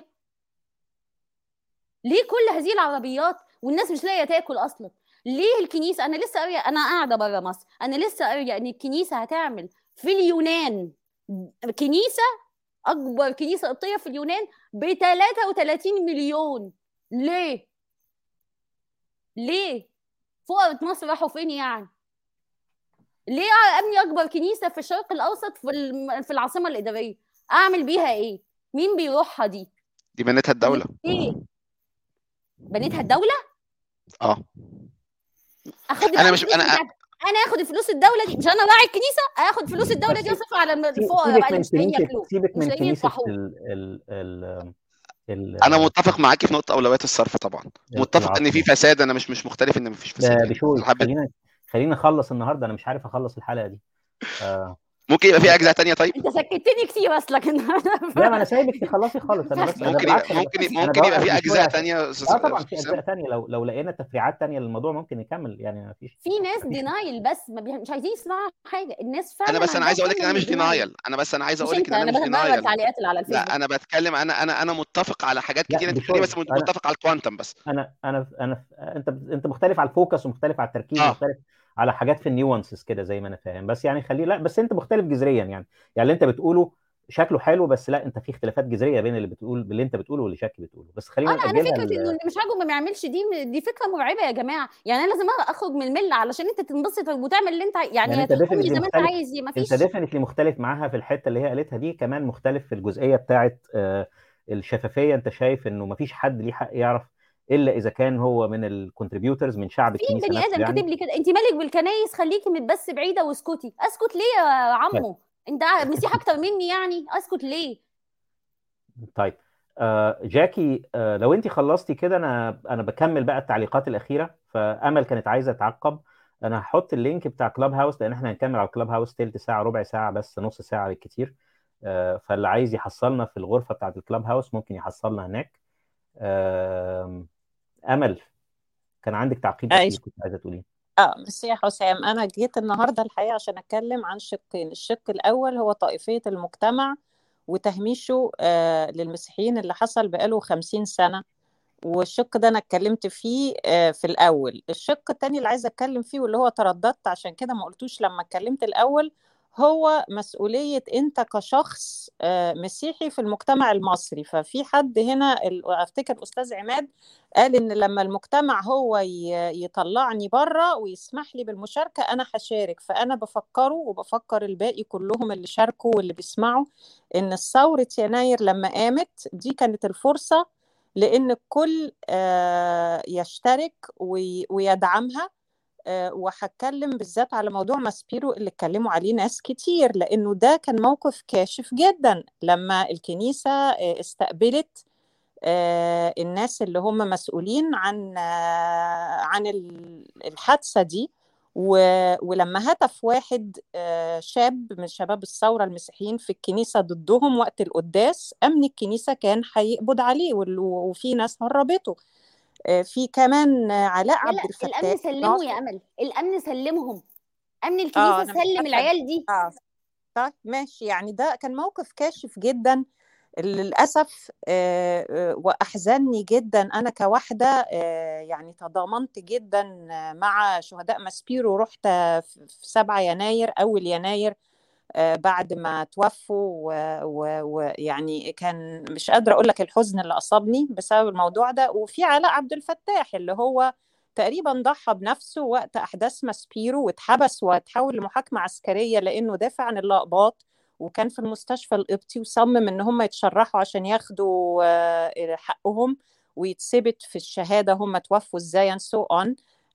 Speaker 6: ليه كل هذه العربيات والناس مش لاقيه تاكل اصلا؟ ليه الكنيسه؟ انا لسه قاريه، انا قاعده بره مصر، انا لسه قاريه ان الكنيسه هتعمل في اليونان كنيسه، اكبر كنيسه قبطيه في اليونان ب ثلاثة وثلاثين مليون. ليه ليه فقراء مصر راحوا فين يعني؟ ليه ابني اكبر كنيسه في الشرق الاوسط في في العاصمه الاداريه؟ اعمل بيها ايه؟ مين بيروحها دي؟
Speaker 9: دي بنتها الدوله.
Speaker 6: ايه بنتها الدوله؟
Speaker 9: اه
Speaker 6: اخد
Speaker 9: انا مش انا
Speaker 6: انا اخد فلوس الدوله دي، مش انا راعي الكنيسه، اخد فلوس الدوله دي اصرفها على الفقراء بقى اللي مش لاقيين ياكلوا،
Speaker 1: سيبك من كنيسه ال ال ال
Speaker 9: انا متفق معاكي في نقطه اولويات الصرف طبعا، متفق ان في فساد، انا مش مش مختلف ان مفيش فساد.
Speaker 1: بشوي خلينا خلينا نخلص النهارده، انا مش عارف اخلص الحلقه دي. آه.
Speaker 9: ممكن يبقى في اجزاء تانية. طيب
Speaker 6: انت سكتني كتير اصلك النهارده.
Speaker 1: لا ما انا سايبك تخلصي خالص. انا بس
Speaker 9: ممكن يبقى ممكن ممكن يبقى في اجزاء تانية.
Speaker 1: اه طبعا في اجزاء تانية، لو لو لقينا تفريعات تانية للموضوع ممكن نكمل يعني. ما فيش
Speaker 6: في ناس دينايل بس ما بي... مش عايزين يسمعوا حاجه. الناس فعلا
Speaker 9: انا بس انا عايز اقول لك ان انا مش دينايل انا بس انا عايز اقول لك ان انا مش
Speaker 6: دينايل. التعليقات اللي على الفيسبوك،
Speaker 9: لا انا بتكلم انا انا انا متفق على حاجات كتير انت بتقولي، بس متفق على الكوانتم بس.
Speaker 1: انا انا انا انت انت مختلف على الفوكس ومختلف على التركيز
Speaker 9: آه.
Speaker 1: ومختلف على حاجات في النيوانسز كده زي ما انا فاهم، بس يعني خليه. لا بس انت مختلف جذريا يعني يعني اللي انت بتقوله شكله حلو، بس لا انت في اختلافات جذريه بين اللي بتقول باللي انت بتقوله واللي شكل بتقوله. بس خلينا
Speaker 6: انا انا فكره انه اللي مش عاجبه ما يعملش دي دي فكره مرعبه يا جماعه. يعني انا لازم اخرج من المله علشان انت تنبسط وتعمل اللي انت يعني, يعني
Speaker 1: انت
Speaker 6: تحكمني زي ما انت عايز. ما فيش
Speaker 1: انت ديفينتلي مختلف معاها في الحته اللي هي قالتها دي، كمان مختلف في الجزئيه بتاعه آه الشفافيه. انت شايف انه ما فيش حد ليه حق يعرف الا اذا كان هو من الكونتريبيوتورز من شعب الكنيسه.
Speaker 6: في بني ادم كاتب لي كده انت مالك بالكنايس، خليكي متبس بعيده واسكتي. اسكت ليه يا عمو؟ انت مسيح اكتر مني يعني، اسكت ليه؟
Speaker 1: طيب آه جاكي، آه لو انت خلصتي كده انا انا بكمل بقى التعليقات الاخيره. فامل كانت عايزه تعقب. انا هحط اللينك بتاع كلاب هاوس لان احنا هنكمل على كلاب هاوس تلت ساعه ربع ساعه بس، نص ساعه بالكتير. آه فاللي عايز يحصلنا في الغرفه بتاعه الكلاب هاوس ممكن يحصلنا هناك. آه امل كان عندك تعقيب اخير كنت عايزه تقوليه؟
Speaker 13: اه ميرسي يا حسام. انا جيت النهارده الحقيقه عشان اتكلم عن شقين. الشق الاول هو طائفيه المجتمع وتهميشه آه للمسيحيين اللي حصل بقاله خمسين سنه، والشق ده انا اتكلمت فيه آه، في الاول. الشق التاني اللي عايزه اتكلم فيه واللي هو ترددت عشان كده ما قلتوش لما اتكلمت الاول، هو مسؤولية انت كشخص آه، مسيحي في المجتمع المصري. ففي حد هنا ال- افتكر استاذ عماد قال ان لما المجتمع هو ي- يطلعني بره ويسمح لي بالمشاركة انا هشارك. فانا بفكره وبفكر الباقي كلهم اللي شاركوا واللي بيسمعوا ان ثورة يناير لما قامت دي كانت الفرصة لأن الكل آه، يشترك وي- ويدعمها. آه، وهتكلم بالذات على موضوع ماسبيرو اللي اتكلموا عليه ناس كتير، لأنه ده كان موقف كاشف جدا لما الكنيسة آه، استقبلت آه، الناس اللي هم مسؤولين عن آه، عن ال- الحادثة دي. و- ولما هتف واحد آه، شاب من شباب الثورة المسيحيين في الكنيسة ضدهم وقت القداس، أمن الكنيسة كان هيقبض عليه وال- وفي ناس هربته. آه، في كمان آه، علاء
Speaker 6: لا لا،
Speaker 13: عبد الفتاح
Speaker 6: الامن سلمه يا
Speaker 13: ناصر.
Speaker 6: امل، الامن سلمهم، امن
Speaker 13: اه
Speaker 6: الكنيسه
Speaker 13: انا مش
Speaker 6: سلم
Speaker 13: عارفه
Speaker 6: العيال دي.
Speaker 13: اه طيب ماشي، يعني ده كان موقف كاشف جدا للأسف. آه، آه، وأحزنني جدا أنا كواحدة آه، يعني تضامنت جدا آه، مع شهداء ماسبيرو. رحت آه، في سبعة يناير أول يناير آه، بعد ما توفوا، ويعني كان مش قادرة أقول لك الحزن اللي أصابني بسبب الموضوع ده. وفي علاء عبد الفتاح اللي هو تقريبا ضحى بنفسه وقت أحداث ماسبيرو واتحبس وتحول لمحاكمة عسكرية لأنه دافع عن الأقباط، وكان في المستشفى القبطي وصمم إن هم يتشرحوا عشان ياخدوا آه، حقهم ويتثبت في الشهادة هم توفوا إزاي and so on.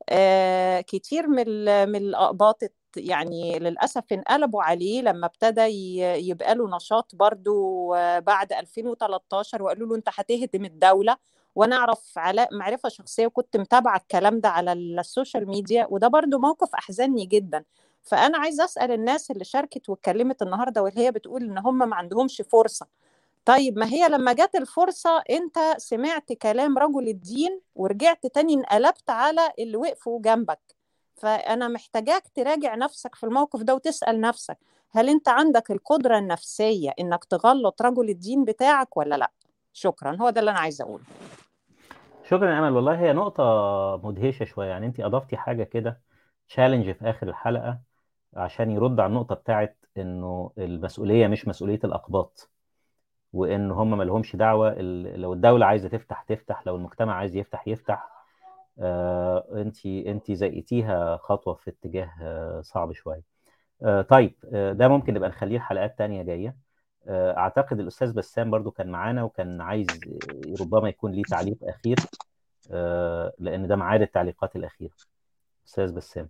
Speaker 13: آه، كتير من ال- من الأقباط يعني للأسف انقلبوا عليه لما ابتدى ي- يبقى له نشاط برضو آه، بعد ألفين وتلتاشر، وقالوا له انت هتهدم الدولة. وانا اعرف علاء معرفة شخصية وكنت متابعة الكلام ده على ال- السوشيال ميديا، وده برضو موقف احزنني جدا. فانا عايزة اسأل الناس اللي شاركت واتكلمت النهاردة واللي هي بتقول ان هم ما عندهمش فرصة. طيب ما هي لما جت الفرصة انت سمعت كلام رجل الدين ورجعت تاني انقلبت على اللي وقفوا جنبك. فأنا محتاجاك تراجع نفسك في الموقف ده وتسأل نفسك هل انت عندك القدرة النفسية انك تغلط رجل الدين بتاعك ولا لا؟ شكرا، هو ده اللي انا عايزة اقوله.
Speaker 1: شكرا يا امل، والله هي نقطه مدهشه شويه. يعني انت اضفتي حاجه كده تشالنج في اخر الحلقه عشان يرد على النقطه بتاعت انه المسؤوليه مش مسؤوليه الاقباط، وان هم ما لهمش دعوه. ال- لو الدوله عايزه تفتح تفتح، لو المجتمع عايز يفتح يفتح. آه انت انت زقتيها خطوه في اتجاه آه صعب شويه. آه طيب، آه ده ممكن نبقى نخليه حلقات تانية جايه. آه اعتقد الاستاذ بسام برضو كان معانا وكان عايز آه، ربما يكون ليه تعليق اخير، آه لان ده ميعاد التعليقات الاخيره. استاذ بسام.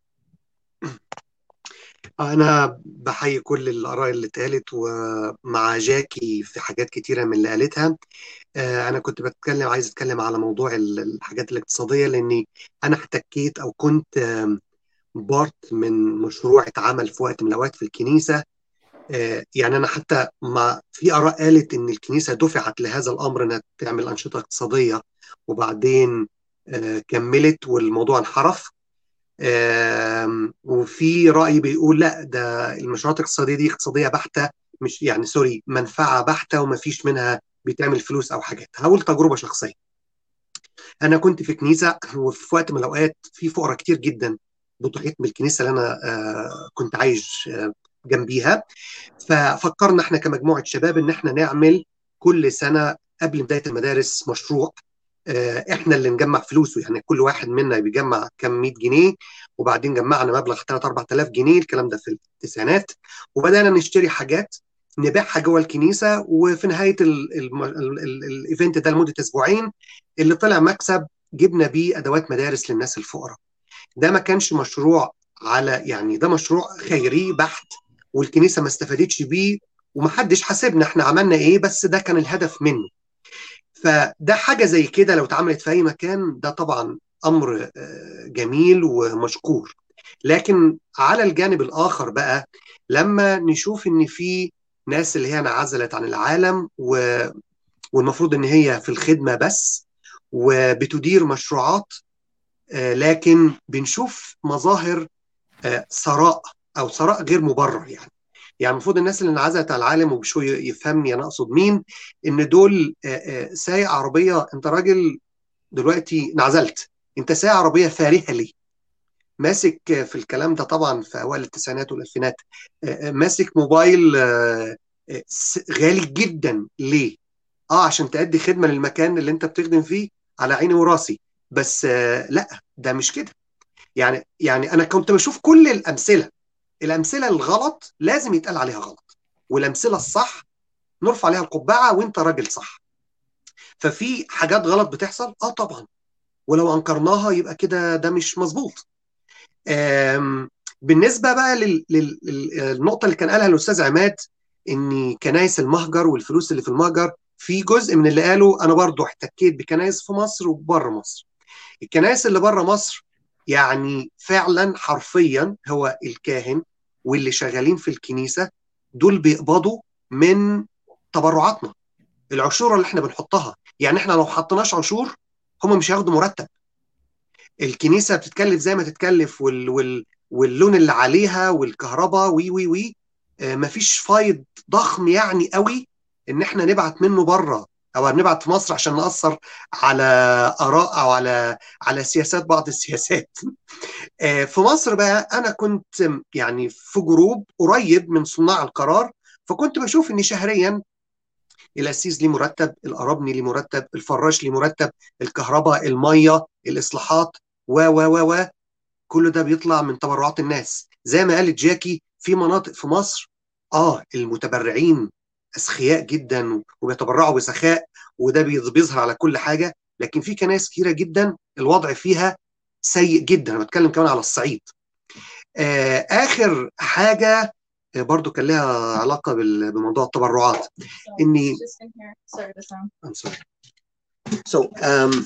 Speaker 7: أنا بحيي كل الآراء اللي اتقالت ومع جاكي في حاجات كتيرة من اللي قالتها. آه، أنا كنت بتكلم عايز أتكلم على موضوع ال- الحاجات الاقتصادية، لأني أنا احتكيت أو كنت آم، بارت من مشروع اتعمل في وقت من الأوقات في الكنيسة. آه، يعني أنا حتى ما في آراء قالت إن الكنيسة دفعت لهذا الأمر إنها تعمل أنشطة اقتصادية، وبعدين آه، كملت والموضوع انحرف. آم، وفي رأي بيقول لا، ده المشروعات الاقتصادية دي اقتصادية بحتة، مش يعني سوري منفعة بحتة، وما فيش منها بيتعمل فلوس أو حاجات. هقول تجربة شخصية. أنا كنت في كنيسة، وفي وقت من الأوقات في فقراء كتير جدا بتحيط بالكنيسة اللي أنا آه، كنت عايش آه، جنبيها. ففكرنا احنا كمجموعة شباب ان احنا نعمل كل سنة قبل بداية المدارس مشروع آه، احنا اللي نجمع فلوسه. يعني كل واحد منا بيجمع كم مية جنيه، وبعدين جمعنا مبلغ ثلاثة أربعة آلاف جنيه، الكلام ده في التسعينات. وبدأنا نشتري حاجات نبيعها جوه الكنيسة، وفي نهاية ال- ال- ال- ال- الايفنت ده لمدة اسبوعين اللي طلع مكسب جبنا بيه ادوات مدارس للناس الفقراء. ده ما كانش مشروع على يعني، ده مشروع خيري بحت، والكنيسة ما استفادتش بيه ومحدش حاسبنا احنا عملنا ايه، بس ده كان الهدف منه. فده حاجة زي كده لو اتعملت في اي مكان ده طبعا امر آه، جميل ومشكور. لكن على الجانب الاخر بقى، لما نشوف ان في ناس اللي هي انعزلت عن العالم و... والمفروض ان هي في الخدمة بس وبتدير مشروعات، آه، لكن بنشوف مظاهر آه، ثراء او ثراء غير مبرر. يعني يعني المفروض الناس اللي انعزلت على العالم وبشو يفهمني انا اقصد مين، ان دول آه، آه، سايق عربيه، انت راجل دلوقتي انعزلت، انت ساعه عربيه فارهه ليه؟ ماسك في الكلام ده طبعا في اوائل التسعينات والالفينات، ماسك موبايل غالي جدا ليه؟ اه عشان تأدي خدمه للمكان اللي انت بتخدم فيه، على عيني وراسي، بس لا ده مش كده. يعني يعني انا كنت بشوف كل الامثله، الامثله الغلط لازم يتقال عليها غلط، والامثله الصح نرفع عليها القبعه وانت راجل صح. ففي حاجات غلط بتحصل اه طبعا، ولو انكرناها يبقى كده ده مش مظبوط. بالنسبه بقى لل... لل... للنقطه اللي كان قالها الاستاذ عماد، ان كنايس المهجر والفلوس اللي في المهجر، في جزء من اللي قاله انا برضو احتكيت بكنايس في مصر وبره مصر. الكنائس اللي بره مصر يعني فعلا حرفيا هو الكاهن واللي شغالين في الكنيسه دول بيقبضوا من تبرعاتنا، العشور اللي احنا بنحطها. يعني احنا لو حطيناش عشور هم مش هياخدوا مرتب. الكنيسه بتتكلف زي ما تتكلف، وال وال واللون اللي عليها والكهرباء وي وي وي آه مفيش فايض ضخم يعني قوي ان احنا نبعت منه بره، او نبعت في مصر عشان نأثر على اراء او على على سياسات بعض السياسات. آه في مصر بقى انا كنت يعني في جروب قريب من صناع القرار، فكنت بشوف ان شهريا القسيس ليه مرتب، القرابني ليه مرتب، الفراش ليه مرتب، الكهرباء، الميه، الاصلاحات و و و و كل ده بيطلع من تبرعات الناس. زي ما قالت جاكي، في مناطق في مصر اه المتبرعين اسخياء جدا وبيتبرعوا بسخاء، وده بيظهر على كل حاجه، لكن في كنائس كتيره جدا الوضع فيها سيء جدا. انا بتكلم كمان على الصعيد. آه اخر حاجه برضو كان لها علاقه بموضوع التبرعات، اني I'm sorry. So um,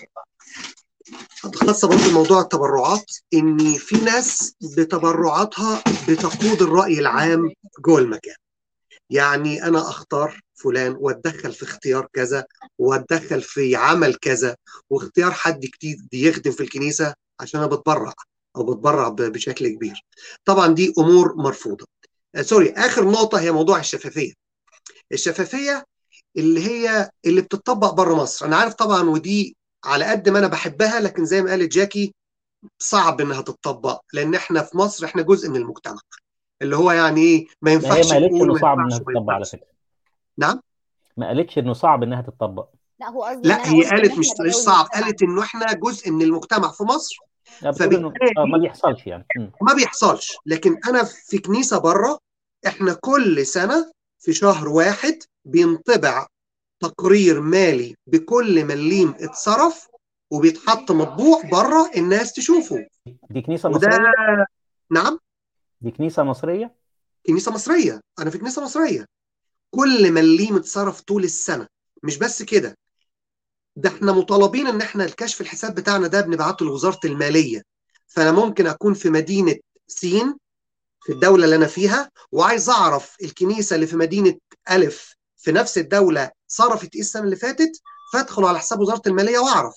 Speaker 7: خاصة برضه بموضوع التبرعات، ان في ناس بتبرعاتها بتقود الرأي العام جوه المكان. يعني انا اختار فلان واتدخل في اختيار كذا، واتدخل في عمل كذا، واختيار حد جديد يخدم في الكنيسة عشان انا بتبرع او بتبرع بشكل كبير. طبعا دي امور مرفوضة. آه سوري، اخر نقطة هي موضوع الشفافية. الشفافية اللي هي اللي بتطبق بره مصر، انا عارف طبعا، ودي على قد ما انا بحبها، لكن زي ما قالت جاكي صعب انها تطبق، لان احنا في مصر احنا جزء من المجتمع، اللي هو يعني ايه ما ينفعش
Speaker 1: هي ما قالتش
Speaker 7: نقول
Speaker 1: انه
Speaker 7: ما
Speaker 1: صعب
Speaker 7: ينفعش
Speaker 1: انها
Speaker 7: ما
Speaker 1: تطبق على
Speaker 7: ينفعش.
Speaker 1: فكره.
Speaker 7: نعم،
Speaker 1: ما قالتش انه صعب انها تطبق.
Speaker 6: لا هو قصدي ان
Speaker 7: لا
Speaker 6: انا
Speaker 7: هي
Speaker 6: قلت ان
Speaker 7: قالت
Speaker 6: احنا
Speaker 7: مش مش
Speaker 6: بداوي
Speaker 7: صعب،
Speaker 6: المجتمع.
Speaker 7: قالت انه احنا جزء من المجتمع في مصر،
Speaker 1: لا بتقول انه آه ما
Speaker 7: فبالتالي
Speaker 1: بيحصلش يعني. م.
Speaker 7: ما بيحصلش. لكن انا في كنيسة بره احنا كل سنة في شهر واحد بينطبع تقرير مالي بكل مليم اتصرف، وبيتحط مطبوع بره الناس تشوفه.
Speaker 1: دي كنيسه
Speaker 7: وده
Speaker 1: مصريه؟
Speaker 7: نعم،
Speaker 1: دي كنيسه مصريه؟
Speaker 7: كنيسة مصرية، انا في كنيسة مصرية. كل مليم اتصرف طول السنة. مش بس كده، ده احنا مطالبين ان احنا الكشف الحساب بتاعنا ده بنبعته لوزارة المالية. فانا ممكن اكون في مدينة سين في الدولة اللي انا فيها، وعايز اعرف الكنيسة اللي في مدينة ألف في نفس الدولة صرفت ايه السنة اللي فاتت، فادخل على حساب وزارة المالية واعرف.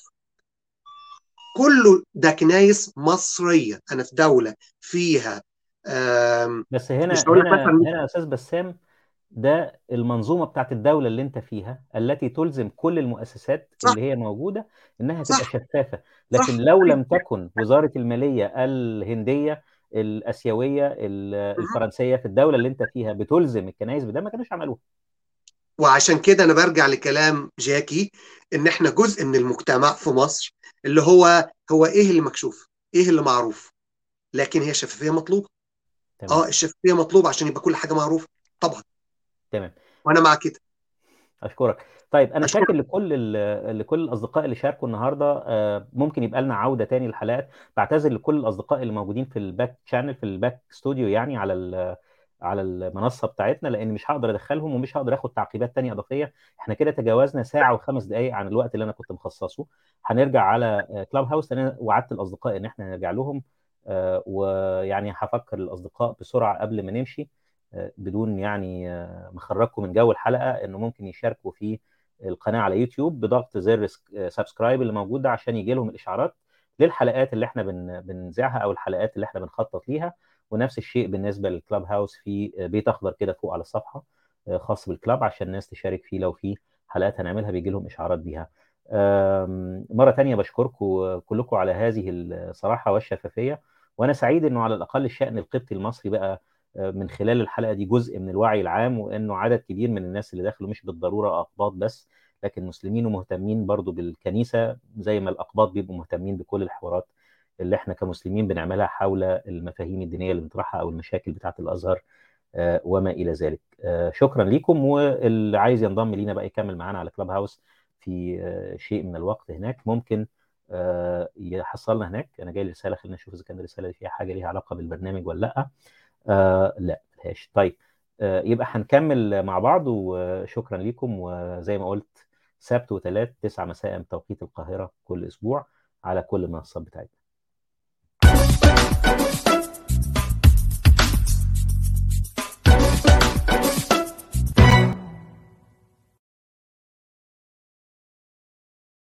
Speaker 7: كله ده كنايس مصرية. انا في دولة فيها
Speaker 1: بس
Speaker 7: مش
Speaker 1: هنا
Speaker 7: هقول لك
Speaker 1: هنا
Speaker 7: مثلا
Speaker 1: هنا يا استاذ بسام، ده المنظومه بتاعت الدوله اللي انت فيها التي تلزم كل المؤسسات
Speaker 7: صح
Speaker 1: اللي هي موجوده انها تبقى
Speaker 7: صح
Speaker 1: شفافه.
Speaker 7: صح
Speaker 1: لكن لو لم تكن وزاره الماليه الهنديه، الاسيويه، ال- الفرنسيه في الدوله اللي انت فيها بتلزم الكنائس بده، ما كانوش عملوها.
Speaker 7: وعشان كده انا برجع لكلام جاكي، ان احنا جزء من المجتمع في مصر، اللي هو هو ايه اللي مكشوف، ايه اللي معروف، لكن هي شفافية مطلوبة.
Speaker 1: تمام
Speaker 7: اه الشفافية مطلوبة عشان يبقى كل حاجة معروفة طبعا،
Speaker 1: تمام.
Speaker 7: وانا مع كده.
Speaker 1: اشكرك. طيب انا
Speaker 7: اشكرك.
Speaker 1: شاكر لكل ال- لكل الاصدقاء اللي شاركوا النهارده. آه، ممكن يبقى لنا عوده تاني للحلقات. بعتذر لكل الاصدقاء اللي موجودين في الباك شانل، في الباك ستوديو، يعني على ال- على المنصه بتاعتنا، لان مش هقدر ادخلهم ومش هقدر اخد تعقيبات تانية اضافيه. احنا كده تجاوزنا ساعه وخمس دقائق عن الوقت اللي انا كنت مخصصه. هنرجع على كلاب هاوس، لان انا وعدت الاصدقاء ان احنا نرجع لهم. آه، ويعني هفكر الاصدقاء بسرعه قبل ما نمشي، آه، بدون يعني آه، مخرجكم من جو الحلقه، انه ممكن يشاركوا في القناه على يوتيوب بضغط زر سبسكرايب اللي موجود ده، عشان يجي لهم الاشعارات للحلقات اللي احنا بن بنذاعها او الحلقات اللي احنا بنخطط ليها. ونفس الشيء بالنسبه للكلاب هاوس، في بيت اخضر كده فوق على الصفحه خاص بالكلاب، عشان الناس تشارك فيه لو في حلقات هنعملها بيجي لهم اشعارات بيها. مرة تانية بشكركم كلكم على هذه الصراحة والشفافية، وأنا سعيد أنه على الأقل الشأن القبطي المصري بقى من خلال الحلقة دي جزء من الوعي العام، وأنه عدد كبير من الناس اللي داخلوا مش بالضرورة أقباط بس، لكن مسلمين ومهتمين برضو بالكنيسة زي ما الأقباط بيبقوا مهتمين بكل الحوارات اللي احنا كمسلمين بنعملها حول المفاهيم الدينية اللي بنطرحها أو المشاكل بتاعة الأزهر وما إلى ذلك. شكرا لكم، واللي عايز ينضم لينا بقى يكمل معانا على كلاب هاوس في شيء من الوقت هناك ممكن يحصلنا هناك. أنا جاي رسالة، خلينا نشوف إذا كان الرسالة دي فيها حاجة ليها علاقة بالبرنامج ولا لأ. آه لا ملهاش. طيب آه يبقى هنكمل مع بعض، وشكرا لكم. وزي ما قلت سبت وثلاث تسعة مساء بتوقيت القاهرة كل أسبوع على كل المنصات بتاعتنا.